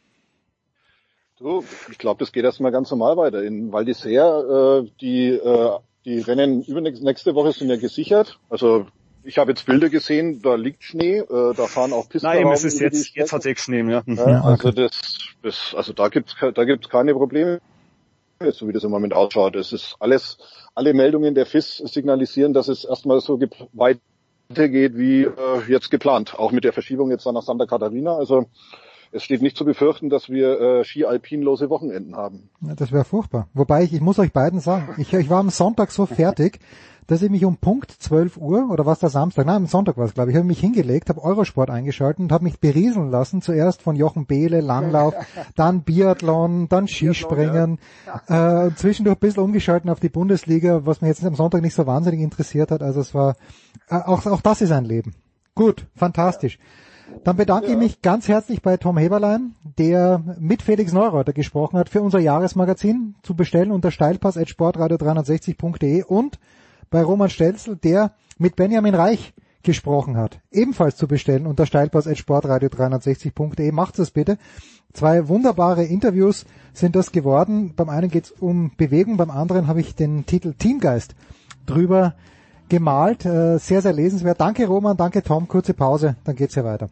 So, ich glaube, das geht erstmal ganz normal weiter. In Val d'Isère, äh, die äh, die Rennen übernächste Woche sind ja gesichert. Also ich habe jetzt Bilder gesehen, da liegt Schnee, äh, da fahren auch Pisten. Nein, es ist jetzt, jetzt hat es Schnee, ja. ja also das, das, also da gibt's, da gibt's keine Probleme, so wie das im Moment ausschaut. Es ist alles, alle Meldungen der F I S signalisieren, dass es erstmal so weitergeht wie äh, jetzt geplant, auch mit der Verschiebung jetzt dann nach Santa Catarina. Also es steht nicht zu befürchten, dass wir äh, ski-alpinlose Wochenenden haben. Ja, das wäre furchtbar. Wobei ich, ich muss euch beiden sagen, ich, ich war am Sonntag so fertig, dass ich mich um Punkt zwölf Uhr, oder was der Samstag, nein, am Sonntag war es, glaube ich, habe mich hingelegt, habe Eurosport eingeschaltet und habe mich berieseln lassen, zuerst von Jochen Behle, Langlauf, dann Biathlon, dann Skispringen, ja. äh, zwischendurch ein bisschen umgeschalten auf die Bundesliga, was mich jetzt am Sonntag nicht so wahnsinnig interessiert hat, also es war, äh, auch, auch das ist ein Leben. Gut, fantastisch. Dann bedanke Ja. ich mich ganz herzlich bei Tom Heberlein, der mit Felix Neureuter gesprochen hat für unser Jahresmagazin, zu bestellen unter steilpass at sportradio dreihundertsechzig punkt de, und bei Roman Stelzl, der mit Benjamin Reich gesprochen hat, ebenfalls zu bestellen unter steilpass at sportradio dreihundertsechzig punkt de. Macht's es bitte. Zwei wunderbare Interviews sind das geworden. Beim einen geht's um Bewegung, beim anderen habe ich den Titel Teamgeist drüber gemalt. Äh, sehr, sehr lesenswert. Danke Roman, danke Tom. Kurze Pause, dann geht's hier weiter.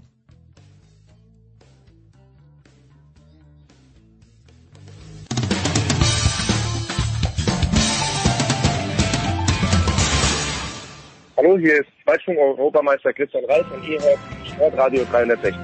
Hallo, hier ist Weitsprung-Europameister Christian Reif und ihr hört Sportradio dreihundertsechzig.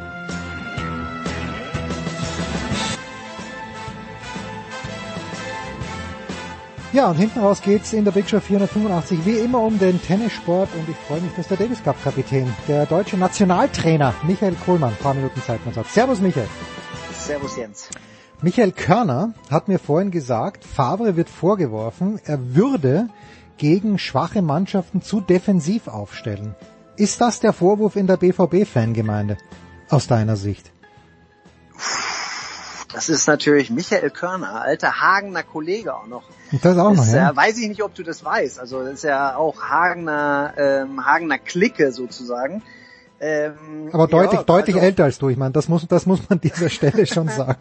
Ja, und hinten raus geht's in der Big Show vierhundertfünfundachtzig wie immer um den Tennissport, und ich freue mich, dass der Davis Cup Kapitän, der deutsche Nationaltrainer Michael Kohlmann, ein paar Minuten Zeit mit uns hat. Servus Michael. Servus Jens. Michael Körner hat mir vorhin gesagt, Favre wird vorgeworfen, er würde gegen schwache Mannschaften zu defensiv aufstellen. Ist das der Vorwurf in der B V B-Fangemeinde aus deiner Sicht? Das ist natürlich Michael Körner, alter Hagener Kollege auch noch. Das auch noch, das, ja. Äh, weiß ich nicht, ob du das weißt. Also das ist ja auch Hagener, ähm, Hagener Clique sozusagen. Ähm, Aber deutlich, ja, deutlich also, älter als du. Ich meine, das muss, das muss man an dieser Stelle schon sagen.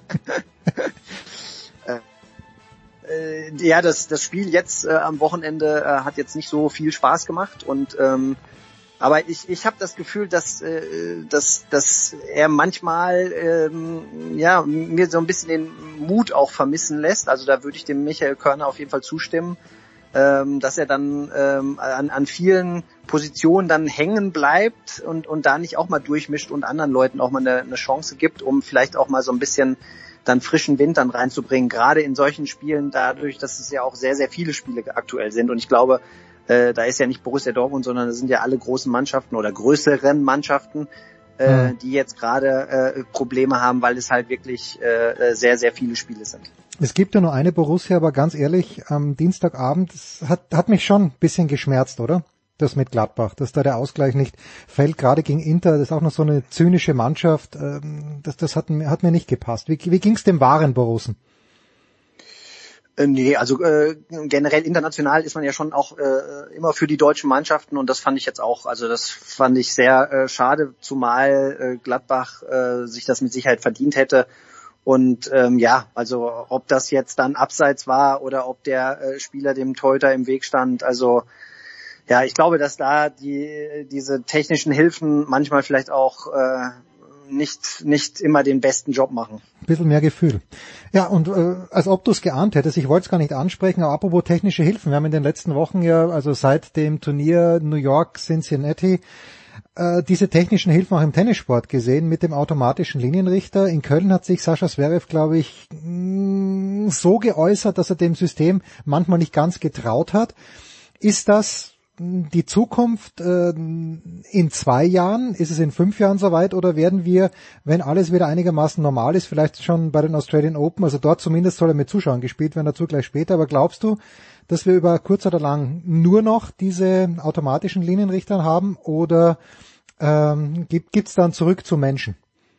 äh, ja, das, das Spiel jetzt äh, am Wochenende äh, hat jetzt nicht so viel Spaß gemacht, und ähm, aber ich, ich habe das Gefühl, dass, äh, dass, dass er manchmal ähm, ja mir so ein bisschen den Mut auch vermissen lässt. Also da würde ich dem Michael Körner auf jeden Fall zustimmen, ähm, dass er dann ähm, an, an vielen Positionen dann hängen bleibt und, und da nicht auch mal durchmischt und anderen Leuten auch mal eine, eine Chance gibt, um vielleicht auch mal so ein bisschen dann frischen Wind dann reinzubringen. Gerade in solchen Spielen, dadurch, dass es ja auch sehr, sehr viele Spiele aktuell sind. Und ich glaube, Äh, da ist ja nicht Borussia Dortmund, sondern das sind ja alle großen Mannschaften oder größeren Mannschaften, äh, mhm. die jetzt gerade äh, Probleme haben, weil es halt wirklich äh, sehr, sehr viele Spiele sind. Es gibt ja nur eine Borussia, aber ganz ehrlich, am Dienstagabend, das hat, hat mich schon ein bisschen geschmerzt, oder? Das mit Gladbach, dass da der Ausgleich nicht fällt, gerade gegen Inter, das ist auch noch so eine zynische Mannschaft, ähm, das, das hat, hat mir nicht gepasst. Wie, wie ging's dem wahren Borussen? Nee, also äh, generell international ist man ja schon auch äh, immer für die deutschen Mannschaften, und das fand ich jetzt auch, also das fand ich sehr äh, schade, zumal äh, Gladbach äh, sich das mit Sicherheit verdient hätte. Und ähm, ja, also ob das jetzt dann abseits war oder ob der äh, Spieler dem Torhüter im Weg stand, also ja, ich glaube, dass da die diese technischen Hilfen manchmal vielleicht auch äh, nicht nicht immer den besten Job machen. Ein bisschen mehr Gefühl. Ja, und äh, als ob du es geahnt hättest, ich wollte es gar nicht ansprechen, aber apropos technische Hilfen, wir haben in den letzten Wochen ja, also seit dem Turnier New York Cincinnati, äh, diese technischen Hilfen auch im Tennissport gesehen mit dem automatischen Linienrichter. In Köln hat sich Sascha Zverev, glaube ich, mh, so geäußert, dass er dem System manchmal nicht ganz getraut hat. Ist das die Zukunft äh, in zwei Jahren? Ist es in fünf Jahren soweit, oder werden wir, wenn alles wieder einigermaßen normal ist, vielleicht schon bei den Australian Open, also dort zumindest soll er mit Zuschauern gespielt werden, dazu gleich später, aber glaubst du, dass wir über kurz oder lang nur noch diese automatischen Linienrichter haben, oder ähm, gibt es dann zurück zu Menschen?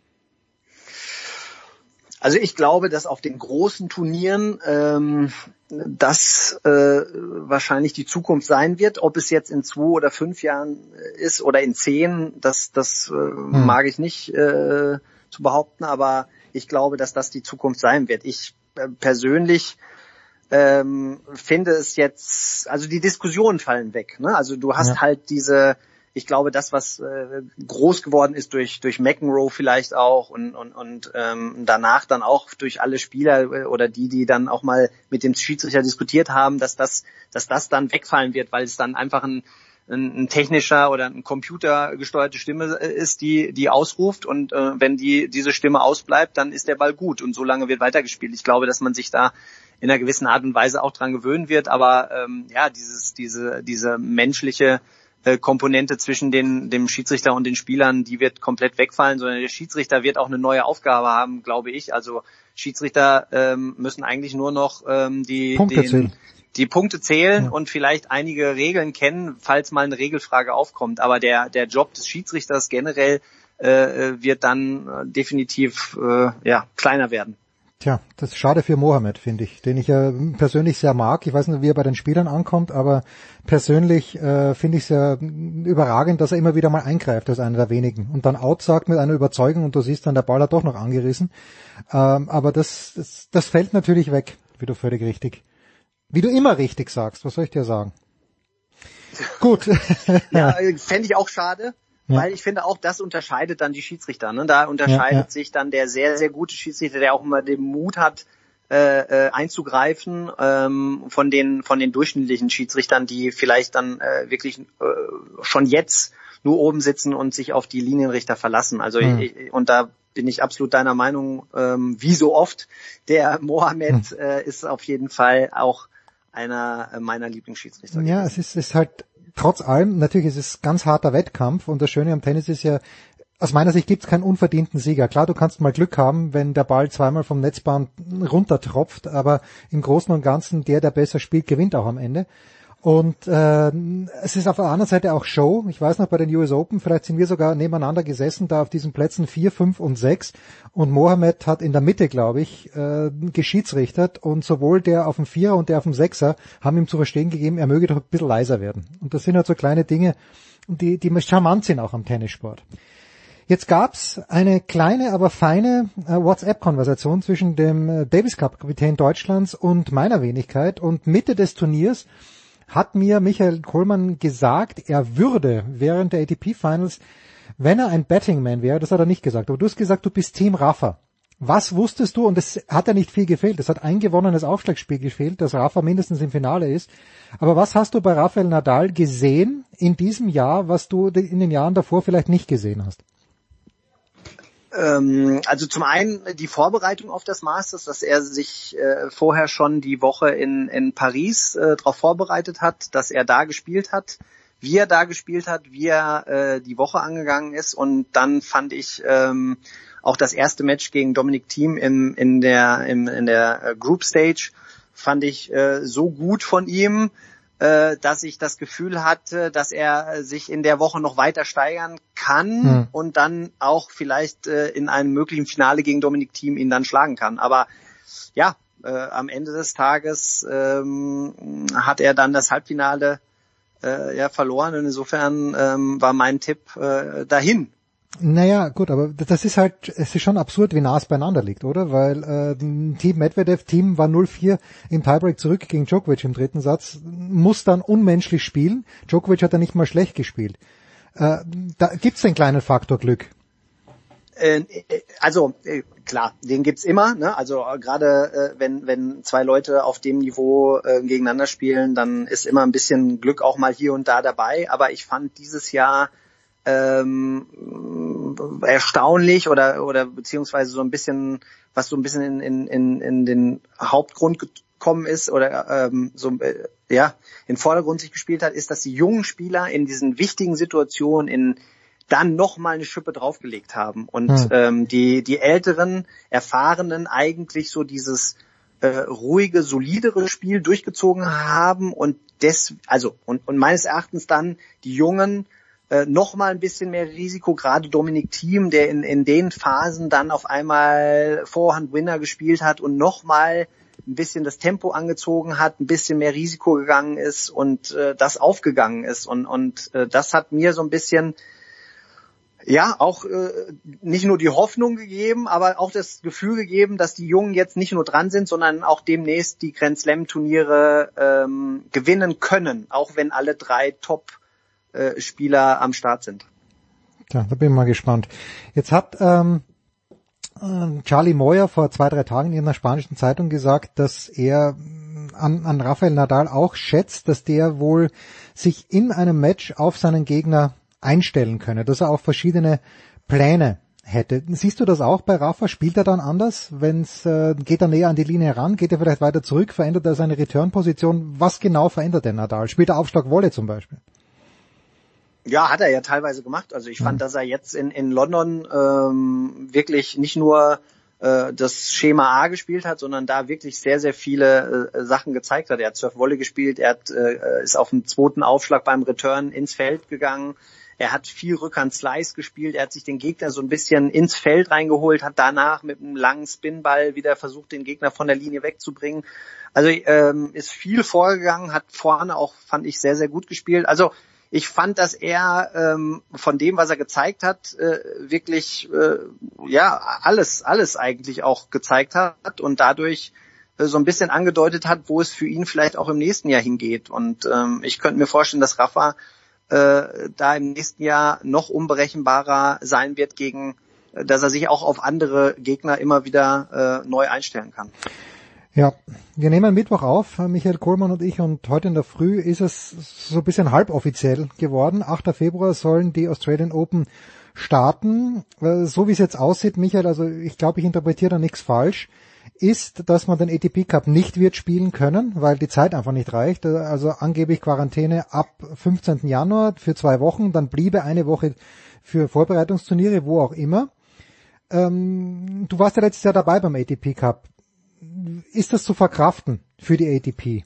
Also ich glaube, dass auf den großen Turnieren ähm, das äh, wahrscheinlich die Zukunft sein wird. Ob es jetzt in zwei oder fünf Jahren ist oder in zehn, das, das äh, hm. mag ich nicht äh, zu behaupten, aber ich glaube, dass das die Zukunft sein wird. Ich äh, persönlich ähm, finde es jetzt, also die Diskussionen fallen weg. Ne? Also du hast ja. halt diese, ich glaube, das, was äh, groß geworden ist durch durch McEnroe vielleicht auch und und und ähm, danach dann auch durch alle Spieler äh, oder die, die dann auch mal mit dem Schiedsrichter diskutiert haben, dass das dass das dann wegfallen wird, weil es dann einfach ein ein, ein technischer oder ein computergesteuerte Stimme ist, die die ausruft, und äh, wenn die diese Stimme ausbleibt, dann ist der Ball gut und so lange wird weitergespielt. Ich glaube, dass man sich da in einer gewissen Art und Weise auch dran gewöhnen wird, aber ähm, ja, dieses diese diese menschliche Komponente zwischen den, dem Schiedsrichter und den Spielern, die wird komplett wegfallen, sondern der Schiedsrichter wird auch eine neue Aufgabe haben, glaube ich. Also Schiedsrichter ähm, müssen eigentlich nur noch ähm, die, Punkte den, zählen. die Punkte zählen ja. und vielleicht einige Regeln kennen, falls mal eine Regelfrage aufkommt. Aber der, der Job des Schiedsrichters generell äh, wird dann äh, definitiv äh, ja kleiner werden. Tja, das ist schade für Mohamed, finde ich, den ich ja persönlich sehr mag. Ich weiß nicht, wie er bei den Spielern ankommt, aber persönlich äh, finde ich es ja überragend, dass er immer wieder mal eingreift als einer der wenigen und dann out sagt mit einer Überzeugung und du siehst dann, der Ball hat doch noch angerissen. Ähm, aber das, das, das fällt natürlich weg, wie du völlig richtig, wie du immer richtig sagst. Was soll ich dir sagen? Gut. Ja, fände ich auch schade. Ja. Weil ich finde auch, das unterscheidet dann die Schiedsrichter. Ne? Da unterscheidet ja, ja. sich dann der sehr, sehr gute Schiedsrichter, der auch immer den Mut hat, äh, einzugreifen, ähm, von den von den durchschnittlichen Schiedsrichtern, die vielleicht dann äh, wirklich äh, schon jetzt nur oben sitzen und sich auf die Linienrichter verlassen. Also mhm. ich, und da bin ich absolut deiner Meinung, ähm, wie so oft. Der Mohamed mhm. äh, ist auf jeden Fall auch einer meiner Lieblingsschiedsrichter. Ja, es ist, ist halt trotz allem, natürlich ist es ganz harter Wettkampf und das Schöne am Tennis ist ja, aus meiner Sicht gibt es keinen unverdienten Sieger. Klar, du kannst mal Glück haben, wenn der Ball zweimal vom Netzband runtertropft, aber im Großen und Ganzen der, der besser spielt, gewinnt auch am Ende. Und äh, es ist auf der anderen Seite auch Show. Ich weiß noch, bei den U S Open, vielleicht sind wir sogar nebeneinander gesessen, da auf diesen Plätzen vier, fünf und sechs. Und Mohamed hat in der Mitte, glaube ich, äh, geschiedsrichtert. Und sowohl der auf dem Vierer und der auf dem Sechser haben ihm zu verstehen gegeben, er möge doch ein bisschen leiser werden. Und das sind halt so kleine Dinge, die, die charmant sind auch am Tennissport. Jetzt gab's eine kleine, aber feine äh, WhatsApp-Konversation zwischen dem äh, Davis Cup-Kapitän Deutschlands und meiner Wenigkeit. Und Mitte des Turniers hat mir Michael Kohlmann gesagt, er würde während der A T P Finals, wenn er ein Bettingman wäre, das hat er nicht gesagt, aber du hast gesagt, du bist Team Rafa. Was wusstest du, und es hat ja nicht viel gefehlt, es hat ein gewonnenes Aufschlagspiel gefehlt, dass Rafa mindestens im Finale ist, aber was hast du bei Rafael Nadal gesehen in diesem Jahr, was du in den Jahren davor vielleicht nicht gesehen hast? Also zum einen die Vorbereitung auf das Masters, dass er sich äh, vorher schon die Woche in, in Paris äh, darauf vorbereitet hat, dass er da gespielt hat, wie er da gespielt hat, wie er äh, die Woche angegangen ist. Und dann fand ich ähm, auch das erste Match gegen Dominic Thiem im, in der, im, in der Group Stage fand ich äh, so gut von ihm, dass ich das Gefühl hatte, dass er sich in der Woche noch weiter steigern kann hm. und dann auch vielleicht äh, in einem möglichen Finale gegen Dominic Thiem ihn dann schlagen kann. Aber ja, äh, am Ende des Tages ähm, hat er dann das Halbfinale äh, ja verloren und insofern ähm, war mein Tipp äh, dahin. Naja, gut, aber das ist halt, es ist schon absurd, wie nah es beieinander liegt, oder? Weil äh, Team Medvedev, Team war null vier im Tiebreak zurück gegen Djokovic im dritten Satz, muss dann unmenschlich spielen. Djokovic hat ja nicht mal schlecht gespielt. Äh, da gibt's den kleinen Faktor Glück. Äh, also äh, klar, den gibt's immer. Ne? Also äh, gerade äh, wenn wenn zwei Leute auf dem Niveau äh, gegeneinander spielen, dann ist immer ein bisschen Glück auch mal hier und da dabei. Aber ich fand dieses Jahr ähm, erstaunlich oder oder beziehungsweise so ein bisschen, was so ein bisschen in in in den Hauptgrund gekommen ist oder ähm, so äh, ja in Vordergrund sich gespielt hat, ist, dass die jungen Spieler in diesen wichtigen Situationen in dann noch mal eine Schippe draufgelegt haben und hm. ähm, die die älteren Erfahrenen eigentlich so dieses äh, ruhige, solidere Spiel durchgezogen haben und des also und und meines Erachtens dann die Jungen äh, noch mal ein bisschen mehr Risiko, gerade Dominic Thiem, der in in den Phasen dann auf einmal Vorhand-Winner gespielt hat und noch mal ein bisschen das Tempo angezogen hat, ein bisschen mehr Risiko gegangen ist und äh, das aufgegangen ist und und äh, das hat mir so ein bisschen ja auch äh, nicht nur die Hoffnung gegeben, aber auch das Gefühl gegeben, dass die Jungen jetzt nicht nur dran sind, sondern auch demnächst die Grand Slam Turniere ähm, gewinnen können, auch wenn alle drei Top äh, Spieler am Start sind. Ja, da bin ich mal gespannt. Jetzt hat ähm, Charlie Moyer vor zwei, drei Tagen in einer spanischen Zeitung gesagt, dass er an, an Rafael Nadal auch schätzt, dass der wohl sich in einem Match auf seinen Gegner einstellen könne, dass er auch verschiedene Pläne hätte. Siehst du das auch bei Rafa? Spielt er dann anders? Wenn's äh, geht er näher an die Linie ran? Geht er vielleicht weiter zurück? Verändert er seine Return-Position? Was genau verändert der Nadal? Spielt er Aufschlag-Volley zum Beispiel? Ja, hat er ja teilweise gemacht. Also ich fand, dass er jetzt in, in London ähm, wirklich nicht nur äh, das Schema A gespielt hat, sondern da wirklich sehr, sehr viele äh, Sachen gezeigt hat. Er hat Surf-Volley gespielt, er hat, äh, ist auf dem zweiten Aufschlag beim Return ins Feld gegangen. Er hat viel Rückhand-Slice gespielt, er hat sich den Gegner so ein bisschen ins Feld reingeholt, hat danach mit einem langen Spinball wieder versucht, den Gegner von der Linie wegzubringen. Also ähm, ist viel vorgegangen, hat vorne auch, fand ich, sehr, sehr gut gespielt. Also ich fand, dass er ähm, von dem, was er gezeigt hat, äh, wirklich äh, ja alles, alles eigentlich auch gezeigt hat und dadurch äh, so ein bisschen angedeutet hat, wo es für ihn vielleicht auch im nächsten Jahr hingeht. Und ähm, ich könnte mir vorstellen, dass Rafa äh, da im nächsten Jahr noch unberechenbarer sein wird, gegen, äh, dass er sich auch auf andere Gegner immer wieder äh, neu einstellen kann. Ja, wir nehmen Mittwoch auf, Michael Kohlmann und ich, und heute in der Früh ist es so ein bisschen halboffiziell geworden. achter Februar sollen die Australian Open starten. So wie es jetzt aussieht, Michael, also ich glaube, ich interpretiere da nichts falsch, ist, dass man den A T P Cup nicht wird spielen können, weil die Zeit einfach nicht reicht. Also angeblich Quarantäne ab fünfzehnten Januar für zwei Wochen, dann bliebe eine Woche für Vorbereitungsturniere, wo auch immer. Ähm, du warst ja letztes Jahr dabei beim A T P Cup. Ist das zu verkraften für die A T P?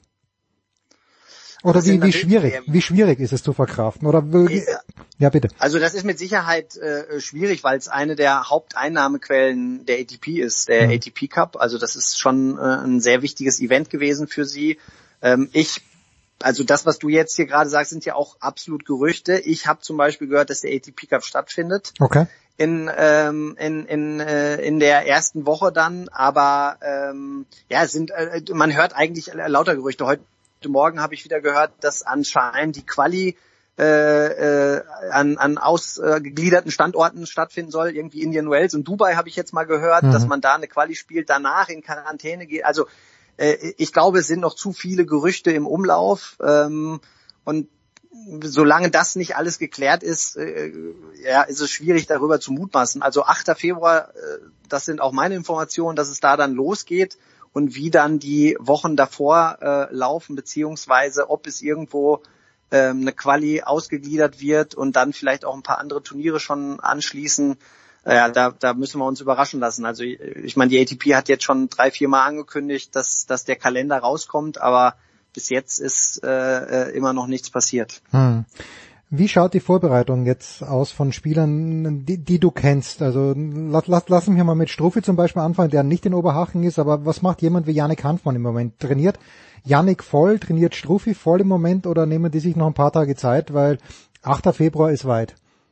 Oder wie, wie schwierig, wie schwierig ist es zu verkraften? Oder ja, bitte. Also das ist mit Sicherheit äh, schwierig, weil es eine der Haupteinnahmequellen der A T P ist, der mhm. A T P Cup. Also das ist schon äh, ein sehr wichtiges Event gewesen für sie. Ähm, ich, also das, was du jetzt hier gerade sagst, sind ja auch absolut Gerüchte. Ich habe zum Beispiel gehört, dass der A T P Cup stattfindet. Okay. in ähm, in in äh, in der ersten Woche dann, aber ähm, ja, es sind äh, man hört eigentlich lauter Gerüchte. Heute Morgen habe ich wieder gehört, dass anscheinend die Quali äh, äh, an an ausgegliederten Standorten stattfinden soll, irgendwie Indian Wells und Dubai habe ich jetzt mal gehört, mhm. dass man da eine Quali spielt, danach in Quarantäne geht. Also äh, ich glaube, es sind noch zu viele Gerüchte im Umlauf ähm, und solange das nicht alles geklärt ist, äh, ja, ist es schwierig, darüber zu mutmaßen. Also achter Februar, äh, das sind auch meine Informationen, dass es da dann losgeht und wie dann die Wochen davor äh, laufen, beziehungsweise ob es irgendwo ähm, eine Quali ausgegliedert wird und dann vielleicht auch ein paar andere Turniere schon anschließen. Ja, da, da müssen wir uns überraschen lassen. Also ich meine, die A T P hat jetzt schon drei, vier Mal angekündigt, dass, dass der Kalender rauskommt, aber bis jetzt ist äh, immer noch nichts passiert. Hm. Wie schaut die Vorbereitung jetzt aus von Spielern, die, die du kennst? Also lass, lass, lass mich mal mit Struffi zum Beispiel anfangen, der nicht in Oberhaching ist, aber was macht jemand wie Jannik Hanfmann im Moment? Trainiert Jannik voll, trainiert Struffi voll im Moment oder nehmen die sich noch ein paar Tage Zeit, weil achter Februar ist weit?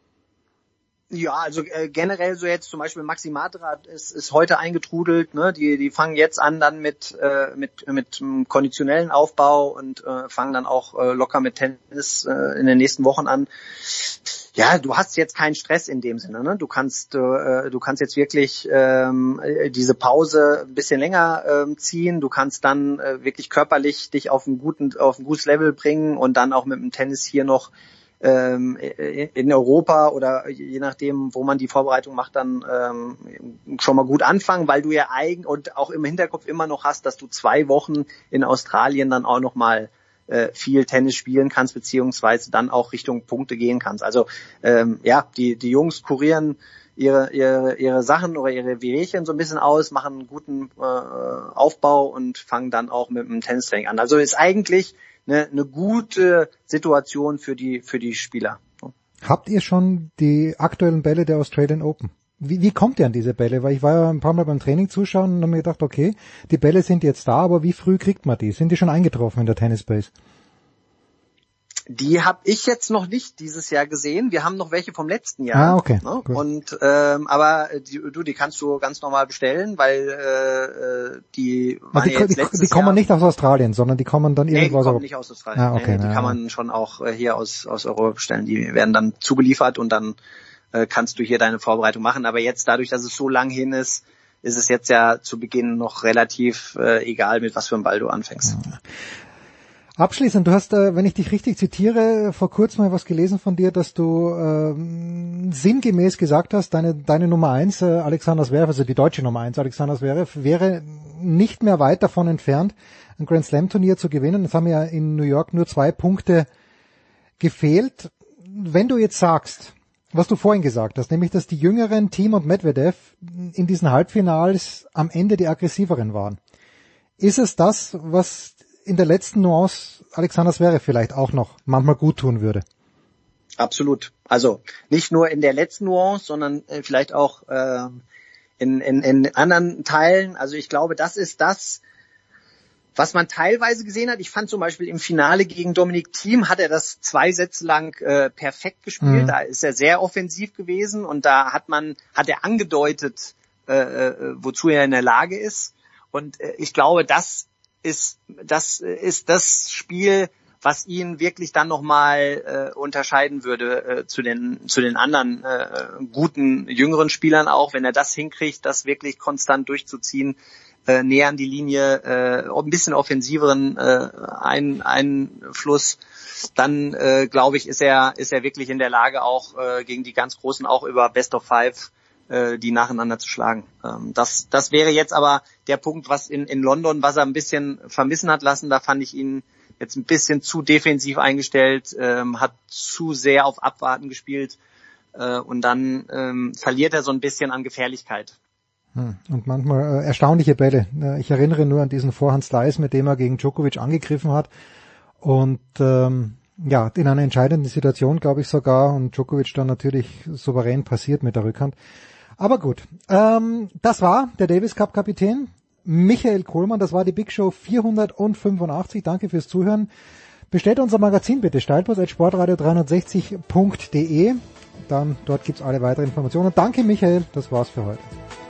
Ja, also äh, generell so jetzt zum Beispiel Maxi Matra ist, ist heute eingetrudelt, ne? Die die fangen jetzt an dann mit äh, mit mit einem konditionellen Aufbau und äh, fangen dann auch äh, locker mit Tennis äh, in den nächsten Wochen an. Ja, du hast jetzt keinen Stress in dem Sinne, ne? Du kannst äh, du kannst jetzt wirklich ähm, diese Pause ein bisschen länger ähm, ziehen. Du kannst dann äh, wirklich körperlich dich auf einen guten auf ein gutes Level bringen und dann auch mit dem Tennis hier noch in Europa oder je nachdem, wo man die Vorbereitung macht, dann ähm, schon mal gut anfangen, weil du ja eigen und auch im Hinterkopf immer noch hast, dass du zwei Wochen in Australien dann auch noch mal äh, viel Tennis spielen kannst, beziehungsweise dann auch Richtung Punkte gehen kannst. Also ähm, ja, die die Jungs kurieren ihre ihre ihre Sachen oder ihre Wehwehchen so ein bisschen aus, machen einen guten äh, Aufbau und fangen dann auch mit dem Tennistraining an. Also ist eigentlich eine, eine gute Situation für die für die Spieler. Habt ihr schon die aktuellen Bälle der Australian Open? Wie, wie kommt ihr an diese Bälle? Weil ich war ja ein paar Mal beim Training zuschauen und habe mir gedacht, okay, die Bälle sind jetzt da, aber wie früh kriegt man die? Sind die schon eingetroffen in der Tennisbase? Die habe ich jetzt noch nicht dieses Jahr gesehen. Wir haben noch welche vom letzten Jahr. Ah, okay. Ne? Und ähm, aber die, du, die kannst du ganz normal bestellen, weil äh, die waren also die, ja jetzt die, letztes die kommen Jahr. nicht aus Australien, sondern die kommen dann nee, irgendwo die kommen aus nicht aus Australien. Ah, okay, nee, die na, kann man schon auch äh, hier aus aus Europa bestellen. Die werden dann zugeliefert und dann äh, kannst du hier deine Vorbereitung machen. Aber jetzt dadurch, dass es so lang hin ist, ist es jetzt ja zu Beginn noch relativ äh, egal, mit was für einem Ball du anfängst. Ja. Abschließend, du hast, äh, wenn ich dich richtig zitiere, vor kurzem mal was gelesen von dir, dass du ähm, sinngemäß gesagt hast, deine deine Nummer eins, äh, Alexander Zverev, also die deutsche Nummer eins, Alexander Zverev, wäre nicht mehr weit davon entfernt, ein Grand Slam Turnier zu gewinnen. Es haben ja in New York nur zwei Punkte gefehlt. Wenn du jetzt sagst, was du vorhin gesagt hast, nämlich, dass die jüngeren Thiem und Medvedev in diesen Halbfinals am Ende die aggressiveren waren, ist es das, was in der letzten Nuance Alexander Zverev vielleicht auch noch manchmal gut tun würde? Absolut. Also nicht nur in der letzten Nuance, sondern äh, vielleicht auch äh, in, in, in anderen Teilen. Also ich glaube, das ist das, was man teilweise gesehen hat. Ich fand zum Beispiel im Finale gegen Dominic Thiem hat er das zwei Sätze lang äh, perfekt gespielt. Mhm. Da ist er sehr offensiv gewesen und da hat man, hat er angedeutet, äh, äh, wozu er in der Lage ist. Und äh, ich glaube, das ist, das ist das Spiel, was ihn wirklich dann nochmal äh, unterscheiden würde äh, zu den zu den anderen äh, guten jüngeren Spielern auch, wenn er das hinkriegt, das wirklich konstant durchzuziehen, äh, näher an die Linie, äh, ein bisschen offensiveren äh, ein, Einfluss, dann äh, glaube ich, ist er ist er wirklich in der Lage, auch äh, gegen die ganz Großen auch über Best of Five äh, die nacheinander zu schlagen. Ähm, das das wäre jetzt aber der Punkt, was in in London, was er ein bisschen vermissen hat lassen, da fand ich ihn jetzt ein bisschen zu defensiv eingestellt, ähm, hat zu sehr auf Abwarten gespielt äh, und dann ähm, verliert er so ein bisschen an Gefährlichkeit. Hm. Und manchmal äh, erstaunliche Bälle. Ich erinnere nur an diesen Vorhand-Slice, mit dem er gegen Djokovic angegriffen hat und ähm, ja, in einer entscheidenden Situation, glaube ich sogar, und Djokovic dann natürlich souverän passiert mit der Rückhand. Aber gut, ähm, das war der Davis Cup Kapitän Michael Kohlmann, das war die Big Show vierhundertfünfundachtzig. Danke fürs Zuhören. Bestellt unser Magazin bitte, steilpass at sportradio dreihundertsechzig punkt de. Dann, dort gibt's alle weiteren Informationen. Danke Michael, das war's für heute.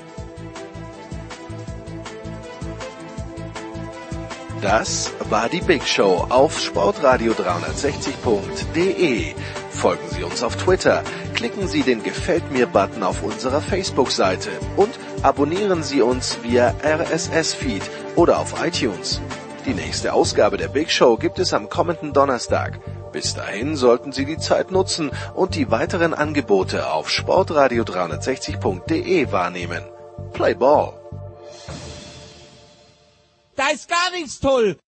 Das war die Big Show auf sportradio dreihundertsechzig punkt de. Folgen Sie uns auf Twitter, klicken Sie den Gefällt mir-Button auf unserer Facebook-Seite und abonnieren Sie uns via R S S-Feed oder auf iTunes. Die nächste Ausgabe der Big Show gibt es am kommenden Donnerstag. Bis dahin sollten Sie die Zeit nutzen und die weiteren Angebote auf sportradio dreihundertsechzig punkt de wahrnehmen. Play Ball! Da ist gar nichts toll!